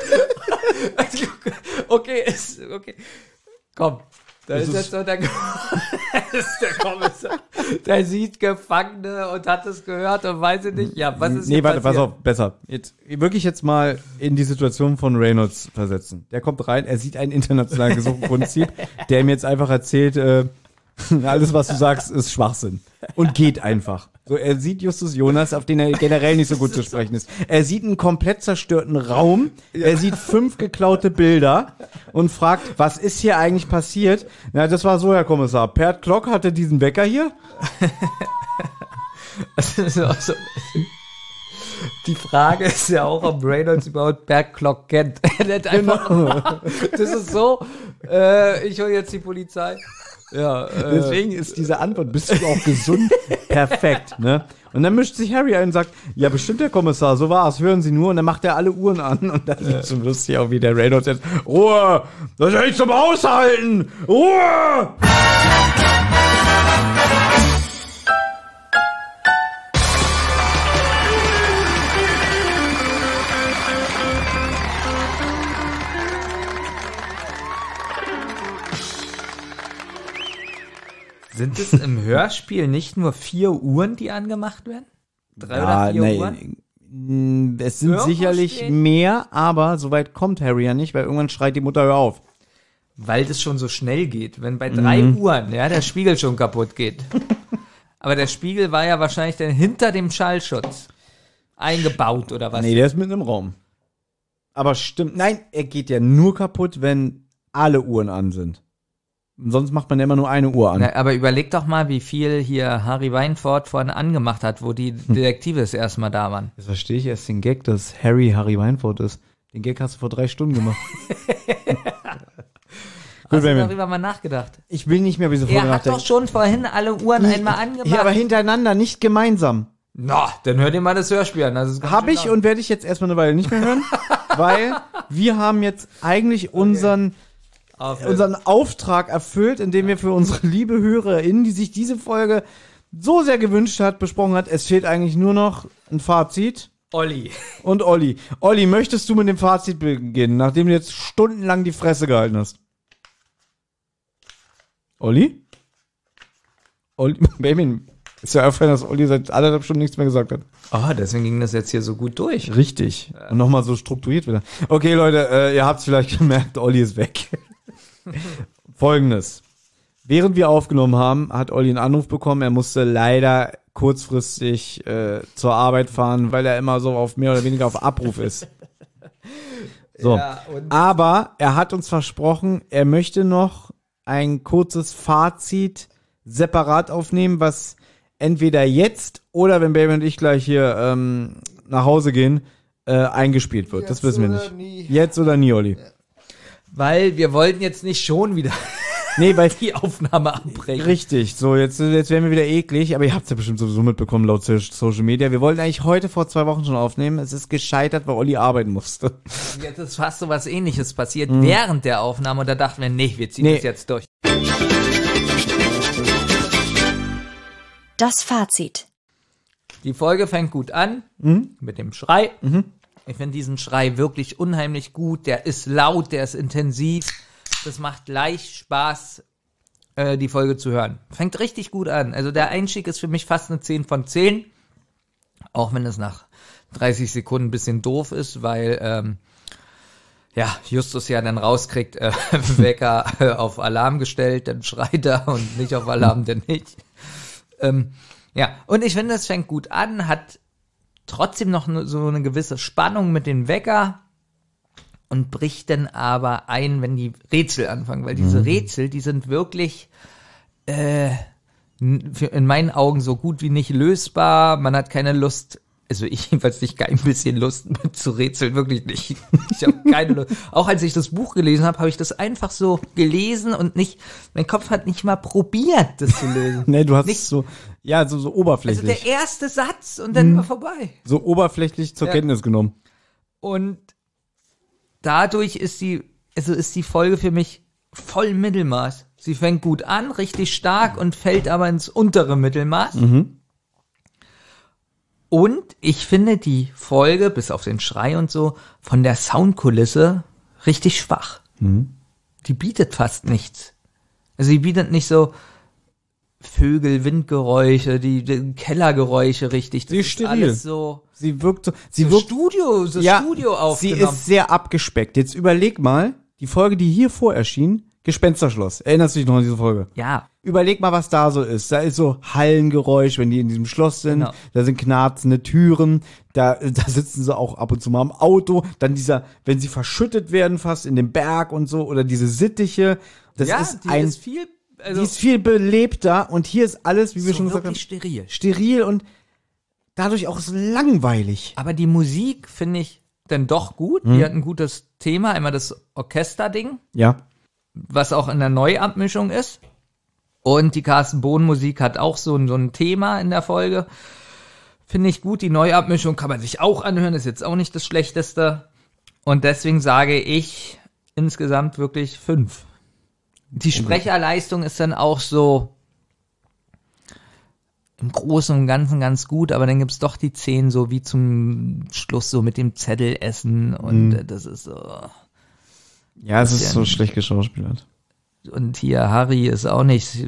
Okay, ist, okay. Komm. Da Das ist ist- jetzt so der, das ist der Kommissar. Der sieht Gefangene und hat es gehört und weiß ich nicht. Ja, was ist Nee, hier warte, pass passiert? auf, besser. Jetzt wirklich jetzt mal in die Situation von Reynolds versetzen. Der kommt rein, er sieht einen international gesuchten Kunstdieb, der ihm jetzt einfach erzählt, äh, alles, was du sagst, ist Schwachsinn. Und geht einfach. So, er sieht Justus Jonas, auf den er generell nicht so gut zu sprechen ist. Er sieht einen komplett zerstörten Raum. Er sieht fünf geklaute Bilder und fragt, was ist hier eigentlich passiert? Na, das war so, Herr Kommissar. Bert Klock hatte diesen Wecker hier. Das ist auch so. Die Frage ist ja auch, ob Reynolds überhaupt Bert Klock kennt. Er nennt einfach, Genau. das ist so, äh, ich hole jetzt die Polizei. Ja, äh, Deswegen ist diese Antwort, bist du auch gesund? Perfekt, ne? Und dann mischt sich Harry ein und sagt, ja, bestimmt, Herr Kommissar, so war's, hören Sie nur. Und dann macht er alle Uhren an und dann ist zum lustig auch, wie der Reynolds jetzt, Ruhe, das ist ja nicht zum Aushalten, Ruhe! Sind es im Hörspiel nicht nur vier Uhren, die angemacht werden? Drei Ja, oder vier nee, Uhren? Es sind Irgendwo sicherlich stehen- mehr, aber so weit kommt Harry ja nicht, weil irgendwann schreit die Mutter, hör auf. Weil das schon so schnell geht. Wenn bei drei Mhm. Uhren, ja, der Spiegel schon kaputt geht. Aber der Spiegel war ja wahrscheinlich dann hinter dem Schallschutz eingebaut oder was? Nee, der ist mitten im Raum. Aber stimmt, nein, er geht ja nur kaputt, wenn alle Uhren an sind. Sonst macht man ja immer nur eine Uhr an. Na, aber überleg doch mal, wie viel hier Harry Weinfurt vorhin angemacht hat, wo die Detektive das erste Mal da waren. Jetzt verstehe ich erst den Gag, dass Harry Harry Weinfurt ist. Den Gag hast du vor drei Stunden gemacht. Hast du Benjamin. darüber mal nachgedacht? Ich will nicht mehr, wie sie vorher Er hat doch schon vorhin alle Uhren einmal angemacht. Ja, aber hintereinander, nicht gemeinsam. Na, dann hör dir mal das Hörspiel an. Das ist ganz Hab schön ich laut. und werde ich jetzt erstmal eine Weile nicht mehr hören, weil wir haben jetzt eigentlich unseren, Aufhören. unseren Auftrag erfüllt, indem wir für unsere liebe HörerInnen, die sich diese Folge so sehr gewünscht hat, besprochen hat. Es fehlt eigentlich nur noch ein Fazit. Olli. Und Olli. Olli, möchtest du mit dem Fazit beginnen, nachdem du jetzt stundenlang die Fresse gehalten hast? Olli? Olli, Baby, ist ja aufgefallen, dass Olli seit anderthalb Stunden nichts mehr gesagt hat. Oh, deswegen ging das jetzt hier so gut durch. Richtig. Und nochmal so strukturiert wieder. Okay, Leute, äh, ihr habt es vielleicht gemerkt, Olli ist weg. Folgendes. Während wir aufgenommen haben, hat Olli einen Anruf bekommen. Er musste leider kurzfristig äh, zur Arbeit fahren, weil er immer so auf mehr oder weniger auf Abruf ist. So. Ja, und- Aber er hat uns versprochen, er möchte noch ein kurzes Fazit separat aufnehmen, was entweder jetzt oder wenn Baby und ich gleich hier ähm, nach Hause gehen, äh, eingespielt wird. Das wissen wir nicht. Jetzt oder nie, Olli. Weil wir wollten jetzt nicht schon wieder Nee, weil die Aufnahme abbrechen. Richtig, so jetzt, jetzt werden wir wieder eklig, aber ihr habt es ja bestimmt sowieso mitbekommen laut So- Social Media. Wir wollten eigentlich heute vor zwei Wochen schon aufnehmen. Es ist gescheitert, weil Olli arbeiten musste. Jetzt ist fast so was Ähnliches passiert Mhm. während der Aufnahme und da dachten wir, nee, wir ziehen Nee. das jetzt durch. Das Fazit. Die Folge fängt gut an Mhm. mit dem Schrei. Mhm. Ich finde diesen Schrei wirklich unheimlich gut. Der ist laut, der ist intensiv. Das macht gleich Spaß, äh, die Folge zu hören. Fängt richtig gut an. Also der Einstieg ist für mich fast eine zehn von zehn. Auch wenn es nach dreißig Sekunden ein bisschen doof ist, weil ähm, ja, Justus ja dann rauskriegt, äh, Wecker äh, auf Alarm gestellt, dann schreit er und nicht auf Alarm, dann nicht. Ähm, ja, und ich finde, es fängt gut an, hat trotzdem noch ne, so eine gewisse Spannung mit dem Wecker und bricht dann aber ein, wenn die Rätsel anfangen, weil diese Mhm. Rätsel, die sind wirklich äh, n- für- in meinen Augen so gut wie nicht lösbar. Man hat keine Lust, also ich jedenfalls nicht kein bisschen Lust mit zu rätseln, wirklich nicht. Ich habe keine Lust. Auch als ich das Buch gelesen habe, habe ich das einfach so gelesen und nicht, mein Kopf hat nicht mal probiert, das zu lösen. Nee, du hast Nicht- so, ja, so, so Also oberflächlich. der erste Satz und dann Mhm. war vorbei. so oberflächlich zur Ja. Kenntnis genommen. Und dadurch ist die, also ist die Folge für mich voll Mittelmaß. Sie fängt gut an, richtig stark und fällt aber ins untere Mittelmaß. Mhm. Und ich finde die Folge, bis auf den Schrei und so, von der Soundkulisse richtig schwach. Mhm. Die bietet fast nichts. Also sie bietet nicht so Vögel, Windgeräusche, die, die Kellergeräusche richtig. Das Sie ist ist steril. alles so. Sie wirkt so, sie so wirkt, Studio, so ja, Studio sie aufgenommen. ist sehr abgespeckt. Jetzt überleg mal, die Folge, die hier vor erschien, Gespensterschloss. Erinnerst du dich noch an diese Folge? Ja. Überleg mal, was da so ist. Da ist so Hallengeräusch, wenn die in diesem Schloss sind. Genau. Da sind knarzende Türen. Da, da sitzen sie auch ab und zu mal im Auto. Dann dieser, wenn sie verschüttet werden fast in den Berg und so. Oder diese Sittiche. Das ja, ist die ein, ist viel, also die ist viel belebter. Und hier ist alles, wie wir so schon gesagt haben, wirklich steril. steril und dadurch auch so langweilig. Aber die Musik finde ich dann doch gut. Mhm. Die hat ein gutes Thema. Einmal das Orchesterding, Ja. was auch in der Neuabmischung ist. Und die Carsten Bohn Musik hat auch so ein, so ein Thema in der Folge. Finde ich gut. Die Neuabmischung kann man sich auch anhören. Ist jetzt auch nicht das Schlechteste. Und deswegen sage ich insgesamt wirklich fünf. Die Sprecherleistung ist dann auch so im Großen und Ganzen ganz gut, aber dann gibt's doch die zehn so wie zum Schluss so mit dem Zettelessen und Mhm. äh, das ist so Ja, es ist bisschen so schlecht geschauspielert. und hier Harry ist auch nicht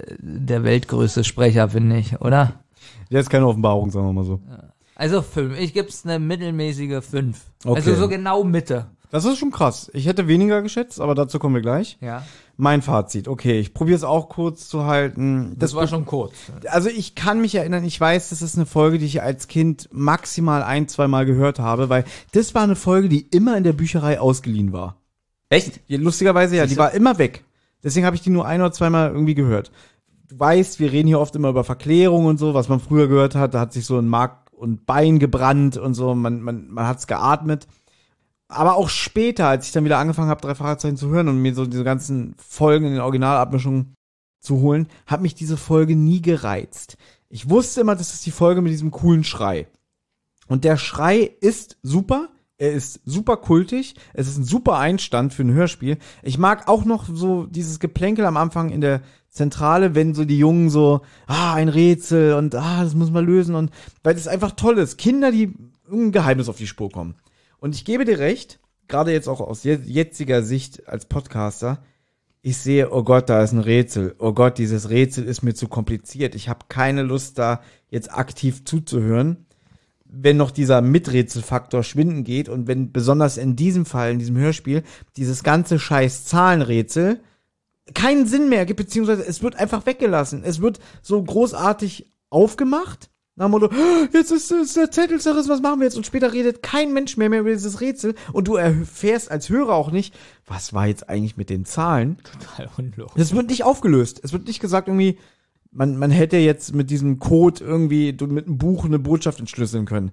der weltgrößte Sprecher, finde ich, oder? Der ist keine Offenbarung, sagen wir mal so. Also fünf. Ich gebe es eine mittelmäßige fünf. Okay. Also so genau Mitte. Das ist schon krass. Ich hätte weniger geschätzt, aber dazu kommen wir gleich. Ja. Mein Fazit. Okay, ich probiere es auch kurz zu halten. Das, das war schon kurz. Also ich kann mich erinnern, ich weiß, das ist eine Folge, die ich als Kind maximal ein, zwei Mal gehört habe, weil das war eine Folge, die immer in der Bücherei ausgeliehen war. Echt? Ja, lustigerweise ja, die war immer weg. Deswegen habe ich die nur ein oder zweimal irgendwie gehört. Du weißt, wir reden hier oft immer über Verklärung und so, was man früher gehört hat. Da hat sich so ein Mark und Bein gebrannt und so, man, man, man hat's geatmet. Aber auch später, als ich dann wieder angefangen habe, drei Fragezeichen zu hören und mir so diese ganzen Folgen in den Originalabmischungen zu holen, hat mich diese Folge nie gereizt. Ich wusste immer, das ist die Folge mit diesem coolen Schrei. Und der Schrei ist super, er ist super kultig, es ist ein super Einstand für ein Hörspiel. Ich mag auch noch so dieses Geplänkel am Anfang in der Zentrale, wenn so die Jungen so, ah, ein Rätsel und ah, das muss man lösen und weil das einfach toll ist. Kinder, die irgendein Geheimnis auf die Spur kommen. Und ich gebe dir recht, gerade jetzt auch aus jetziger Sicht als Podcaster, ich sehe, oh Gott, da ist ein Rätsel. Oh Gott, dieses Rätsel ist mir zu kompliziert. Ich habe keine Lust, da jetzt aktiv zuzuhören, wenn noch dieser Miträtselfaktor schwinden geht und wenn besonders in diesem Fall, in diesem Hörspiel, dieses ganze scheiß Zahlenrätsel keinen Sinn mehr gibt, beziehungsweise es wird einfach weggelassen. Es wird so großartig aufgemacht, nach dem Motto, jetzt ist, ist der Zettel zerrissen, was machen wir jetzt? Und später redet kein Mensch mehr, mehr über dieses Rätsel und du erfährst als Hörer auch nicht, was war jetzt eigentlich mit den Zahlen? Total unlogisch. Es wird nicht aufgelöst. Es wird nicht gesagt irgendwie, man, man hätte jetzt mit diesem Code irgendwie mit einem Buch eine Botschaft entschlüsseln können.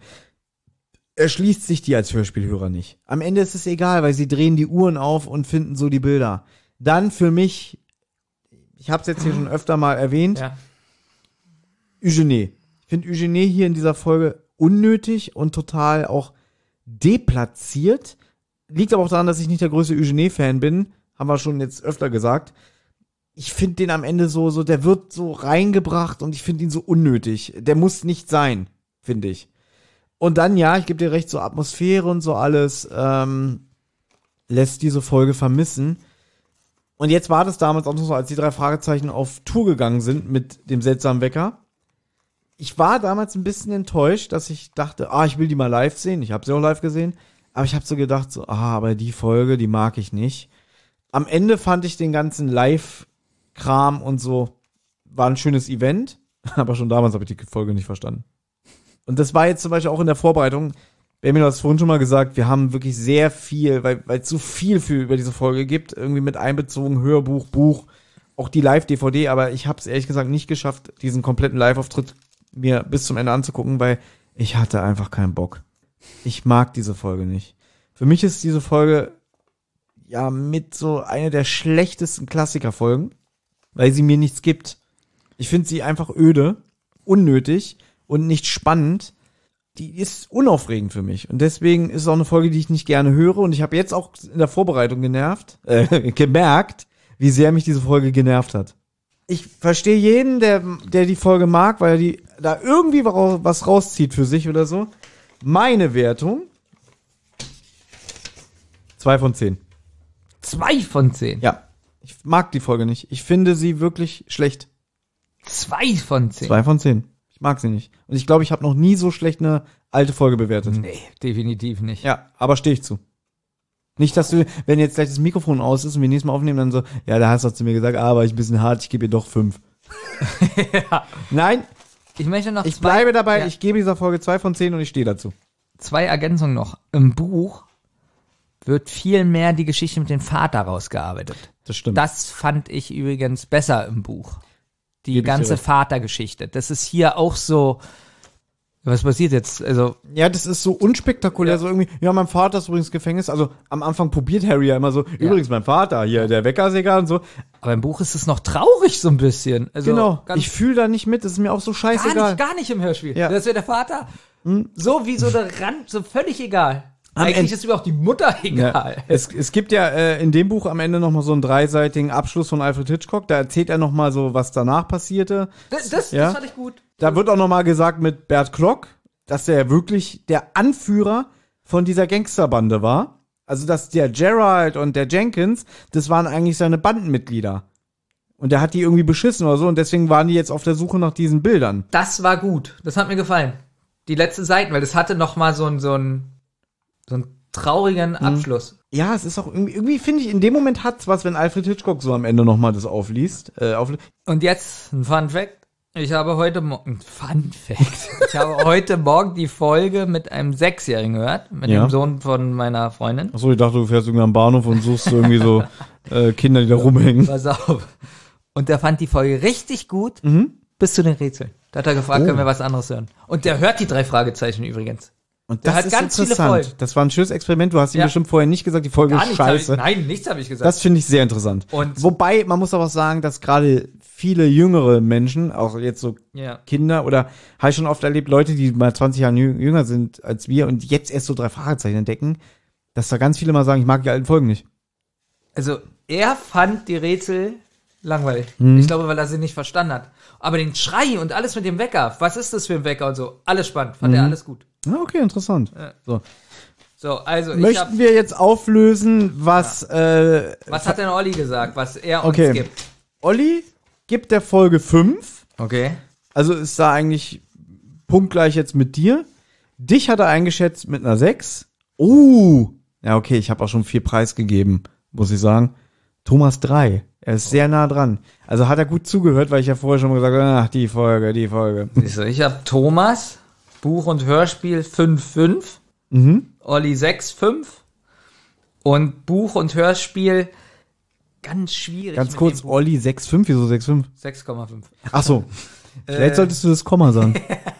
Erschließt sich die als Hörspielhörer nicht. Am Ende ist es egal, weil sie drehen die Uhren auf und finden so die Bilder. Dann für mich, ich habe es jetzt hier schon öfter mal erwähnt, Ja. Eugenie. Ich finde Eugenie hier in dieser Folge unnötig und total auch deplatziert. Liegt aber auch daran, dass ich nicht der größte Eugenie-Fan bin. Haben wir schon jetzt öfter gesagt. Ich finde den am Ende so, so, der wird so reingebracht und ich finde ihn so unnötig. Der muss nicht sein, finde ich. Und dann, ja, ich gebe dir recht, so Atmosphäre und so alles ähm, lässt diese Folge vermissen. Und jetzt war das damals auch noch so, als die drei Fragezeichen auf Tour gegangen sind mit dem seltsamen Wecker. Ich war damals ein bisschen enttäuscht, dass ich dachte, ah, ich will die mal live sehen. Ich habe sie auch live gesehen. Aber ich habe so gedacht, so, ah, aber die Folge, die mag ich nicht. Am Ende fand ich den ganzen Live-Kram und so, war ein schönes Event. Aber schon damals habe ich die Folge nicht verstanden. Und das war jetzt zum Beispiel auch in der Vorbereitung. Benjamin hat es vorhin schon mal gesagt, wir haben wirklich sehr viel, weil weil es so viel für über diese Folge gibt, irgendwie mit einbezogen, Hörbuch, Buch, auch die Live-D V D, aber ich habe es ehrlich gesagt nicht geschafft, diesen kompletten Live-Auftritt mir bis zum Ende anzugucken, weil ich hatte einfach keinen Bock. Ich mag diese Folge nicht. Für mich ist diese Folge ja mit so einer der schlechtesten Klassikerfolgen, weil sie mir nichts gibt. Ich finde sie einfach öde, unnötig und nicht spannend. Die ist unaufregend für mich. Und deswegen ist es auch eine Folge, die ich nicht gerne höre. Und ich habe jetzt auch in der Vorbereitung genervt, äh, gemerkt, wie sehr mich diese Folge genervt hat. Ich verstehe jeden, der, der die Folge mag, weil er die da irgendwie was rauszieht für sich oder so. Meine Wertung: zwei von zehn. Zwei von zehn? Ja. Ich mag die Folge nicht. Ich finde sie wirklich schlecht. Zwei von zehn? Zwei von zehn. Ich mag sie nicht. Und ich glaube, ich habe noch nie so schlecht eine alte Folge bewertet. Nee, definitiv nicht. Ja, aber stehe ich zu. Nicht, dass du, wenn jetzt gleich das Mikrofon aus ist und wir nächstes Mal aufnehmen, dann so, ja, da hast du zu mir gesagt, ah, aber ich bin ein bisschen hart, ich gebe ihr doch fünf. Ja. Nein. Ich möchte noch Ich zwei, bleibe dabei, ja. ich gebe dieser Folge zwei von zehn und ich stehe dazu. Zwei Ergänzungen noch. Im Buch wird viel mehr die Geschichte mit dem Vater rausgearbeitet. Das stimmt. Das fand ich übrigens besser im Buch. Die Gebe ich dir ganze recht. Vatergeschichte. Das ist hier auch so. Was passiert jetzt? Also Ja, das ist so unspektakulär, Ja. so irgendwie, ja, mein Vater ist übrigens Gefängnis. Also am Anfang probiert Harry ja immer so, übrigens mein Vater, hier, der Wecker ist egal und so. Aber im Buch ist es noch traurig so ein bisschen. Also Genau, ganz ich fühle da nicht mit, das ist mir auch so scheißegal. gar nicht, gar nicht im Hörspiel. Ja. Das wäre der Vater so wie so der Rand, so völlig egal. Am Eigentlich Ende- ist mir auch die Mutter egal. Ja. Es, es gibt ja äh, in dem Buch am Ende noch mal so einen dreiseitigen Abschluss von Alfred Hitchcock. Da erzählt er noch mal so, was danach passierte. Das, das, Ja. das fand ich gut. Da wird auch noch mal gesagt mit Bert Klock, dass er wirklich der Anführer von dieser Gangsterbande war. Also, dass der Gerald und der Jenkins, das waren eigentlich seine Bandenmitglieder. Und der hat die irgendwie beschissen oder so und deswegen waren die jetzt auf der Suche nach diesen Bildern. Das war gut. Das hat mir gefallen. Die letzten Seiten, weil das hatte noch mal so einen so einen, so einen traurigen Abschluss. Ja, es ist auch irgendwie, irgendwie finde ich, in dem Moment hat's was, wenn Alfred Hitchcock so am Ende noch mal das aufliest. Äh, aufli- Und jetzt ein Fun Fact. Ich habe heute Morgen, Fun Fact. Ich habe heute Morgen die Folge mit einem Sechsjährigen gehört, mit Ja. dem Sohn von meiner Freundin. Achso, ich dachte, du fährst irgendwie am Bahnhof und suchst irgendwie so äh, Kinder, die da rumhängen. Pass auf. Und der fand die Folge richtig gut, Mhm. bis zu den Rätseln. Da hat er gefragt, Oh. können wir was anderes hören. Und der hört die drei Fragezeichen übrigens. Und Der das hat ist ganz viele interessant. Folgen. Das war ein schönes Experiment. Du hast ihm Ja. bestimmt vorher nicht gesagt, die Folge Gar ist nichts hab scheiße. ich, nein, nichts habe ich gesagt. Das finde ich sehr interessant. Und- Wobei, man muss aber sagen, dass gerade viele jüngere Menschen, auch jetzt so Ja. Kinder oder habe ich schon oft erlebt, Leute, die mal zwanzig Jahre jü- jünger sind als wir und jetzt erst so drei Fragezeichen entdecken, dass da ganz viele mal sagen, ich mag die alten Folgen nicht. Also, er fand die Rätsel langweilig. Mhm. Ich glaube, weil er sie nicht verstanden hat. Aber den Schrei und alles mit dem Wecker, was ist das für ein Wecker und so, alles spannend, fand Mhm. er alles gut. Ja, okay, interessant. Ja. So. So, also, ich Möchten hab, wir jetzt auflösen, was äh, was hat denn Olli gesagt, was er okay. uns gibt? Olli gibt der Folge fünf. Okay. Also ist da eigentlich punktgleich jetzt mit dir. Dich hat er eingeschätzt mit einer sechs. Uh, ja okay, ich habe auch schon vier Preis gegeben, muss ich sagen. Thomas drei. Er ist sehr nah dran. Also hat er gut zugehört, weil ich ja vorher schon mal gesagt habe, ach, die Folge, die Folge. Siehst du, ich habe Thomas, Buch und Hörspiel fünf fünf, Mhm. Olli sechs fünf und Buch und Hörspiel ganz schwierig. Ganz mit kurz, dem Buch. Olli sechs fünf, wieso sechs fünf? sechs Komma fünf. Ach so. Vielleicht Äh. solltest du das Komma sagen.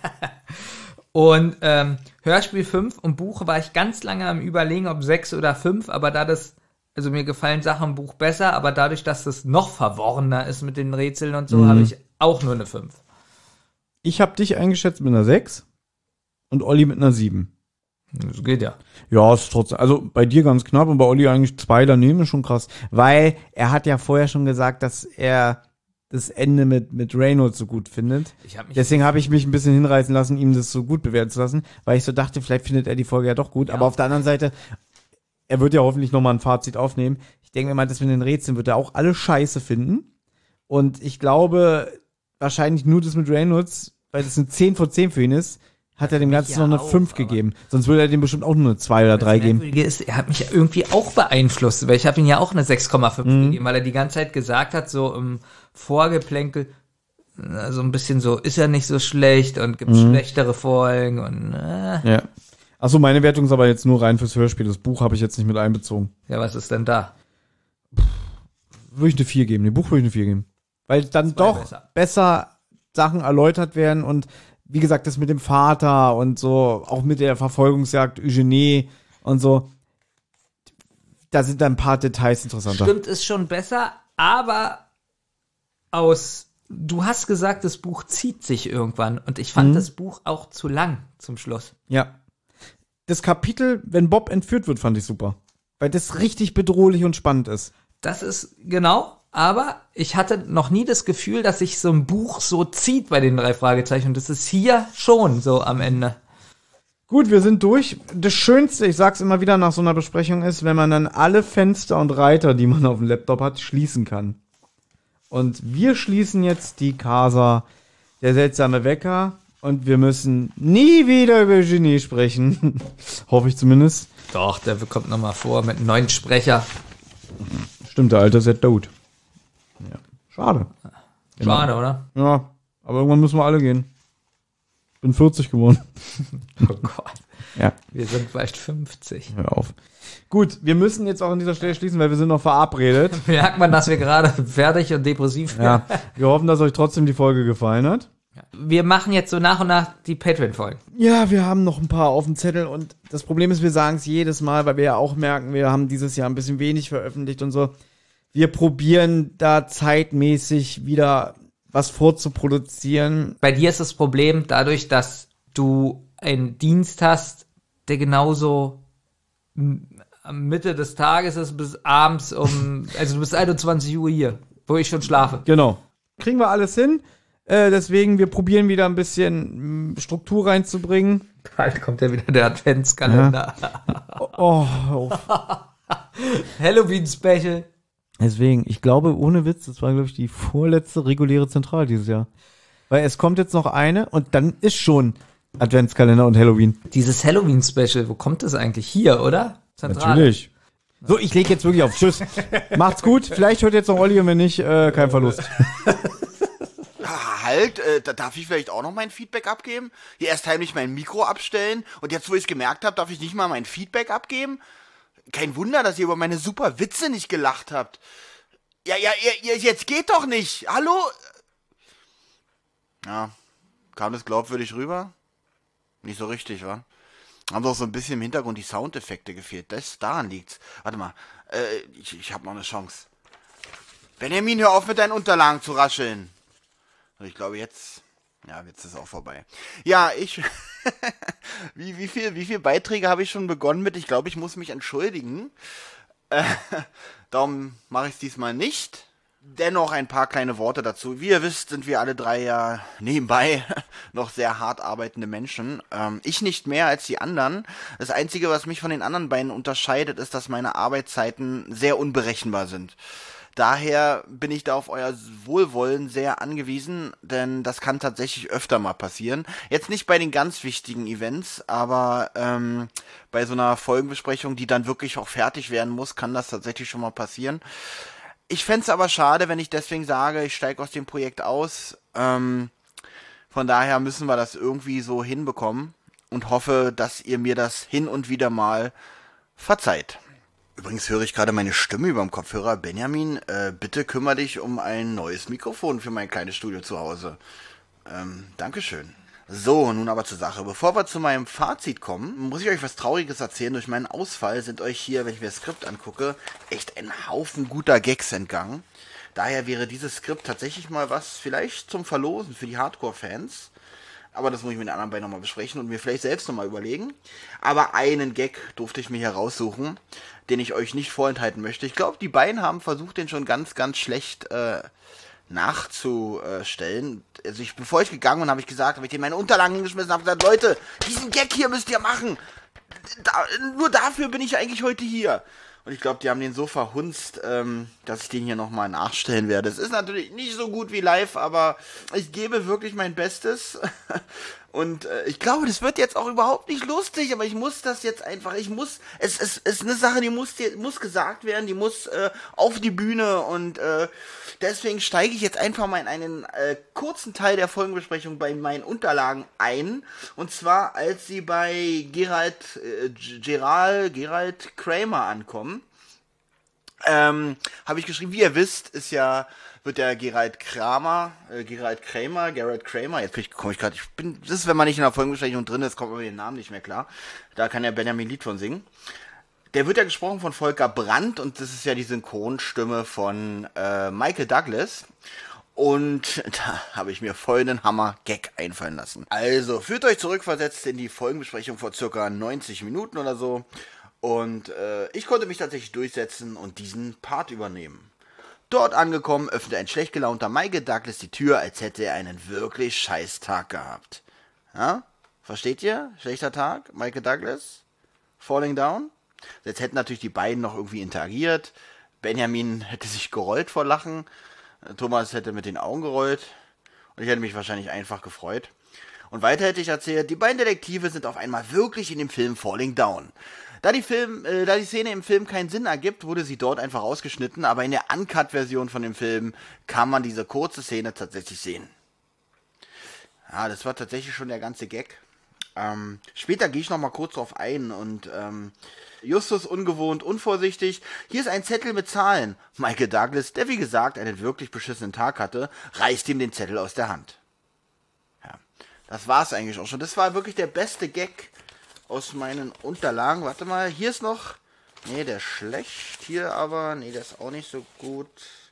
Und ähm, Hörspiel fünf und Buch war ich ganz lange am Überlegen, ob sechs oder fünf, aber da das, also mir gefallen Sachen im Buch besser, aber dadurch, dass das noch verworrener ist mit den Rätseln und so, Mhm. habe ich auch nur eine fünf. Ich habe dich eingeschätzt mit einer sechs und Olli mit einer sieben. Das geht ja. Ja, ist trotzdem, also bei dir ganz knapp und bei Olli eigentlich zwei daneben, ist schon krass. Weil er hat ja vorher schon gesagt, dass er das Ende mit, mit Reynolds so gut findet. Ich hab mich- Deswegen habe ich mich ein bisschen hinreißen lassen, ihm das so gut bewerten zu lassen, weil ich so dachte, vielleicht findet er die Folge ja doch gut. Aber auf der anderen Seite, er wird ja hoffentlich nochmal ein Fazit aufnehmen. Ich denke mir mal, das mit den Rätseln wird er auch alle scheiße finden. Und ich glaube, wahrscheinlich nur das mit Reynolds, weil das eine zehn von zehn für ihn ist, hat er dem Ganzen ja noch eine auch, fünf gegeben. Sonst würde er dem bestimmt auch nur eine zwei oder drei geben. Merkwürdige ist, er hat mich irgendwie auch beeinflusst, weil ich habe ihm ja auch eine sechs Komma fünf Mhm. gegeben, weil er die ganze Zeit gesagt hat, so im Vorgeplänkel, äh, so ein bisschen so, ist er nicht so schlecht und gibt Mhm. schlechtere Folgen und äh. Ja. Achso, meine Wertung ist aber jetzt nur rein fürs Hörspiel. Das Buch habe ich jetzt nicht mit einbezogen. Ja, was ist denn da? Würde ich eine vier geben. Dem Buch würde ich eine vier geben. Weil dann doch besser. besser. Sachen erläutert werden und wie gesagt, das mit dem Vater und so, auch mit der Verfolgungsjagd Eugenie und so. Da sind dann ein paar Details interessanter. Stimmt, ist schon besser, aber aus, du hast gesagt, das Buch zieht sich irgendwann und ich fand Mhm. das Buch auch zu lang zum Schluss. Ja. Das Kapitel, wenn Bob entführt wird, fand ich super. Weil das richtig bedrohlich und spannend ist. Das ist genau, aber ich hatte noch nie das Gefühl, dass sich so ein Buch so zieht bei den drei Fragezeichen. Und das ist hier schon so am Ende. Gut, wir sind durch. Das Schönste, ich sag's immer wieder nach so einer Besprechung, ist, wenn man dann alle Fenster und Reiter, die man auf dem Laptop hat, schließen kann. Und wir schließen jetzt die Casa, der seltsame Wecker. Und wir müssen nie wieder über Genie sprechen. Hoffe ich zumindest. Doch, der kommt noch mal vor mit einem neuen Sprecher. Stimmt, der Alte ist ja tot. Ja. Schade. Schade, oder? Ja, aber irgendwann müssen wir alle gehen. Bin vierzig geworden. Oh Gott. Ja. Wir sind vielleicht fünfzig. Hör auf. Gut, wir müssen jetzt auch an dieser Stelle schließen, weil wir sind noch verabredet. Merkt man, dass wir gerade fertig und depressiv Ja, wir hoffen, dass euch trotzdem die Folge gefallen hat. Wir machen jetzt so nach und nach die Patreon-Folgen. Ja, wir haben noch ein paar auf dem Zettel und das Problem ist, wir sagen es jedes Mal, weil wir ja auch merken, wir haben dieses Jahr ein bisschen wenig veröffentlicht und so. Wir probieren da zeitmäßig wieder was vorzuproduzieren. Bei dir ist das Problem dadurch, dass du einen Dienst hast, der genauso m- am Mitte des Tages ist bis abends um, also du bist einundzwanzig Uhr hier, wo ich schon schlafe. Genau. Kriegen wir alles hin. Äh, deswegen, wir probieren wieder ein bisschen mh, Struktur reinzubringen. Bald kommt ja wieder der Adventskalender. Oh, oh. Halloween-Special. Deswegen, ich glaube, ohne Witz, das war, glaube ich, die vorletzte reguläre Zentrale dieses Jahr. Weil es kommt jetzt noch eine und dann ist schon Adventskalender und Halloween. Dieses Halloween-Special, wo kommt das eigentlich? Hier, oder? Zentrale. Natürlich. So, ich lege jetzt wirklich auf. Tschüss. Macht's gut. Vielleicht hört jetzt noch Olli und wenn nicht, äh, kein Verlust. Halt, äh, da darf ich vielleicht auch noch mein Feedback abgeben? Hier erst heimlich mein Mikro abstellen und jetzt, wo ich es gemerkt habe, darf ich nicht mal mein Feedback abgeben? Kein Wunder, dass ihr über meine super Witze nicht gelacht habt. Ja, ja, ihr, ihr, jetzt geht doch nicht. Hallo? Ja, kam das glaubwürdig rüber? Nicht so richtig, wa? Haben doch so ein bisschen im Hintergrund die Soundeffekte gefehlt. Das, daran liegt's. Warte mal, äh, ich, ich hab noch eine Chance. Benjamin, hör auf mit deinen Unterlagen zu rascheln. Ich glaube jetzt, ja, jetzt ist es auch vorbei. Ja, ich, wie, wie viel, wie viel Beiträge habe ich schon begonnen mit? Ich glaube, ich muss mich entschuldigen. Äh, darum mache ich es diesmal nicht. Dennoch ein paar kleine Worte dazu. Wie ihr wisst, sind wir alle drei ja nebenbei noch sehr hart arbeitende Menschen. Ähm, ich nicht mehr als die anderen. Das Einzige, was mich von den anderen beiden unterscheidet, ist, dass meine Arbeitszeiten sehr unberechenbar sind. Daher bin ich da auf euer Wohlwollen sehr angewiesen, denn das kann tatsächlich öfter mal passieren. Jetzt nicht bei den ganz wichtigen Events, aber ähm, bei so einer Folgenbesprechung, die dann wirklich auch fertig werden muss, kann das tatsächlich schon mal passieren. Ich fänd's aber schade, wenn ich deswegen sage, ich steige aus dem Projekt aus. Ähm, von daher müssen wir das irgendwie so hinbekommen und hoffe, dass ihr mir das hin und wieder mal verzeiht. Übrigens höre ich gerade meine Stimme über dem Kopfhörer. Benjamin, äh, bitte kümmere dich um ein neues Mikrofon für mein kleines Studio zu Hause. Ähm, Dankeschön. So, nun aber zur Sache. Bevor wir zu meinem Fazit kommen, muss ich euch was Trauriges erzählen. Durch meinen Ausfall sind euch hier, wenn ich mir das Skript angucke, echt ein Haufen guter Gags entgangen. Daher wäre dieses Skript tatsächlich mal was vielleicht zum Verlosen für die Hardcore-Fans. Aber das muss ich mit den anderen beiden nochmal besprechen und mir vielleicht selbst nochmal überlegen. Aber einen Gag durfte ich mir hier raussuchen, den ich euch nicht vorenthalten möchte. Ich glaube, die beiden haben versucht, den schon ganz, ganz schlecht äh, nachzustellen. Also ich, bevor ich gegangen bin, habe ich gesagt, habe ich denen meine Unterlagen hingeschmissen, habe gesagt, Leute, diesen Gag hier müsst ihr machen. Da, nur dafür bin ich eigentlich heute hier. Und ich glaube, die haben den so verhunzt, ähm, dass ich den hier nochmal nachstellen werde. Es ist natürlich nicht so gut wie live, aber ich gebe wirklich mein Bestes. Und äh, ich glaube, das wird jetzt auch überhaupt nicht lustig, aber ich muss das jetzt einfach, ich muss, es, es, es ist eine Sache, die muss, die muss gesagt werden, die muss äh, auf die Bühne und äh, deswegen steige ich jetzt einfach mal in einen äh, kurzen Teil der Folgenbesprechung bei meinen Unterlagen ein. Und zwar, als sie bei Gerald, äh, Gerald, Gerald Kramer ankommen, ähm, habe ich geschrieben, wie ihr wisst, ist ja, wird der Gerald Kramer, äh, Gerald Kramer, Gerald Kramer, jetzt bin ich, komme ich gerade, ich bin, das ist, wenn man nicht in der Folgenbesprechung drin ist, kommt man mit den Namen nicht mehr klar. Da kann der Benjamin ein Lied von singen. Der wird ja gesprochen von Volker Brandt und das ist ja die Synchronstimme von äh, Michael Douglas. Und da habe ich mir folgenden Hammer-Gag einfallen lassen. Also, führt euch zurückversetzt in die Folgenbesprechung vor circa neunzig Minuten oder so. Und äh, ich konnte mich tatsächlich durchsetzen und diesen Part übernehmen. Dort angekommen, öffnete ein schlecht gelaunter Michael Douglas die Tür, als hätte er einen wirklich scheiß Tag gehabt. Ja? Versteht ihr? Schlechter Tag? Michael Douglas? Falling down? Jetzt hätten natürlich die beiden noch irgendwie interagiert. Benjamin hätte sich gerollt vor Lachen. Thomas hätte mit den Augen gerollt. Und ich hätte mich wahrscheinlich einfach gefreut. Und weiter hätte ich erzählt, die beiden Detektive sind auf einmal wirklich in dem Film Falling Down. Da die, Film, äh, da die Szene im Film keinen Sinn ergibt, wurde sie dort einfach rausgeschnitten, aber in der Uncut-Version von dem Film kann man diese kurze Szene tatsächlich sehen. Ja, das war tatsächlich schon der ganze Gag. Ähm, später gehe ich noch mal kurz drauf ein und ähm, Justus ungewohnt, unvorsichtig. Hier ist ein Zettel mit Zahlen. Michael Douglas, der wie gesagt einen wirklich beschissenen Tag hatte, reißt ihm den Zettel aus der Hand. Ja, das war's eigentlich auch schon. Das war wirklich der beste Gag aus meinen Unterlagen. Warte mal, hier ist noch... Nee, der ist schlecht. Hier aber... Nee, der ist auch nicht so gut.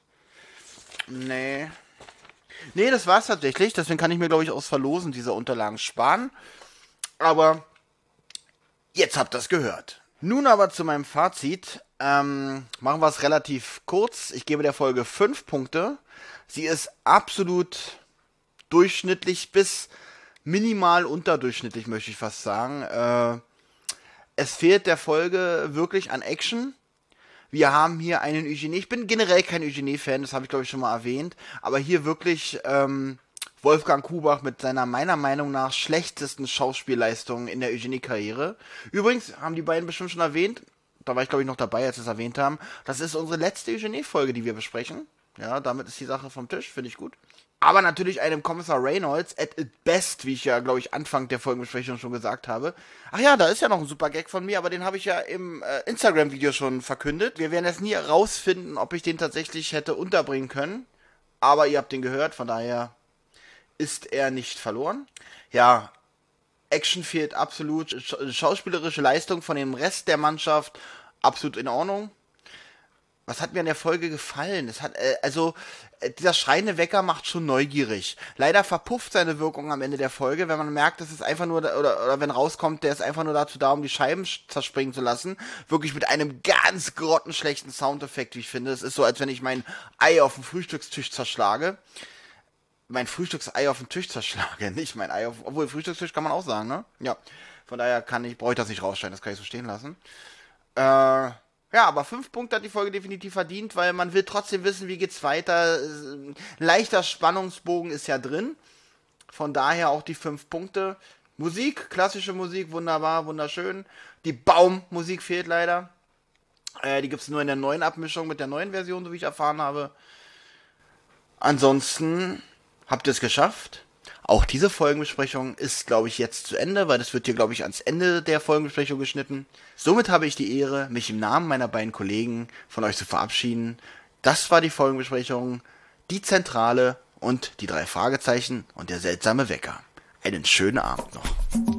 Nee. Nee, das war's tatsächlich. Deswegen kann ich mir, glaube ich, aus Verlosen dieser Unterlagen sparen. Aber jetzt habt ihr es gehört. Nun aber zu meinem Fazit. Ähm, machen wir es relativ kurz. Ich gebe der Folge fünf Punkte. Sie ist absolut durchschnittlich bis minimal unterdurchschnittlich, möchte ich fast sagen. Äh, es fehlt der Folge wirklich an Action. Wir haben hier einen Eugenie. Ich bin generell kein Eugenie-Fan, das habe ich glaube ich schon mal erwähnt. Aber hier wirklich ähm, Wolfgang Kubach mit seiner meiner Meinung nach schlechtesten Schauspielleistung in der Eugenie-Karriere. Übrigens, haben die beiden bestimmt schon erwähnt, da war ich glaube ich noch dabei, als sie es erwähnt haben, das ist unsere letzte Eugenie-Folge, die wir besprechen. Ja, damit ist die Sache vom Tisch, finde ich gut. Aber natürlich einem Kommissar Reynolds at best, wie ich ja, glaube ich, Anfang der Folgenbesprechung schon gesagt habe. Ach ja, da ist ja noch ein super Gag von mir, aber den habe ich ja im äh, Instagram-Video schon verkündet. Wir werden jetzt nie rausfinden, ob ich den tatsächlich hätte unterbringen können. Aber ihr habt den gehört, von daher ist er nicht verloren. Ja, Action fehlt absolut. Sch- schauspielerische Leistung von dem Rest der Mannschaft absolut in Ordnung. Was hat mir an der Folge gefallen? Es hat, äh, also, äh, dieser schreiende Wecker macht schon neugierig. Leider verpufft seine Wirkung am Ende der Folge, wenn man merkt, dass es einfach nur, da, oder, oder wenn rauskommt, der ist einfach nur dazu da, um die Scheiben zerspringen zu lassen. Wirklich mit einem ganz grottenschlechten Soundeffekt, wie ich finde. Es ist so, als wenn ich mein Ei auf dem Frühstückstisch zerschlage. Mein Frühstücksei auf dem Tisch zerschlage, nicht mein Ei auf, obwohl Frühstückstisch kann man auch sagen, ne? Ja. Von daher kann ich, brauche ich das nicht rausstellen, das kann ich so stehen lassen. Äh, Ja, aber fünf Punkte hat die Folge definitiv verdient, weil man will trotzdem wissen, wie geht's weiter. Ein leichter Spannungsbogen ist ja drin. Von daher auch die fünf Punkte. Musik, klassische Musik, wunderbar, wunderschön. Die Baummusik fehlt leider. Äh, die gibt's nur in der neuen Abmischung mit der neuen Version, so wie ich erfahren habe. Ansonsten habt ihr es geschafft. Auch diese Folgenbesprechung ist, glaube ich, jetzt zu Ende, weil das wird hier, glaube ich, ans Ende der Folgenbesprechung geschnitten. Somit habe ich die Ehre, mich im Namen meiner beiden Kollegen von euch zu verabschieden. Das war die Folgenbesprechung, die Zentrale und die drei Fragezeichen und der seltsame Wecker. Einen schönen Abend noch.